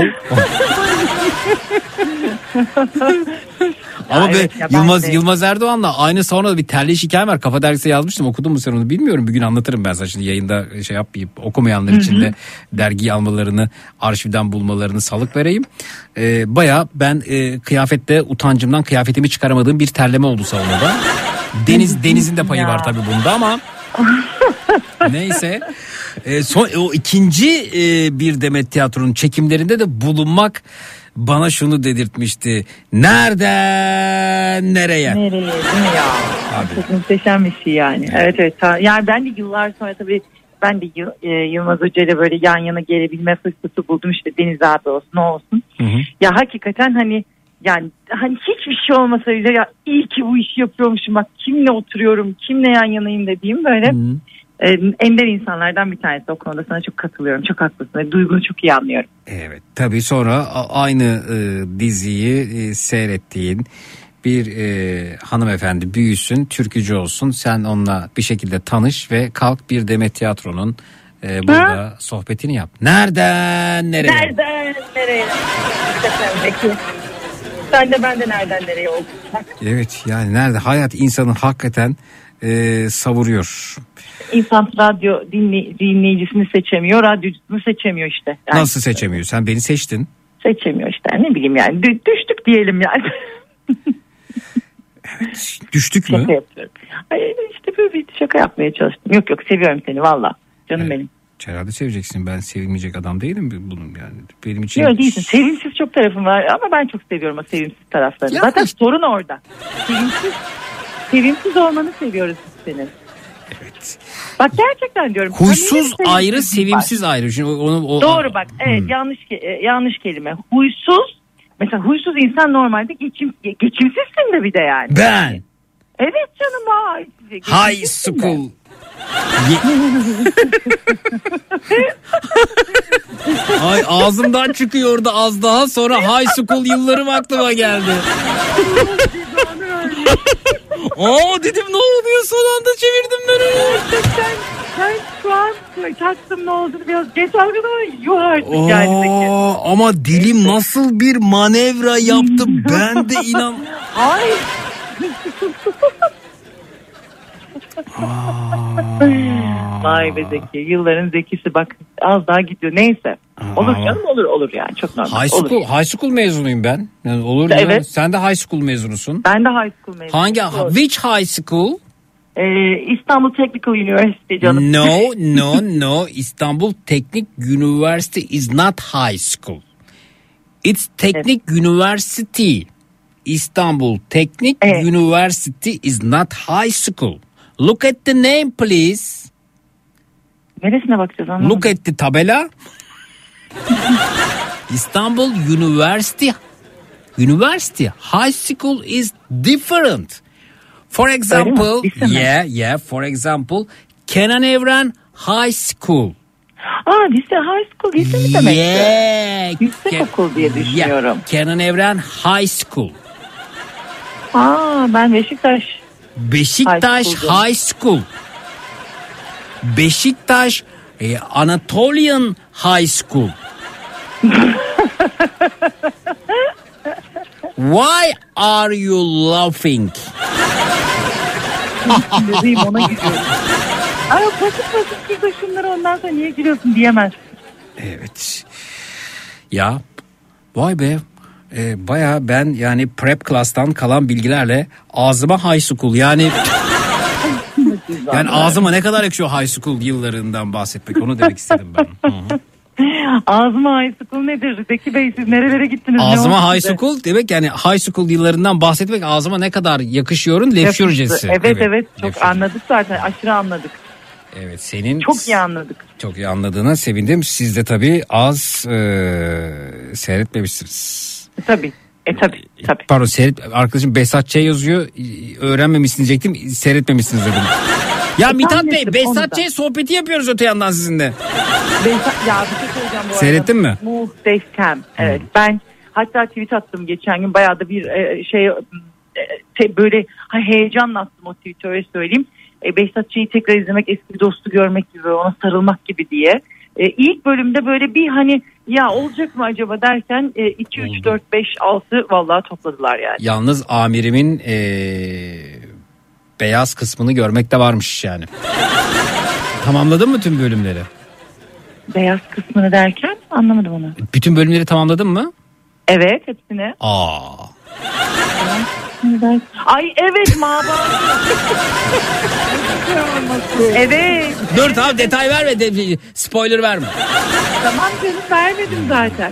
Ama evet, be, Yılmaz, Yılmaz Erdoğan'la aynı saunada bir terliği hikayem var. Kafa Dergisi'ne yazmıştım, okudun mu sen onu bilmiyorum. Bir gün anlatırım ben sana, şimdi yayında şey yapmayıp okumayanlar için de dergiyi almalarını, arşivden bulmalarını salık vereyim. Ee, Baya ben e, kıyafette utancımdan kıyafetimi çıkaramadığım bir terleme oldu saunada. Deniz Deniz'in de payı var tabii bunda ama neyse. E, son o ikinci e, bir Demet Tiyatro'nun çekimlerinde de bulunmak bana şunu dedirtmişti. Nereden nereye? Nereye değil mi ya? Abi. Çok muhteşem bir şey yani. Evet evet. Yani ben de yıllar sonra tabii ben de Yılmaz Hoca ile böyle yan yana gelebilme fırsatı buldum. İşte Deniz abi olsun, ne olsun. Hı hı. Ya hakikaten hani yani hani hiçbir şey olmasa bile ya iyi ki bu işi yapıyormuşum, bak kimle oturuyorum, kimle yan yanayım dediğim böyle hı. E, ender insanlardan bir tanesi. O konuda sana çok katılıyorum, çok haklısın ve duygunu çok iyi anlıyorum. Evet tabii sonra aynı e, diziyi e, seyrettiğin bir e, hanımefendi büyüsün, türkücü olsun, sen onunla bir şekilde tanış ve kalk bir Demet Tiyatro'nun e, burada ha? sohbetini yap. Nereden nereye? Nereden nereye? Peki. Sen de ben de nereden nereye olduk? Evet yani nerede hayat insanı hakikaten e, savuruyor. İnsan radyo dinley- dinleyicisini seçemiyor, radyocusunu seçemiyor işte. Yani nasıl seçemiyor? Sen beni seçtin. Seçemiyor işte, ne bileyim yani D- düştük diyelim yani. Evet, düştük mü? Şaka yapıyorum. Hayır işte böyle bir şaka yapmaya çalıştım. Yok yok, seviyorum seni valla canım evet. benim. Herhalde seveceksin, ben sevilmeyecek adam değilim bunun yani benim için. Yok değilsin, sevimsiz çok tarafım var ama ben çok seviyorum o sevimsiz taraflarını. Yani zaten işte sorun orada. Sevimsiz, sevimsiz olmanı seviyoruz biz senin. Evet. Bak gerçekten diyorum. Huysuz ayrı, sevimsiz var. Ayrı. Şimdi onu, o, doğru bak. Evet hmm. yanlış yanlış kelime. Huysuz. Mesela huysuz insan normalde geçim geçimsizsin de bir de yani. Ben. Evet canım ay. High school. Ay ağzımdan çıkıyordu az daha, sonra high school yıllarım aklıma geldi. Aa dedim ne oluyor, son anda çevirdim ben onu. Gerçekten ben şu an çaktım ne olduğunu biraz geç algıda yuh artık Aa, yani. ama dilim nasıl bir manevra yaptı ben de inan. Ay. Vay be Zeki, yılların zekisi bak az daha gidiyor, neyse. Olur canım, olur olur yani çok normal. High school, olur. high school mezunuyum ben. Yani olur ya. Evet. Sen de high school mezunusun. Ben de high school mezunuyum. Hangi? Olur. Which high school? Ee, İstanbul Technical University canım. No, no, no. İstanbul Teknik University is not high school. It's Teknik evet. University. İstanbul Teknik evet. University is not high school. Look at the name please. Neresine bakacağız anlamadım. Look at the tabela. İstanbul University. University. High school is different. For example, yeah, yeah, for example, Kenan Evren High School. Aa, lise high school, lise mi demek? Yeah. Lise Ke- okul diye düşünüyorum. Yeah. Kenan Evren High School. Aa, ben Beşiktaş. Beşiktaş High School. High School. Beşiktaş e, Anatolian High School. Why are you laughing? Dediğim ona gülüyorum. Ay basit basit bir de şunları ondan sonra niye gülüyorsun diyemez. Evet. Ya vay be. Ee, Baya ben yani prep class'tan kalan bilgilerle ağzıma high school yani yani ağzıma ne kadar yakışıyor high school yıllarından bahsetmek, onu demek istedim ben. Hı-hı. Ağzıma high school nedir? Zeki Bey siz nerelere gittiniz? Ağzıma high school demek yani high school yıllarından bahsetmek ağzıma ne kadar yakışıyorun lefşürcesi. Evet evet, evet çok lefşürcesi. Anladık zaten, aşırı anladık. Evet senin çok iyi anladık. Çok iyi anladığına sevindim. Siz de tabii az e, seyretmemişsiniz. Tabii. E tabii tabii. Pardon seyret, arkadaşım Behzat Ç yazıyor. Öğrenmemişsiniz diyecektim. Seyretmemişsiniz dedim. Ya e, Mithat Bey, Behzat Ç sohbeti yapıyoruz öte yandan sizinle. Behzat, ya bir şey söyleyeceğim bu arada. Seyrettin mi? Muhteşem. Evet hmm. ben Hatta tweet attım geçen gün, bayağı da bir e, şey e, böyle heyecanla attım o tweet'i, öyle söyleyeyim. E, Behzat Ç'yi tekrar izlemek, eski bir dostu görmek gibi, ona sarılmak gibi diye. E, ilk bölümde böyle bir hani ya olacak mı acaba derken e, iki, üç, dört, beş, altı vallahi topladılar yani. Yalnız amirimin e, beyaz kısmını görmek de varmış yani. Tamamladın mı tüm bölümleri? Beyaz kısmını derken anlamadım onu. Bütün bölümleri tamamladın mı? Evet, hepsini. Aa. Ay evet Mabaz. Evet. Dur tamam, detay verme, de, spoiler verme. Tamam canım, vermedim zaten.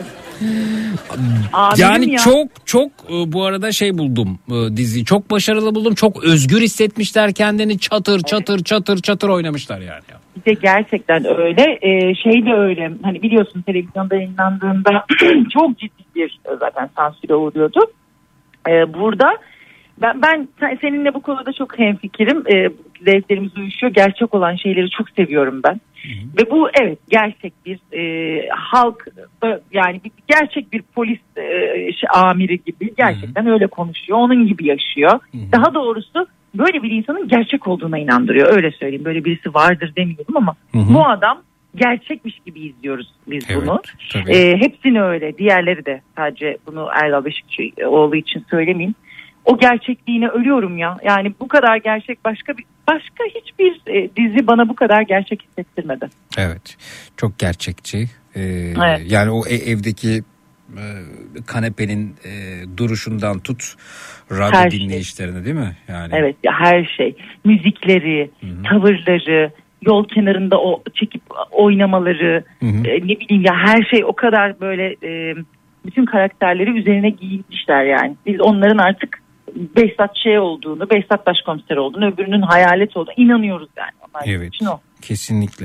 Yani ya. çok çok bu arada şey buldum diziyi, çok başarılı buldum, çok özgür hissetmişler kendini, çatır çatır evet. çatır çatır oynamışlar yani. Bir de gerçekten öyle ee, şey de öyle, hani biliyorsun televizyonda yayınlandığında çok ciddi bir zaten sansüre uğruyordu. Ee, burada ben, ben seninle bu konuda çok hemfikirim, ee, zevklerimiz uyuşuyor, gerçek olan şeyleri çok seviyorum ben. Hı-hı. Ve bu evet gerçek bir e, halk, yani bir, gerçek bir polis e, şey, amiri gibi gerçekten Hı-hı. öyle konuşuyor, onun gibi yaşıyor. Hı-hı. Daha doğrusu böyle bir insanın gerçek olduğuna inandırıyor, öyle söyleyeyim. Böyle birisi vardır demiyorum ama Hı-hı. bu adam gerçekmiş gibi izliyoruz biz evet, bunu. E, hepsini öyle, diğerleri de, sadece bunu Erdal Beşikçioğlu için söylemeyeyim. O gerçekliğine ölüyorum ya. Yani bu kadar gerçek başka bir başka hiçbir e, dizi bana bu kadar gerçek hissettirmedi. Evet. Çok gerçekçi. Ee, evet. Yani o evdeki e, kanepenin e, duruşundan tut radyo her dinleyişlerine şey. Değil mi? Yani. Evet ya, her şey. Müzikleri, Hı-hı. tavırları, yol kenarında o çekip oynamaları, e, ne bileyim ya, her şey o kadar böyle e, bütün karakterleri üzerine giyinmişler yani. Biz onların artık Behzat şey olduğunu, Behzat başkomiser olduğunu, öbürünün hayalet olduğunu inanıyoruz yani. Onlar evet, için o. Kesinlikle.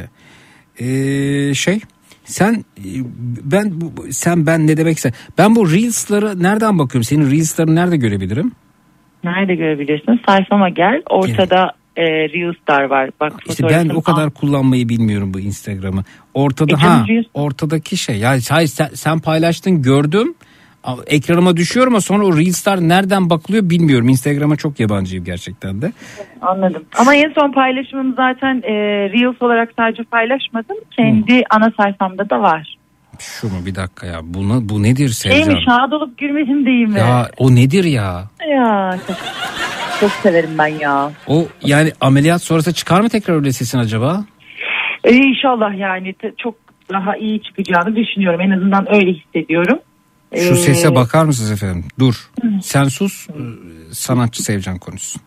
Ee, şey, sen ben sen ben ne demekse ben bu Reels'ları nereden bakıyorum? Senin Reels'larını nerede görebilirim? Nerede görebilirsin? Sayfama gel. Ortada e, Reels'lar var. Bak, işte ben o kadar al. kullanmayı bilmiyorum bu Instagram'ı. Ortada e, ha Reels. Ortadaki şey. Yani hayır, sen, sen paylaştın, gördüm. Ekranıma düşüyor ama sonra o Reels'lar nereden bakılıyor bilmiyorum. Instagram'a çok yabancıyım gerçekten de. Anladım. Ama en son paylaşımım zaten e, Reels olarak sadece paylaşmadım. Kendi hmm. ana sayfamda da var. Şu mu, bir dakika ya. Bu, bu nedir Sevcan? Şey mi, şahit olup gülmedim değil mi? Ya o nedir ya? Ya çok, çok severim ben ya. O yani ameliyat sonrası çıkar mı tekrar öyle sesin acaba? E, İnşallah yani te, çok daha iyi çıkacağını düşünüyorum. En azından öyle hissediyorum. Şu sese bakar mısınız efendim? Dur. Hı. Sen sus. Sanatçı Sevcan konuşsun.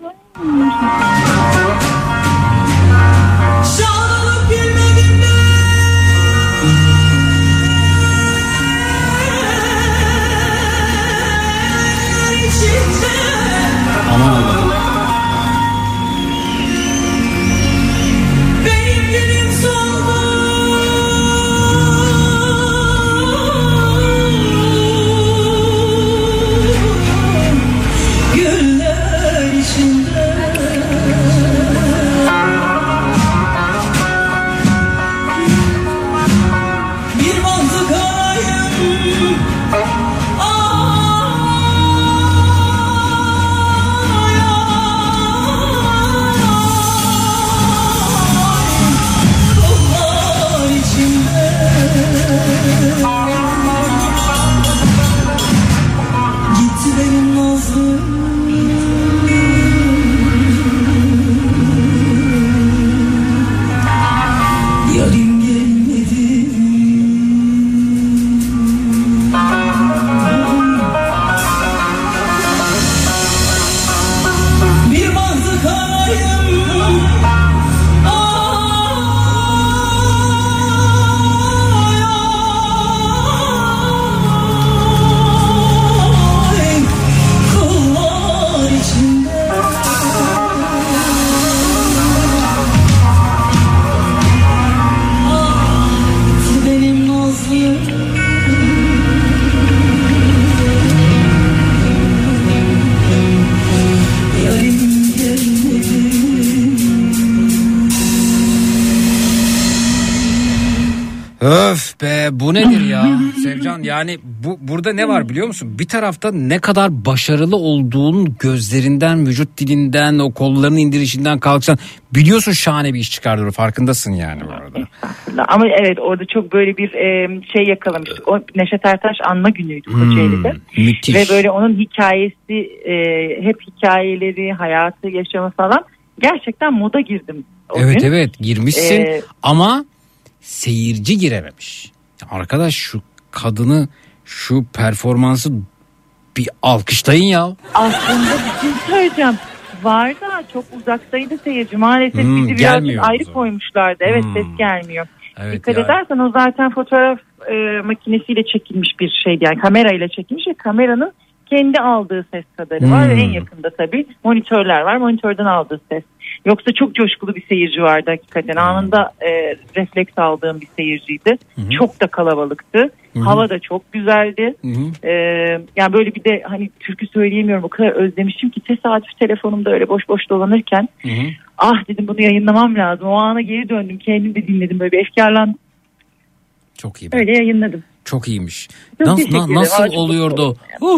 Aman Allah'ım. be, bu nedir ya Sevcan? Yani bu burada ne var biliyor musun? Bir tarafta ne kadar başarılı olduğun gözlerinden, vücut dilinden, o kollarının indirişinden kalksan biliyorsun, şahane bir iş çıkardığını farkındasın yani bu arada. Ama evet, orada çok böyle bir e, şey yakalamıştık. O Neşet Ertaş anma günüydü Kocaeli'de. Hmm, müthiş. Ve böyle onun hikayesi, e, hep hikayeleri, hayatı, yaşamı falan, gerçekten moda girdim. Evet gün. evet girmişsin Ee, ama seyirci girememiş. Arkadaş şu kadını, şu performansı bir alkışlayın ya. Aslında bir şey söyleyeceğim. Var da çok uzaktaydı seyirci. Maalesef Hmm, bizi biraz gelmiyor ayrı o zaman. koymuşlardı. Evet, Hmm. ses gelmiyor. Evet Dikkat ya. edersen o zaten fotoğraf e, makinesiyle çekilmiş bir şeydi. Yani kamerayla çekilmiş ve kameranın kendi aldığı ses kadarı var. Hmm. Ve en yakında tabii monitörler var. Monitörden aldığı ses. Yoksa çok coşkulu bir seyirci vardı hakikaten. Hmm. Anında e, refleks aldığım bir seyirciydi. Hmm. Çok da kalabalıktı. Hmm. Hava da çok güzeldi. Hmm. Ee, yani böyle bir de hani türkü söyleyemiyorum, o kadar özlemişim ki tesadüf telefonumda öyle boş boş dolanırken Hı hı. ah dedim, bunu yayınlamam lazım. O ana geri döndüm, kendim de dinledim, böyle bir efkarlandım. Çok iyi. Be. Öyle yayınladım. Çok iyiymiş. Çok Nasıl, teşekkür na- ederim. nasıl Aa, çok oluyordu? O,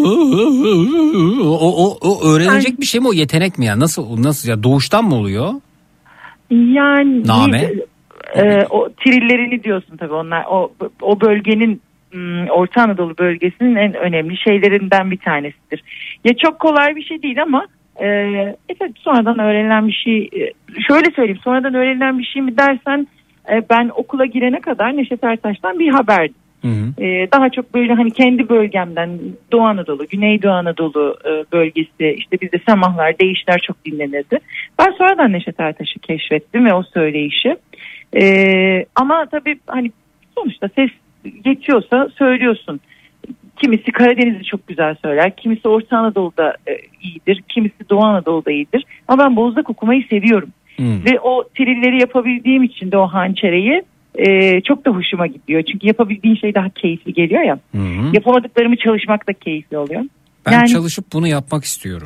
o, o öğrenecek bir şey mi, o yetenek mi ya? Nasıl nasıl ya, doğuştan mı oluyor? Yani Name? e, o trillerini diyorsun tabii, onlar o o bölgenin, Orta Anadolu bölgesinin en önemli şeylerinden bir tanesidir. Ya çok kolay bir şey değil ama e, e tabii sonradan öğrenilen bir şey. E, şöyle söyleyeyim, sonradan öğrenilen bir şey mi dersen, e, ben okula girene kadar Neşet Ertaş'tan bir haberdim. Hı hı. Ee, daha çok böyle hani kendi bölgemden, Doğu Anadolu, Güneydoğu Anadolu e, bölgesi, işte bizde semahlar, değişler çok dinlenirdi. Ben sonradan Neşet Ertaş'ı keşfettim ve o söyleyişi. Ee, ama tabii hani sonuçta ses geçiyorsa söylüyorsun. Kimisi Karadeniz'i çok güzel söyler, kimisi Orta Anadolu'da e, iyidir, kimisi Doğu Anadolu'da iyidir. Ama ben bozlak okumayı seviyorum. Hmm. Ve o trilleri yapabildiğim için de o hançereyi Ee, çok da hoşuma gidiyor. Çünkü yapabildiğin şey daha keyifli geliyor ya. Hı hı. Yapamadıklarımı çalışmak da keyifli oluyor. Ben yani... çalışıp bunu yapmak istiyorum.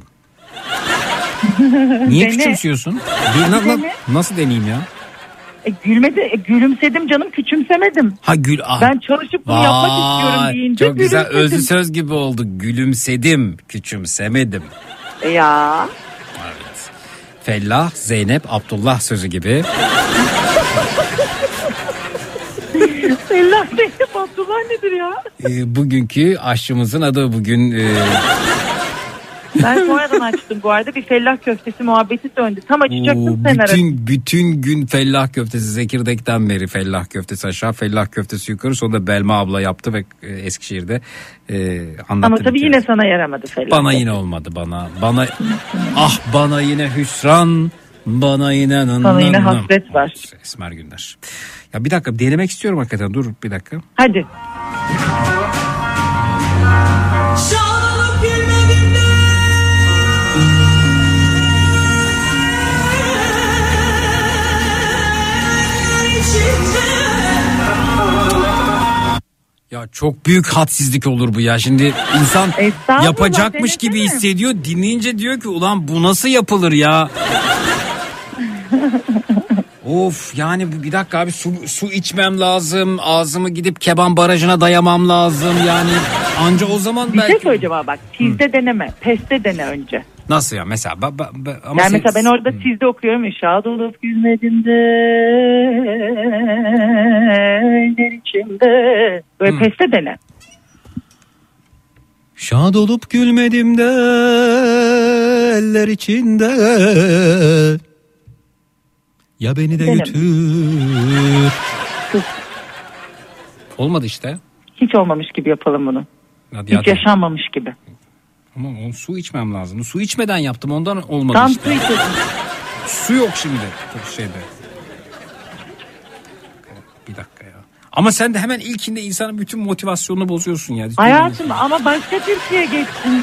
Niye Dene. küçümsüyorsun? Bir, na- na- Dene. nasıl deneyeyim ya? E, gülmedi, e, gülümsedim canım, küçümsemedim. Ha gül. Ah. Ben çalışıp bunu Vay, yapmak istiyorum deyince çok güzel, gülümsedim. özlü söz gibi oldu. Gülümsedim, küçümsemedim. E, ya. Evet. Fellah, Zeynep, Abdullah sözü gibi. Allah Zeynep Abdullah nedir ya? E, bugünkü aşçımızın adı bugün... E... Ben sonradan açtım bu arada, bir fellah köftesi muhabbeti döndü. Tam açacaktım Oo, sen aradın. bütün, bütün gün fellah köftesi, Zekirdek'ten beri fellah köftesi aşağı, fellah köftesi yukarı. Sonra da Belma abla yaptı ve e, Eskişehir'de e, anlattı. Ama tabii yine sana yaramadı fellah. Bana yine olmadı, bana. Bana ah bana yine hüsran, bana yine... Sana yine hasret var. Esmer günler. Ya bir dakika, denemek istiyorum hakikaten, dur bir dakika. Hadi. Ya çok büyük hadsizlik olur bu ya. Şimdi insan yapacakmış gibi hissediyor. Dinleyince diyor ki ulan bu nasıl yapılır ya? Of, yani bir dakika abi, su, su içmem lazım. Ağzımı gidip Keban Barajı'na dayamam lazım. Yani anca o zaman bir belki... şey söyleyeceğim ama bak, tizde deneme, peste dene önce. Nasıl ya mesela? Ba, ba, ba, ama yani sen... mesela ben orada tizde okuyorum ya, şad olup gülmedim de eller içimde. Böyle hmm. peste dene. Şad olup gülmedim de eller içinde, ya beni de Deneme. götür. Sus. Olmadı işte. Hiç olmamış gibi yapalım bunu. Hadi Hiç hadi. yaşanmamış gibi. Ama o, su içmem lazım. Su içmeden yaptım, ondan olmadı Tam işte. su içelim. Su yok şimdi bu şeyde. Bir dakika ya. Ama sen de hemen ilkinde insanın bütün motivasyonunu bozuyorsun ya. Hayatım ama başka Türkiye'ye geçsin.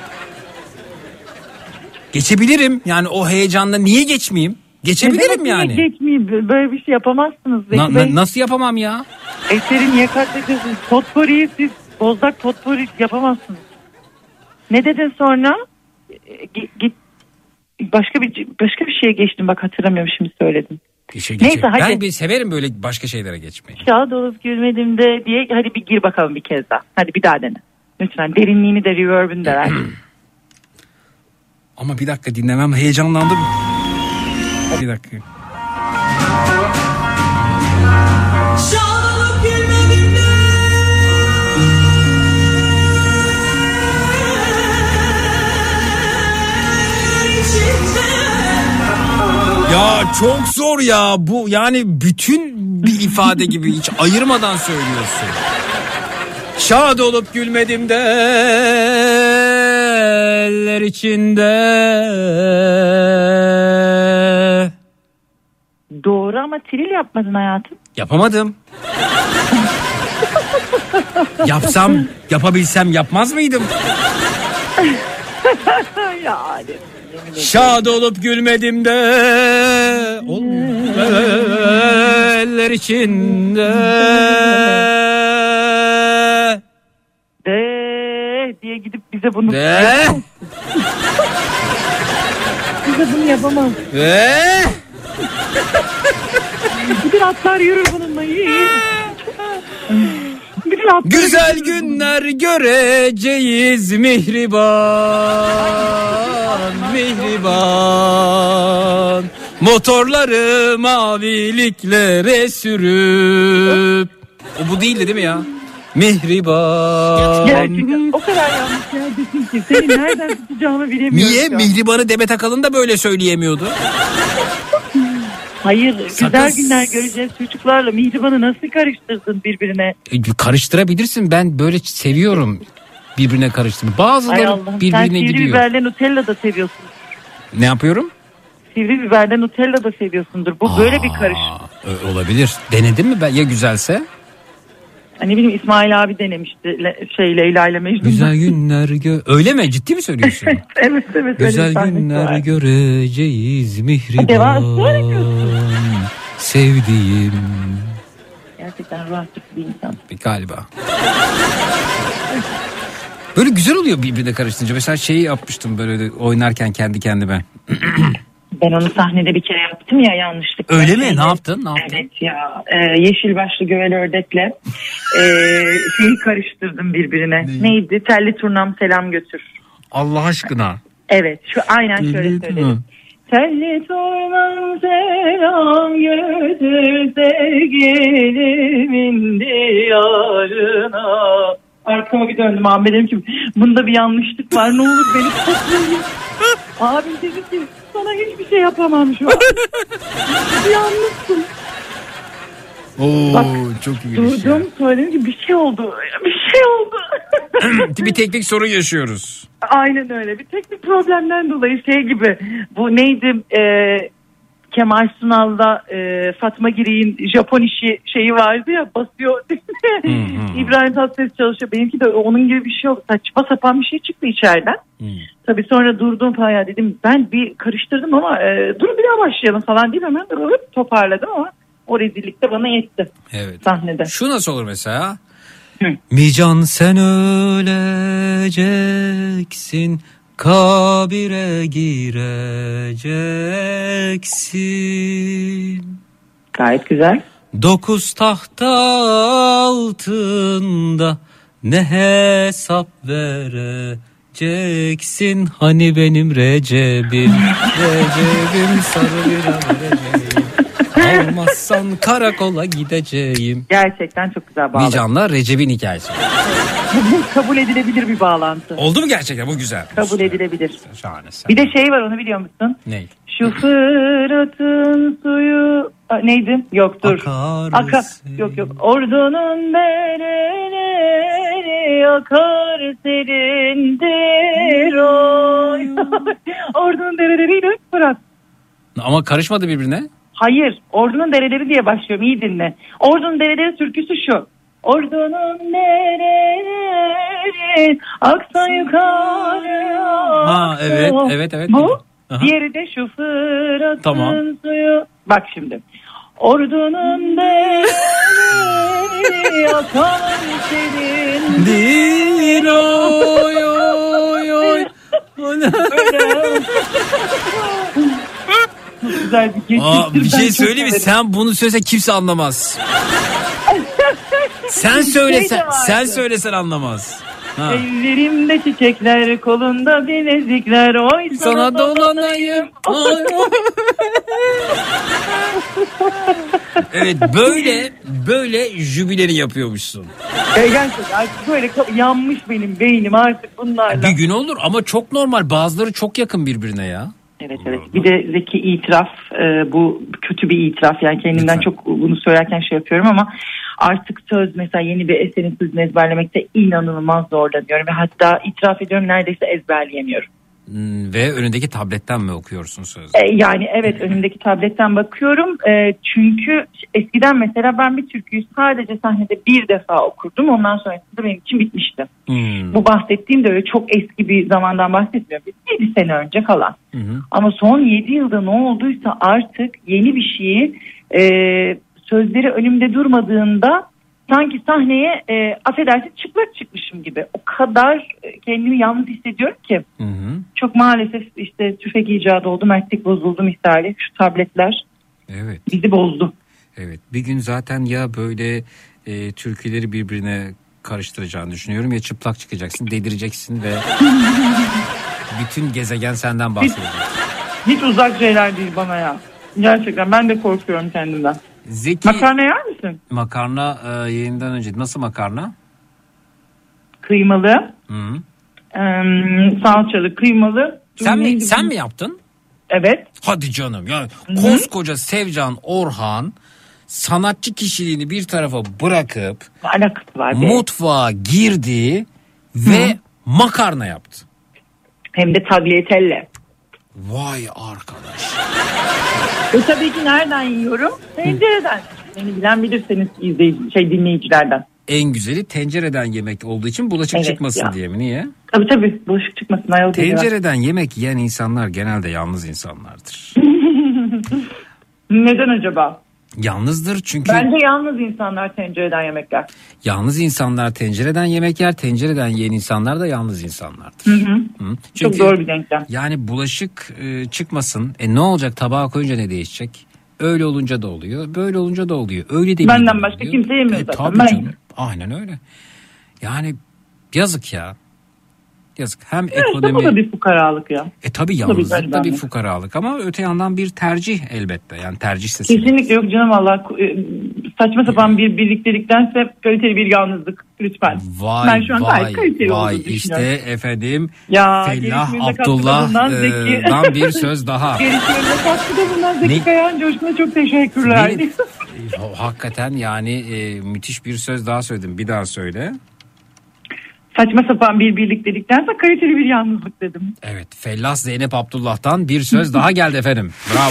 Geçebilirim. Yani o heyecanla niye geçmeyeyim? Geçebilirim ne yani. Niye geçmeyeyim? Böyle bir şey yapamazsınız. Na, na, nasıl yapamam ya? Eseri niye katlediyorsunuz? Potpourri'yi siz, bozdak potpourri yapamazsınız. Ne dedin sonra? Git, git başka bir başka bir şeye geçtim, bak hatırlamıyorum, şimdi söyledim. İşe geçelim. Neyse, hadi. Ben bir severim böyle başka şeylere geçmeyi. Şahit olup gülmedim de diye hadi bir gir bakalım bir kez daha. Hadi bir daha dene. Lütfen derinliğini de reverb'ünü de ver. Ama bir dakika dinlemem heyecanlandım. Bir dakika. Şahit gülmedim de Ya çok zor ya bu, yani bütün bir ifade gibi hiç ayırmadan söylüyorsun. Şad olup gülmedim de eller içinde. Doğru ama tril yapmadın hayatım. Yapamadım. Yapsam, yapabilsem yapmaz mıydım? Yani. Şad olup gülmedim de olmuyor. Eller içinde. De diye gidip bize bunu De. bize bunu yapamaz. De. Bir atlar yürür bununla iyi. Güzel günler göreceğiz mihriban, mihriban. Motorları maviliklere sürüp. O bu değildi değil mi ya? Mihriban. Gerçekten o kadar yanlış yerdesin ki seni nereden tutacağımı bilemiyorum. Niye? Mihriban'ı Demet Akalın da böyle söyleyemiyordu. Hayır, Sakın... güzel günler göreceğiz çocuklarla. Mihriban'ı nasıl karıştırdın birbirine? E, karıştırabilirsin, ben böyle seviyorum birbirine karıştırmayı. Bazıları birbirine gidiyor. Sen sivri biberle Nutella da seviyorsun. Ne yapıyorum? Sivri biberle Nutella da seviyorsundur. Bu Aa, böyle bir karış. Olabilir. Denedin mi ben? Ya güzelse? Hani bileyim, İsmail abi denemişti Le- şey Leyla ile Mecnun. Güzel günler gö... Öyle mi? Ciddi mi söylüyorsun? Evet evet. Güzel günler göreceğiz mihriban. Devam sevdiğim. Gerçekten rahatsız bir insan. Galiba. Böyle güzel oluyor birbirine karıştırınca. Mesela şeyi yapmıştım böyle oynarken kendi kendime. Ben onu sahnede bir kere yaptım ya, yanlışlıkla. Öyle mi? Ne yaptın? Ne yaptın? Evet ya. E, yeşil başlı gövel ördekle e, şeyi karıştırdım birbirine. Ne? Neydi? Telli turnam selam götür. Allah aşkına. Evet. Şu aynen Telli şöyle söyledim. Telli turnam selam götür sevgilimin diyarına. Arkama bir döndüm. Ahmet dedim ki bunda bir yanlışlık var. Ne olur beni toplayın. Abim dedi ki sana hiçbir şey yapamam şu an. Yalnızsın. Oo, bak, çok iyi. Durdum, söyledim ki bir şey oldu. Bir şey oldu. Bir teknik sorun yaşıyoruz. Aynen öyle. Bir teknik problemden dolayı şey gibi. Bu neydi? Eee Kemal Sunal'da e, Fatma Giri'nin Japon işi şeyi vardı ya, basıyor. İbrahim Tatlıses çalışıyor. Benimki de onun gibi bir şey oldu. Saçma sapan bir şey çıktı içeriden. Hmm. Tabii sonra durdum falan ya, dedim ben bir karıştırdım ama e, dur bir daha başlayalım falan deyip hemen durup toparladım ama o rezillik de bana yetti. Evet. Sahnede. Şu nasıl olur mesela? Mi can sen öleceksin, kabire gireceksin. Gayet güzel. Dokuz tahta altında ne hesap vereceksin? Hani benim Recep'im, Recep'im sarı bir Recep'im. Almazsan karakola gideceğim. Gerçekten çok güzel bağlantı. Nican'la Recep'in hikayesi. Bu kabul edilebilir bir bağlantı. Oldu mu gerçekten? Bu güzel. Kabul edilebilir. Şahane. Bir de şey var, onu biliyor musun? Ne? Şu Fırat'ın suyu A, neydi? Yok dur. Akar. Yok yok. Ordunun dereleri akar serindir oy. Ordunun dereleriyle Fırat. Ama karışmadı birbirine. Hayır. Ordunun dereleri diye başlıyorum. İyi dinle. Ordunun dereleri türküsü şu. Ordunun dereleri aksa yukarı. Ha evet evet evet. Bu. Aha. Diğeri de şu Fırat'ın tamam. suyu. Bak şimdi. Ordunun dereleri akar serindir oy oy oy. güzel bir geçmiştir. Aa, bir şey Ben çok söyleyeyim mi? severim. Sen bunu söylesen kimse anlamaz. Sen söylesen, Şey de sen vardı. söylesen anlamaz. Ha. Ellerimde çiçekler, kolunda bilezikler, oy sana, Sana dolanayım. Evet, böyle böyle jübileni yapıyormuşsun. E, gerçekten artık böyle ka- yanmış benim beynim artık bunlarla. Bir gün olur ama çok normal. Bazıları çok yakın birbirine ya. Evet evet. Bir de Zeki itiraf, e, bu kötü bir itiraf, yani kendimden Lütfen. çok bunu söylerken şey yapıyorum ama artık söz, mesela yeni bir eserin sözünü ezberlemekte inanılmaz zorlanıyorum ve hatta itiraf ediyorum neredeyse ezberleyemiyorum. Hmm, ve önündeki tabletten mi okuyorsun sözü? E, yani evet, önümdeki tabletten bakıyorum e, çünkü eskiden mesela ben bir türküyü sadece sahnede bir defa okurdum, ondan sonrasında benim için bitmişti. Hmm. Bu bahsettiğim de öyle çok eski bir zamandan bahsetmiyorum. yedi sene önce falan. Hı hı. Ama son yedi yılda ne olduysa artık yeni bir şeyi e, sözleri önümde durmadığında sanki sahneye e, affedersin çıplak çıkmışım gibi. O kadar e, kendimi yalnız hissediyorum ki. Hı hı. Çok maalesef işte tüfek icadı oldu, mertlik bozuldu misali. Şu tabletler Evet. bizi bozdu. Evet. Bir gün zaten ya böyle e, türküleri birbirine karıştıracağını düşünüyorum ya çıplak çıkacaksın, delireceksin ve bütün gezegen senden bahsedecek. Hiç uzak şeyler değil bana ya. Gerçekten ben de korkuyorum kendimden. Zeki, Makarna yer misin? makarna e, yayından önce nasıl makarna? Kıymalı, Hı. e, salçalı, kıymalı. Sen mi Neydi sen bu? mi yaptın? Evet. Hadi canım ya, koskoca Sevcan Orhan sanatçı kişiliğini bir tarafa bırakıp alakası var be. Mutfağa girdi ve makarna yaptı. Hem de tagliatelle. Vay arkadaş. E tabii ki nereden yiyorum? Tencereden. Beni bilen bilirseniz izleyici, şey dinleyicilerden. En güzeli tencereden yemek olduğu için bulaşık Evet çıkmasın ya. diye mi? Niye? Tabii tabii, bulaşık çıkmasın. Ayol Tencereden yemek yiyen insanlar genelde yalnız insanlardır. Neden acaba? Yalnızdır çünkü Bence yalnız insanlar tencereden yemekler. yalnız insanlar tencereden yemek yer, tencereden yiyen insanlar da yalnız insanlardır. Hı hı. Hı. Çok Çünkü doğru bir denklem. yani bulaşık e, çıkmasın. E ne olacak, tabağa koyunca ne değişecek? Öyle olunca da oluyor, böyle olunca da oluyor. Öyle de Benden bir başka oluyor. kimse yemiyor E, zaten. tabii Ben canım. yiyorum. Aynen öyle. Yani yazık ya. Yazık. Hem Evet, ekonomi... bu da bir fukaralık ya. E tabii Bu da bir yalnızlık da bir garibanlık. fukaralık ama öte yandan bir tercih elbette. Yani tercih seçimi. Kesinlikle yok canım, valla e, saçma sapan bir birlikteliktense kaliteli bir yalnızlık lütfen. Vay Ben şu an vay gayet kaliteli vay olduğunu işte düşünüyorum. efendim Ya, Fellah gelişiminde katkıda Abdullah'dan bulunan Zeki. bir söz daha. Gelişiminde katkıda bulunan Zeki Ne? Kayan Coşkun'a çok teşekkürler. Benim- E, Hakikaten yani e, müthiş bir söz daha söyledim. Bir daha söyle. Saçma sapan bir birlikteliktense kaliteli bir yalnızlık dedim. Evet, Fellah Zeynep Abdullah'tan bir söz daha geldi efendim. Bravo.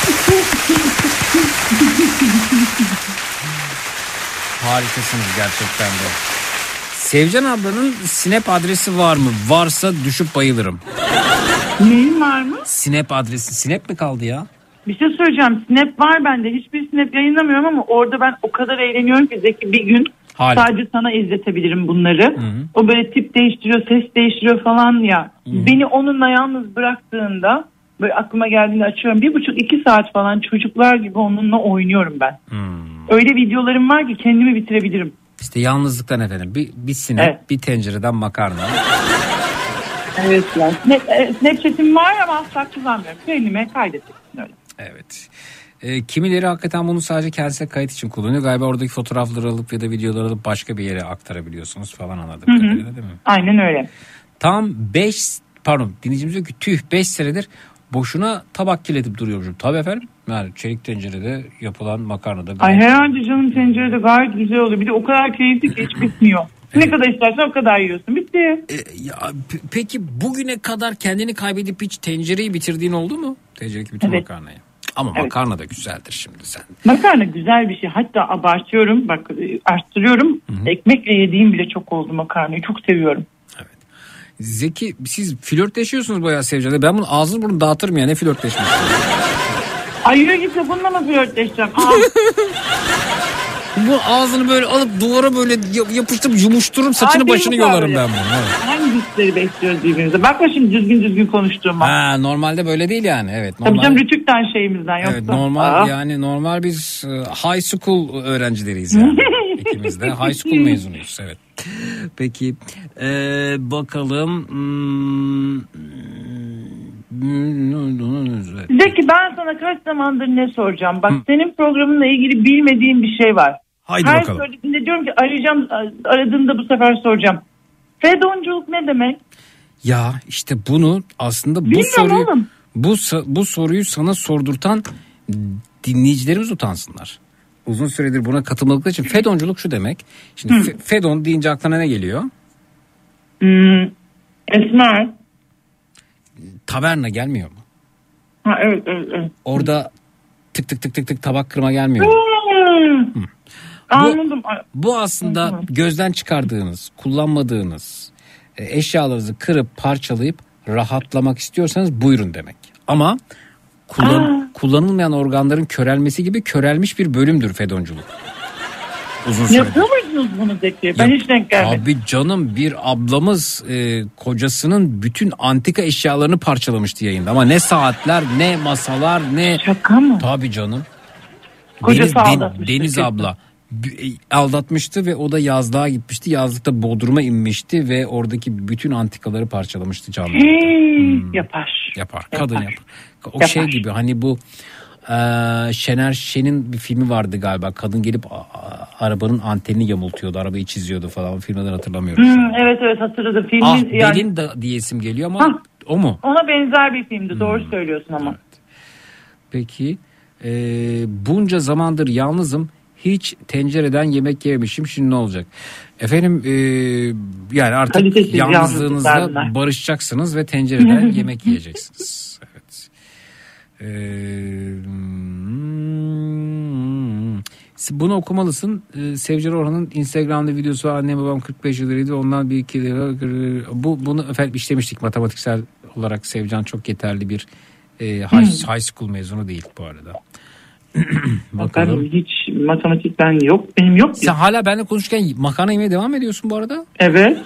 Harikasınız gerçekten de. Sevcan ablanın Snap adresi var mı? Varsa düşüp bayılırım. Neyin var mı? Snap adresi. Snap mi kaldı ya? Bir şey söyleyeceğim. Snap var bende. Hiçbir Snap yayınlamıyorum ama orada ben o kadar eğleniyorum ki Zeki, bir gün Hala. sadece sana izletebilirim bunları. Hı hı. O böyle tip değiştiriyor, ses değiştiriyor falan ya. Hı hı. Beni onunla yalnız bıraktığında böyle aklıma geldiğinde açıyorum. Bir buçuk iki saat falan çocuklar gibi onunla oynuyorum ben. Hmm. Öyle videolarım var ki kendimi bitirebilirim. İşte yalnızlıktan efendim. Bir, bir Snap, Evet. bir tencereden makarna. Evet yani. Snap, e, Snapchat'im var ama asla kullanmıyorum. Kendime kaydettim öyle. Evet. E, kimileri hakikaten bunu sadece kendisine kayıt için kullanıyor. Galiba oradaki fotoğrafları alıp ya da videoları alıp başka bir yere aktarabiliyorsunuz falan, anladım. Hı hı. Kadarıyla, değil mi? Aynen öyle. Tam beş pardon dinleyicimiz diyor ki tüh beş senedir boşuna tabak kirletip duruyormuşum. Tabii efendim. Yani çelik tencerede yapılan makarnada. Ay herhalde canım, tencerede gayet güzel oluyor. Bir de o kadar keyifli ki hiç bitmiyor. Ne kadar istersen o kadar yiyorsun. Bitti. E, ya, p- peki bugüne kadar kendini kaybedip hiç tencereyi bitirdiğin oldu mu? Tenceredeki bütün Evet. makarnayı. Ama Evet. makarna da güzeldir şimdi sen. Makarna güzel bir şey. Hatta abartıyorum. Bak e, arttırıyorum. Ekmekle yediğim bile çok oldu makarnayı. Çok seviyorum. Zeki, siz flörtleşiyorsunuz bayağı Sevcan'da. Ben bunu ağzını burnunu dağıtırım ya, ne flörtleşmesi. Ay yürü git, bununla mı flörtleşeceğim? Aa, Bu ağzını böyle alıp duvara böyle yap- yapıştırıp yumuştururum, saçını Ay, başını değil mi yolarım böyle? ben bunu. Evet. hangisi? hisleri besliyoruz birbirimize. Bakma şimdi düzgün düzgün konuştuğuma. Ha, normalde böyle değil yani. Evet. Tabii Normal, canım rütükten şeyimizden yoksa. evet, normal Aa. yani normal biz e, high school öğrencileriyiz yani. İkimiz de high school mezunuyuz. Evet. Peki e, bakalım. Hmm, Zeki, ben sana kaç zamandır ne soracağım? Bak, Hı. senin programınla ilgili bilmediğim bir şey var. Haydi Her bakalım. söylediğinde diyorum ki arayacağım, aradığında bu sefer soracağım. Fedonculuk ne demek? Ya işte bunu aslında bu Bilmiyorum soruyu oğlum. bu bu soruyu sana sordurtan dinleyicilerimiz utansınlar. Uzun süredir buna katılmadıkları için fedonculuk şu demek. Şimdi fe, fedon deyince aklına ne geliyor? Hmm, esmer. Taverna gelmiyor mu? Ha, evet, evet, evet. Orada tık tık tık tık tık tabak kırma gelmiyor mu? Hmm. Anladım. Bu, bu aslında Hı. gözden çıkardığınız, kullanmadığınız eşyalarınızı kırıp parçalayıp rahatlamak istiyorsanız buyurun demek. Ama kullan, kullanılmayan organların körelmesi gibi körelmiş bir bölümdür fedonculuk. Uzun süredir. Yapıyor muydunuz bunu Zeki? Ben ya, hiç denk gelmedim. Abi canım, bir ablamız e, kocasının bütün antika eşyalarını parçalamıştı yayında. Ama ne saatler, ne masalar, ne... Şaka mı? Tabii canım. Kocası Deniz, aldatmıştı. Deniz abla aldatmıştı ve o da yazlığa gitmişti. Yazlıkta Bodrum'a inmişti ve oradaki bütün antikaları parçalamıştı canlı. Hey, hmm. Yapar. Yapar. Kadın yapar. yapar. O yapar. şey gibi hani bu e, Şener Şen'in bir filmi vardı galiba. Kadın gelip a, a, arabanın antenini yamultuyordu. Arabayı çiziyordu falan. O filmden hatırlamıyorum. Hmm, evet evet hatırladım. Filmin, ah yani... Belinda diye isim geliyor ama Hah, o mu? Ona benzer bir filmdi. Hmm. Doğru söylüyorsun ama. Evet. Peki e, bunca zamandır yalnızım. Hiç tencereden yemek yememişim. Şimdi ne olacak? Efendim e, yani artık kalitesiz yalnızlığınızla barışacaksınız ve tencereden yemek yiyeceksiniz. Evet. E, hmm, bunu okumalısın. E, Sevcan Orhan'ın Instagram'da videosu var. Annem babam kırk beş yılıydı. Ondan bir iki lira. Bu bunu efendim işlemiştik matematiksel olarak. Sevcan çok yeterli bir e, high, high school mezunu değil bu arada. Bakalım. Hiç matematik ben yok. Benim yok. Sen hala benimle konuşurken makarna yemeye devam ediyorsun bu arada. Evet.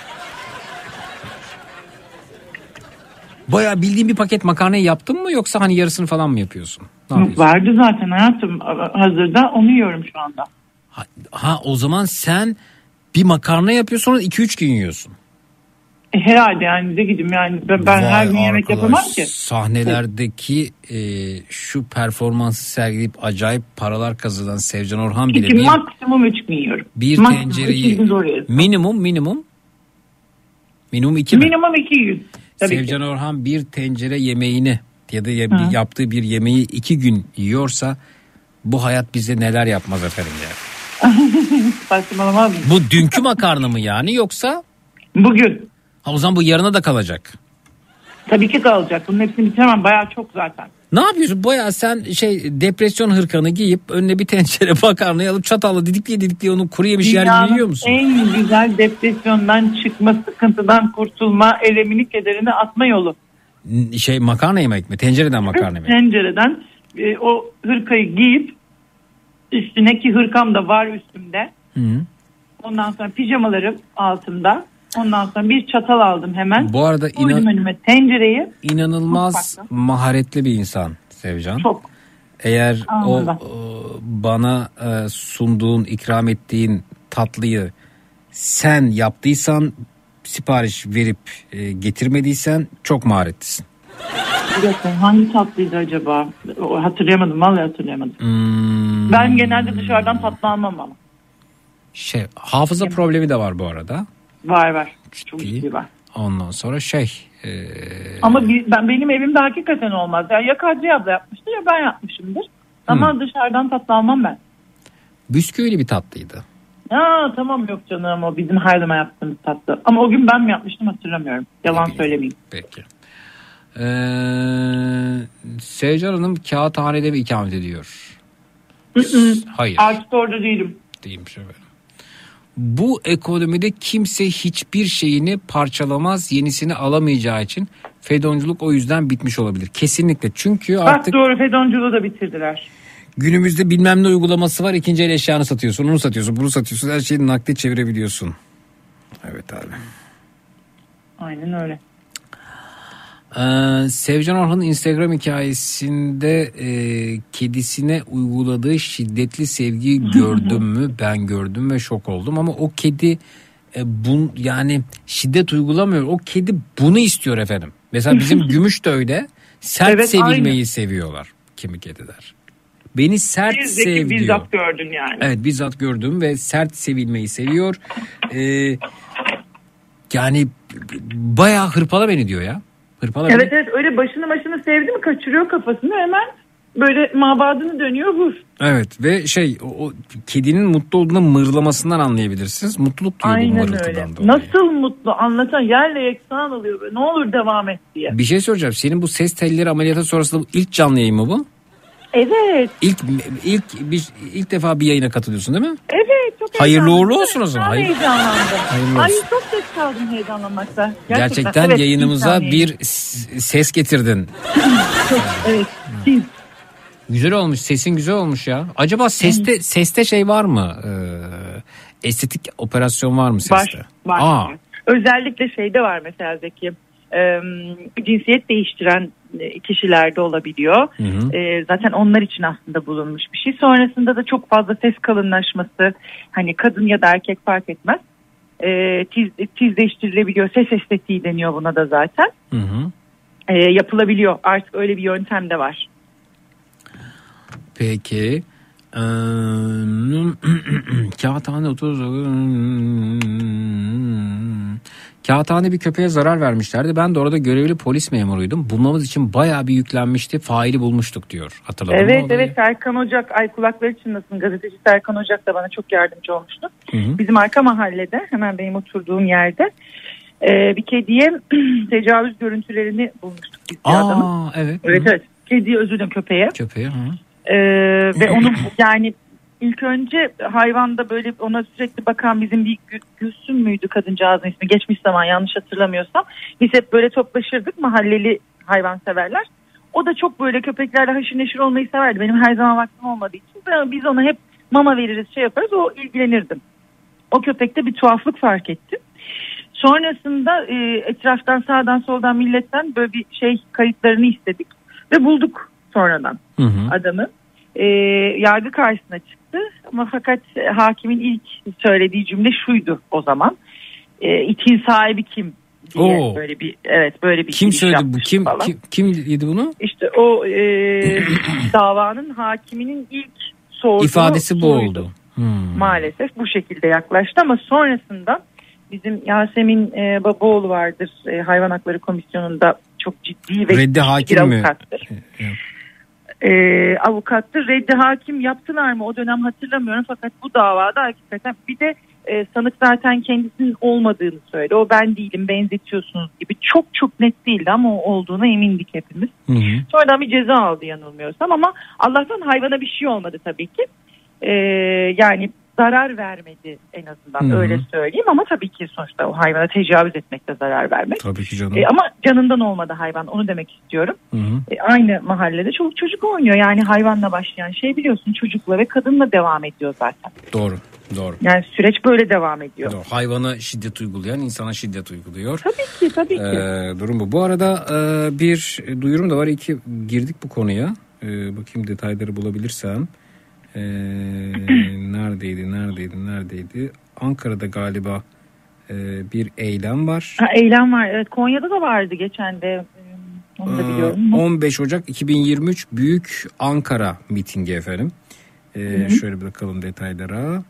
Bayağı bildiğin bir paket makarnayı yaptın mı yoksa hani yarısını falan mı yapıyorsun? Yok, vardı zaten hayatım hazırda, onu yiyorum şu anda. Ha, ha o zaman sen bir makarna yapıyorsun sonra iki üç gün yiyorsun. E, herhalde yani de gideyim yani ben, ben her gün yemek yapamam ki. Sahnelerdeki e, şu performansı sergileyip acayip paralar kazanan Sevcan Orhan bile İki, bir, maksimum üç gün yiyorum. Bir maksimum tencereyi minimum minimum minimum iki minimum iki gün. Sevcan ki. Orhan bir tencere yemeğini ya da ye, yaptığı bir yemeği iki gün yiyorsa bu hayat bize neler yapmaz efendim yani. Saçmalamaz mı? Bu dünkü makarna mı yani yoksa? Bugün. Ha, o zaman bu yarına da kalacak. Tabii ki kalacak. Bunun hepsini bitiremem. Bayağı çok zaten. Ne yapıyorsun? Bayağı sen şey depresyon hırkanı giyip önüne bir tencere makarnayı alıp çatalla didikliye didikliye onu kuru yemiş yer gibi yiyor musun? En güzel depresyondan çıkma, sıkıntıdan kurtulma, elemini kederini atma yolu. Şey makarna yemek mi? Tencereden makarna yemek. Tencereden e, o hırkayı giyip üstüne, ki hırkam da var üstümde. Hı. Ondan sonra pijamalarım altımda. Ondan sonra bir çatal aldım hemen. Bu arada inan- önüme tencereyi. İnanılmaz maharetli bir insan Sevcan. Çok. Eğer o, o bana e, sunduğun, ikram ettiğin tatlıyı sen yaptıysan, sipariş verip e, getirmediysen çok maharetlisin. Bir dakika, hangi tatlıydı acaba? Hatırlayamadım, vallahi hatırlayamadım. Hmm. Ben genelde dışarıdan tatlı almam ama. Şey, hafıza Yemek. problemi de var bu arada. Var var. Çok ciddi var. Ondan sonra şey. E... Ama bir, ben benim evimde hakikaten olmaz. Yani ya Kadriye abla yapmıştır ya ben yapmışımdır. Ama hmm. dışarıdan tatlı almam ben. Bisküvili bir tatlıydı. Aa, tamam, yok canım, o bizim her zaman yaptığımız tatlı. Ama o gün ben mi yapmıştım hatırlamıyorum. Yalan Peki. söylemeyeyim. Peki. Ee, Sevcan Hanım kağıthanede mi ikamet ediyor? Hayır. Artık orada değilim. Değilmiş efendim. Bu ekonomide kimse hiçbir şeyini parçalamaz, yenisini alamayacağı için fedonculuk o yüzden bitmiş olabilir. Kesinlikle, çünkü artık... Bak doğru, fedonculuğu da bitirdiler. Günümüzde bilmem ne uygulaması var, ikinci el eşyanı satıyorsun, onu satıyorsun, bunu satıyorsun, her şeyi nakde çevirebiliyorsun. Evet abi. Aynen öyle. Ee, Sevcan Orhan'ın Instagram hikayesinde e, kedisine uyguladığı şiddetli sevgiyi gördüm mü? Ben gördüm ve şok oldum ama o kedi e, bun, yani şiddet uygulamıyor. O kedi bunu istiyor efendim. Mesela bizim Gümüş de öyle. Sert Evet, sevilmeyi aynen. seviyorlar kimi kediler. Beni sert Bizdeki sev diyor. bizzat gördün yani. Evet, bizzat gördüm ve sert sevilmeyi seviyor. Ee, yani bayağı hırpala beni diyor ya. Hırpala Evet beni. evet, öyle başını başını sevdi mi kaçırıyor kafasını, hemen böyle mabadını dönüyor vur. Evet ve şey o, o kedinin mutlu olduğunda mırlamasından anlayabilirsiniz. Mutluluk duyuyor bu Aynen öyle. mırıltıdan dolayı. Nasıl mutlu, anlatan yerle yeksan oluyor böyle. Ne olur devam et diye. Bir şey soracağım. Senin bu ses telleri ameliyatı sonrasında bu ilk canlı yayın mı bu? Evet. İlk ilk bir, ilk defa bir yayına katılıyorsun değil mi? Evet, çok Hayırlı heyecanlandım. uğurlu olsun o zaman. Ben Hayırlı- heyecanlandım. Hayırlı Ay olsun. çok geç kaldım heyecanlanmakta. Gerçekten evet, yayınımıza ilk bir s- ses getirdin. Evet. Siz. Güzel olmuş. Sesin güzel olmuş ya. Acaba seste seste şey var mı? Ee, estetik operasyon var mı seste? Var. Var. Aa. var. Özellikle şeyde var mesela Zeki. E, cinsiyet değiştiren e, kişilerde olabiliyor. Hı hı. E, zaten onlar için aslında bulunmuş bir şey. Sonrasında da çok fazla ses kalınlaşması, hani kadın ya da erkek fark etmez. E, tiz, tizleştirilebiliyor. Ses estetiği deniyor buna da zaten. Hı hı. E, yapılabiliyor. Artık öyle bir yöntem de var. Peki. Ee, Kağıthane otuz Kağıthane bir köpeğe zarar vermişlerdi. Ben de orada görevli polis memuruydum. Bulmamız için bayağı bir yüklenmişti. Faili bulmuştuk diyor. Hatırladın mı Evet olayı? evet, Serkan Ocak, ay kulakları çınlasın, gazeteci Serkan Ocak da bana çok yardımcı olmuştu. Hı hı. Bizim arka mahallede, hemen benim oturduğum yerde e, bir kediye tecavüz görüntülerini bulmuştuk biz bir adamın. Aa, evet. Evet evet, kediye, özür dilerim, köpeğe. Köpeğe. Hı. E, ve onu yani ilk önce hayvanda böyle ona sürekli bakan bizim bir Gü- Gülsüm müydü kadıncağızın ismi, geçmiş zaman yanlış hatırlamıyorsam. Biz hep böyle toplaşırdık, mahalleli hayvanseverler. O da çok böyle köpeklerle haşır neşir olmayı severdi. Benim her zaman vaktim olmadığı için ben- biz ona hep mama veririz, şey yaparız, o ilgilenirdim. O köpekte bir tuhaflık fark ettim. Sonrasında e, etraftan, sağdan soldan, milletten böyle bir şey kayıtlarını istedik ve bulduk sonradan Hı hı. adamı. E, yargı karşısına çıktı ama fakat e, hakimin ilk söylediği cümle şuydu o zaman. E, itin sahibi kim diye Oo. böyle bir, evet böyle bir Kim giriş söyledi bu? yapmış Kim, falan. kim kim yedi bunu? İşte o e, davanın hakiminin ilk sorduğu İfadesi bu soruydu. oldu. Hmm. Maalesef bu şekilde yaklaştı ama sonrasında bizim Yasemin e, Babaoğlu vardır, e, Hayvan Hakları Komisyonu'nda çok ciddi ve Reddi bir hakim mi? avukattır. E, avukattır. Reddi hakim yaptılar mı o dönem hatırlamıyorum, fakat bu davada hakikaten bir de e, sanık zaten kendisinin olmadığını söyledi. O ben değilim, benzetiyorsunuz gibi, çok çok net değildi ama o olduğuna emindik hepimiz. Hı hı. Sonradan bir ceza aldı yanılmıyorsam ama Allah'tan hayvana bir şey olmadı tabii ki. Ee, yani zarar vermedi en azından, Hı hı. öyle söyleyeyim, ama tabii ki sonuçta o hayvana tecavüz etmek de zarar vermek. Tabii ki canım. Ee, ama canından olmadı hayvan, onu demek istiyorum. Hı hı. Ee, aynı mahallede çoluk çocuk oynuyor, yani hayvanla başlayan şey biliyorsun çocukla ve kadınla devam ediyor zaten. Doğru. Doğru. Yani süreç böyle devam ediyor. Doğru. Hayvana şiddet uygulayan insana şiddet uyguluyor. Tabii ki tabii ki. Ee, durum bu. Bu arada e, bir duyurum da var. İki girdik bu konuya. Ee, bakayım detayları bulabilirsem. Ee, neredeydi, neredeydi, neredeydi? Ankara'da galiba e, bir eylem var. Ha, eylem var. Evet, Konya'da da vardı geçen de. Onu da biliyorum. Ee, on beş Ocak iki bin yirmi üç Büyük Ankara mitingi efendim. Ee, şöyle bir bakalım detaylara.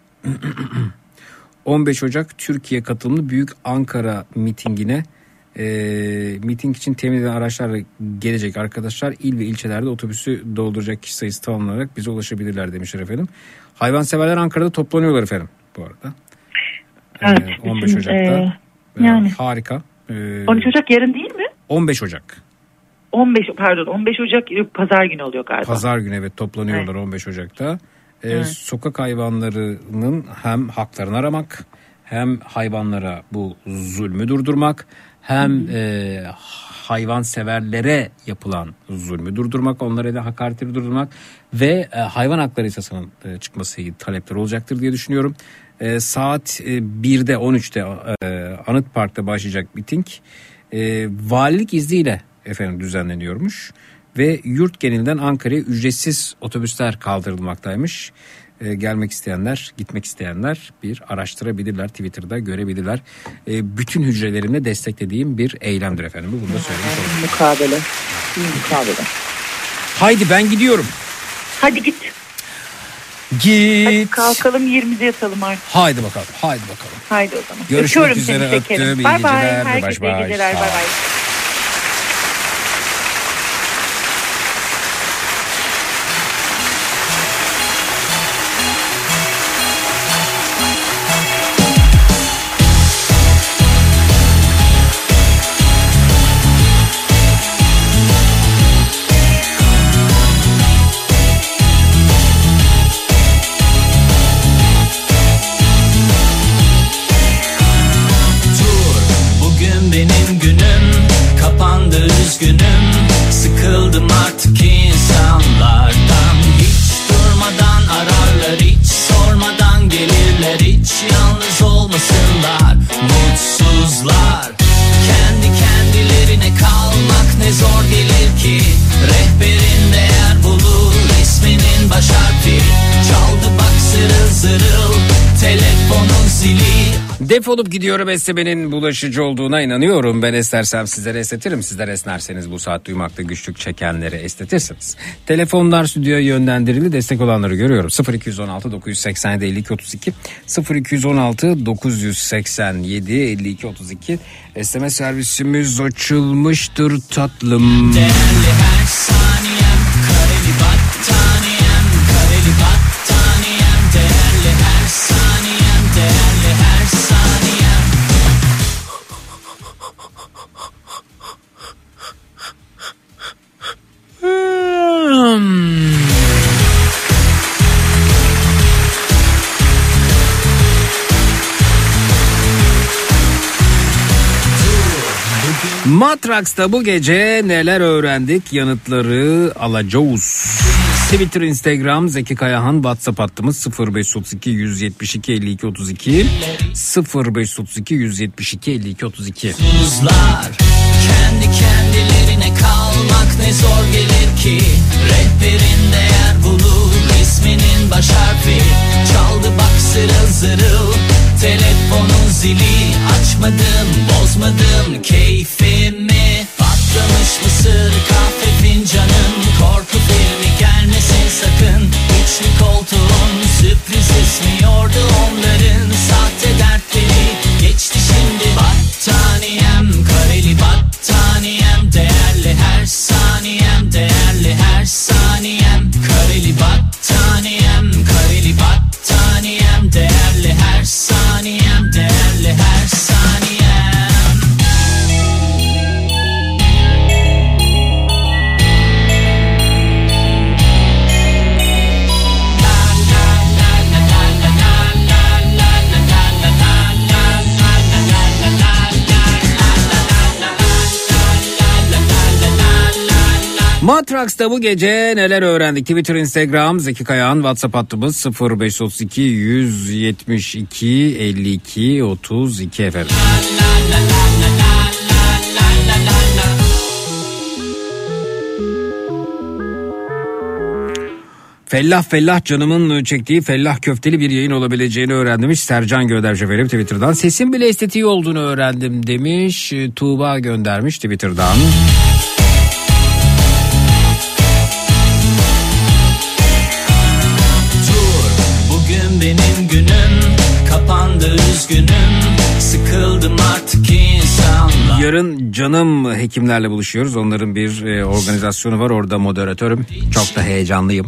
on beş Ocak Türkiye katılımlı Büyük Ankara mitingine e, miting için temin edilen araçlarla gelecek arkadaşlar il ve ilçelerde otobüsü dolduracak kişi sayısı tamamlanarak bize ulaşabilirler demişler efendim. Hayvanseverler Ankara'da toplanıyorlar efendim bu arada. Evet, ee, on beş Ocak'ta. E, yani. Harika. Ee, on üç Ocak yarın değil mi? on beş Ocak. on beş pardon on beş Ocak pazar günü oluyor galiba. Pazar günü evet toplanıyorlar, evet. on beş Ocak'ta. Ee, evet. Sokak hayvanlarının hem haklarını aramak, hem hayvanlara bu zulmü durdurmak, hem e, hayvanseverlere yapılan zulmü durdurmak, onlara da hakareti durdurmak ve e, hayvan hakları yasasının e, çıkması talepleri olacaktır diye düşünüyorum. E, saat e, birde on üçte e, Anıt Park'ta başlayacak miting e, valilik izniyle efendim düzenleniyormuş ve yurt genelinden Ankara'ya ücretsiz otobüsler kaldırılmaktaymış. E, gelmek isteyenler, gitmek isteyenler bir araştırabilirler, Twitter'da görebilirler. E, bütün hücrelerimle desteklediğim bir eylemdir efendim. Bunu da söylemiş olayım. Mukabele. Mukabele. Haydi ben gidiyorum. Hadi git. Git. Hadi kalkalım yirmide yatalım artık. Haydi bakalım. Haydi bakalım. Haydi o zaman. Görüşmek Öpüyorum üzere. seni şekerim. Öptüm. İyi Bye bye. geceler. Herkese Bye bye. iyi geceler. Bye bye. Benim günüm kapandı, üzgünüm. Sıkıldım artık insanlardan. Hiç durmadan ararlar, hiç sormadan gelirler. Hiç yalnız olmasınlar mutsuzlar. Kendi kendilerine kalmak ne zor gelir ki. Rehberin değer bulur, isminin baş harfi. Çaldı bak zırıl zırıl telefonun zili. Defolup gidiyorum esnemenin bulaşıcı olduğuna inanıyorum. Ben esnersem sizlere esnetirim. Sizler esnerseniz bu saat duymakta güçlük çekenleri esnetirsiniz. Telefonlar stüdyoya yönlendirildi. Destek olanları görüyorum. sıfır iki on altı dokuz yüz seksen yedi elli iki otuz iki sıfır iki on altı dokuz yüz seksen yedi elli iki otuz iki S M S servisimiz açılmıştır tatlım. Değerli her saniyem, kareli battaniyem, kareli battaniyem, değerli her saniyem, değerli her saniyem. Hmm. Matraks'ta bu gece neler öğrendik yanıtları alacağız. Twitter, Instagram, Zeki Kayahan, WhatsApp hattımız sıfır beş otuz iki yüz yetmiş iki elli iki otuz iki sıfır beş otuz iki yüz yetmiş iki elli iki otuz iki. Tuzlar, kendi kendilerine kalmak ne zor gelir ki. Rehberin değer bulur, isminin baş harfi. Çaldı bak zırıl zırıl telefonun zili. Açmadım, bozmadım keyfimi. Patlamış mısır kahve fincanın. Korku filmi gelmesin sakın. Üçlü koltuğun sürpriz ismiyordu onların. Sahte dertleri geçti şimdi. Battaniyem, kareli battaniyem, değerli her saniyem, değerli her saniyem. Kareli battaniyem, kareli battaniyem, değerli her saniyem, değerli her saniyem. Matraks'ta bu gece neler öğrendik? Twitter, Instagram, Zeki Kayahan, WhatsApp hattımız sıfır beş otuz iki yüz yetmiş iki elli iki otuz iki efendim. Fellah fellah canımın çektiği fellah köfteli bir yayın olabileceğini öğrenmiş Sercan göndermiş efendim Twitter'dan. Sesin bile estetiği olduğunu öğrendim demiş. Tuğba göndermiş Twitter'dan. Benim günüm kapandı, üzgünüm. Sıkıldım artık insanlar. Yarın canım hekimlerle buluşuyoruz. Onların bir e, organizasyonu var. Orada moderatörüm. Çok da heyecanlıyım.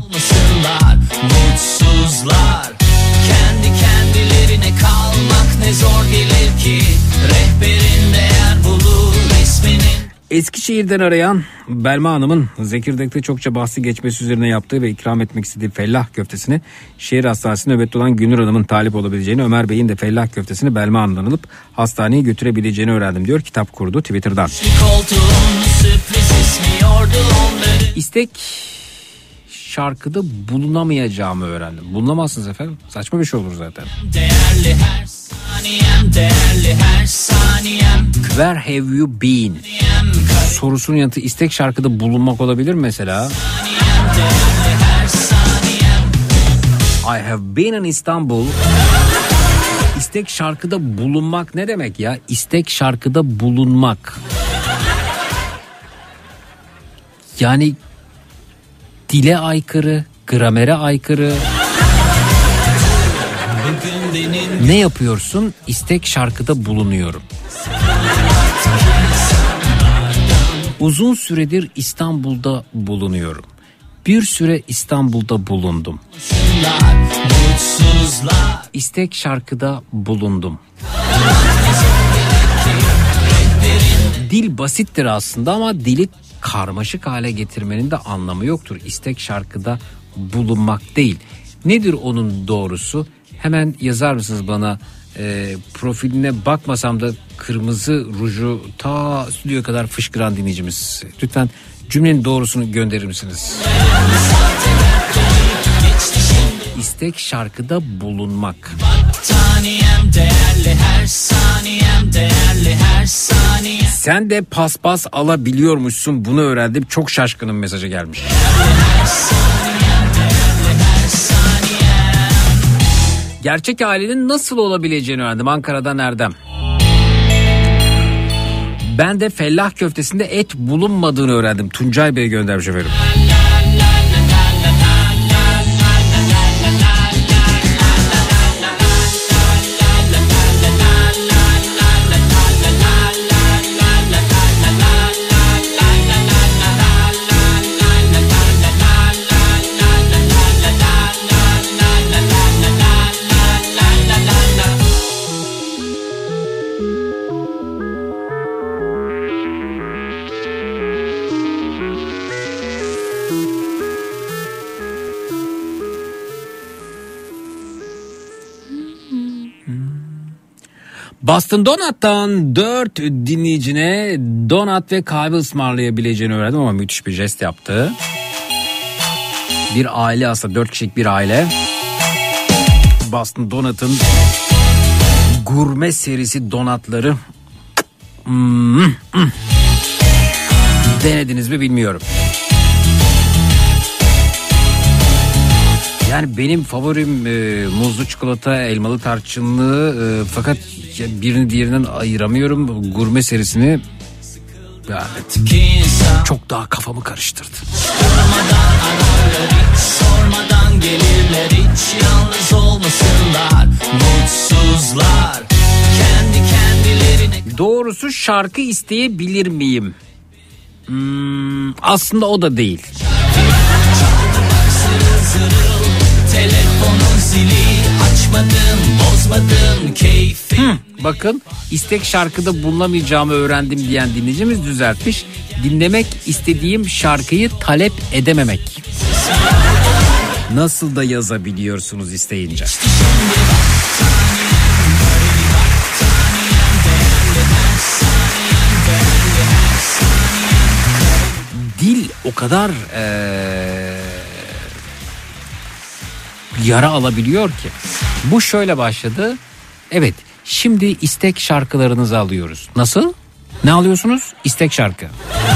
Mutsuzlar, kendi kendilerine kalmak ne zor gelir ki. Rehberin değer bulur, isminin. Eskişehir'den arayan Belma Hanım'ın Zekirdek'te çokça bahsi geçmesi üzerine yaptığı ve ikram etmek istediği fellah köftesini şehir hastanesinde nöbette olan Günür Hanım'ın talip olabileceğini, Ömer Bey'in de fellah köftesini Belma Hanım'dan alıp hastaneye götürebileceğini öğrendim diyor. Kitap kurdu Twitter'dan. İstek şarkıda bulunamayacağımı öğrendim. Bulunamazsınız efendim. Saçma bir şey olur zaten. Değerli her saniyem, değerli her saniyem. Where have you been? Sorusunun yanıtı istek şarkıda bulunmak olabilir mesela. I have been in İstanbul. İstek şarkıda bulunmak ne demek ya? İstek şarkıda bulunmak. Yani dile aykırı, gramere aykırı. Ne yapıyorsun? İstek şarkıda bulunuyorum. Uzun süredir İstanbul'da bulunuyorum. Bir süre İstanbul'da bulundum. İstek şarkıda bulundum. Dil basittir aslında ama dili karmaşık hale getirmenin de anlamı yoktur. İstek şarkıda bulunmak değil. Nedir onun doğrusu? Hemen yazar mısınız bana? E, profiline bakmasam da kırmızı ruju ta stüdyoya kadar fışkıran dinleyicimiz. Lütfen cümlenin doğrusunu gönderir misiniz? İstek şarkıda bulunmak. Battaniyem değerli her saniyem, değerli her saniyem. Sen de paspas alabiliyormuşsun, bunu öğrendim. Çok şaşkınım mesajı gelmiş. Gerçek ailenin nasıl olabileceğini öğrendim. Ankara'dan Erdem. Ben de fellah köftesinde et bulunmadığını öğrendim. Tuncay Bey göndermiş efendim. Boston Donut'tan dört dinleyicine donut ve kahve ısmarlayabileceğini öğrendim ama müthiş bir jest yaptı. Bir aile, aslında dört kişilik bir aile. Boston Donut'ın gurme serisi donatları hmm, hmm. denediniz mi bilmiyorum. Yani benim favorim e, muzlu çikolata, elmalı tarçınlı e, fakat birini diğerinden ayıramıyorum. Gurme serisini yani çok daha kafamı karıştırdı. Sormadan ararlar hiç, sormadan gelirler hiç, yalnız olmasınlar mutsuzlar kendi kendilerine. Doğrusu şarkı isteyebilir miyim? Hmm, aslında o da değil. Telefonun zili açmadım, bozmadım keyfi. Hmm, bakın istek şarkıda bulunamayacağımı öğrendim diyen dinleyicimiz düzeltmiş. Dinlemek istediğim şarkıyı talep edememek. Nasıl da yazabiliyorsunuz isteyince. Dil o kadar ee, yara alabiliyor ki. Bu şöyle başladı. Evet, şimdi istek şarkılarınızı alıyoruz. Nasıl? Ne alıyorsunuz? İstek şarkı.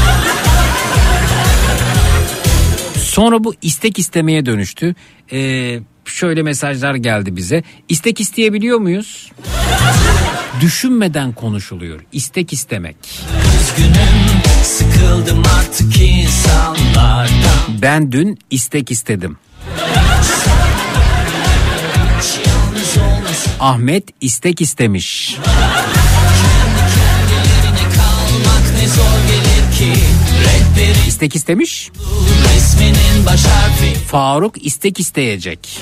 Sonra bu istek istemeye dönüştü. Ee, şöyle mesajlar geldi bize. İstek isteyebiliyor muyuz? Düşünmeden konuşuluyor. İstek istemek. Üzgünüm, sıkıldım artık insanlardan. Ben dün istek istedim. Ahmet istek istemiş. İstek istemiş. Faruk istek isteyecek.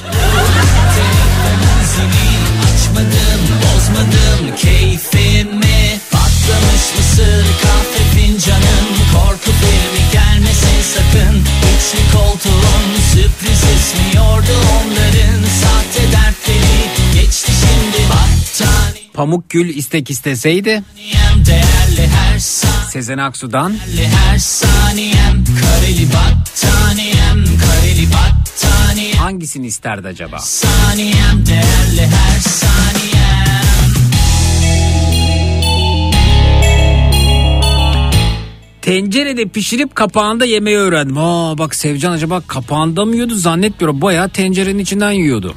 Açmadım, bozmadım keyfimi. Patlamış mısır kahve fincanın. Korkup evime gelmesin sakın. Üçlü koltuğun sürpriz esmiyordu onların. Sahte dertleri geçti şimdi battaniye. Pamukgül istek isteseydi. Değerli her saniyem. Sezen Aksu'dan. Değerli her saniyem. Kareli battaniyem. Kareli battaniyem. hangisini isterdi acaba? Saniyem değerli her saniyem. Tencerede pişirip kapağında yemeği öğrendim. Aa bak Sevcan acaba kapağında mı yiyordu zannetmiyorum. Bayağı tencerenin içinden yiyordu.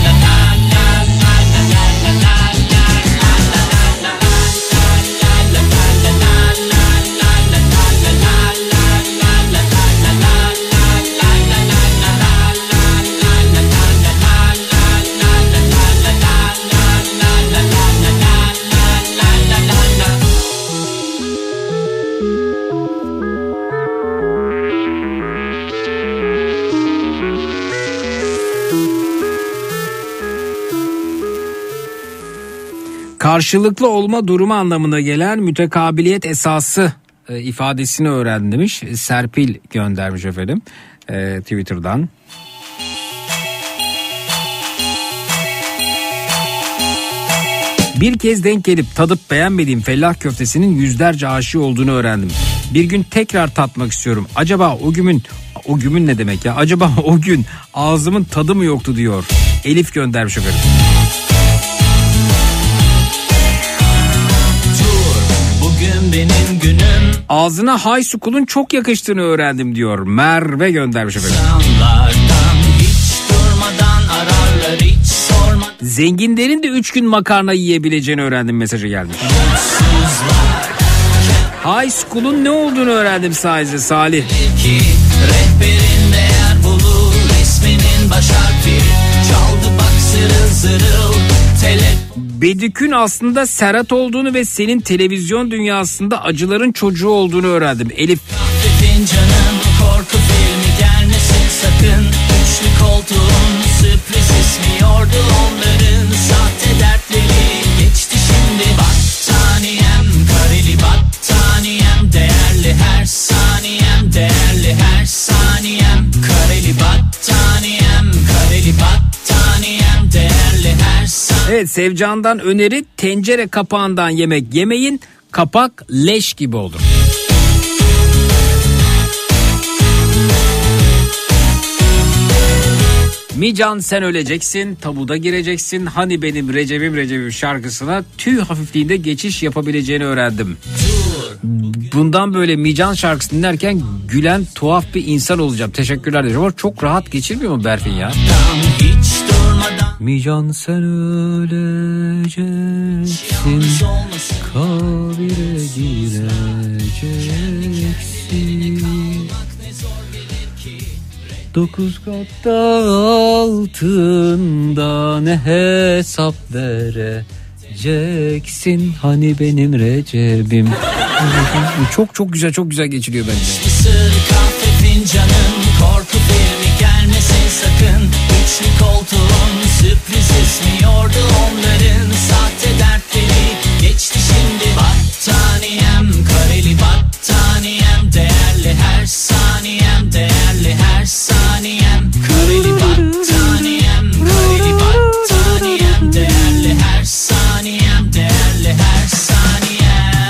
Karşılıklı olma durumu anlamına gelen mütekabiliyet esası e, ifadesini öğrendim demiş. Serpil göndermiş efendim e, Twitter'dan. Bir kez denk gelip tadıp beğenmediğim fellah köftesinin yüzlerce aşığı olduğunu öğrendim. Bir gün tekrar tatmak istiyorum. Acaba o gün, o gün ne demek ya? Acaba o gün ağzımın tadı mı yoktu diyor. Elif göndermiş efendim. Bugün benim günüm. Ağzına high school'un çok yakıştığını öğrendim diyor. Merve göndermiş efendim. Hiç durmadan ararlar hiç sorma. Zenginlerin de üç gün makarna yiyebileceğini öğrendim mesajı gelmiş. High school'un ne olduğunu öğrendim sayesinde Salih. Ki rehberin değer bulur isminin baş harfi. Çaldı bak zırıl zırıl tele. Bedük'ün aslında Serhat olduğunu ve senin televizyon dünyasında acıların çocuğu olduğunu öğrendim. Elif. Fincanın korku filmi gelmesin sakın. Üçlü koltuğun sürpriz ismi yordu onların sahte dertleri. Geçti şimdi battaniyem kareli battaniyem değerli her saniyem değerli her saniyem kareli battaniyem kareli battaniyem değerli her saniyem. Evet Sevcan'dan öneri tencere kapağından yemek yemeyin, kapak leş gibi olur. Mican sen öleceksin, tabuda gireceksin. Hani benim Recep'im Recep'im şarkısına tüy hafifliğinde geçiş yapabileceğini öğrendim. Bundan böyle Mican şarkısı dinlerken gülen tuhaf bir insan olacağım. Teşekkürler diyeceğim ama çok rahat geçirmiyor mu Berfin ya? Hiç durmadan. Mican sen öleceksin, kabire gireceksin. Dokuz katta altında ne hesap vereceksin hani benim Recep'im. Çok çok güzel çok güzel geçiriyor bence. Mısır kahve fincanın korku filmi gelmesin sakın. Üçlü koltuğun sürpriz ismi yordu onların sahte dertleri. Geçti şimdi battaniyem kareli battaniyem değerli her saniyem değerli her saniyem kareli battaniyem kareli battaniyem değerli her saniyem değerli her saniyem.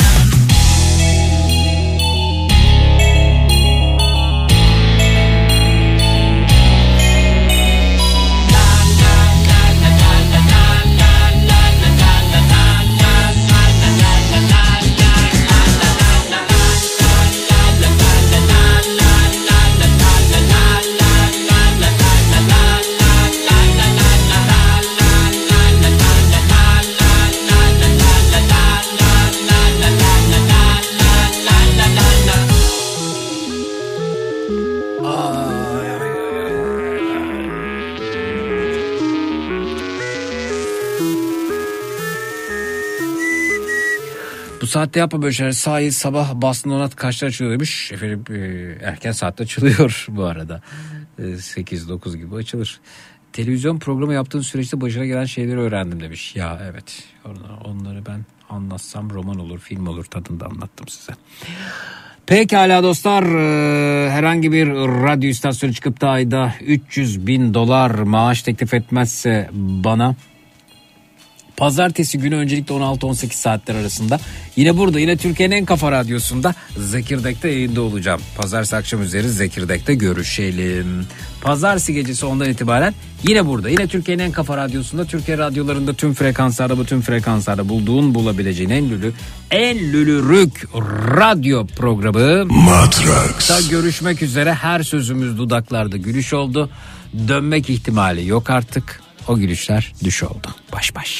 Bu saatte yapma böyle şeyler. Sahi sabah Boston Donat kaçta açılıyor demiş. Efendim e, erken saatte açılıyor bu arada. E, sekiz dokuz gibi açılır. Televizyon programı yaptığın süreçte başına gelen şeyleri öğrendim demiş. Ya evet onları, onları ben anlatsam roman olur, film olur tadında anlattım size. Pekala dostlar, e, herhangi bir radyo istasyonu çıkıp da ayda üç yüz bin dolar maaş teklif etmezse bana Pazartesi günü öncelikle on altı on sekiz saatler arasında yine burada, yine Türkiye'nin en kafa radyosunda Zekirdek'te yayında olacağım. Pazartesi akşam üzeri Zekirdek'te görüşelim. Pazartesi gecesi ondan itibaren yine burada, yine Türkiye'nin en kafa radyosunda, Türkiye radyolarında tüm frekanslarda, bütün frekanslarda bulduğun, bulabileceğin en lülü, en lülürük radyo programı Matraks'ta görüşmek üzere. Her sözümüz dudaklarda gülüş oldu. Dönmek ihtimali yok artık. O gülüşler düş oldu. Baş baş.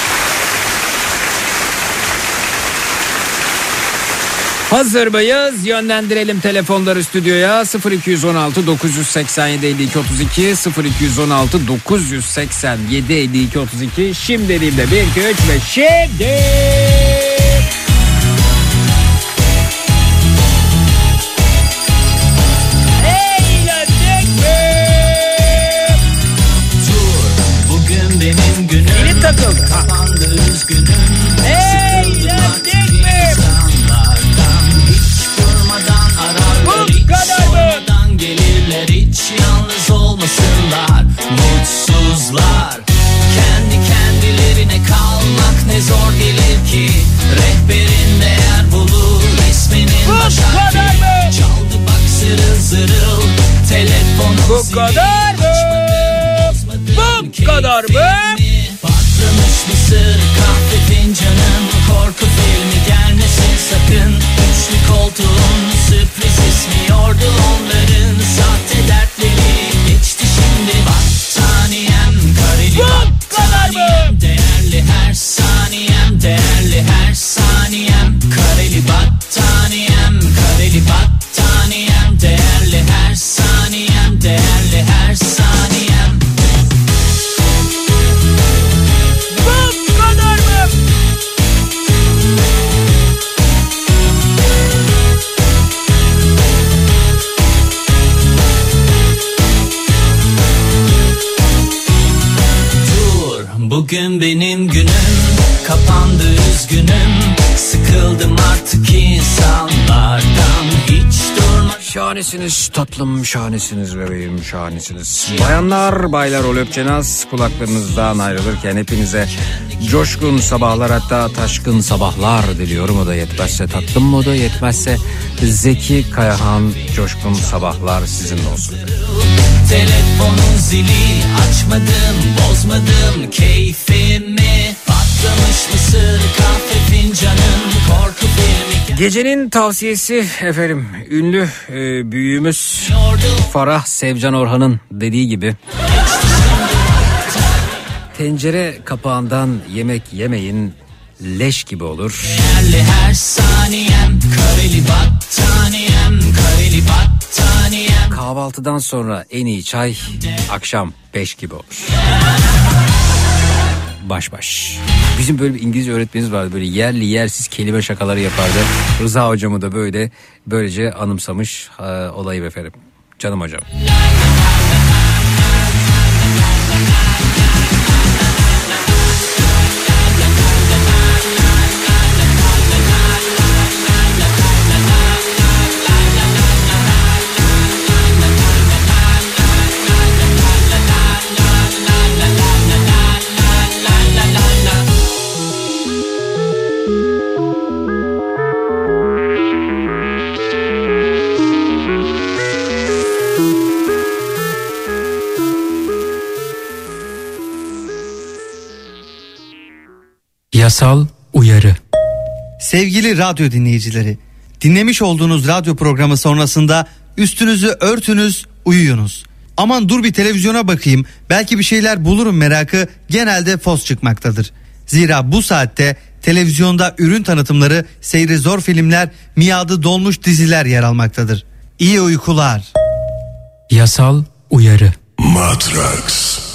Hazır mıyız? Yönlendirelim telefonları stüdyoya. sıfır iki on altı dokuz seksen yedi elli iki otuz iki sıfır iki on altı dokuz seksen yedi elli iki otuz iki. Şimdi dediğimde bir iki üç ve şimdi... Benim günüm Elim takıldı. Kapandı üzgünüm. Eğlendik mi? Hiç durmadan ararlar, hiç sormadan gelirler, hiç yalnız olmasınlar. Mutsuzlar. Kendi kendilerine kalmak ne zor gelir ki. Rehberin değer bulur, isminin baş harfi. Çaldı bak zırıl zırıl telefonun Bu zili. kadar mı? Bu kadar mı? Patlamış mısır kahve fincanın, korku filmi gelmesin sakın. Üçlü koltuğun sürpriz ismi yordu onların, sahte dertleri geçti şimdi. Battaniyem kareli, battaniyem değerli her saniyem, değerli her saniyem. Kareli battaniyem, kareli battaniyem, değerli her saniyem, değerli her saniyem. Bugün benim günüm, kapandı üzgünüm. Sıkıldım artık insanlardan, hiç durma. Şahanesiniz tatlım, şahanesiniz bebeğim, şahanesiniz. Bayanlar, baylar, o löpçenaz kulaklarınızdan ayrılırken hepinize coşkun sabahlar, hatta taşkın sabahlar diliyorum. O da yetmezse tatlım, o da yetmezse Zeki Kayahan, coşkun sabahlar sizinle olsun. Telefonun zili açmadım, bozmadım keyfimi. Patlamış mısır kahve fincanın, korku filmi. Gecenin tavsiyesi efendim, ünlü e, büyüğümüz Farah Sevcan Orhan'ın dediği gibi, tencere kapağından yemek yemeyin, leş gibi olur. Her saniyem, kareli battaniyem, kareli battaniyem. Kahvaltıdan sonra en iyi çay akşam beş gibi olur. Baş baş. Bizim böyle bir İngilizce öğretmenimiz vardı, böyle yerli yersiz kelime şakaları yapardı. Rıza hocamı da böyle böylece anımsamış e, olayım efendim. Canım hocam. Yasal uyarı. Sevgili radyo dinleyicileri, dinlemiş olduğunuz radyo programı sonrasında üstünüzü örtünüz, uyuyunuz. Aman dur bir televizyona bakayım, belki bir şeyler bulurum merakı genelde fos çıkmaktadır. Zira bu saatte televizyonda ürün tanıtımları, seyri zor filmler, miadı dolmuş diziler yer almaktadır. İyi uykular. Yasal uyarı. Matrax.